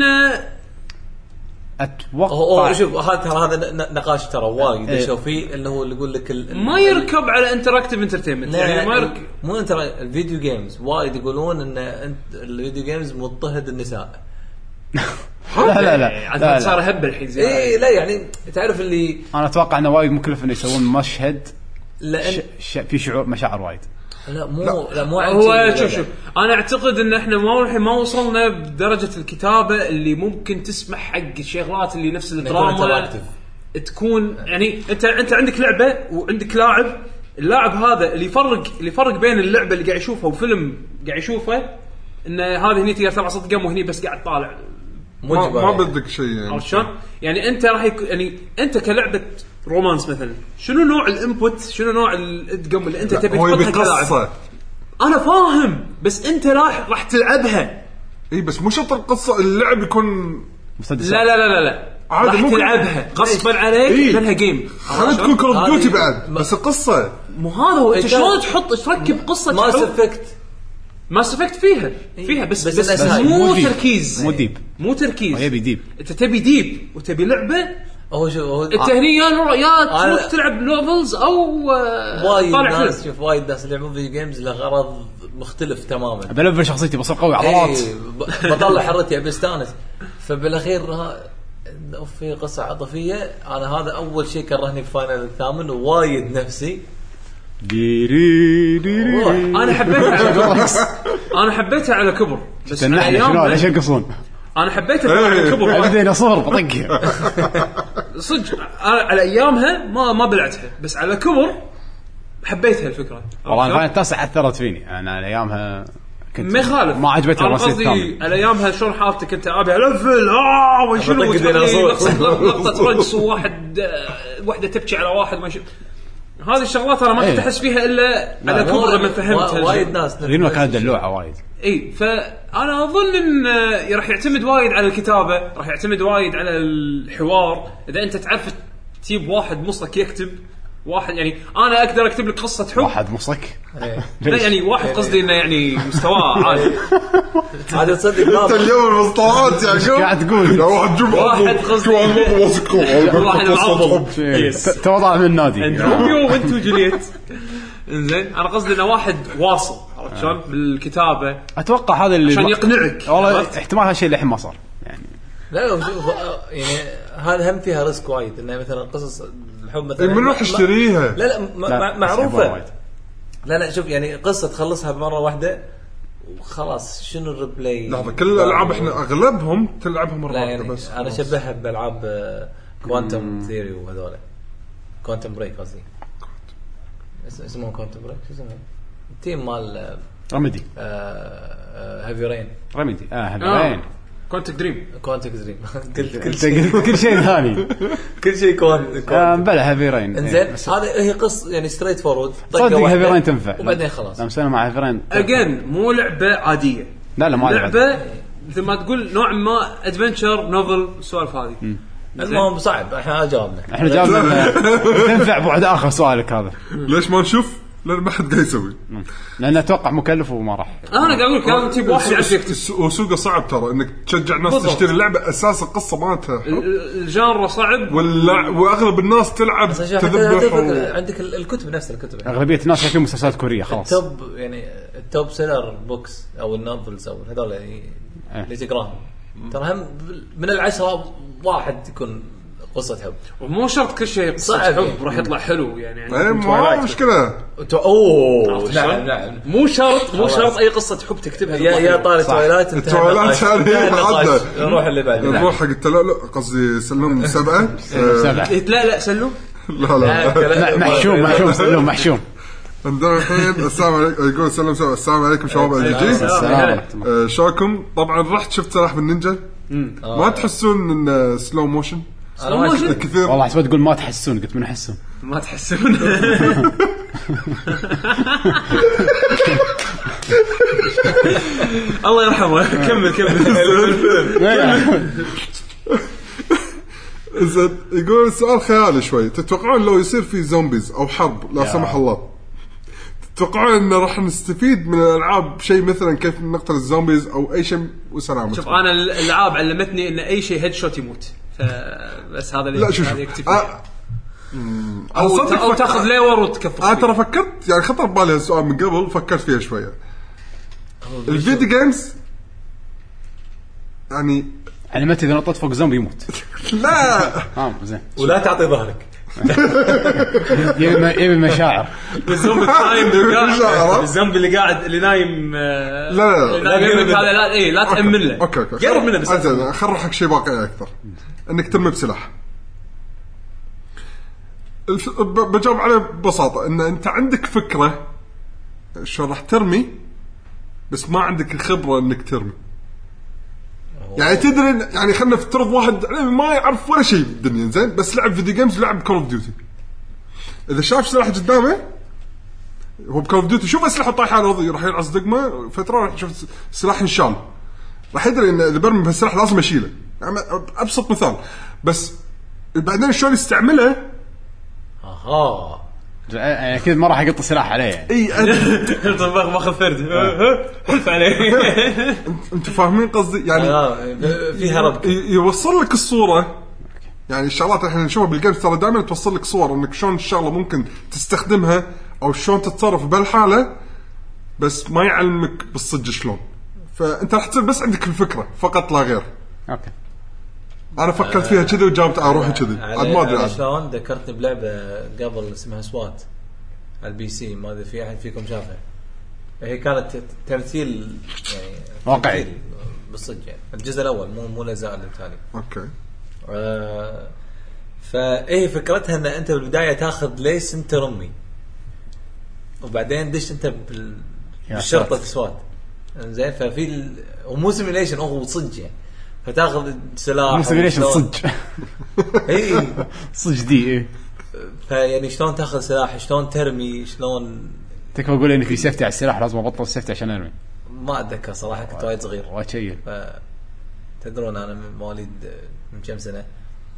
اتوقع هو شوف هذا هذا نقاش ترى وايد اشوف فيه اللي هو اللي يقول لك ما يركب على انتراكتيف انترتينمنت يعني ما يركب مو انت الفيديو جيمز وايد يقولون ان انت الفيديو جيمز مضطهد النساء. لا لا لا, لا صار هبل الحين زين. اي لا يعني تعرف اللي انا اتوقع انه وايد مكلف انه يسوون مشهد لأن ش... ش... في شعور مشاعر وايد. لا مو لا, لا مو هو شوف شوف انا اعتقد ان احنا ما الحين ما وصلنا بدرجه الكتابه اللي ممكن تسمح حق الشغلات اللي نفس الدراما تكون يعني انت انت عندك لعبه وعندك لاعب اللاعب هذا اللي يفرق اللي يفرق بين اللعبه اللي قاعد يشوفها وفيلم قاعد يشوفه ان هذه هني تقدر تلعب صدقه وهني بس قاعد طالع ما, ما بدك شيء يعني عشان يعني انت راح يك... يعني انت كلعبه رومانس مثلا شنو نوع الانبوت شنو نوع الادقم اللي انت تبي تحطها كلاعب. انا فاهم بس انت راح راح تلعبها اي بس مو شرط القصه اللعب يكون لا لا لا لا لا عادي راح تلعبها غصبا عليك إيه؟ لانها جيم خلينا تكون كول اوف ديوتي بعد بس القصه مو هذا هو انت شلون تحط تركب قصه ماس افكت ماس افكت فيها فيها بس بس, بس, بس مو تركيز مو ديب مو تركيز يبي ديب انت تبي ديب وتبي لعبه هو شو هو انت هني يا يا تروح تلعب نوفلز او وايد ناس شوف وايد ناس يلعبون فيديو جيمز لغرض مختلف تماما. بلفل شخصيتي بصير قوي عضلات بطلع حرتي ابي استانس فبالاخير في قصه عاطفيه. انا هذا اول شيء كرهني في فاينل الثامن ووايد نفسي ديري ديري انا حبيتها على انا حبيتها على كبر بس شنو ليش ينقصون انا حبيتها على كبر بعدين اصور بطقها صدق على ايامها ما ما بلعتها بس على كبر حبيتها الفكره والله انا التاسع اثرت فيني انا على ايامها كنت ما يخالف ما عجبتني الرسم الثاني على ايامها شلون حالتك انت ابي لفل اه وشنو لقطه رقص وواحد وحده تبكي على واحد ما هذه الشغلات انا ما كنت احس فيها الا على كبر لما فهمتها. وايد ناس غير كانت دلوعه وايد. اي فانا اظن ان راح يعتمد وايد على الكتابه راح يعتمد وايد على الحوار. اذا انت تعرف تجيب واحد مصلك يكتب واحد يعني انا اقدر اكتب لك قصه حب واحد مصك لا يعني واحد قصدي انه يعني مستواه عالي هذا تصدق انت اليوم المصطلحات يا شو قاعد تقول لا واحد جمع واحد قصدي واحد معظم توضع من النادي روميو وانت وجولييت انزين انا قصدي انه واحد واصل عرفت شلون بالكتابه اتوقع هذا اللي عشان يقنعك والله احتمال هالشيء اللي الحين ما صار يعني لا لا شوف يعني هذا هم فيها ريسك وايد انه مثلا قصص الحب مثلا من روح اشتريها لا لا, م- لا معروفه لا لا شوف يعني قصه تخلصها بمره واحده وخلاص شنو الريبلاي لحظه كل الالعاب احنا اغلبهم تلعبها مره واحده يعني بس انا شبهها بالالعاب كوانتم ثيوري وهذول كوانتم بريك قصدي اسمه كوانتم بريك شو اسمه التيم مال رمدي هافي رين رمدي اه هافي رين كونتك دريم كوانتك دريم كل شيء كل شيء ثاني كل شيء كوانت بلا هافي رين انزين هذا هي قصه يعني ستريت فورورد صدق هافي رين تنفع وبعدين خلاص لما سوينا مع هافي رين اجين مو لعبه عاديه لا لا ما لعبه مثل ما تقول نوع ما ادفنتشر نوفل السوالف هذه المهم صعب احنا جاوبنا احنا جاوبنا تنفع بعد اخر سؤالك هذا ليش ما نشوف لان ما حد قاعد يسوي لانه اتوقع مكلف وما راح انا قاعد اقول لك لازم تجيب واحد يعرف يكتب وسوقه صعب ترى انك تشجع الناس بالضبط. تشتري اللعبه اساس القصه مالتها الجانرا صعب ولا واغلب الناس تلعب تذبح و... عندك الكتب نفس الكتب اغلبيه الناس شايفين مسلسلات كوريه خلاص التوب يعني التوب سيلر بوكس او النوفلز او هذول اللي تقراهم ترى هم من العشرة واحد يكون قصة حب ومو شرط كل شيء قصة حب يعني. راح يطلع حلو يعني يعني مو مشكلة اوه نعم نعم مو شرط مو شرط اي قصة حب تكتبها يا يا طاري تويلايت التويلايت هذه نروح اللي بعده نروح حق التلالو قصدي سلم سبعة سبعة لا لا سلم لا لا محشوم محشوم سلم محشوم عندنا الحين السلام عليكم يقول سلم سبعة السلام عليكم شباب الجي شلونكم طبعا رحت شفت سلاح بالنينجا ما تحسون ان سلو موشن كثير والله حسبت تقول ما تحسون قلت من احسون ما تحسون الله يرحمه كمل كمل زين يقول السؤال خيالي شوي تتوقعون لو يصير في زومبيز او حرب لا سمح الله تتوقعون ان راح نستفيد من الالعاب شيء مثلا كيف نقتل الزومبيز او اي شيء وسلام شوف انا الالعاب علمتني ان اي شيء هيد شوت يموت فبس هذا اللي هذا يكتفي أه او, أو تاخذ ليور وتكفر انا ترى فكرت يعني خطر ببالي السؤال من قبل فكرت فيها شويه الفيديو جيمز يعني علمت اذا نطت فوق زومبي يموت لا اه زين ولا تعطي ظهرك يبي يبي مشاعر الزومبي النايم الزومبي اللي قاعد اللي نايم لا لا لا هذا لا اي لا تأمن له اوكي اوكي قرب منه بس اخرحك شيء واقعي اكثر انك ترمي بسلاح بجاوب عليه ببساطه ان انت عندك فكره شو راح ترمي بس ما عندك الخبره انك ترمي يعني تدري يعني خلنا نفترض واحد ما يعرف ولا شيء بالدنيا زين بس لعب فيديو جيمز لعب كول اوف ديوتي اذا شاف سلاح قدامه هو بكول اوف ديوتي شوف اسلحه طايحه على الارض راح يرعص دقمه فتره راح يشوف سلاح انشال راح يدري ان اذا برمي بهالسلاح لازم اشيله يعني ابسط مثال بس بعدين شلون يستعمله اها اكيد ما راح يقط سلاح عليه اي انت باخذ فرد حلف عليه انتوا فاهمين قصدي يعني فيها ربك يوصل لك الصوره يعني الشغلات اللي احنا نشوفها بالجيمز ترى دائما توصل لك صور انك شلون الشغله ممكن تستخدمها او شلون تتصرف بهالحاله بس ما يعلمك بالصدق شلون فانت راح تصير بس عندك الفكره فقط لا غير اوكي انا فكرت فيها كذي وجاوبت اروح كذي عاد ما ادري شلون ذكرتني بلعبه قبل اسمها سوات على البي سي ما ادري في احد فيكم شافها هي كانت تمثيل يعني واقعي بالصدق يعني الجزء الاول مو مو الاجزاء الثانيه اوكي آه فايه فكرتها ان انت بالبدايه تاخذ ليس انت رمي وبعدين دش انت بال... بالشرطه سوات زين ففي ال... ومو سيميليشن هو صدق يعني فتاخذ سلاح مو سيميليشن صدق اي صدق دي ايه فيعني شلون تاخذ سلاح شلون ترمي شلون تكفى اقول اني في سيفتي على السلاح لازم ابطل السيفتي عشان ارمي ما اتذكر صراحه كنت وايد صغير واشيل ف تدرون انا من مواليد من كم سنه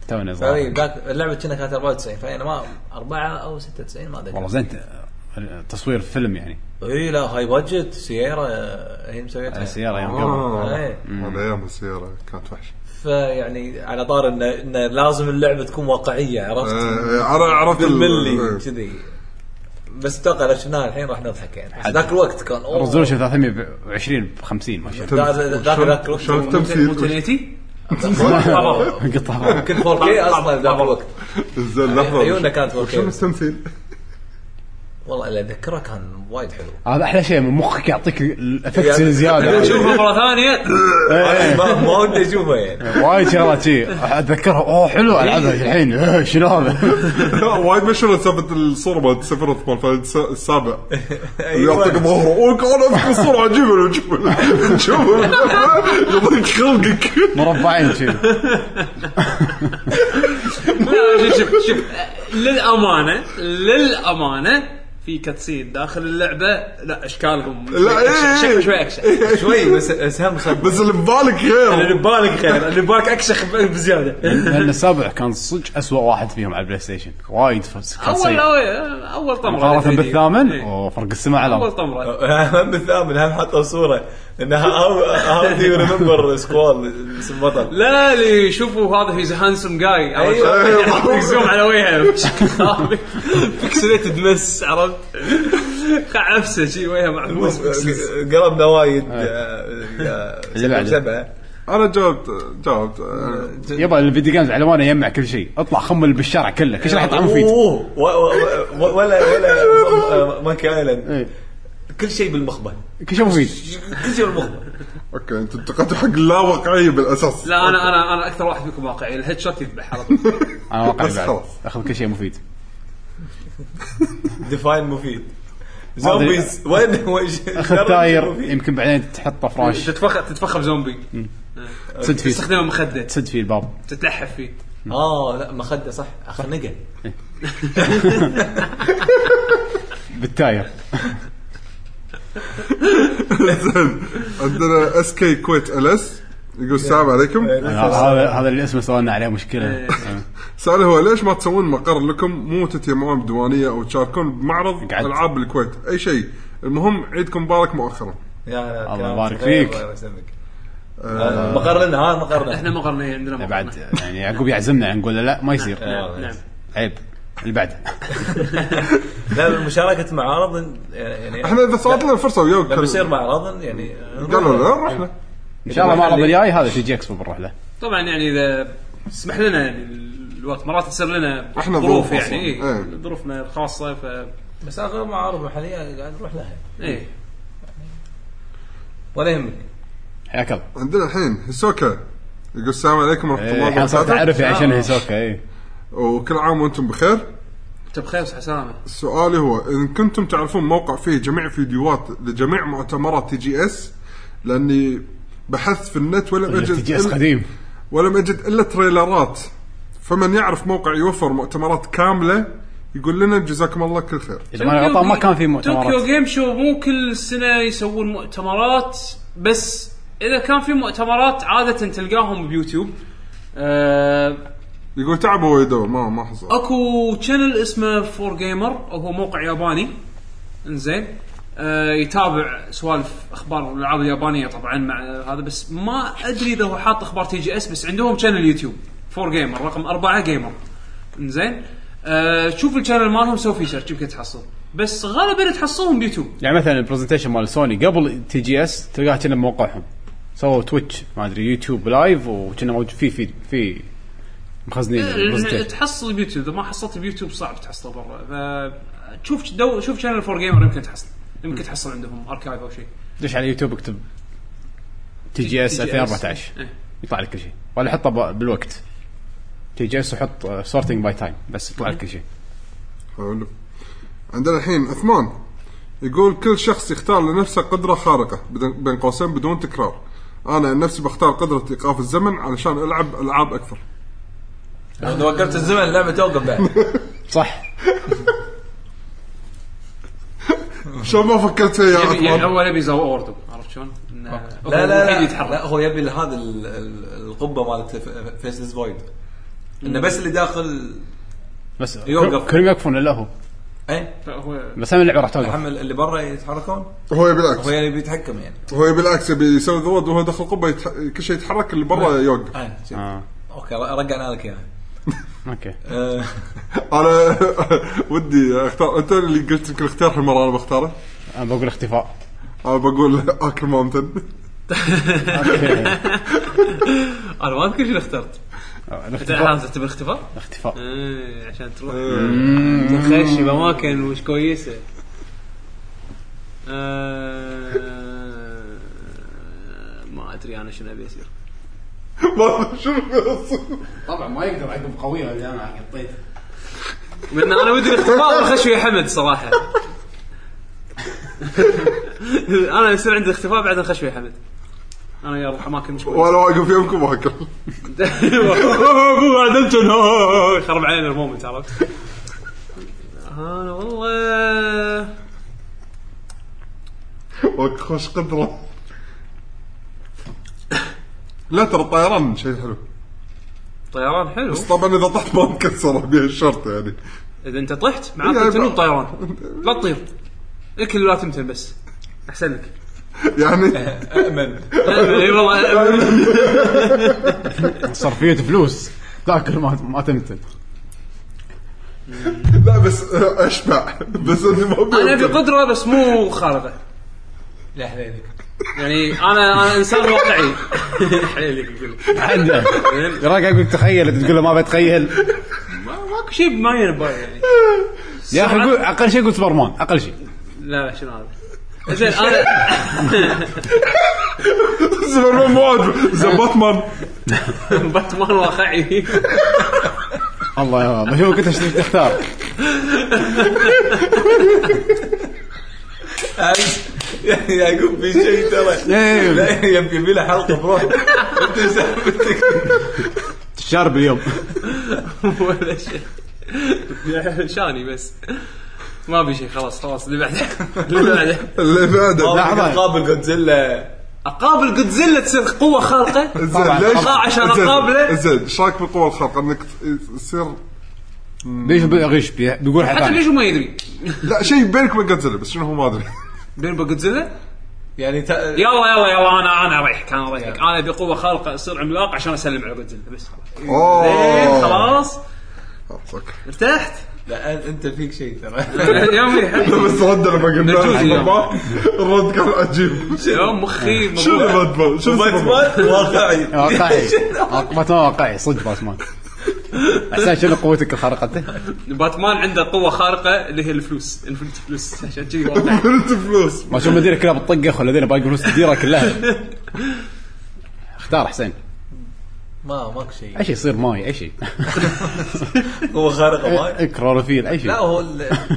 توني فهي صغير ذاك اللعبه كنا كانت أربعة وتسعين فانا ما أربعة او ستة وتسعين ما ادري والله زين تصوير فيلم يعني اي لا هاي بادجت سيارة هي مسويتها السيارة يوم قبل آه. إيه. هذا ايام السياره كانت وحشه. فيعني على طار انه إن لازم اللعبه تكون واقعيه عرفت آه، عرفت ال- بالملي إيه. كذي بس توقع لو شفناها الحين راح نضحك يعني بس ذاك الوقت كان أوه. ريزولوشن ثلاثمية وعشرين ب خمسين ما شاء الله ذاك ذاك ذاك الوقت شلون التمثيل ثمانين قطع يمكن فور كي اصلا ذاك الوقت زين لحظه عيوننا كانت فور شنو كي التمثيل؟ والله اللي اذكره كان وايد حلو هذا احلى شيء من مخك يعطيك الافكتس زياده نشوفها مره ثانيه ما ما ودي اشوفه يعني وايد شغلات شيء اتذكرها اوه حلو العبها الحين إيه، شنو هذا وايد مشهور سالفه الصوره مال سفرت مال فهد الس- السابع أيوة. يعطيك ظهره اوه كان اذكر الصوره عجيبه نشوفها نشوفها يضيق خلقك مربعين شيء لا، شوف شوف للامانه للامانه في كاتسين داخل اللعبه لا اشكالهم لا، إيه. شكله شوي اكشن شوي بس اسهم مصدق بس اللي ببالك غير اللي ببالك خير اللي ببالك اكشخ بزياده لان السابع كان صدق أسوأ واحد فيهم على البلاي ستيشن وايد فس- كان اول سيء اول اول طمره مقارنه بالثامن إيه. اوه فرق السماء على اول الأرض. طمره هم بالثامن هم حطوا صوره انها هاو دو يو ريمبر سكوال اسم بطل لا اللي شوفوا هذا هيز هانسوم جاي أيوة. يحطك زوم على وجهه بيكسليت دمس عرفت عفسه شي وجهه معفوس قربنا وايد اللي بعده. سبعه انا جاوبت جاوبت يبا الفيديو جيمز علمانه يجمع كل شيء اطلع خمل بالشارع كله كل شيء راح يطعم مفيد أوه، و- و- و- ولا ولا ماكي ايلاند إيه. كل شيء بالمخبه كل شيء مفيد كل شيء بالمخبه اوكي انت انتقدتوا حق لا واقعيه بالاساس. لا انا انا انا اكثر واحد فيكم واقعي الهيد شوت يذبح على طول انا واقعي بس بعد خلاص. اخذ كل شيء مفيد ديفاين مفيد زومبيز وين وش اخذ تاير يمكن بعدين تحطه فراش تتفخ تتفخم زومبي تسد فيه تستخدمه مخده تسد فيه الباب تتلحف فيه اه لا مخده صح اخنقه بالتاير زين عندنا اس كي كويت ال اس يقول السلام عليكم. هذا هذا اللي اسمه سوالنا عليه مشكله سؤال هو ليش ما تسوون مقر لكم مو تتجمعون بديوانيه او تشاركون بمعرض قعدت. العاب بالكويت اي شيء. المهم عيدكم مبارك مؤخرا. يا الله يبارك فيك. مقرنا ها مقرنا احنا مقرنين عندنا بعد مقرنين يعني يعقوب يعزمنا نقول له لا ما يصير نعم نعم عيب اللي بعده لا المشاركه معارض يعني احنا اذا صارت لنا الفرصه وياك لما يصير معرض يعني قالوا لا رحنا ان شاء الله المعرض الجاي هذا في جي اكسبو بنروح له طبعا يعني اذا تسمح لنا يعني الوقت مرات تصير لنا إحنا ظروف ظروف يعني أصلاً. إيه. إيه. ظروفنا الخاصه ف بس اغلب المعارض المحليه قاعد نروح لها ايه ولا يهمك. حياك الله عندنا الحين هيسوكا يقول السلام عليكم ورحمه الله الحين صرت وبركاته اعرف عشان هيسوكا اي وكل عام وانتم بخير. انت بخير وصحه سلامه. سؤالي هو إن كنتم تعرفون موقع فيه جميع فيديوهات لجميع مؤتمرات تي جي اس لأني بحثت في النت ولم تي جي اس أجد قديم ولم أجد إلا تريلرات. فمن يعرف موقع يوفر مؤتمرات كاملة يقول لنا جزاكم الله كل خير. اذا ما غلطان ما كان في طوكيو مؤتمرات جيم شو مو كل سنه يسوون مؤتمرات بس اذا كان في مؤتمرات عاده تلقاهم بيوتيوب. أه يقول تعبوا ويدور ما ما حصل. اكو شانل اسمه فور جيمر وهو موقع ياباني انزين أه يتابع سوالف اخبار الالعاب اليابانيه طبعا مع هذا بس ما ادري اذا هو حاط اخبار تي جي اس بس عندهم شانل يوتيوب فور جيمر رقم أربعة جيمر انزين أه شوف الشانل مالهم سوي فيه سيرش يمكن تحصل بس غالبا تحصلهم بيوتيوب. يعني مثلا البرزنتيشن مال سوني قبل تي جي اس تلقاه كنا بموقعهم سووا تويتش ما ادري يوتيوب لايف وكنا موجود في في في مخزنين البرزنتيشن تحصل بيوتيوب. اذا ما حصلت بيوتيوب صعب تحصله برا فتشوف دو شوف شانل فور جيمر يمكن تحصل يمكن تحصل عندهم اركايف او شيء. دش على يوتيوب اكتب تي جي اس ألفين وأربعة عشر إيه. يطلع لك كل شيء ولا حطه بالوقت تي جي اس وحط سورتنج باي تايم بس يطلع لك كل شيء. حلو. عندنا الحين عثمان يقول كل شخص يختار لنفسه قدرة خارقة بدن- بين قوسين بدون تكرار. أنا عن نفسي بختار قدرة إيقاف الزمن علشان ألعب ألعاب أكثر. لو وقفت الزمن اللعبه توقف بعد. صح شو ما فكرت فيها يا يبي يعني عثمان. اول يبي زو اوردو عرفت شلون؟ لا لا لا, لا هو يبي هذا ال- ال- القبه مالت فيسز فويد انه بس اللي داخل بس يوقف. كلهم يوقفون الا هو اي هو بس هم اللعبه راح توقف. محمل اللي برا يتحركون هو بالعكس هو يعني بيتحكم يعني هو بالعكس بيسوي ذوض وهو داخل القبه يتح... كل شيء يتحرك اللي برا يوقف. اي اه اوكي رجعنا لك اياها. اوكي آه، انا ودي اختار انت اللي قلت يمكن اختار في المره انا بختاره. انا بقول اختفاء. انا بقول اكل مامتن. انا ما اذكر شو اخترت. الاختفاء انت تبي الاختفاء اختفاء ايه عشان تروح تخشي باماكن مش كويسه. آه... ما ادري انا شنو ابي يصير. ما شو بيصير طبعا ما يقدر عقب قويه اللي انا حطيته من انا ودي الاختفاء والخش ويا حمد صراحه. انا يصير عندي اختفاء بعد الخش ويا حمد. انا يا روح اماكن مش كويسه ولا واقف يمكم واكل. ابو عدلتن خرب علينا المومنت عرفت. انا والله وك خوش قدره. لا ترى الطيران شيء حلو طيران حلو بس طبعا اذا طحت ما انكسر بها الشرط يعني. اذا انت طحت معاك تنوب طيران لا تطير اكل لا تمتن بس احسن لك يعني امن اي والله صرفيه فلوس تاكل ما ما تمتن. لا بس اشبع بس اني ما انا ابي قدره بس مو خارقه. لا حليلك يعني انا انا انسان واقعي. حليلك يقول عنده يراك اقول تخيل تقول له ما بتخيل ما ماكو شيء معين ببالي يعني. يا اخي قول اقل شيء قول سوبرمان اقل شيء. لا لا شنو هذا زين انا سوبرمان مود زي باتمان. باتمان واقعي. الله يا ما شوف كنت اشتري تختار. يعقوب في شيء ترى لا يبي له حلقه بروح انت سالفتك الشارب اليوم ولا شيء شاني بس ما في شيء خلاص خلاص اللي بعده اللي بعده اللي بعده لحظه قابل جودزيلا اقابل جودزيلا تصير قوه خارقه. زين ليش عشان اقابله زين ايش رايك بالقوه الخارقه انك تصير ليش بيغش بيقول حتى حتى ليش ما يدري لا شيء بينك وبين جودزيلا بس شنو هو ما ادري بين جودزيلا يعني تا... يلا يلا يلا انا انا اريحك انا اريحك انا ابي قوه خارقه اصير عملاق عشان اسلم على جودزيلا بس خلاص. اوه خلاص اوكي ارتحت. لا انت فيك شيء ترى يومي بس رد انا ما قلنا الرد كان عجيب. يوم مخي شنو باتمان شنو باتمان واقعي واقعي باتمان واقعي صدق باتمان. احسن شنو قوتك الخارقه؟ باتمان عنده قوه خارقه اللي هي الفلوس انفلت فلوس عشان كذي واقعي. قلت فلوس ما شو مدير كلها بتطقخ ولا ذي باقي فلوس تديرها كلها. اختار حسين. ما ماك شيء اي شيء يصير ماي اي شيء هو خارقه ماي كلوروفيل اي شيء. لا هو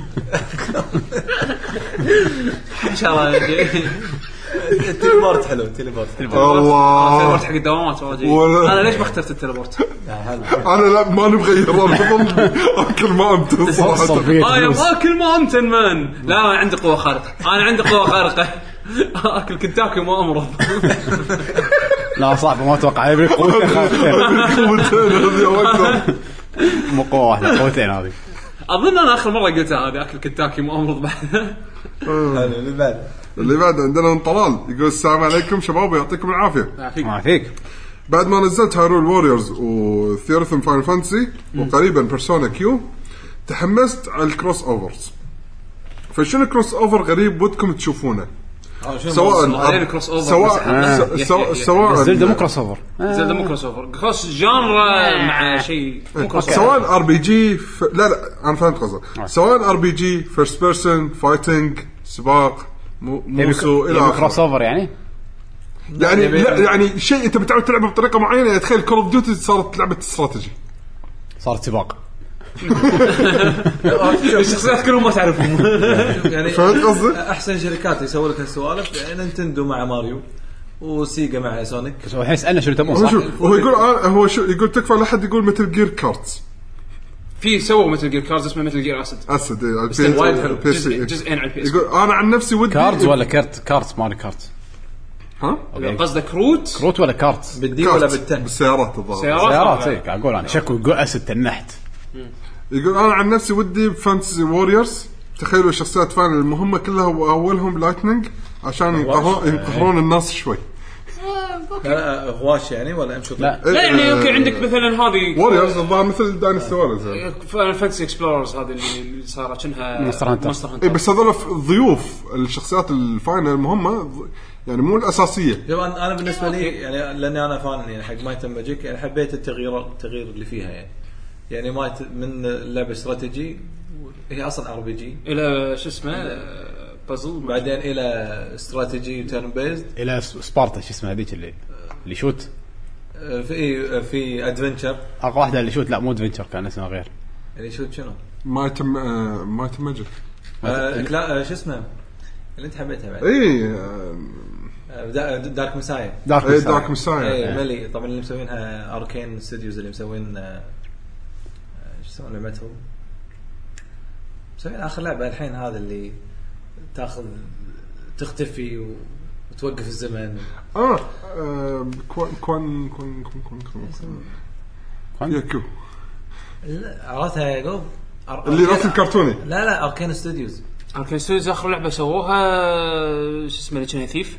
ان شاء الله التليبورت حلو التليبورت الله التليبورت حق الدوامات واجي. انا ليش ما اخترت التليبورت؟ انا لا ما نبغى انا اكل ما امتن صراحه. اه يا اكل ما امتن مان. لا انا عندي قوه خارقه انا عندي قوه خارقه اكل كنتاكي وما امرض. لا صعب ما اتوقع يبي قوتين خارقتين قوتين مو قوه واحده قوتين هذه. اظن انا اخر مره قلتها هذه اكل كنتاكي وما امرض بعد. اللي بعد اللي بعد عندنا طلال يقول السلام عليكم شباب ويعطيكم العافيه. ما فيك بعد ما نزلت هايرول ووريرز وثيرثم فاينل فانتسي وقريبا بيرسونا كيو تحمست على الكروس اوفرز. فشنو الكروس اوفر غريب ودكم تشوفونه سواء سواء سواء زلدة مو كروس اوفر زلدة مو كروس اوفر كروس جانرا مع شيء سواء ار بي جي ف... لا لا انا فهمت قصدك سواء ار بي جي فيرست بيرسون فايتنج سباق موسو الى اخره كروس اوفر يعني يعني لا يعني شيء انت بتعود تلعبه بطريقه معينه يعني تخيل كول اوف ديوتي صارت لعبه استراتيجي صارت سباق الشخصيات كلهم ما تعرفهم يعني فهمت قصدي احسن شركات يسوي لك السوالف يعني نينتندو مع ماريو وسيجا مع سونيك. بس هو الحين سألنا شو تبون صح هو يقول هو شو يقول تكفى لحد يقول مثل جير كارتس في سووا مثل جير كاردز اسمه مثل جير اسد اسد وايد حلو جزئين على البي اس. يقول انا عن نفسي ودي كاردز ولا كارت كارت مال كارت ها قصدك كروت كروت ولا كارت؟ بالدي ولا بالتن؟ بالسيارات الظاهر. سيارات اي قاعد اقول انا شكو قاسة النحت. يقول انا عن نفسي ودي بفانتسي ووريرز. تخيلوا شخصيات فان المهمه كلها واولهم لايتنينج عشان ينقهرون ينقهرون الناس شوي. لا غواش يعني ولا امشط؟ لا لا يعني يمكن عندك مثلا هذه ووريرز الظاهر مثل داينستي ووريرز فانتسي اكسبلوررز هذه اللي صارت كأنها مونستر هانتر. اي بس هذول ضيوف الشخصيات الفاينل المهمه يعني مو الاساسيه. طبعا انا بالنسبه لي يعني لاني انا فان يعني حق مايت ماجيك يعني حبيت التغيير التغيير اللي فيها يعني يعني مايت من لعبه استراتيجي هي اصلا ار بي جي الى شو اسمه بازل بعدين الى استراتيجي تيرن بيزد الى سبارتا شو اسمها هذيك اللي اللي شوت في في ادفنتشر اقوى واحده اللي شوت. لا مو ادفنتشر كان اسمها غير اللي شوت شنو مايت مايت ماجيك لا شو اسمه اللي انت حبيتها بعد اي دارك مسايا دارك اي دارك مسايا اي ملي طبعا اللي مسوينها اركين ستوديوز اللي مسوين شو يسمون لعبتهم مسوين اخر لعبه الحين هذا اللي تاخذ تختفي وتوقف الزمن اه كون كون كون كون كون ياكو عرفتها يا يعقوب اللي رسم الكرتوني. لا لا اركين ستوديوز اركين ستوديوز اخر لعبه سووها شو اسمه اللي كان ثيف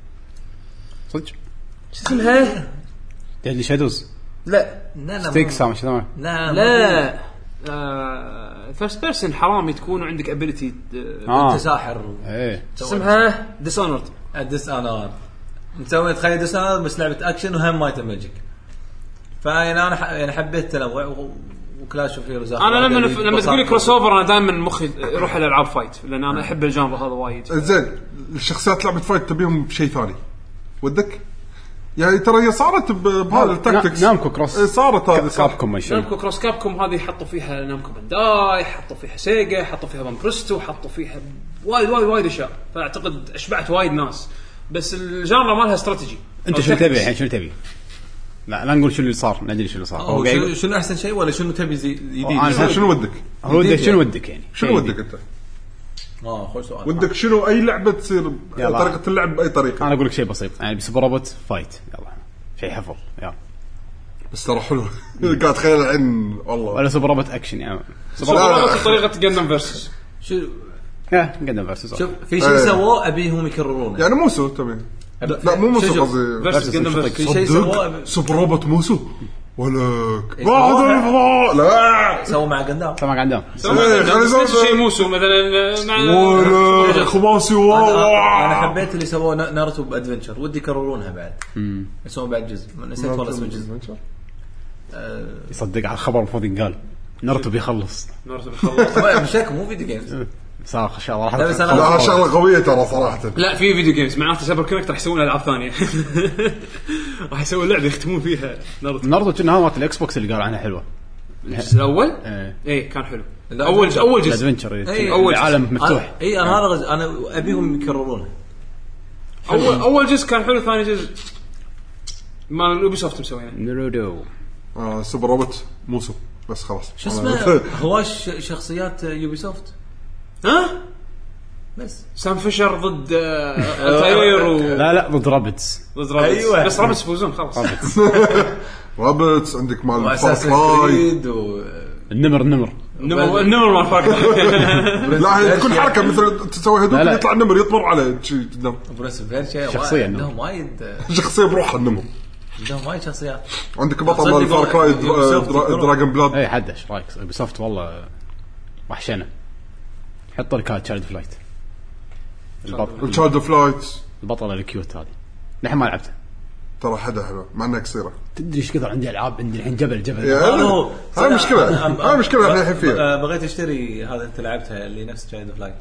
صدق شو اسمها ديدلي شادوز. لا لا لا ستيك سام شو اسمه لا لا فيرست بيرسون حرامي تكون عندك ابيليتي انت ساحر ايه اسمها ديسونرد ديس انار مسوي تخيل ديس انار بس لعبه اكشن وهم مايت ماجيك. فانا انا يعني حبيت التنوع وكلاش اوف هيروز. انا لما لما تقول لي كروس اوفر انا دائما مخي يروح على العاب فايت لان انا احب الجانر هذا وايد. زين الشخصيات لعبه فايت تبيهم بشيء ثاني ودك يعني ترى هي صارت بهذا التاكتكس نامكو كروس صارت هذه كابكم ما شاء نامكو كروس كابكم هذه حطوا فيها نامكو بانداي حطوا فيها سيجا حطوا فيها بامبرستو حطوا فيها وايد وايد وايد اشياء فاعتقد اشبعت وايد ناس بس الجانرا مالها استراتيجي. انت شو تبي الحين شو تبي؟ لا لا نقول شو اللي صار ندري شو اللي صار هو شنو, شنو احسن شيء ولا شنو تبي جديد شنو ودك هو ودك شنو ودك يعني شنو ودك انت اه خوش سؤال ودك شنو اي لعبه تصير طريقه اللعب باي طريقه. انا اقول لك شيء بسيط يعني بس روبوت فايت يلا شيء حفظ يلا بس ترى حلو قاعد اتخيل الحين والله ولا سوبر روبوت اكشن يعني سوبر روبوت طريقه جندم فيرسس شو ها جندم فيرسس شوف في شيء سووه ابيهم يكررونه يعني موسو تبي لا مو موسو قصدي فيرسس جندم فيرسس في شيء سووه سوبر روبوت موسو ولا واحد لا سووا مع جندام سووا مع جندام شيء موسو مثلا مع ولا خماسي انا حبيت اللي سووه ناروتو بادفنتشر ودي يكررونها بعد يسوون بعد جزء نسيت والله اسم الجزء يصدق على الخبر المفروض ينقال ناروتو بيخلص ناروتو بيخلص بشكل مو فيديو جيمز صار ان شاء الله راح لا شغله قويه ترى صراحه. لا في فيديو جيمز معناته سايبر كونكت راح يسوون العاب ثانيه راح يسوون لعبه يختمون فيها ناروتو. ناروتو كنا مالت الاكس بوكس اللي قالوا عنها حلوه الجزء الاول ايه, ايه كان حلو اول اول جزء الادفنتشر ايه اول عالم مفتوح. اي انا هذا انا ابيهم يكررونه. اول اول جزء كان حلو ثاني جزء مال يوبي سوفت مسوينه نرودو اه سوبر روبوت موسو بس خلاص شو اسمه هواش شخصيات يوبي سوفت ها بس سام فيشر ضد تاير و... لا لا ضد رابتس ضد رابتس أيوة. بس رابتس فوزون خلاص رابتس عندك مال اساس كريد و النمر النمر النمر النمر ما فرق لا تكون حركه مثل تسوي هدوء يطلع النمر يطمر على شيء قدام بريس فيرشا شخصيه عندهم وايد شخصيه بروحها النمر عندهم وايد شخصيات. عندك بطل مال فار كراي دراجون بلاد اي حد ايش رايك بسوفت والله وحشنا حط لك هذا تشايلد فلايت البطل تشايلد فلايت البطله الكيوت هذه لحين ما لعبتها ترى حدا حلو مع انها قصيره. تدري ايش كثر عندي العاب عندي الحين جبل جبل هاي مشكله هاي مشكله الحين فيها. بغيت اشتري هذا انت لعبتها اللي نفس تشايلد فلايت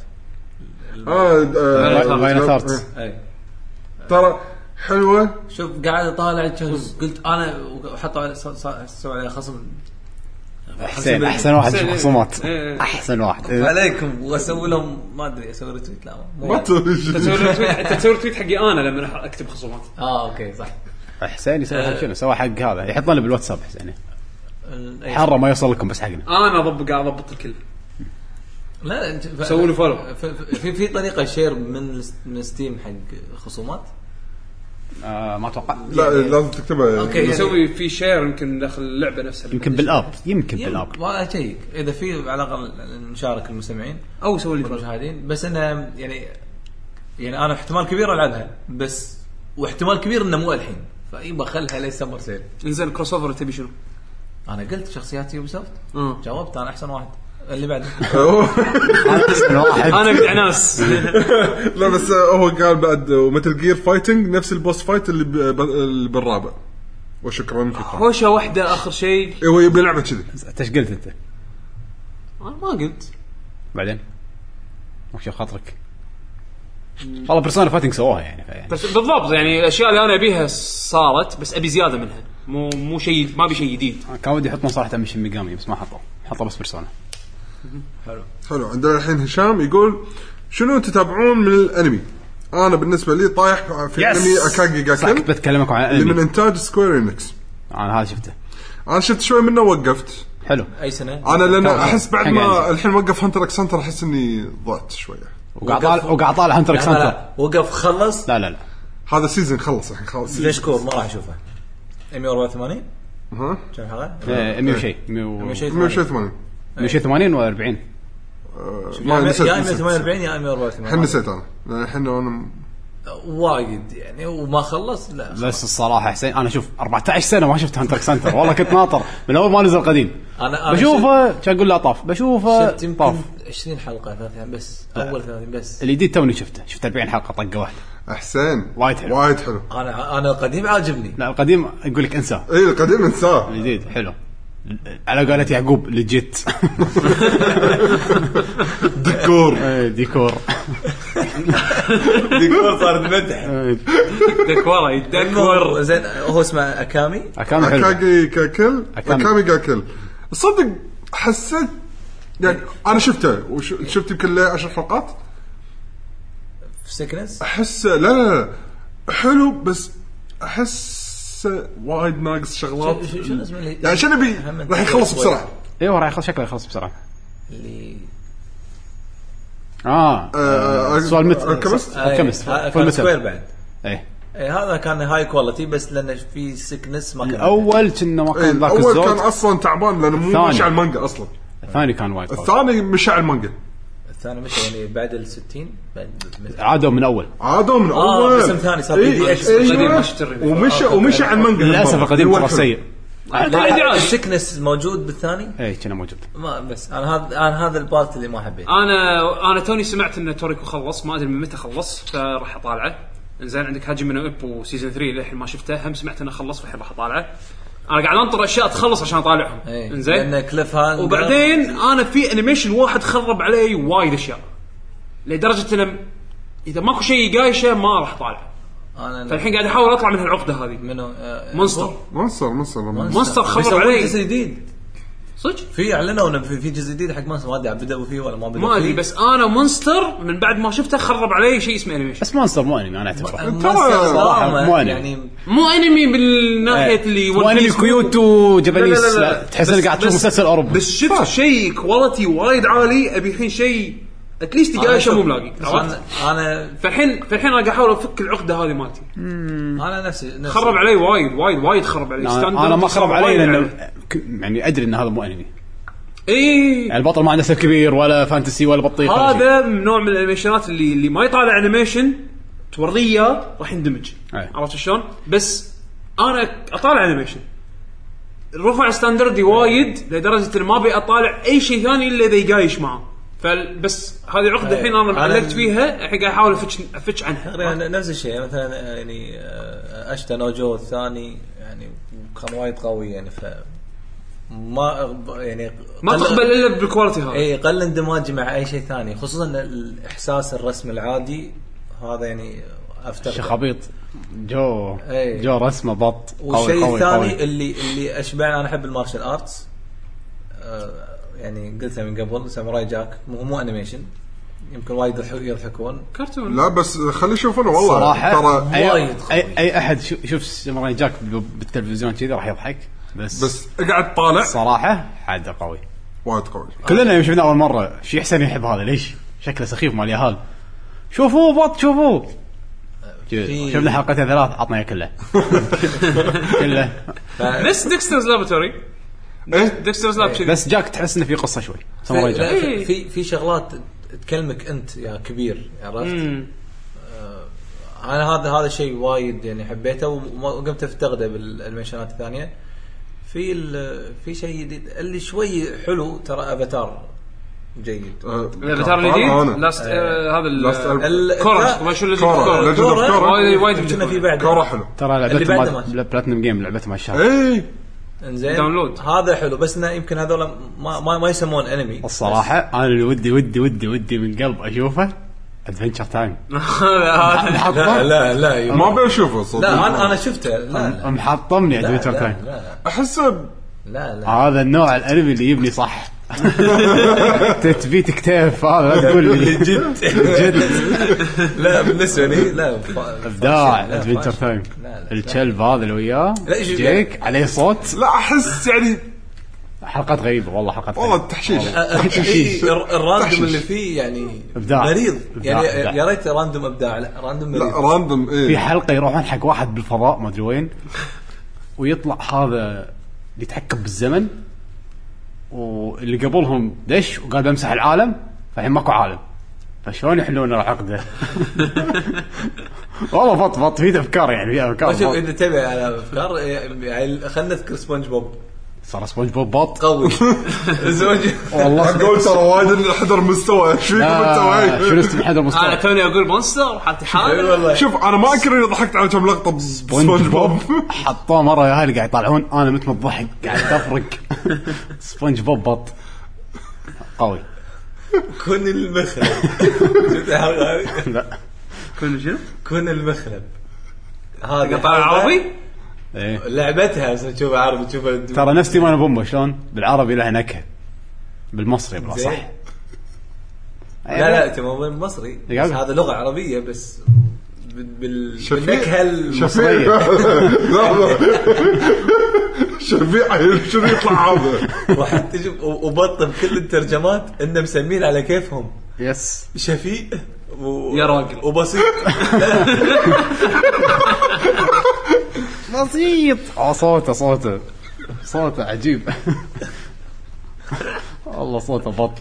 اه فاينل ثارت اي ترى حلوه. شوف قاعد اطالع قلت انا وحطوا سووا عليه خصم احسن احسن واحد في خصومات احسن واحد عليكم واسوي لهم ما ادري اسوي ريتويت لا ما تسوي انت تسوي ريتويت حقي انا لما اكتب خصومات. اه اوكي صح. حسين يسوي حق شنو سوى حق هذا يحط لنا بالواتساب حسين حره ما يوصل لكم بس حقنا انا اضبط قاعد اضبط الكل. لا انت سووا له فولو في في طريقه شير من من ستيم حق خصومات آه ما اتوقع. لا لازم تكتبها. أوكي. نسوي في شير يمكن داخل اللعبه نفسها. يمكن بالاب يمكن بالاب ما اشيك اذا في على الاقل نشارك المستمعين او سوي لي المشاهدين. بس انا يعني يعني انا احتمال كبير العبها بس واحتمال كبير انه مو الحين فيبغى خلها لي سمر سيل. انزين كروس اوفر تبي شنو؟ انا قلت شخصيات يوبيسوفت أه. جاوبت انا احسن واحد اللي بعده. واحد. انا بدي ناس. لا بس هو قال بعد ومتل جير فايتنج نفس البوس فايت اللي ب- اللي بالرابع. وشكرا فيكم. خوشه واحده اخر شيء. هو يبي لعبه كذي. انت ايش قلت انت انا ما قلت بعدين وش خاطرك؟ والله بيرسونا فايتنج سووها يعني, يعني بس بالضبط يعني الاشياء اللي انا ابيها صارت بس ابي زياده منها مو مو شيء ما ابي شيء جديد. كان ودي يحطون صراحه مش ميجامي بس ما حطوا حطوا بس بيرسونا. حلو حلو. عندنا الحين هشام يقول شنو تتابعون من الانمي؟ انا بالنسبه لي طايح في Yes. انمي اكاغي صح كنت جاكن بتكلمكم عن اللي من الانمي. انتاج سكوير انكس. انا هذا شفته انا شفت شوي منه ووقفت. حلو. اي سنه انا لان كان- احس بعد كان ما قاعد. الحين وقف هانتر اكس هانتر احس اني ضعت شويه. وقاعد طالع وقاعد طالع هانتر اكس هانتر. وقف خلص. لا لا لا هذا سيزن خلص الحين خلاص. ليش كور ما راح اشوفه مية وأربعة وثمانين ها كم حلقه مية وشيء مية مية وشيء مية وثمانين مية وثمانين و40. ما يا نسيت مية نسيت. وثمانية وأربعين يا مية وأربعة وثمانين الحين نسيت انا لأن الحين انا وايد يعني وما خلص لا بس الصراحه حسين انا شوف أربعة عشر سنه ما شفت هانتر اكس هانتر والله كنت ناطر من اول ما نزل قديم. انا أنا بشوفه كان اقول لا طاف بشوفه شفت يمكن طاف. عشرين حلقه ثلاثين بس اول ثلاثين بس الجديد توني شفته شفت أربعين حلقه طقه واحده. احسن وايد حلو. وايد حلو. انا انا القديم عاجبني. لا القديم اقول لك انساه. اي القديم انساه. الجديد حلو على قولة يعقوب لجيت. ديكور ديكور ديكور صار مدح. دكوره يدكور. زين هو اسمه اكامي اكامي حلو. اكاغي كاكل أكامي. اكامي كاكل صدق حسيت يعني انا شفته وشفت يمكن له عشر حلقات في سيكنس. احس لا لا لا حلو بس احس وايد ناقص شغلات شو- شو اسمه اللي- يعني شنو بي هم- راح يخلص بسرعه. ايوه راح يخلص شكله يخلص بسرعه. اللي اه آه، سؤال مت الكمست؟ الكمست آه، فول كان متل. سكوير بعد ايه ايه هذا كان هاي كواليتي بس لانه في سيكنس ما كان الاول كنا ما إيه، كان ذاك الاول كان الزود. اصلا تعبان لانه مو الثاني. مش على المانجا اصلا. الثاني كان وايد قوي. الثاني مش على المانجا الثاني متى يعني بعد ال ستين بعد عادوا من اول عادوا من آه، اول. باسم ثاني صار إيه، بي دي إكس. إيه، القديم ما شتري. ومشى ومشى على المانجا للاسف هالمرة. القديم هو ترى الحلو. سيء. السكنس موجود بالثاني ايه كنا موجود. ما بس انا هذا انا هذا البارت اللي ما حبيته. انا انا توني سمعت ان توريكو خلص ما ادري من متى خلص فراح اطالعه. انزين عندك هاجي من اب وسيزون ثلاثة للحين ما شفته هم سمعت انه خلص فالحين راح اطالعه. انا قاعد انطر اشياء تخلص عشان اطالعهم. إيه. انزين لان كليف هانجر وبعدين انا في انيميشن واحد خرب علي وايد اشياء لدرجه ان اذا ماكو شيء قايشه ما راح اطالع. انا فالحين قاعد احاول اطلع من العقده هذه. منو آه، مونستر مونستر مونستر مونستر خرب بيسوون علي. جزء جديد صدق في اعلنوا انه في في جزء جديد حق مونستر ما ادري بدأوا فيه ولا ما بدأوا ما ادري فيه. بس انا مونستر من بعد ما شفته خرب علي شيء اسمه انيميشن. بس مونستر مو انمي انا اعتبره مونستر صراحة دراما، مو أنمي. يعني مو انمي بالناحيه اللي مو انمي كيوت وجابانيس. لا، لا، لا، لا. لا تحس بس- انك قاعد تشوف بس- مسلسل اوروبي. بس شفت شيء كواليتي وايد عالي ابي الحين شيء اتليست أنا قايشه شوف- مو ملاقي عرفت. انا انا فالحين فالحين انا قاعد احاول افك العقده هذه مالتي. انا نفسي نفسي خرب علي وايد وايد وايد خرب علي. انا أنا ما خرب علي لانه ك- يعني ادري ان هذا مو انمي. اي يعني البطل ما عنده سر كبير ولا فانتسي ولا بطيخ ولا شيء. هذا من نوع من الانيميشنات اللي اللي ما يطالع انيميشن توريه راح يندمج. أي. عرفت شلون؟ بس انا اطالع انيميشن رفع ستاندردي وايد لدرجه ان ما ابي اطالع اي شيء ثاني الا اذا يقايش معه. فبس هذه عقده الحين انا معلقت فيها الحين قاعد احاول افتش افتش عنها. تقريبا نفس الشيء مثلا يعني آه، اشتا نوجو الثاني يعني كان وايد قوي يعني ف ما يعني ما قل- تقبل الا بالكواليتي هذا. اي قل اندماجي مع اي شيء ثاني خصوصا الاحساس الرسم العادي هذا يعني افتقد. شخابيط جو أي. جو رسمه بط قوي والشيء قوي الثاني قوي. اللي اللي اشبعني انا احب المارشال ارتس آه يعني قلتها من قبل ساموراي جاك مو مو انيميشن يمكن وايد يضحك- يضحكون كرتون. لا بس خلي يشوفونه والله صراحه ترى اي, وايد أي, اي احد شو- يشوف ساموراي جاك ب- بالتلفزيون كذا راح يضحك. بس بس اقعد طالع صراحه حد قوي. وايد قوي. كلنا يوم شفنا اول مره شي حسين يحب هذا ليش شكله سخيف مال ياهال. شوفوه بط شوفوه شفنا حلقتين ثلاث عطنا كله كله نفس ديكسترز لابوراتوري. ديكسترز لاب كذي بس جاك تحس انه في قصه شوي في, في, في في شغلات تكلمك انت يا كبير عرفت. آه انا هذا هذا الشيء وايد يعني حبيته وقمت افتقده بالانيميشنات الثانيه. في في شيء جديد اللي شوي حلو ترى افاتار جيد. الافاتار الجديد لاست هذا الكورة ما شو اللي كورة وايد كنا في بعد كورة حلو ترى لعبه بلاتينم جيم لعبه مع الشباب اي انزين داونلود هذا حلو بس انه يمكن هذول ما ما, ما يسمون انمي. الصراحه انا اللي ودي ودي ودي ودي من قلب اشوفه ادفنتشر تايم. لا لا لا ما بشوفه صدق. لا انا انا شفته لا محطمني ادفنتشر تايم. احسه لا لا هذا النوع الانمي اللي يبني صح. تثبيت كتاف هذا تقول لي جد جد. لا بالنسبه لي لا ابداع ادفنتشر تايم. الكلب هذا اللي وياه جيك عليه صوت. لا احس يعني حلقات غريبه والله حلقات والله التحشيش الراندوم اللي فيه يعني مريض يعني يا ريت راندوم ابداع. لا راندوم لا راندوم إيه؟ في حلقه يروحون حق واحد بالفضاء ما ادري وين ويطلع هذا يتحكم بالزمن واللي قبلهم دش وقال بمسح العالم فالحين ماكو عالم فشلون يحلون العقده. والله بط بط في افكار يعني في افكار. شوف اذا تبع على افكار يعني خلنا نذكر سبونج بوب صار سبونج بوب بط قوي. زوج والله اقول ترى وايد حضر مستوى شو مستوى شو اسم حضر مستوى. انا توني اقول مونستر حتى حاله. شوف انا ما اكره ضحكت على كم لقطه سبونج بوب حطوه مره يا هاي قاعد يطلعون انا مثل الضحك قاعد افرق. سبونج بوب بط قوي. كن المخلب. لا كن شنو كن المخلب هذا قطع عربي ايه لعبتها تشوف عربي تشوف ترى نفس تيمان بومبا شلون بالعربي له نكهه بالمصري بلا صح. لا لا تيمان بالمصري هذا لغه عربيه بس بالنكهه المصريه. شفيع شو يطلع هذا وحتى شوف وبط بكل الترجمات انه مسمين على كيفهم يس شفيع و... يا راجل وبسيط. بسيط صوته صوته صوته عجيب. الله صوته بط.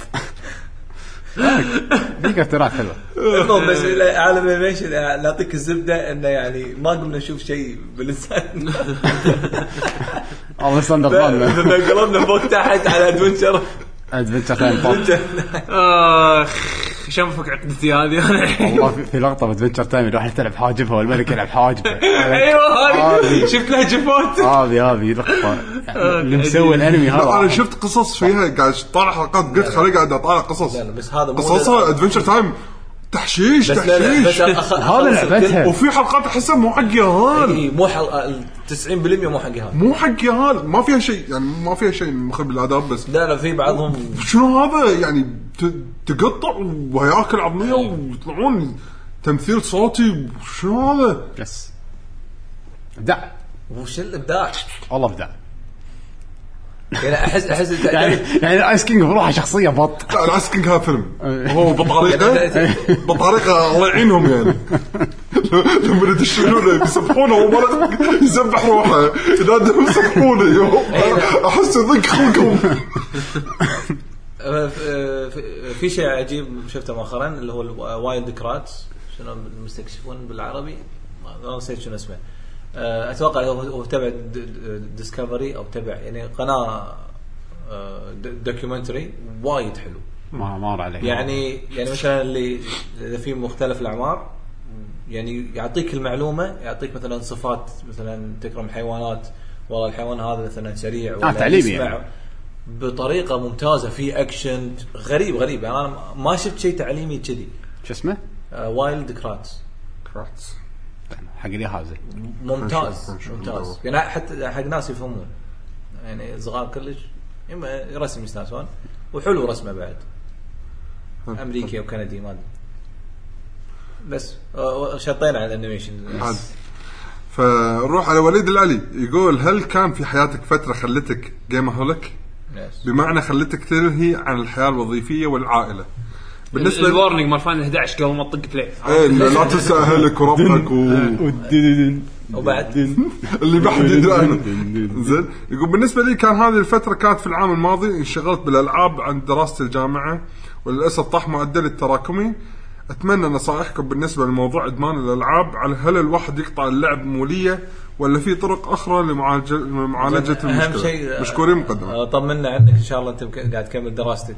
ديك اختراع حلو. بس عالم الانيميشن نعطيك الزبده انه يعني ما قمنا نشوف شيء باللسان. الله ستاندرد قلنا قلبنا فوق تحت على ادفنتشر ادفنتشر تايم. اخ شو مفك عقدتي هذه انا. والله في لقطه بادفنتشر تايم يروح تلعب حاجبها والملك يلعب حاجبه. ايوه هذه شفت لها جفوت. هذه هذه لقطه اللي مسوي الانمي هذا. انا شفت قصص فيها قاعد طالع حلقات قلت خليني قاعد اطالع قصص. لا بس هذا قصصها ادفنتشر تايم تحشيش تحشيش هذا لعبتها. وفي حلقات احسها مو حق يهال مو حلقه تسعين بالمية مو حق يهال مو حق يهال ما فيها شيء يعني ما فيها شيء مخرب الاداب بس. لا لا في بعضهم شنو هذا يعني تقطع وياكل عظميه ويطلعون تمثيل صوتي شنو هذا بس ابداع. وش الابداع والله ابداع. يعني احس احس يعني يعني الايس كينج بروحه شخصيه بط. لا الايس كينج هذا فيلم هو بطريقه بطريقه الله يعينهم يعني لما يدشونه يسبحونه وما يسبح روحه اذا يسبحونه احس ضيق خلقهم. في شيء عجيب شفته مؤخرا اللي هو وايلد كراتس شنو المستكشفون بالعربي ما نسيت شنو اسمه. اتوقع هو تبع ديسكفري او تبع يعني قناه دوكيومنتري وايد حلو. ما مر عليه يعني يعني مثلا اللي اذا في مختلف الاعمار يعني يعطيك المعلومه يعطيك مثلا صفات مثلا تكرم حيوانات والله الحيوان هذا مثلا سريع ولا تعليمي يعني. بطريقه ممتازه في اكشن غريب غريب يعني انا ما شفت شيء تعليمي كذي. شو اسمه وايلد كراتس كراتس حق لي هذا ممتاز ممتاز يعني حتى حق ناس يفهمون يعني صغار كلش اما رسم يستانسون وحلو رسمه بعد امريكي وكندي ما ادري بس شطينا على الانيميشن. فنروح على وليد العلي يقول هل كان في حياتك فتره خلتك جيمهوليك بمعنى خلتك تلهي عن الحياه الوظيفيه والعائله بالنسبه الورنينج مال فاينل إحدى عشر قبل ما تطق بلاي ايه لا تنسى اهلك وربك و... وبعد اللي بحد يدري زين. يقول بالنسبه لي كان هذه الفتره كانت في العام الماضي انشغلت بالالعاب عند دراسه الجامعه وللاسف طاح معدل التراكمي. اتمنى نصائحكم بالنسبه لموضوع ادمان الالعاب، على هل الواحد يقطع اللعب موليه ولا في طرق اخرى لمعالجه لمعالجه المشكله؟ مشكورين مقدما. طمنا عنك ان شاء الله انت قاعد تكمل دراستك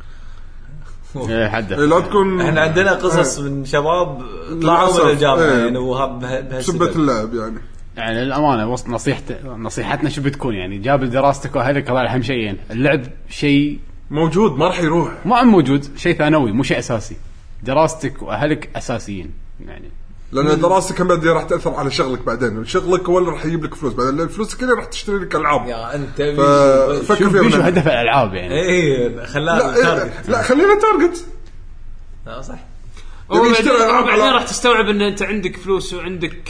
و... ايه حدث لا تكون احنا عندنا قصص من شباب طلعوا من الجامعه يعني وهب سبت اللعب يعني. يعني للامانه وسط نصيحتي نصيحتنا شو بتكون يعني جاب دراستك واهلك هذا اهم شيئين. اللعب شيء موجود ما راح يروح، ما موجود شيء ثانوي مو شيء اساسي. دراستك واهلك اساسيين يعني، لان دراستك كم بدي راح تاثر على شغلك بعدين. شغلك هو اللي راح يجيب لك فلوس بعدين، الفلوس كلها راح تشتري لك العاب. يا انت فكر فيها شو هدف الالعاب يعني. ايه خلاه لا, لا خلينا تارجت. لا صح. وبعدين راح تستوعب ان انت عندك فلوس وعندك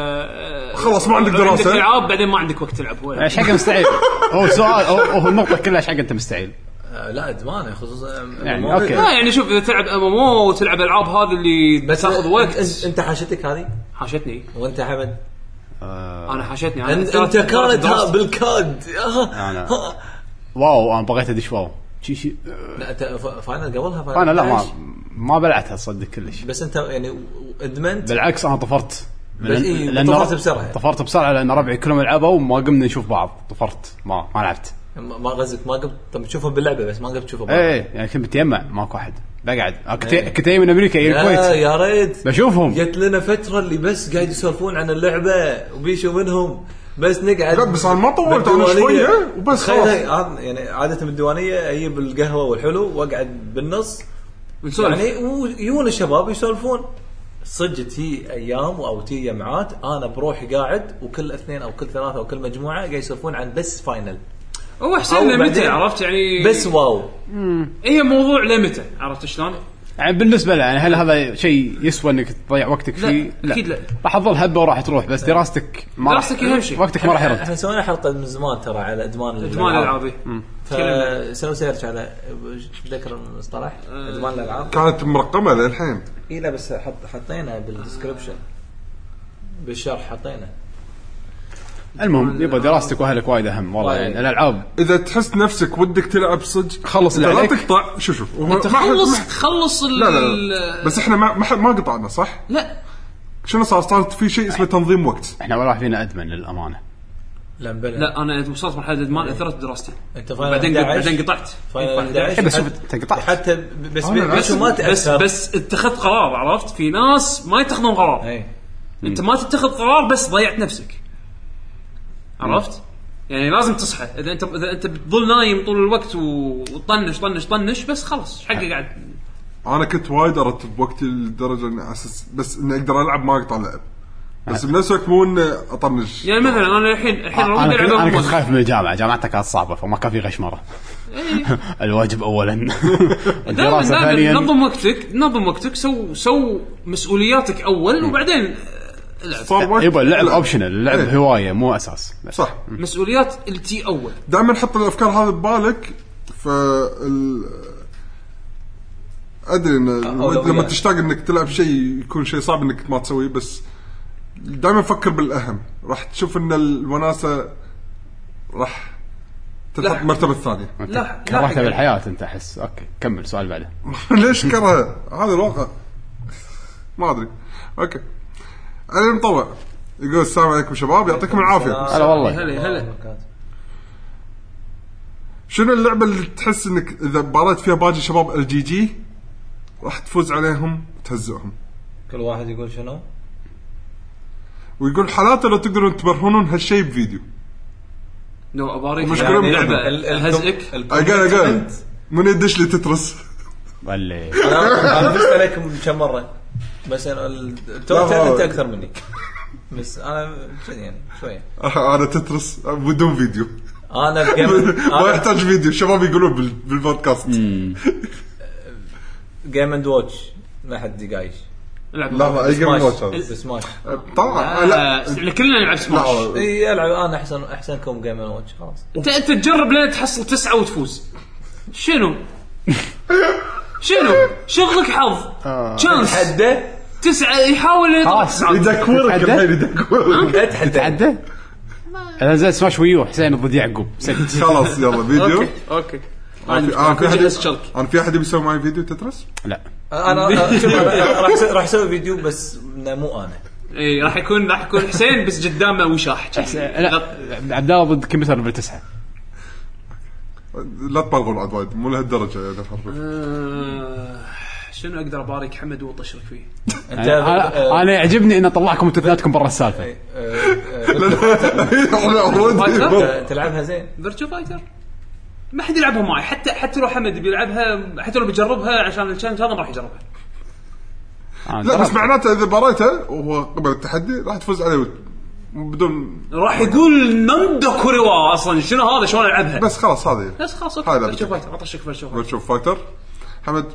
آه خلاص ما عندك دراسه عندك العاب بعدين ما عندك وقت تلعب. ايش حق مستعيل؟ هو سؤال هو النقطه كلها ايش حق انت مستعيل؟ لا ادمان خصوصا يعني اوكي لا يعني شوف اذا تلعب ام ام او وتلعب العاب هذه اللي بتاخذ وقت. انت حاشتك هذه حاشتني وانت حمد آه انا حاشتني أنا انت, انت كانت ها بالكاد أنا. واو انا بغيت ادش واو شي شي لا انت فاينل قبلها فاينل انا لا ما ما بلعتها صدق كلش. بس انت يعني ادمنت بالعكس انا طفرت إيه لأن طفرت بسرعه طفرت بسرعه لان ربعي كلهم يلعبوا وما قمنا نشوف بعض. طفرت ما ما لعبت ما غزك ما قمت طب تشوفه باللعبه بس ما قمت تشوفه بعض. ايه يعني كنت بتجمع ماكو احد بقعد كنت كنت من امريكا الى الكويت يا ريت بشوفهم. جت لنا فتره اللي بس قاعد يسولفون عن اللعبه وبيشو منهم بس نقعد. لا بس انا ما طولت انا شويه وبس خلاص يعني عاده بالديوانيه اجيب القهوه والحلو واقعد بالنص يعني ويون الشباب يسولفون. صجت هي ايام او تي جمعات انا بروحي قاعد وكل اثنين او كل ثلاثه او كل مجموعه قاعد يسولفون عن بس فاينل. هو حسين متى عرفت يعني بس واو هي موضوع لمتى عرفت شلون يعني بالنسبه له يعني هل هذا شيء يسوى انك تضيع وقتك فيه؟ لا اكيد لا راح تظل هبه وراح تروح بس دراستك ما دراستك اهم شيء وقتك ما راح يرد. احنا سوينا حلقه من زمان ترى على ادمان ادمان الالعاب فسووا سيرش على ذكر المصطلح ادمان الالعاب كانت مرقمه للحين. اي لا بس حط حطينا بالديسكربشن بالشرح حطينا. المهم يبقى دراستك واهلك وايد اهم والله يعني الالعاب. اذا تحس نفسك ودك تلعب صدق خلص اللي عليك لا تقطع. شوف شوف انت خلص تخلص لا لا لا. بس احنا ما ما, ما قطعنا صح. لا شنو صار صارت في شيء اسمه تنظيم وقت. احنا ولا واحد فينا ادمن للامانه. لا مبلغ. لا انا وصلت مرحله ادمان اثرت دراستي انت بعدين بعدين قطعت بس تقطع حتى بس بس ما بس بس اتخذت قرار. عرفت في ناس ما يتخذون قرار اي انت ما تتخذ قرار بس ضيعت نفسك. عرفت يعني لازم تصحى. اذا انت اذا انت بتظل نايم طول الوقت وطنش طنش طنش بس خلاص حقي قاعد. انا كنت وايد ارتب وقتي لدرجه اني اساس بس اني اقدر العب ما اقطع لعب بس بنفس الوقت مو اني اطنش. يعني مثلا انا الحين الحين انا, أنا, أنا كنت خايف من الجامعه. جامعتك كانت صعبه فما كان في غشمره. الواجب اولا الدراسه ثانيا. نظم وقتك نظم وقتك سو سو مسؤولياتك اول وبعدين العب. يبقى اللعب اوبشنال. اللعب ايه. هوايه مو اساس. صح مسؤوليات التي اول. دائما حط الافكار هذه ببالك. ف ادري ان لما تشتاق انك تلعب شيء يكون شيء صعب انك ما تسويه بس دائما فكر بالاهم. راح تشوف ان الوناسه راح تتحط مرتبه الثانيه. لا كرهتها بالحياه انت احس. اوكي كمل سؤال بعده. ليش كره هذا الواقع ما ادري. اوكي انا مطوع يقول السلام عليكم شباب يعطيكم العافيه. هلا والله هلا هلا. شنو اللعبه اللي تحس انك اذا باريت فيها باقي شباب الجي جي راح تفوز عليهم وتهزئهم؟ كل واحد يقول شنو ويقول حالاته لو تقدرون تبرهنون هالشيء بفيديو. لو اباريك يعني لعبه الهزئك اقل اقل من يدش لي تترس ولا انا فزت عليكم كم مره بس التوتال انت اكثر مني بس انا يعني شويه انا تترس بدون فيديو. انا بجيم ما يحتاج فيديو. شباب يقولون بالبودكاست جيم اند واتش ما حد قايش. لا اي جيم اند واتش سماش طبعا. لا كلنا نلعب سماش. اي العب انا احسن احسنكم جيم اند واتش خلاص. انت انت تجرب لين تحصل تسعة وتفوز. شنو شنو شغلك حظ تشانس تحدى تسعة يحاول خلاص يدكورك الحين يدكورك تتعدى انا زي سماش ويو حسين ضد يعقوب خلاص يلا فيديو اوكي اوكي انا في احد انا في احد بيسوي معي فيديو تترس لا انا شوف راح راح اسوي فيديو بس مو انا اي راح يكون راح يكون حسين بس قدامه وشاح لا عبد الله ضد كمبيوتر ليفل تسعة لا تبالغون عاد وايد مو لهالدرجه يعني أه شنو اقدر ابارك حمد وطشرك فيه انت انا, أنا يعجبني ان اطلعكم اثنيناتكم برا السالفه تلعبها زين فيرتشو فايتر ما حد يلعبها معي حتى حتى لو حمد بيلعبها حتى لو بيجربها عشان الشانل هذا ما راح يجربها لا بس معناته اذا باريته وهو قبل التحدي راح تفوز عليه بدون راح يقول نندو كوريوا اصلا شنو هذا شلون العبها بس خلاص هذه بس خلاص فيرتشو فايتر اطشك فيرتشو فايتر فيرتشو فايتر حمد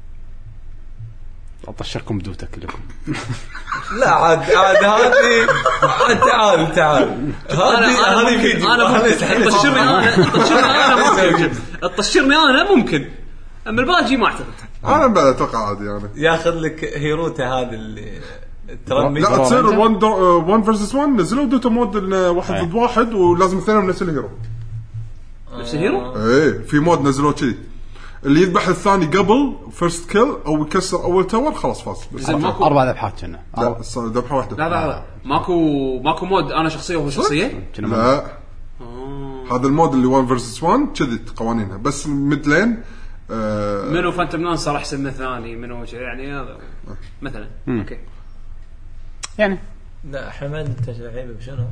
اطشركم بدوته كلكم لا عاد عاد هذه تعال تعال هذه هذه فيديو انا طشرني انا طشرني انا ممكن تطشرني انا ممكن اما الباقي ما اعتقد انا بعد اتوقع عادي يعني ياخذ لك هيروته هذا اللي ترمي لا تصير واحد فيرسس واحد نزلوا دوتا مود واحد ضد واحد ولازم اثنين نفس الهيرو نفس الهيرو ايه في مود نزلوه كذي اللي يذبح الثاني قبل فيرست كيل او يكسر اول تاور خلاص فاز اربع ذبحات كنا لا ذبحه واحده لا لا ماكو ماكو مود انا شخصيه وهو شخصيه لا هذا المود اللي واحد فيرسس واحد كذي قوانينها بس مدلين آه منو فانتوم نان صار احسن من الثاني منو يعني هذا مثلا مم. اوكي يعني لا حمد انت لعيبه بشنو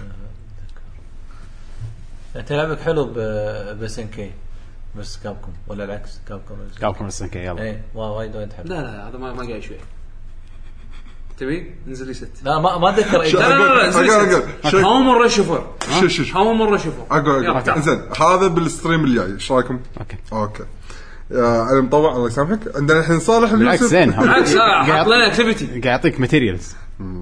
انت لعبك حلو بسنكي بس كابكم ولا العكس كابكم كابكم بسنكي يلا ايه وايد وايد حلو لا لا هذا ما ما جاي شوي تبي ننزل لي ست لا ما ما اتذكر اي لا لا لا هاو مره شوفه شو شو هاو مره شوفه اقول زين هذا بالستريم اللي جاي ايش رايكم اوكي اوكي انا مطوع الله يسامحك عندنا الحين صالح بالعكس زين بالعكس حط لنا اكتيفيتي قاعد يعطيك ماتيريالز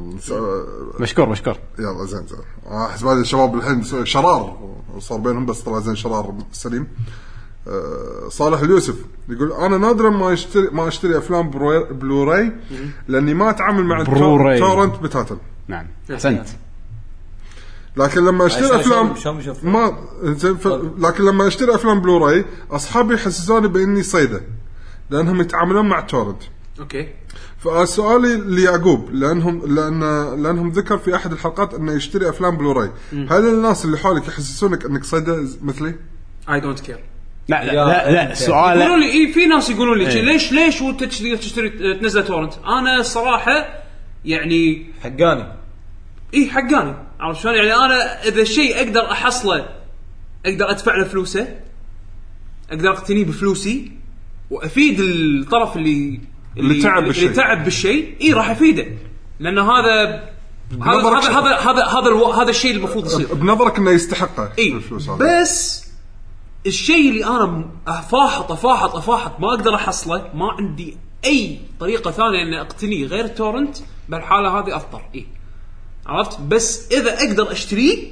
مشكور مشكور يلا زين زين احسب هذا الشباب الحين شرار صار بينهم بس طلع زين شرار سليم. أه صالح اليوسف يقول انا نادرا ما اشتري ما اشتري افلام بلوراي لاني ما اتعامل مع التورنت بتاتا. نعم احسنت. لكن لما اشتري افلام ما لكن لما اشتري افلام بلوراي اصحابي يحسسوني باني صيده لانهم يتعاملون مع التورنت. اوكي فسؤالي ليعقوب لانهم لان لانهم ذكر في احد الحلقات انه يشتري افلام بلوراي م. هل الناس اللي حولك يحسسونك انك صيده مثلي؟ اي دونت كير. لا لا لا, لا سؤال يقولوا لي إيه في ناس يقولوا لي إيه؟ ليش ليش وانت تشتري تشتري تنزل تورنت؟ انا الصراحه يعني حقاني ايه حقاني عرفت شلون يعني انا اذا شيء اقدر احصله اقدر ادفع له فلوسه اقدر اقتنيه بفلوسي وافيد الطرف اللي اللي تعب بالشيء اللي تعب بالشيء اي راح افيده لانه هذا هذا هذا هذا هذا هذا الشيء المفروض يصير بنظرك انه يستحقه إيه؟ بس الشيء اللي انا افاحط افاحط افاحط ما اقدر احصله ما عندي اي طريقه ثانيه ان اقتنيه غير التورنت بالحاله هذه اضطر اي عرفت. بس اذا اقدر اشتريه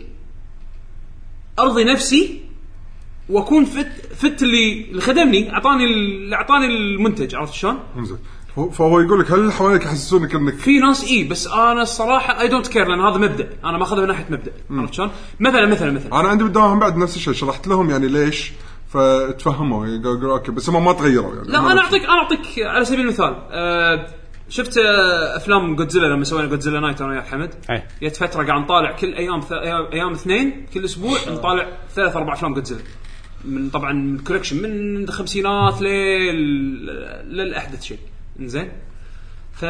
ارضي نفسي واكون فت فت اللي اللي خدمني اعطاني اللي اعطاني المنتج عرفت شلون. فهو يقول لك هل اللي حواليك يحسسونك انك في ناس اي بس انا الصراحه اي دونت كير لان هذا مبدا انا ماخذه من ناحيه مبدا عرفت شلون. مثلا مثلا مثلا انا عندي بداهم بعد نفس الشيء شرحت لهم يعني ليش فتفهموا يقولوا اوكي بس هم ما تغيروا يعني. لا انا اعطيك انا اعطيك على سبيل المثال أه شفت افلام جودزيلا لما سوينا جودزيلا نايت انا ويا حمد جت فتره قاعد نطالع كل ايام ايام اثنين كل اسبوع نطالع ثلاث اربع افلام جودزيلا من طبعا من كولكشن من الخمسينات لل للاحدث شيء انزين. ف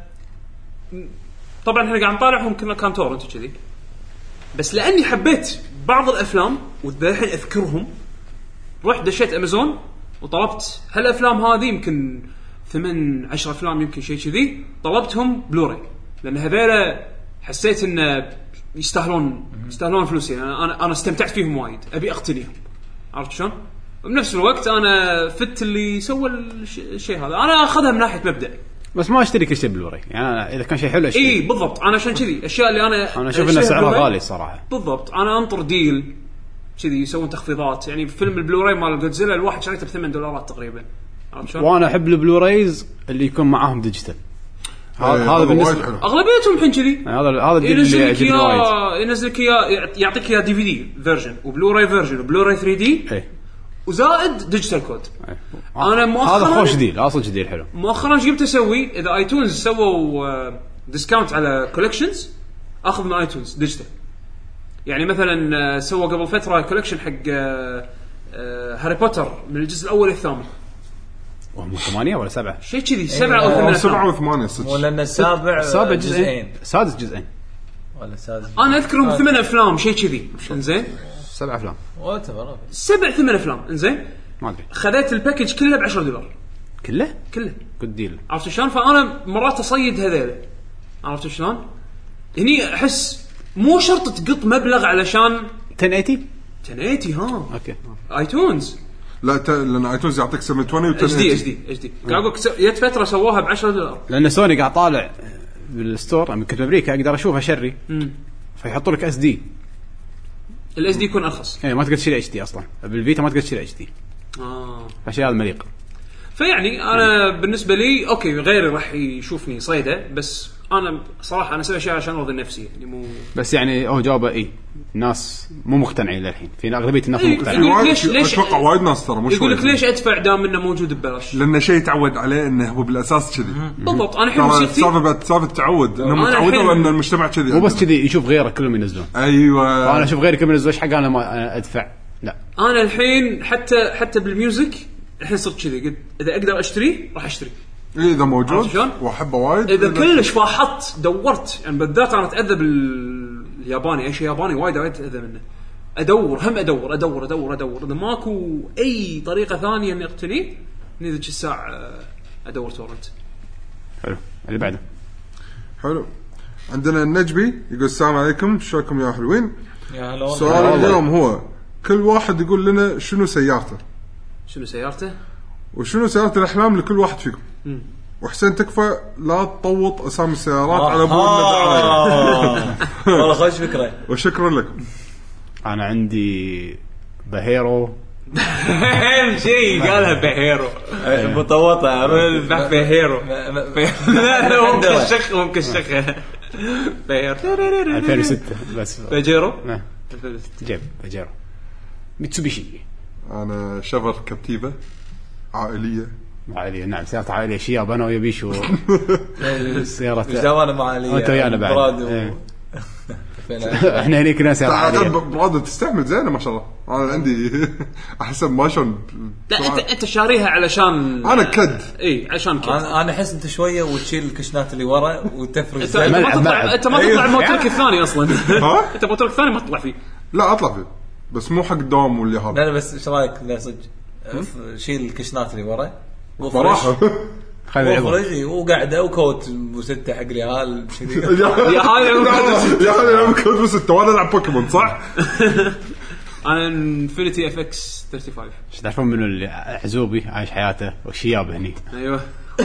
طبعا احنا قاعد نطالعهم كنا كان تورنت كذي بس لاني حبيت بعض الافلام والحين اذكرهم رحت دشيت امازون وطلبت هالافلام هذه يمكن ثمانية عشرة افلام يمكن شيء كذي طلبتهم بلوراي لان هذيلا حسيت ان يستاهلون يستاهلون فلوسي انا انا استمتعت فيهم وايد ابي اقتنيهم عرفت شلون. بنفس الوقت انا فت اللي سوى الشيء هذا انا اخذها من ناحيه مبدا بس ما اشتري كل شيء بلوراي يعني أنا اذا كان شيء حلو اشتري. اي بالضبط انا عشان كذي الاشياء اللي انا انا اشوف انه سعره غالي صراحه. بالضبط انا انطر ديل كذي يسوون تخفيضات يعني فيلم البلوراي مال جودزيلا الواحد شريته بثمان دولارات تقريبا وانا احب البلورايز اللي يكون معاهم ديجيتال. هذا هذا بالنسبه اغلبيتهم الحين كذي. هذا هذا ينزل لك اياه ينزل لك اياه يعطيك اياه دي في دي فيرجن وبلوراي فيرجن وبلوراي ثري دي ايه وزائد ديجيتال كود. ايه. انا مؤخرا هذا خوش ديل اصلا جديد حلو. مؤخرا جبت اسوي اذا ايتونز سووا ديسكاونت على كولكشنز اخذ من ايتونز ديجيتال. يعني مثلا سووا قبل فتره كولكشن حق هاري بوتر من الجزء الاول للثامن وهم ثمانية ولا سبعة شيء كذي سبعة أو ثمانية سبعة وثمانية ست ولا السابع سابع جزئين سادس جزئين ولا سادس أنا أذكرهم ثمان أفلام شيء كذي إنزين سبع أفلام واتفر سبع ثمان أفلام إنزين ما أدري خذيت الباكج كله بعشرة دولار كله كله good deal. عرفت شلون؟ فأنا مرات أصيد هذيل عرفت شلون؟ هني أحس مو شرط تقط مبلغ علشان عشرة ثمانين عشرة ثمانين ها أوكي ايتونز لا ت... لان ايتونز يعطيك سبعمية وعشرين اتش دي اتش دي اتش دي قاعد اقول يد فتره سووها ب عشرة دولار لان سوني قاعد طالع بالستور انا كنت بامريكا اقدر اشوفها شري فيحطوا لك اس دي الاس دي يكون ارخص يعني ما تقدر تشتري اتش دي اصلا بالفيتا ما تقدر تشتري اتش دي اه اشياء المليق. فيعني انا م. بالنسبه لي اوكي غيري راح يشوفني صيده بس انا صراحه انا اسوي اشياء عشان ارضي نفسي يعني مو بس يعني هو جوابه اي الناس مو مقتنعين للحين في اغلبيه الناس مو إيه مقتنعين. ليش ليش اتوقع وايد ناس ترى مش يقول لك ليش ادفع دام انه موجود ببلاش لان شيء تعود عليه انه هو بالاساس كذي بالضبط. انا الحين موسيقتي سالفه سالفه التعود انهم متعودين ان المجتمع كذي مو بس كذي يشوف غيره كلهم ينزلون ايوه انا اشوف غيري كلهم ينزلون ايش حق انا ما ادفع لا انا الحين حتى حتى بالميوزك الحين صرت كذي قلت اذا اقدر اشتري راح اشتري إيه اذا موجود واحبه وايد اذا كلش فاحط دورت يعني بالذات انا اتاذى بالياباني اي شيء ياباني وايد وايد اتاذى منه ادور هم ادور ادور ادور ادور اذا ماكو اي طريقه ثانيه اني اقتنيه من ذيك الساعه ادور تورنت. حلو اللي بعده حلو. عندنا النجبي يقول السلام عليكم شلونكم يا حلوين. يا هلا سؤال اليوم هو كل واحد يقول لنا شنو سيارته شنو سيارته وشنو سيارة الأحلام لكل واحد فيكم. م. وحسين تكفى لا تطوط أسامي السيارات آه على أبو النبي. والله خوش فكرة. وشكرا لكم. أنا عندي بهيرو. أهم شيء قالها بهيرو. مطوطة. بهيرو. لا ممكن الشخ ممكن الشخ. بهيرو. ألفين وستة بس. بهيرو. نعم. جيب بهيرو. ميتسوبيشي. أنا شفر كابتيفا. عائلية عائلية نعم سيارة عائلية شياب أنا ويبيشو سيارة زوانا مع عائلية أنت ويانا بعد ايه. إحنا هنيك ناس سيارة عائلية برادو تستحمل زينة ما شاء الله. أنا عندي أحسن ما شلون لا أنت أنت شاريها علشان أنا كد إيه عشان كد أنا أنا أحس أنت شوية وتشيل الكشنات اللي ورا وتفرز أنت ما تطلع أنت ما تطلع الموتورك الثاني أصلا أنت موتورك الثاني ما تطلع فيه لا أطلع فيه بس مو حق الدوام واللي هذا. لا بس إيش رأيك لا صدق شيل الكشنات اللي ورا صراحة وفرجي وقاعدة وكوت وستة حق ريال يا هاي يا هاي كوت وستة وانا ألعب بوكيمون صح. أنا انفينيتي اف اكس خمسة وثلاثين. ايش تعرفون منو اللي عزوبي عايش حياته والشياب هني. ايوه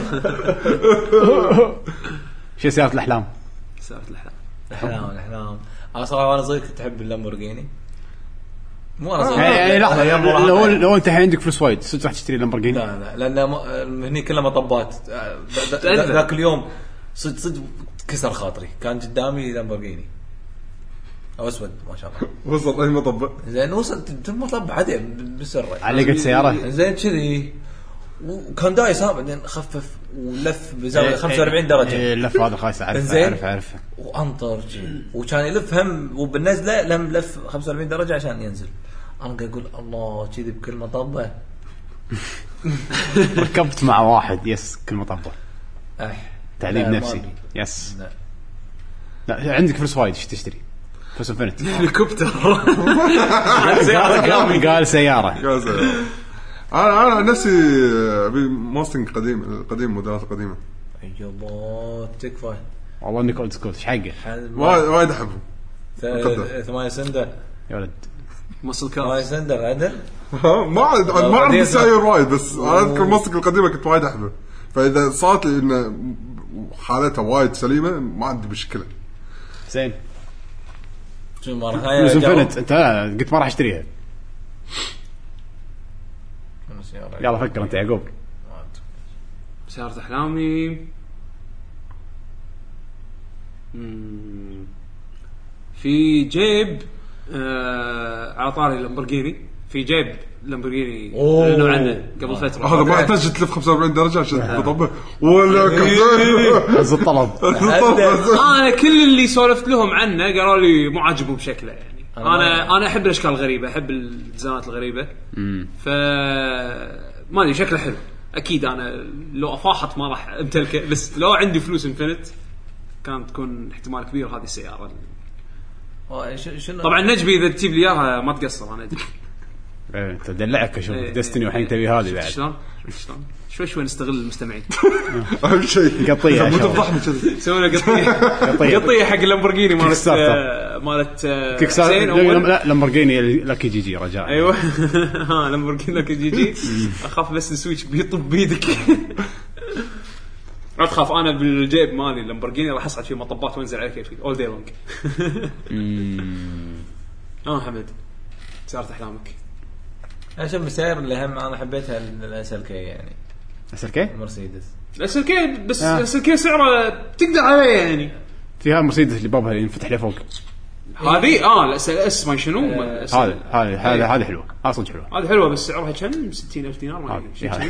شو سيارة الأحلام سيارة الأحلام الأحلام الأحلام أنا صراحة وأنا صغير كنت أحب اللامبورغيني مو أنا صغير يعني لحظة لو لو أنت عندك فلوس وايد صرت راح تشتري لامبورغيني. لا لا لأن هني كلها مطبات ذاك اليوم صد صد كسر خاطري كان قدامي لامبورغيني أو أسود ما شاء الله وصلت أي مطب زين وصلت مطب عادي بسرعة علقت سيارة زين كذي وكان دايس ها بعدين خفف ولف بزاوية خمسة وأربعين درجة. إيه اللف هذا خايس أعرف أعرف أعرف وأنطر وكان يلف هم وبالنزلة لم لف خمسة وأربعين درجة عشان ينزل. أنا قاعد أقول الله كذي بكل مطبة. ركبت مع واحد يس كل مطبة. أح تعليم نفسي يس. لا. لا عندك فلوس وايد ايش تشتري؟ فلوس انفنت. هليكوبتر. قال قال سيارة. قال سيارة. أنا أنا نفسي بموستنج قديم القديم موديلات القديمة. أيوة تكفى. والله إنك أولد سكول إيش حقه؟ وايد وايد أحبه. ثمانية سندر. يا ولد. مصل كار. ثمانية سندر عدل. ما ما أعرف السير وايد بس أنا أذكر الموستنج القديمة كنت وايد أحبه. فإذا صارت لي إن حالتها وايد سليمة ما عندي مشكلة. زين. شو مرة هاي. انفنت أنت قلت ما راح أشتريها. يلا فكر أنت يعقوب. سيارة احلامي مم. في جيب آه على طاري لامبورغيني في جيب لامبورغيني اعلنوا عنه قبل فتره. هذا ما يحتاج تلف خمسة وأربعين درجه عشان تطبه ولا بس الطلب. انا كل اللي سولفت لهم عنه قالوا لي مو عاجبهم بشكله يعني. انا انا احب الاشكال الغريبه احب الديزاينات الغريبه ف ما ادري شكله حلو اكيد. انا لو افاحط ما راح امتلكه بس لو عندي فلوس انفنت كانت تكون احتمال كبير هذه السياره. طبعا نجبي اذا تجيب لي اياها ما تقصر انا ادري. ايه تدلعك اشوف ديستني وحين تبي هذه بعد شلون شلون شوي شوي نستغل المستمعين. اهم شيء قطيه مو تفضحني كذي سوينا قطيه قطيه حق اللامبورغيني مالت مالت كيك ستارتر. لا لامبورغيني لك جي جي رجاء. ايوه ها لامبورغيني لك جي جي. اخاف بس السويتش بيطب بيدك. لا تخاف انا بالجيب مالي اللامبورغيني راح اصعد فيه مطبات وانزل على كيفي اول داي لونج. اه حمد سيارة احلامك. عشان بالسيارة اللي هم انا حبيتها الاس ال كي يعني. اس ال كي مرسيدس الاس ال كي بس الاس ال كي سعره تقدر عليه يعني. فيها مرسيدس اللي بابها اللي ينفتح له فوق هذه اه الاس اس ما شنو هذا هذا هذا هذا حلو هذا صدق حلو هذا حلوه بس سعرها كم ستين ألف دينار ما ادري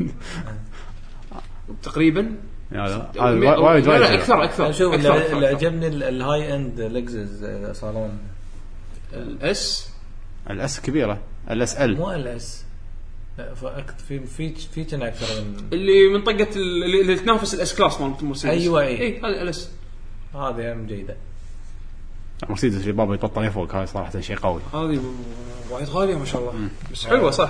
تقريبا. هذا هذا وايد وايد اكثر اكثر. شوف اللي عجبني الهاي اند لكزس صالون الاس الاس كبيره الاس ال مو الاس في في في كان اكثر من اللي من طقه اللي تنافس الاس كلاس مال مرسيدس. ايوه اي هذا الاس هذه هم جيده. مرسيدس اللي بابا يطلع فوق هاي صراحه شيء قوي. هذه وايد غاليه ما شاء الله بس حلوه صح.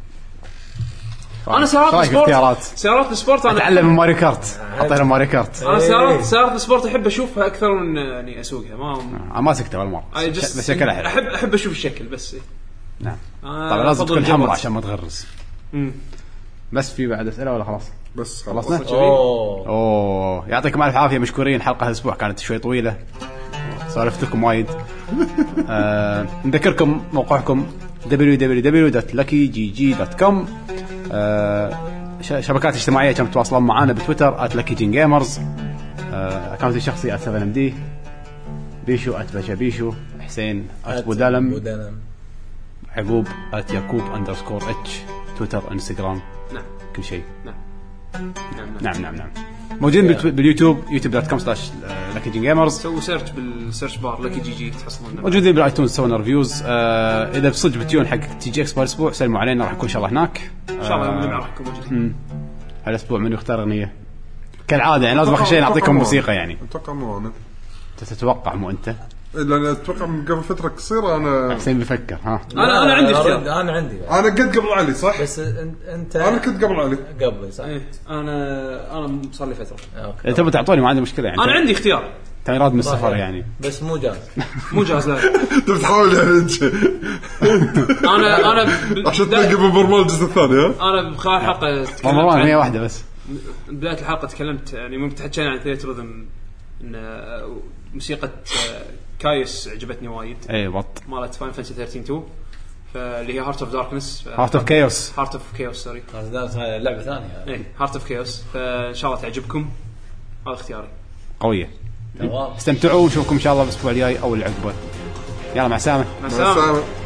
انا سيارات السبورت سيارات السبورت انا اتعلم من ماري كارت اعطينا ماري كارت. انا سيارات سيارات السبورت احب اشوفها اكثر من اني اسوقها. ما ما سكتها ولا مره بس شكلها حلو. احب احب اشوف الشكل بس. نعم طبعا لازم تكون حمراء عشان ما تغرز. امم بس في بعد اسئله ولا خلاص بس خلصنا. اوه اوه يعطيكم الف عافيه مشكورين. حلقه هالاسبوع كانت شوي طويله سولفت لكم وايد. آه، نذكركم موقعكم دبليو دبليو دبليو دوت لاكي جي جي دوت كوم. آه، شبكات اجتماعيه كم تتواصلون معنا بتويتر ات لاكي جين جيمرز. آه، اكونتي الشخصي ات سفن ام دي. بيشو ات باشا بيشو. حسين ات بودلم. عقوب ات يعقوب اندرسكور اتش. تويتر انستغرام نعم كل شيء. نعم نعم نعم نعم موجودين باليوتيوب يوتيوب دوت كوم سلاش لاكي جين جيمرز. سووا سيرش بالسيرش بار لاكي جي جي تحصلون. موجودين بالايتونز سوينا ريفيوز. آه اذا بصدق بتيون حق تي جي اكسبو الاسبوع سلموا علينا راح نكون ان شاء الله هناك ان شاء الله. يوم الجمعه راح نكون موجودين. هالاسبوع من يختار اغنيه كالعاده يعني لازم اخر شيء نعطيكم موسيقى يعني. اتوقع مو انا تتوقع مو انت لان اتوقع من قبل فتره قصيره انا حسين بيفكر ها. انا انا عندي اختيار. انا عندي انا قد قبل علي صح بس انت انا كنت قبل علي قبلي صح. ايه انا انا صار لي فتره. اذا تبغى تعطوني ما عندي مشكله يعني. انا عندي اختيار تايراد من السفر يعني بس مو جاهز. مو جاهز لا انت بتحاول يعني انت انا انا عشان تلاقي بالبرنامج الجزء الثاني ها. انا بخلال حلقه والله هي واحده بس بدايه الحلقه تكلمت يعني ممكن تحكينا عن ثياتر ريذم ان موسيقى كايس عجبتني وايد. اي بط مالت فاين فانتسي ثلاثة عشر اثنين فاللي هي هارت اوف داركنس هارت اوف كايوس هارت اوف كايوس سوري هذا لعبه ثانيه. اي هارت اوف كايوس فان شاء الله تعجبكم. هذا اختياري قويه. تمام استمتعوا ونشوفكم ان شاء الله الاسبوع الجاي او اللي عقبه. يلا مع السلامه. مع السلامه.